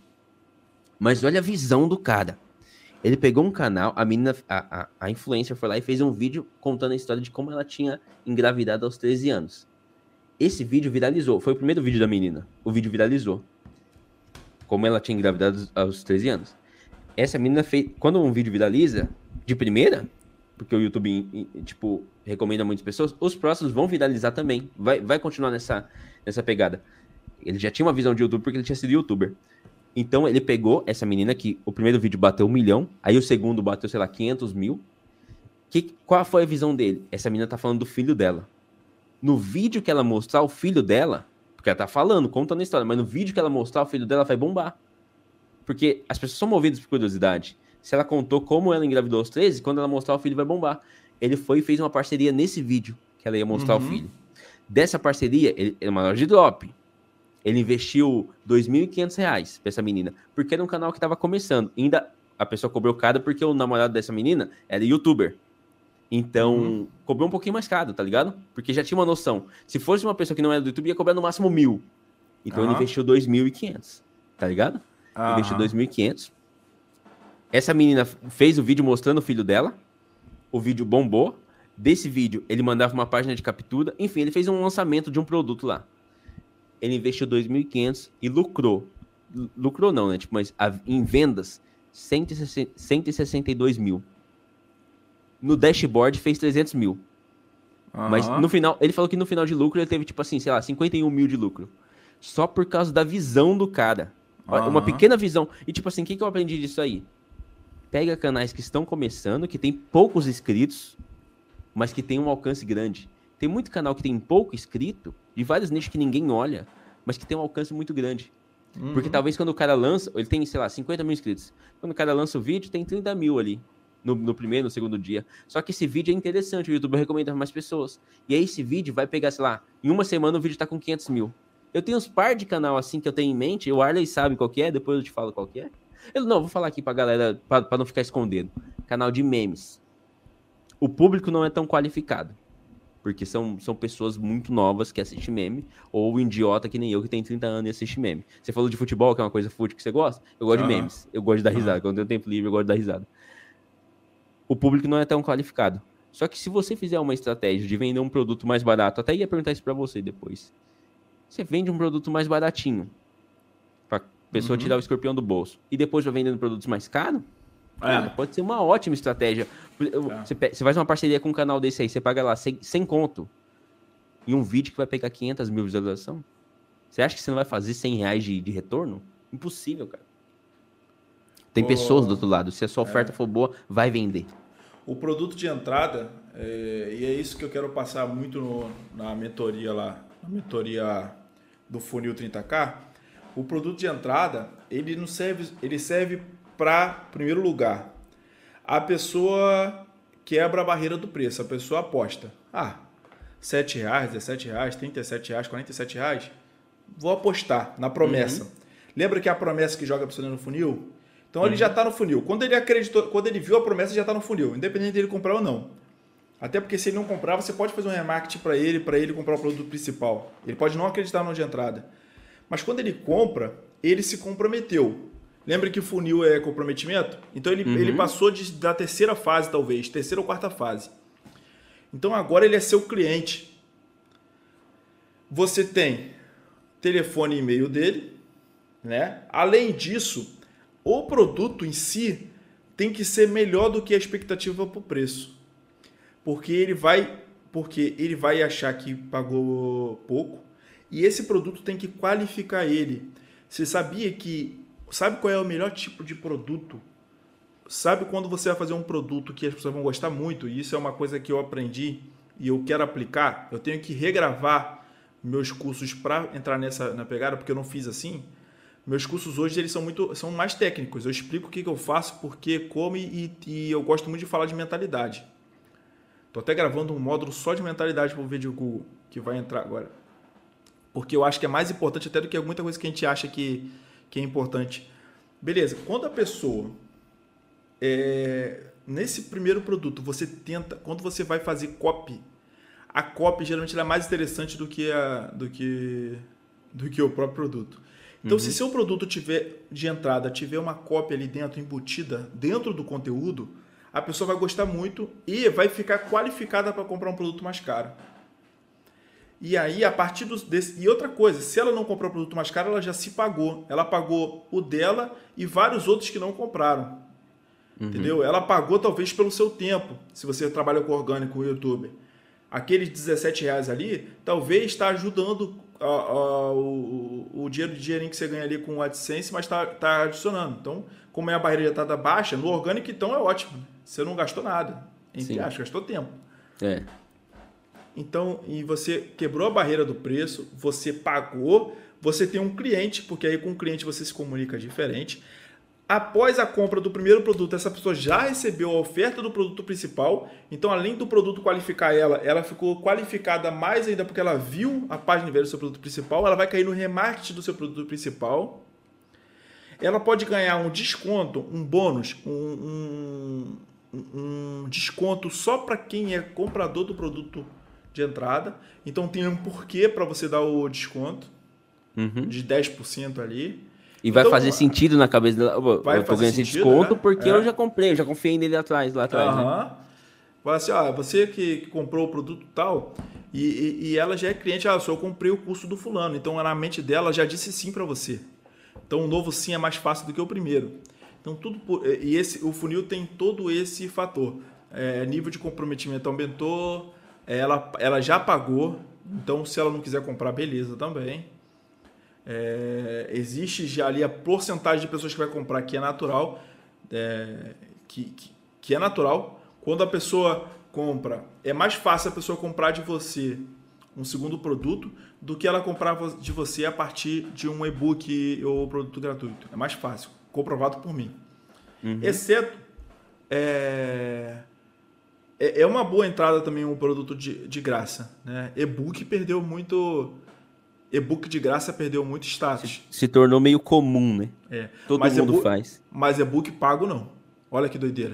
mas olha a visão do cara. Ele pegou um canal, a menina, a, a, a influencer foi lá e fez um vídeo contando a história de como ela tinha engravidado aos treze anos. Esse vídeo viralizou. Foi o primeiro vídeo da menina. O vídeo viralizou. Como ela tinha engravidado aos treze anos. Essa menina fez... Quando um vídeo viraliza, de primeira, porque o YouTube, tipo, recomenda muitas pessoas, os próximos vão viralizar também. Vai, vai continuar nessa, nessa pegada. Ele já tinha uma visão de YouTube porque ele tinha sido youtuber. Então ele pegou essa menina que o primeiro vídeo bateu um milhão, aí o segundo bateu, sei lá, quinhentos mil. Que, qual foi a visão dele? Essa menina tá falando do filho dela. No vídeo que ela mostrar o filho dela, porque ela tá falando, contando a história, mas no vídeo que ela mostrar o filho dela vai bombar. Porque as pessoas são movidas por curiosidade. Se ela contou como ela engravidou aos treze, quando ela mostrar o filho vai bombar. Ele foi e fez uma parceria nesse vídeo que ela ia mostrar Uhum. o filho. Dessa parceria, ele é uma loja de drop. Ele investiu dois mil e quinhentos reais pra essa menina, porque era um canal que tava começando. Ainda a pessoa cobrou caro porque o namorado dessa menina era youtuber. Então, Uhum. cobrou um pouquinho mais caro, tá ligado? Porque já tinha uma noção. Se fosse uma pessoa que não era do YouTube, ia cobrar no máximo mil. Então, ele Aham. investiu dois mil e quinhentos, tá ligado? Aham. Investiu dois mil e quinhentos. Essa menina fez o vídeo mostrando o filho dela. O vídeo bombou. Desse vídeo, ele mandava uma página de captura. Enfim, ele fez um lançamento de um produto lá. Ele investiu dois mil e quinhentos e lucrou. L- Lucrou não, né? Tipo, mas a- em vendas, cento e sessenta e dois mil. no dashboard fez trezentos mil. Aham. Mas no final, ele falou que no final de lucro ele teve, tipo assim, sei lá, cinquenta e um mil de lucro. Só por causa da visão do cara. Olha, uma Aham. pequena visão. E tipo assim, o que, que eu aprendi disso aí? Pega canais que estão começando, que tem poucos inscritos, mas que tem um alcance grande. Tem muito canal que tem pouco inscrito, de vários nichos que ninguém olha, mas que tem um alcance muito grande. Uhum. Porque talvez quando o cara lança, ele tem, sei lá, cinquenta mil inscritos. Quando o cara lança o vídeo, tem trinta mil ali. No, no primeiro, no segundo dia. Só que esse vídeo é interessante, o YouTube recomenda para mais pessoas. E aí esse vídeo vai pegar, sei lá, em uma semana o vídeo tá com quinhentos mil. Eu tenho uns par de canal assim que eu tenho em mente, o Arley sabe qual que é, depois eu te falo qual que é. Eu não, vou falar aqui pra galera, pra, pra não ficar escondendo. Canal de memes. O público não é tão qualificado. Porque são, são pessoas muito novas que assistem meme, ou o idiota que nem eu, que tem trinta anos e assiste meme. Você falou de futebol, que é uma coisa fútil que você gosta? Eu gosto Aham. de memes. Eu gosto de dar risada. Aham. Quando eu tenho tempo livre, eu gosto de dar risada. O público não é tão qualificado. Só que se você fizer uma estratégia de vender um produto mais barato, até ia perguntar isso pra você depois. Você vende um produto mais baratinho, pra pessoa Uhum. tirar o escorpião do bolso, e depois vai vendendo produtos mais caros, É. cara, pode ser uma ótima estratégia. Eu- É. Você, pe- você faz uma parceria com um canal desse aí, você paga lá cem, cem conto, e um vídeo que vai pegar quinhentas mil visualizações. Você acha que você não vai fazer cem reais de, de retorno? Impossível, cara. Tem Ô, pessoas do outro lado. Se a sua oferta for boa, vai vender. O produto de entrada, é, e é isso que eu quero passar muito no- na mentoria lá, na mentoria do Funil trinta K. O produto de entrada, ele não serve, ele serve para, primeiro lugar, a pessoa quebra a barreira do preço, a pessoa aposta. Ah, sete reais, dezessete reais, trinta e sete reais, quarenta e sete reais, vou apostar na promessa. Uhum. Lembra que é a promessa que joga a pessoa no funil? Então ele já está no funil. Quando ele acreditou, quando ele viu a promessa, já está no funil, independente dele comprar ou não. Até porque se ele não comprar, você pode fazer um remarketing para ele, para ele comprar o produto principal. Ele pode não acreditar no de entrada. Mas quando ele compra, ele se comprometeu. Lembra que o funil é comprometimento? Então ele, Uhum. ele passou de, da terceira fase, talvez, terceira ou quarta fase. Então agora ele é seu cliente. Você tem telefone e e-mail dele, né? Além disso, o produto em si tem que ser melhor do que a expectativa para o preço. Porque ele vai, porque ele vai achar que pagou pouco e esse produto tem que qualificar ele. Você sabia que... Sabe qual é o melhor tipo de produto? Sabe quando você vai fazer um produto que as pessoas vão gostar muito? E isso é uma coisa que eu aprendi e eu quero aplicar. Eu tenho que regravar meus cursos para entrar nessa na pegada, porque eu não fiz assim. Meus cursos hoje eles são muito são mais técnicos. Eu explico o que, que eu faço, porquê, como e, e eu gosto muito de falar de mentalidade. Estou até gravando um módulo só de mentalidade para o vídeo Google, que vai entrar agora. Porque eu acho que é mais importante até do que muita coisa que a gente acha que, que é importante. Beleza, quando a pessoa... É, nesse primeiro produto, você tenta... Quando você vai fazer copy, a copy geralmente ela é mais interessante do que, a, do que, do que o próprio produto. Então, Uhum. se seu produto tiver de entrada, tiver uma cópia ali dentro, embutida dentro do conteúdo, a pessoa vai gostar muito e vai ficar qualificada para comprar um produto mais caro. E aí, a partir dos, desse... E outra coisa, se ela não comprou o produto mais caro, ela já se pagou. Ela pagou o dela e vários outros que não compraram. Uhum. Entendeu? Ela pagou talvez pelo seu tempo, se você trabalha com orgânico no YouTube. Aqueles dezessete reais ali, talvez está ajudando a, a, o, o dinheiro de dinheirinho que você ganha ali com o AdSense, mas está tá adicionando. Então, como é a barreira de entrada baixa, no orgânico então é ótimo. Você não gastou nada. Entre aspas, gastou tempo. É. Então, e você quebrou a barreira do preço, você pagou, você tem um cliente, porque aí com o cliente você se comunica diferente. Após a compra do primeiro produto, essa pessoa já recebeu a oferta do produto principal. Então, além do produto qualificar ela, ela ficou qualificada mais ainda porque ela viu a página de venda do seu produto principal. Ela vai cair no remarketing do seu produto principal. Ela pode ganhar um desconto, um bônus, um, um, um desconto só para quem é comprador do produto de entrada. Então, tem um porquê para você dar o desconto Uhum. de dez por cento ali. E vai Então, fazer sentido na cabeça dela. Eu vai tô fazer ganhando esse sentido, desconto né? porque É. eu já comprei, eu já confiei nele atrás, lá atrás. Né? Aham. Fala assim, ó, você que, que comprou o produto tal, e, e, e ela já é cliente, ah, só eu comprei o curso do fulano. Então, na mente dela, já disse sim para você. Então, o novo sim é mais fácil do que o primeiro. Então, tudo por, e esse, o funil tem todo esse fator. é, nível de comprometimento aumentou, ela, ela já pagou, então se ela não quiser comprar, beleza também. É, existe já ali a porcentagem de pessoas que vai comprar que é natural, é, que, que, que é natural. Quando a pessoa compra, é mais fácil a pessoa comprar de você um segundo produto do que ela comprar de você a partir de um e-book ou produto gratuito. É mais fácil, comprovado por mim. Uhum. Exceto, é, é uma boa entrada também um produto de, de graça, né? E-book perdeu muito... E-book de graça perdeu muito status. Se, se tornou meio comum, né? É. Todo mas mundo faz. Mas e-book pago não. Olha que doideira.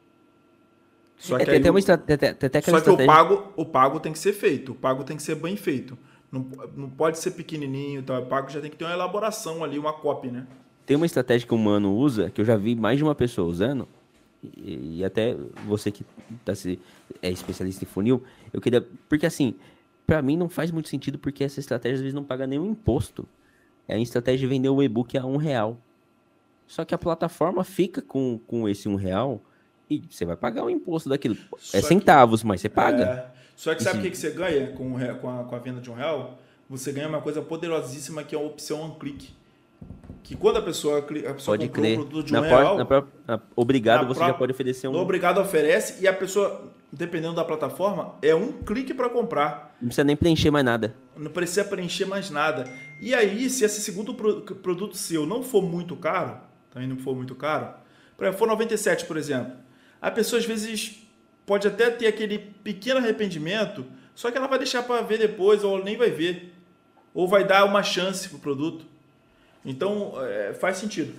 Só é, que, aí, tem uma estrate... tem, tem, tem só que estratégia... o, pago, o pago tem que ser feito. O pago tem que ser bem feito. Não, não pode ser pequenininho. Tá? O pago já tem que ter uma elaboração ali, uma copy, né? Tem uma estratégia que o Mano usa, que eu já vi mais de uma pessoa usando, e, e até você que tá se, é especialista em funil, eu queria... Porque assim... Pra mim não faz muito sentido, porque essa estratégia às vezes não paga nenhum imposto. É a estratégia de vender o e-book a um real. Só que a plataforma fica com, com esse um real e você vai pagar o imposto daquilo. Só é centavos, que, mas você paga. É, só que sabe o que, que você ganha com, com, a, com a venda de um real? Você ganha uma coisa poderosíssima que é a opção on click. Que quando a pessoa, a pessoa pode comprou crer. um produto de na um por, real... Na por, na, obrigado, na você pro, já pode oferecer um... No obrigado oferece e a pessoa, dependendo da plataforma, é um clique para comprar. Não precisa nem preencher mais nada. Não precisa preencher mais nada. E aí, se esse segundo pro, produto seu não for muito caro, também não for muito caro, por exemplo, for noventa e sete, por exemplo, a pessoa às vezes pode até ter aquele pequeno arrependimento, só que ela vai deixar para ver depois ou nem vai ver. Ou vai dar uma chance pro produto. Então, é, faz sentido.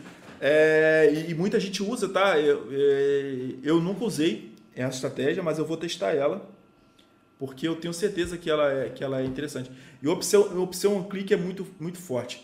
É, e, e muita gente usa, tá? Eu, é, eu nunca usei essa estratégia, mas eu vou testar ela, porque eu tenho certeza que ela é, que ela é interessante. E a opção, a opção on click é muito, muito forte.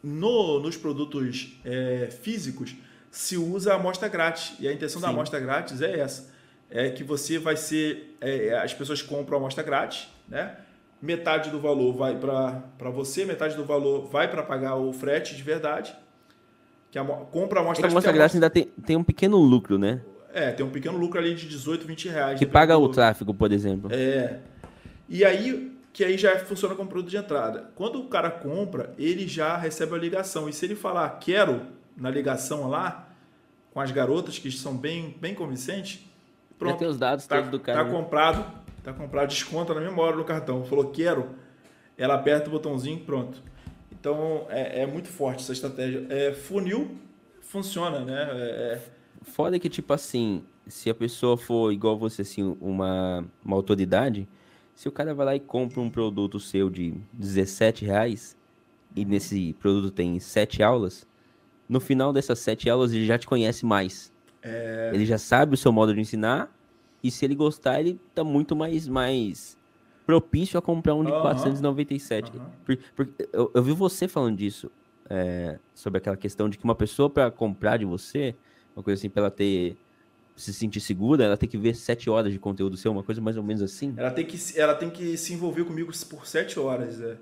No, nos produtos é, físicos, se usa a amostra grátis. E a intenção Sim. da amostra grátis é essa. É que você vai ser... É, as pessoas compram a amostra grátis, né? Metade do valor vai para você, metade do valor vai para pagar o frete de verdade. Que a, compra a amostra grátis. A amostra grátis ainda tem, tem um pequeno lucro, né? É, tem um pequeno lucro ali de dezoito, vinte reais. Que paga o tráfego, por exemplo. É. E aí, que aí já funciona como produto de entrada. Quando o cara compra, ele já recebe a ligação. E se ele falar, quero, na ligação lá, com as garotas, que são bem, bem convincentes, pronto. Já tem os dados tá, todos do cara. Tá comprado. Tá comprado, desconta na mesma hora no cartão. Falou, quero. Ela aperta o botãozinho, pronto. Então, é, é muito forte essa estratégia. É, funil funciona, né? É... Foda que, tipo assim, se a pessoa for igual você, assim, uma, uma autoridade, se o cara vai lá e compra um produto seu de dezessete reais e nesse produto tem sete aulas, no final dessas sete aulas ele já te conhece mais. É... Ele já sabe o seu modo de ensinar e se ele gostar, ele tá muito mais... mais... propício a comprar um de uhum. quatrocentos e noventa e sete. Uhum. Por, por, eu, eu vi você falando disso, é, sobre aquela questão de que uma pessoa para comprar de você, uma coisa assim, para ela ter, se sentir segura, ela tem que ver sete horas de conteúdo seu, uma coisa mais ou menos assim. Ela tem que, ela tem que se envolver comigo por sete horas. É,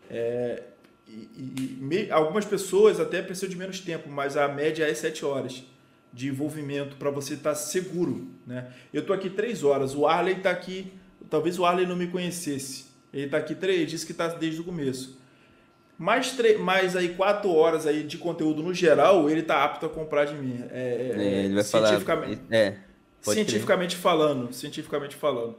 é, e, e, me, algumas pessoas até precisam de menos tempo, mas a média é sete horas de envolvimento para você estar seguro, né? Eu estou aqui três horas, o Arley está aqui. Talvez o Arley não me conhecesse. Ele está aqui três, disse que está desde o começo. Mais, tre- mais aí quatro horas aí de conteúdo no geral, ele está apto a comprar de mim. É, é, ele vai cientificamente, falar... É, cientificamente falando, cientificamente falando.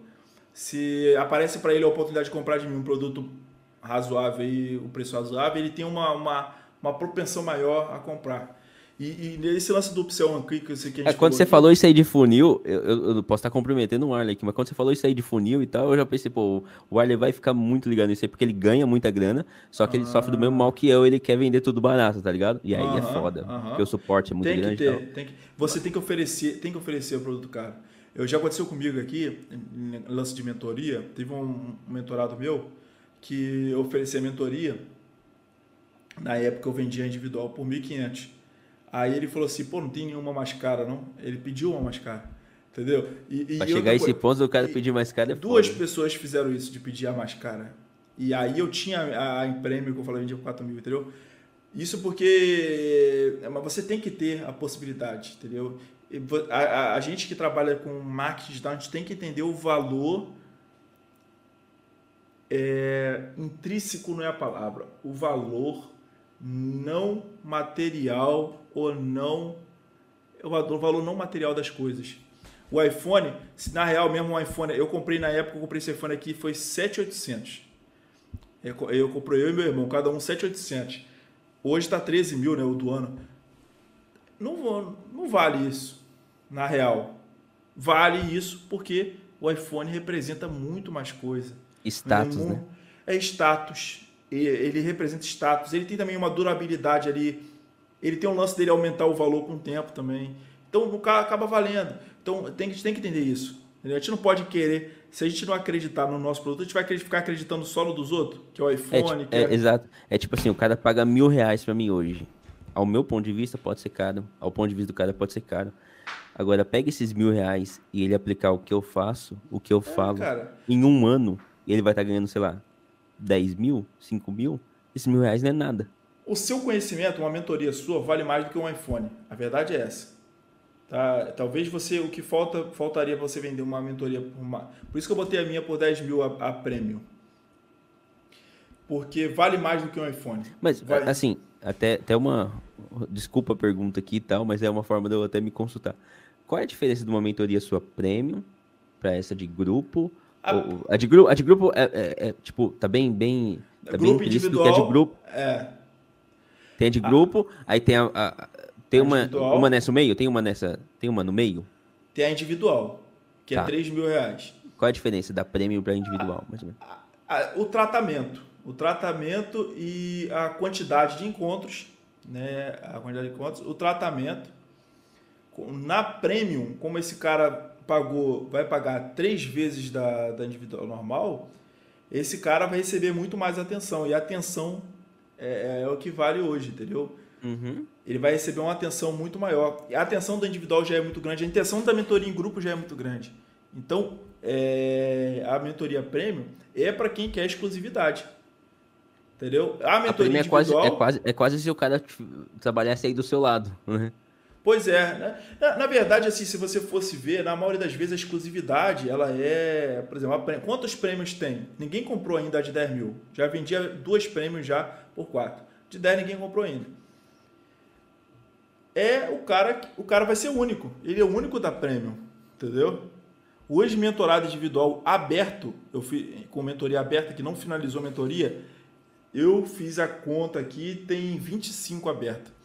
Se aparece para ele a oportunidade de comprar de mim um produto razoável e o preço razoável, ele tem uma, uma, uma propensão maior a comprar. E, e nesse lance do opção click que a gente é, quando você aqui, falou isso aí de funil, eu, eu, eu posso estar comprometendo o Arley aqui, mas quando você falou isso aí de funil e tal, eu já pensei, pô, o Arley vai ficar muito ligado nisso aí, porque ele ganha muita grana, só que ah. ele sofre do mesmo mal que eu, ele quer vender tudo barato, tá ligado? E aí aham, é foda, aham. porque o suporte é muito tem grande que ter, e tal. Tem que, você tem que oferecer, tem que oferecer o produto caro. Eu já aconteceu comigo aqui, em lance de mentoria, teve um, um mentorado meu que eu oferecia mentoria, na época eu vendia individual por mil e quinhentos. Aí ele falou assim, pô, não tem nenhuma mais cara, não? Ele pediu uma mais cara, entendeu? E, e pra chegar a esse ponto, o cara pedir mais cara é Duas foda. pessoas fizeram isso, de pedir a mais cara. E aí eu tinha a, a em prêmio, que eu falei, vendia por quatro mil, entendeu? Isso porque... Mas você tem que ter a possibilidade, entendeu? a, a, a gente que trabalha com marketing digital, a gente tem que entender o valor é, intrínseco, não é a palavra, o valor não material ou não, o valor não material das coisas. O iPhone, se na real mesmo um iPhone, eu comprei na época, eu comprei esse iPhone aqui, foi sete mil e oitocentos. Eu, eu comprei eu e meu irmão, cada um sete mil e oitocentos. Hoje está treze mil, né, o do ano. Não, não vale isso, na real. Vale isso porque o iPhone representa muito mais coisa. Status, um, né? É status. Ele representa status. Ele tem também uma durabilidade ali. Ele tem um lance dele aumentar o valor com o tempo também. Então, no caso, acaba valendo. Então, tem, a gente tem que entender isso. Entendeu? A gente não pode querer... Se a gente não acreditar no nosso produto, a gente vai ficar acreditando só no dos outros, que é o iPhone. É, que é, é... Exato. É tipo assim, o cara paga mil reais pra mim hoje. Ao meu ponto de vista, pode ser caro. Ao ponto de vista do cara, pode ser caro. Agora, pega esses mil reais e ele aplicar o que eu faço, o que eu falo, cara. em um ano, e ele vai estar ganhando, sei lá, dez mil, cinco mil, esses mil reais não é nada. O seu conhecimento, uma mentoria sua, vale mais do que um iPhone. A verdade é essa. Tá? Talvez você, o que falta, faltaria para você vender uma mentoria por uma... Por isso que eu botei a minha por dez mil a, a prêmio. Porque vale mais do que um iPhone. Mas, Vai... assim, até, até uma... Desculpa a pergunta aqui e tal, mas é uma forma de eu até me consultar. Qual é a diferença de uma mentoria sua premium para essa de grupo? A, ou, a, de, gru, a de grupo é, é, é, tipo, tá bem, bem, tá grupo bem individual, que é de grupo. É. Tem a de grupo, ah, aí tem a, a tem a uma, uma nessa no meio, tem uma nessa, tem uma no meio. Tem a individual, que tá. é três mil reais. Qual é a diferença da premium para individual, a, mais ou menos? A, a, o tratamento, o tratamento e a quantidade de encontros, né? A quantidade de encontros, o tratamento. Na premium, como esse cara pagou, vai pagar três vezes da, da individual normal, esse cara vai receber muito mais atenção. E a atenção é, é o que vale hoje, entendeu? Uhum. Ele vai receber uma atenção muito maior. A atenção do individual já é muito grande, a atenção da mentoria em grupo já é muito grande. Então, é, a mentoria premium é para quem quer exclusividade. Entendeu? A mentoria a individual... É quase, é, quase, é quase se o cara trabalhasse aí do seu lado, né? Pois é, né? Na, na verdade, assim, se você fosse ver, na maioria das vezes a exclusividade, ela é, por exemplo, a, quantos prêmios tem? Ninguém comprou ainda a de dez mil. Já vendia duas prêmios já por quatro. De dez ninguém comprou ainda. É o cara, o cara vai ser único. Ele é o único da prêmio, entendeu? Hoje, mentorado individual aberto, eu fiz com mentoria aberta, que não finalizou a mentoria, eu fiz a conta aqui, tem vinte e cinco abertas.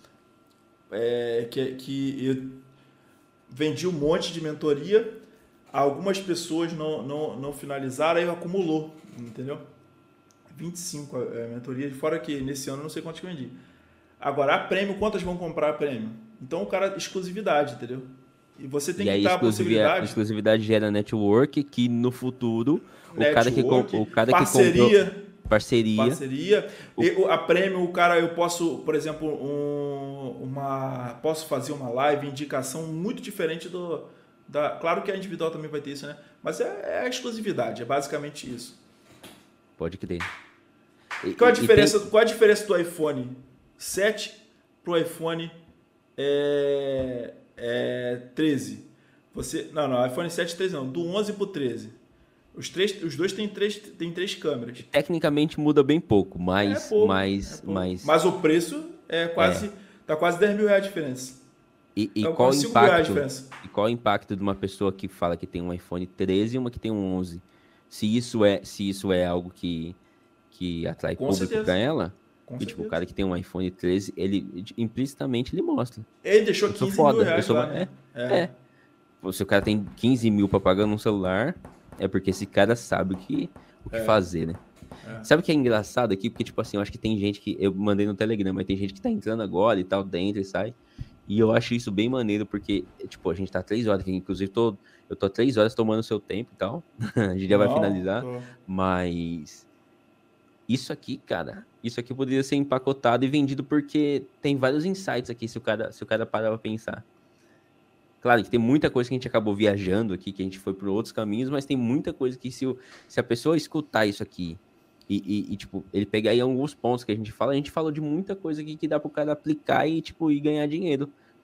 É, que, que eu vendi um monte de mentoria, algumas pessoas não, não, não finalizaram, aí acumulou, entendeu? vinte e cinco é, mentorias, fora que nesse ano eu não sei quantas que eu vendi. Agora, a prêmio, quantas vão comprar a prêmio? Então, o cara, exclusividade, entendeu? E você tem e que aí, dar a possibilidade... A exclusividade gera network, que no futuro, network, o cara que, o cara parceria, que comprou... Parceria. Parceria. O... A prêmio, o cara, eu posso, por exemplo, um, uma, posso fazer uma live, indicação muito diferente do... Da, claro que a individual também vai ter isso, né? Mas é, é a exclusividade, é basicamente isso. Pode crer. E, qual, a diferença, tem... qual a diferença do iPhone sete para o iPhone é, é, treze? Você, não, não, iPhone sete e treze não, do onze para o treze. Os, três, os dois têm três, têm três câmeras. Tecnicamente muda bem pouco, mas... É pouco, mas, é pouco. mas... mas o preço é quase... É. Tá quase dez mil reais a diferença. E, e, tá qual impacto, e qual o impacto de uma pessoa que fala que tem um iPhone treze e uma que tem um onze? Se isso é, se isso é algo que, que atrai Com público para ela... E, tipo, o cara que tem um iPhone treze, ele implicitamente ele mostra. Ele deixou quinze mil reais sou, lá, né? É, é. é. Se o cara tem quinze mil para pagar num celular, é porque esse cara sabe o que, o que é. fazer, né? É. Sabe o que é engraçado aqui? Porque, tipo assim, eu acho que tem gente que... Eu mandei no Telegram, mas tem gente que tá entrando agora e tal, dentro e sai. E eu acho isso bem maneiro, porque, tipo, a gente tá três horas aqui. Inclusive, tô, eu tô três horas tomando seu tempo e tal. A gente já Não, vai finalizar. Tô... Mas... Isso aqui, cara, isso aqui poderia ser empacotado e vendido porque tem vários insights aqui, se o cara, se o cara parar pra pensar. Claro que tem muita coisa que a gente acabou viajando aqui, que a gente foi por outros caminhos, mas tem muita coisa que se, o, se a pessoa escutar isso aqui e, e, e, tipo, ele pegar aí alguns pontos que a gente fala, a gente falou de muita coisa aqui que dá pro cara aplicar e, tipo, e ganhar dinheiro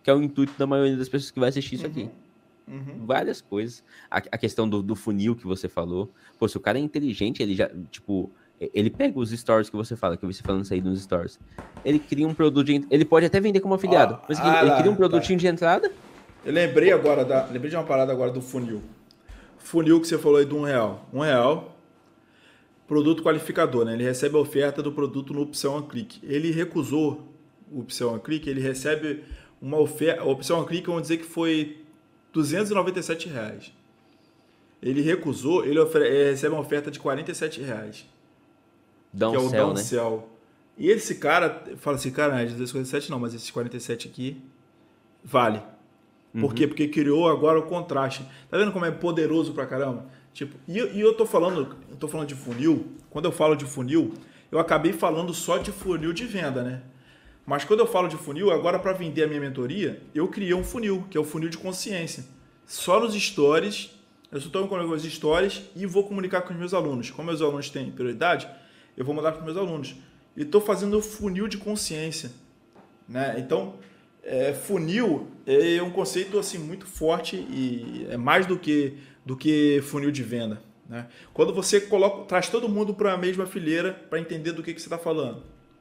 que é o intuito da maioria das pessoas que vai assistir isso Uhum. aqui. Uhum. Várias coisas. A, a questão do, do funil que você falou. Pô, se o cara é inteligente, ele já, tipo, ele pega os stories que você fala, que você falando isso aí nos stories. Ele cria um produto, de, ele pode até vender como afiliado, Ah, mas ah ele, lá, ele cria um tá. produtinho de entrada. Eu lembrei agora da, lembrei de uma parada agora do funil. Funil que você falou aí do um real. Um real, produto qualificador, né? Ele recebe a oferta do produto no Opção One Click. Ele recusou o Opção One Click, ele recebe uma oferta. A Opção One Click, vamos dizer que foi duzentos e noventa e sete reais. Ele recusou, ele, ofere- ele recebe uma oferta de quarenta e sete reais. Dá que é um o céu, né? downsell. E esse cara fala assim, cara, não é de duzentos e quarenta e sete não, mas esses quarenta e sete aqui vale. Por quê? Porque criou agora o contraste. Tá vendo como é poderoso pra caramba? Tipo, e, e eu tô falando, eu tô falando de funil, quando eu falo de funil, eu acabei falando só de funil de venda, né? Mas quando eu falo de funil, agora para vender a minha mentoria, eu criei um funil, que é o funil de consciência. Só nos stories, eu só estou com algumas stories e vou comunicar com os meus alunos. Como meus alunos têm prioridade, eu vou mandar para os meus alunos. E estou fazendo o funil de consciência, né? Então, é, funil é um conceito assim muito forte e é mais do que do que funil de venda, né? Quando você coloca, traz todo mundo para a mesma fileira para entender do que, que você está falando.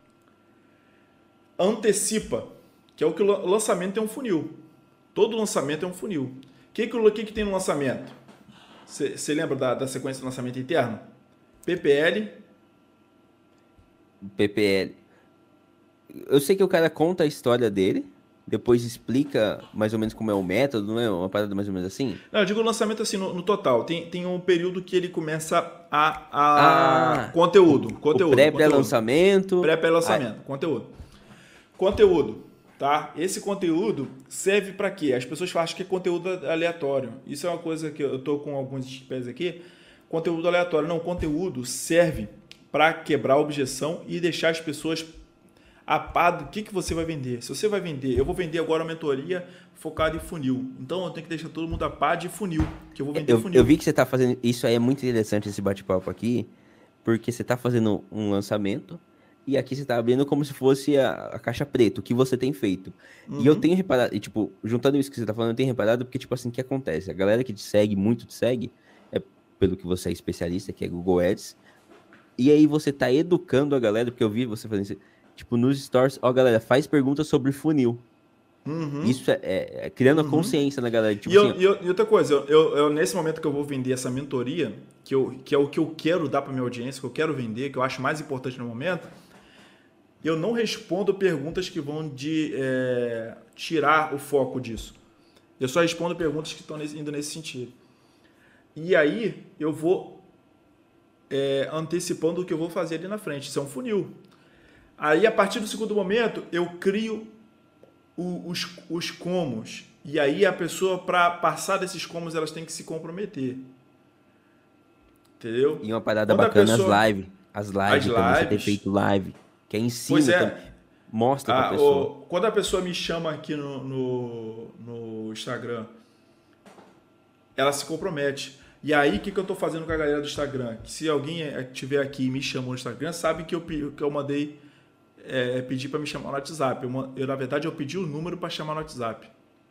Antecipa, que é o que o lançamento é um funil. Todo lançamento é um funil. O que, que, que, que tem no lançamento? Você lembra da, da sequência de lançamento interno? P P L. P P L. Eu sei que o cara conta a história dele, depois explica mais ou menos como é o método, não é? Uma parada mais ou menos assim? Não, eu digo lançamento assim, no, no total. Tem, tem um período que ele começa a... a Ah, conteúdo. O conteúdo pré-pré-lançamento. Pré-pré-lançamento. Conteúdo. Conteúdo. Tá? Esse conteúdo serve para quê? As pessoas acham que é conteúdo aleatório. Isso é uma coisa que eu estou com alguns pés aqui. Conteúdo aleatório. Não, conteúdo serve para quebrar a objeção e deixar as pessoas a par do que, que você vai vender. Se você vai vender, eu vou vender agora uma mentoria focada em funil. Então eu tenho que deixar todo mundo a par de funil, que eu vou vender Eu, funil. eu vi que você está fazendo. Isso aí é muito interessante, esse bate-papo aqui, porque você está fazendo um lançamento. E aqui você tá abrindo como se fosse a, a caixa preta, o que você tem feito. Uhum. E eu tenho reparado, e tipo, juntando isso que você tá falando, eu tenho reparado porque, tipo assim, o que acontece? A galera que te segue, muito te segue, é pelo que você é especialista, que é Google Ads. E aí você tá educando a galera, porque eu vi você fazendo isso, tipo, nos stories, ó, galera, faz perguntas sobre funil. Uhum. Isso é, é, é criando uhum. a consciência na galera. Tipo e, eu, assim, e, eu, e outra coisa, eu, eu, eu, nesse momento que eu vou vender essa mentoria, que, eu, que é o que eu quero dar pra minha audiência, que eu quero vender, que eu acho mais importante no momento, eu não respondo perguntas que vão de, é, tirar o foco disso. Eu só respondo perguntas que estão indo nesse sentido. E aí eu vou é, antecipando o que eu vou fazer ali na frente. Isso é um funil. Aí, a partir do segundo momento, eu crio o, os, os comos. E aí a pessoa, para passar desses comos, elas têm que se comprometer. Entendeu? E uma parada Quando bacana, pessoa... as lives. As lives, as também, lives. Você tem feito live. Que é ensino, pois é. Também. Mostra pra a, pessoa. O, quando a pessoa me chama aqui no, no, no Instagram, ela se compromete. E aí, o que, que eu estou fazendo com a galera do Instagram? Que se alguém estiver aqui e me chamou no Instagram, sabe que eu, que eu mandei é, pedir para me chamar no WhatsApp. Eu, eu, na verdade, eu pedi o número para chamar no WhatsApp.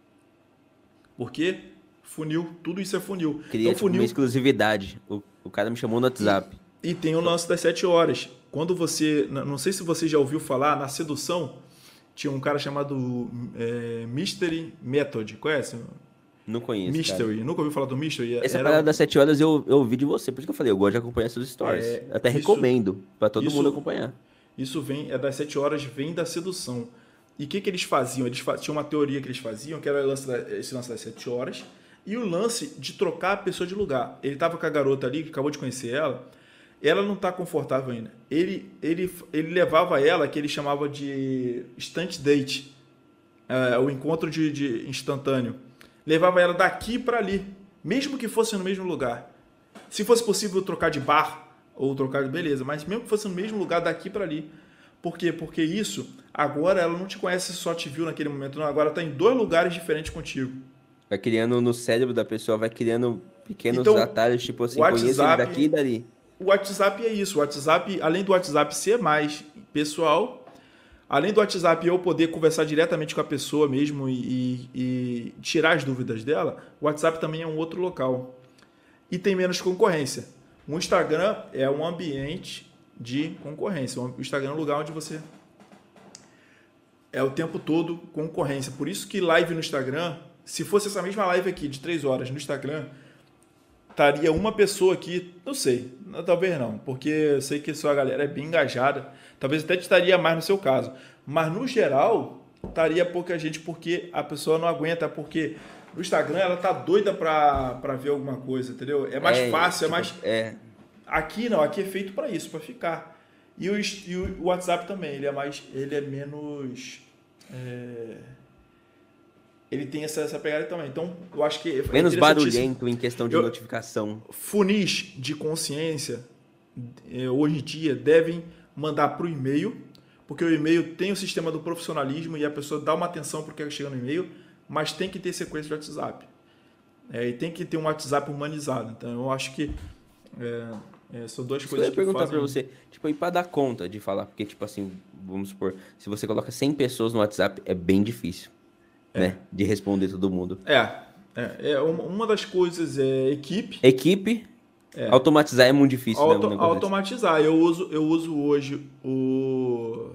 Por quê? Funil. Tudo isso é funil. Queria então, funil... uma exclusividade. O, o cara me chamou no WhatsApp. E, e tem o lance das sete horas. Quando você... Não sei se você já ouviu falar, na sedução, tinha um cara chamado é, Mystery Method. Conhece? Não conheço, Mystery. cara. Nunca ouviu falar do Mystery? Essa Era... parada das sete horas eu, eu ouvi de você. Por isso que eu falei, eu gosto de acompanhar seus stories. É, Até isso, recomendo para todo isso, mundo acompanhar. Isso vem, é das sete horas, vem da sedução. E o que, que eles faziam? Eles faziam, tinha uma teoria que eles faziam, que era lance da, esse lance das sete horas, e o lance de trocar a pessoa de lugar. Ele estava com a garota ali, que acabou de conhecer ela, ela não está confortável ainda. Ele, ele, ele levava ela, que ele chamava de instant date, é, o encontro de, de instantâneo. Levava ela daqui para ali, mesmo que fosse no mesmo lugar. Se fosse possível trocar de bar, ou trocar de beleza, mas mesmo que fosse no mesmo lugar, daqui para ali. Por quê? Porque isso, agora ela não te conhece, só te viu naquele momento, não. Agora está em dois lugares diferentes contigo. Vai criando no cérebro da pessoa, vai criando pequenos então, atalhos, tipo assim, WhatsApp, conheço ele daqui e dali. O WhatsApp é isso. O WhatsApp, além do WhatsApp ser mais pessoal, além do WhatsApp eu poder conversar diretamente com a pessoa mesmo e, e, e tirar as dúvidas dela, o WhatsApp também é um outro local. E tem menos concorrência. O Instagram é um ambiente de concorrência. O Instagram é um lugar onde você é o tempo todo concorrência. Por isso que live no Instagram, se fosse essa mesma live aqui de três horas no Instagram, estaria uma pessoa aqui, não sei, talvez não, porque eu sei que a sua galera é bem engajada, talvez até estaria mais no seu caso, mas no geral estaria pouca gente porque a pessoa não aguenta, porque no Instagram ela tá doida pra, pra ver alguma coisa, entendeu? É mais é, fácil, tipo, é mais... É. Aqui não, aqui é feito para isso, para ficar. E o, e o WhatsApp também, ele é mais, ele é menos... É... Ele tem essa, essa pegada também. Então, eu acho que... É menos barulhento em questão de eu, notificação. Funis de consciência, hoje em dia, devem mandar para o e-mail, porque o e-mail tem o sistema do profissionalismo e a pessoa dá uma atenção para o que chega no e-mail, mas tem que ter sequência de WhatsApp. É, e tem que ter um WhatsApp humanizado. Então, eu acho que é, é, são duas Isso coisas que que eu ia perguntar fazem... para você, tipo, e para dar conta de falar, porque, tipo assim, vamos supor, se você coloca cem pessoas no WhatsApp, é bem difícil, é. né, de responder todo mundo. É, é, é uma das coisas é equipe. Equipe, é. automatizar é muito difícil. Auto, né, automatizar, eu uso, eu uso hoje o,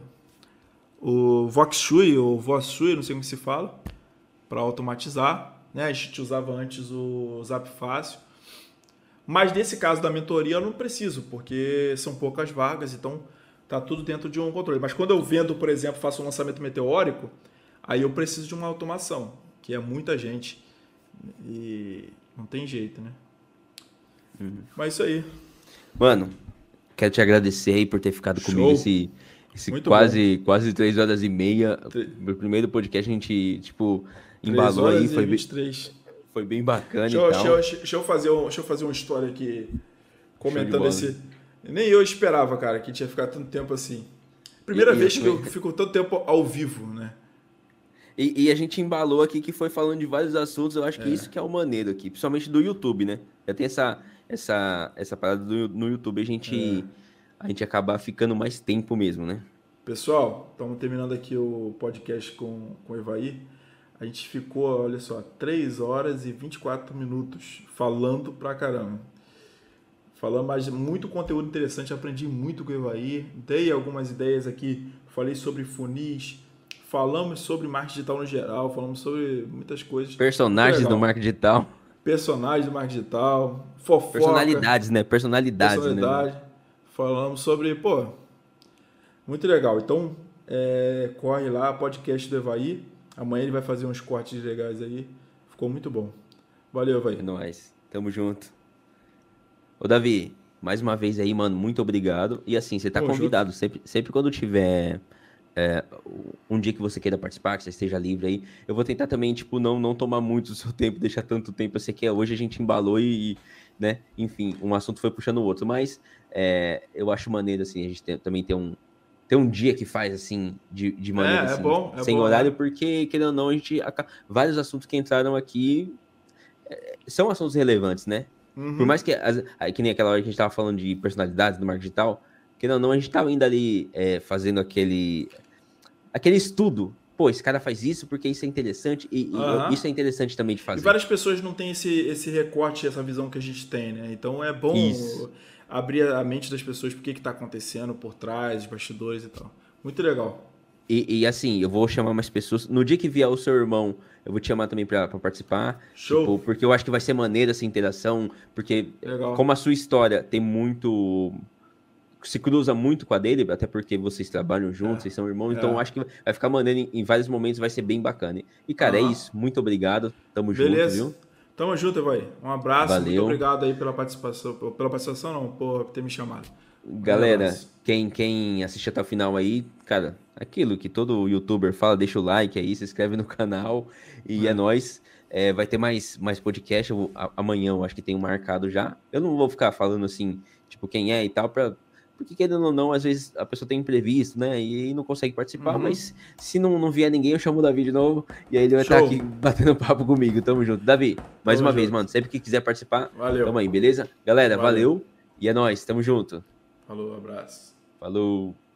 o Voxshui, ou Voxshui, não sei como se fala, para automatizar, né, a gente usava antes o Zap Fácil. Mas nesse caso da mentoria eu não preciso, porque são poucas vagas, então tá tudo dentro de um controle. Mas quando eu vendo, por exemplo, faço um lançamento meteórico, aí eu preciso de uma automação, que é muita gente e não tem jeito, né? Uhum. Mas isso aí. Mano, quero te agradecer aí por ter ficado Show. comigo esse, esse quase, quase três horas e meia. Meu primeiro podcast a gente, tipo, embalou aí. Foi vinte e três. Bem... Foi bem bacana deixa, e tal. Deixa, deixa, eu fazer um, deixa eu fazer uma história aqui, comentando esse... Nem eu esperava, cara, que tinha ficado tanto tempo assim. Primeira e, vez e que eu fico tanto tempo ao vivo, né? E, e a gente embalou aqui que foi falando de vários assuntos, eu acho que é. isso que é o maneiro aqui, principalmente do YouTube, né? Já tem essa, essa, essa parada do, no YouTube, a gente, é. a gente acaba ficando mais tempo mesmo, né? Pessoal, estamos terminando aqui o podcast com, com o Evaí. A gente ficou, olha só, três horas e vinte e quatro minutos falando pra caramba. Falando mais muito conteúdo interessante, aprendi muito com o Evaí, dei algumas ideias aqui, falei sobre funis, falamos sobre marketing digital no geral, falamos sobre muitas coisas. Personagens do marketing digital. Personagens do marketing digital, fofoca. Personalidades, né? Personalidades, personalidade. Né? Falamos sobre, pô, muito legal. Então, é, corre lá, podcast do Evaí. Amanhã ele vai fazer uns cortes legais aí. Ficou muito bom. Valeu, Evaí. É nóis. Tamo junto. Ô, Davi, mais uma vez aí, mano, muito obrigado. E assim, você tá Tamo convidado. Sempre, sempre quando tiver é, um dia que você queira participar, que você esteja livre aí, eu vou tentar também, tipo, não, não tomar muito do seu tempo, deixar tanto tempo. Eu sei que hoje a gente embalou e, né, enfim, um assunto foi puxando o outro. Mas é, eu acho maneiro, assim, a gente tem, também ter um Ter um dia que faz, assim, de, de maneira, é, assim, é bom, é sem bom, horário, né? porque, querendo ou não, a gente... Vários assuntos que entraram aqui é, são assuntos relevantes, né? Uhum. Por mais que, as, que nem aquela hora que a gente tava falando de personalidades do marketing digital, querendo ou não, a gente tava ainda ali é, fazendo aquele, aquele estudo. Pô, esse cara faz isso porque isso é interessante e, uhum. e isso é interessante também de fazer. E várias pessoas não têm esse, esse recorte, essa visão que a gente tem, né? Então é bom... Isso. Abrir a mente das pessoas, por que está acontecendo por trás, os bastidores e tal. Muito legal. E, e assim, eu vou chamar mais pessoas. No dia que vier o seu irmão, eu vou te chamar também para participar. Show. Tipo, porque eu acho que vai ser maneira essa interação. Porque legal. Como a sua história tem muito... Se cruza muito com a dele, até porque vocês trabalham juntos, é. vocês são irmãos. É. Então eu acho que vai ficar maneiro em, em vários momentos, vai ser bem bacana. E, cara, uhum. é isso. Muito obrigado. Tamo Beleza. junto, viu? Tamo junto, Evaí. Um abraço. Valeu. Muito obrigado aí pela participação. Pela participação não, por ter me chamado. Galera, um quem, quem assiste até o final aí, cara, aquilo que todo youtuber fala, deixa o like aí, se inscreve no canal e é, é nóis. É, vai ter mais, mais podcast. Eu vou, a, amanhã eu acho que tem um marcado já. Eu não vou ficar falando assim, tipo, quem é e tal, pra... Porque, querendo ou não, às vezes a pessoa tem imprevisto, né? E não consegue participar, uhum. mas se não, não vier ninguém, eu chamo o Davi de novo. E aí ele vai Show. estar aqui batendo papo comigo. Tamo junto. Davi, mais tamo uma junto. vez, mano. Sempre que quiser participar, valeu. Tamo aí, beleza? Galera, valeu. valeu. E é nóis, tamo junto. Falou, abraço. Falou.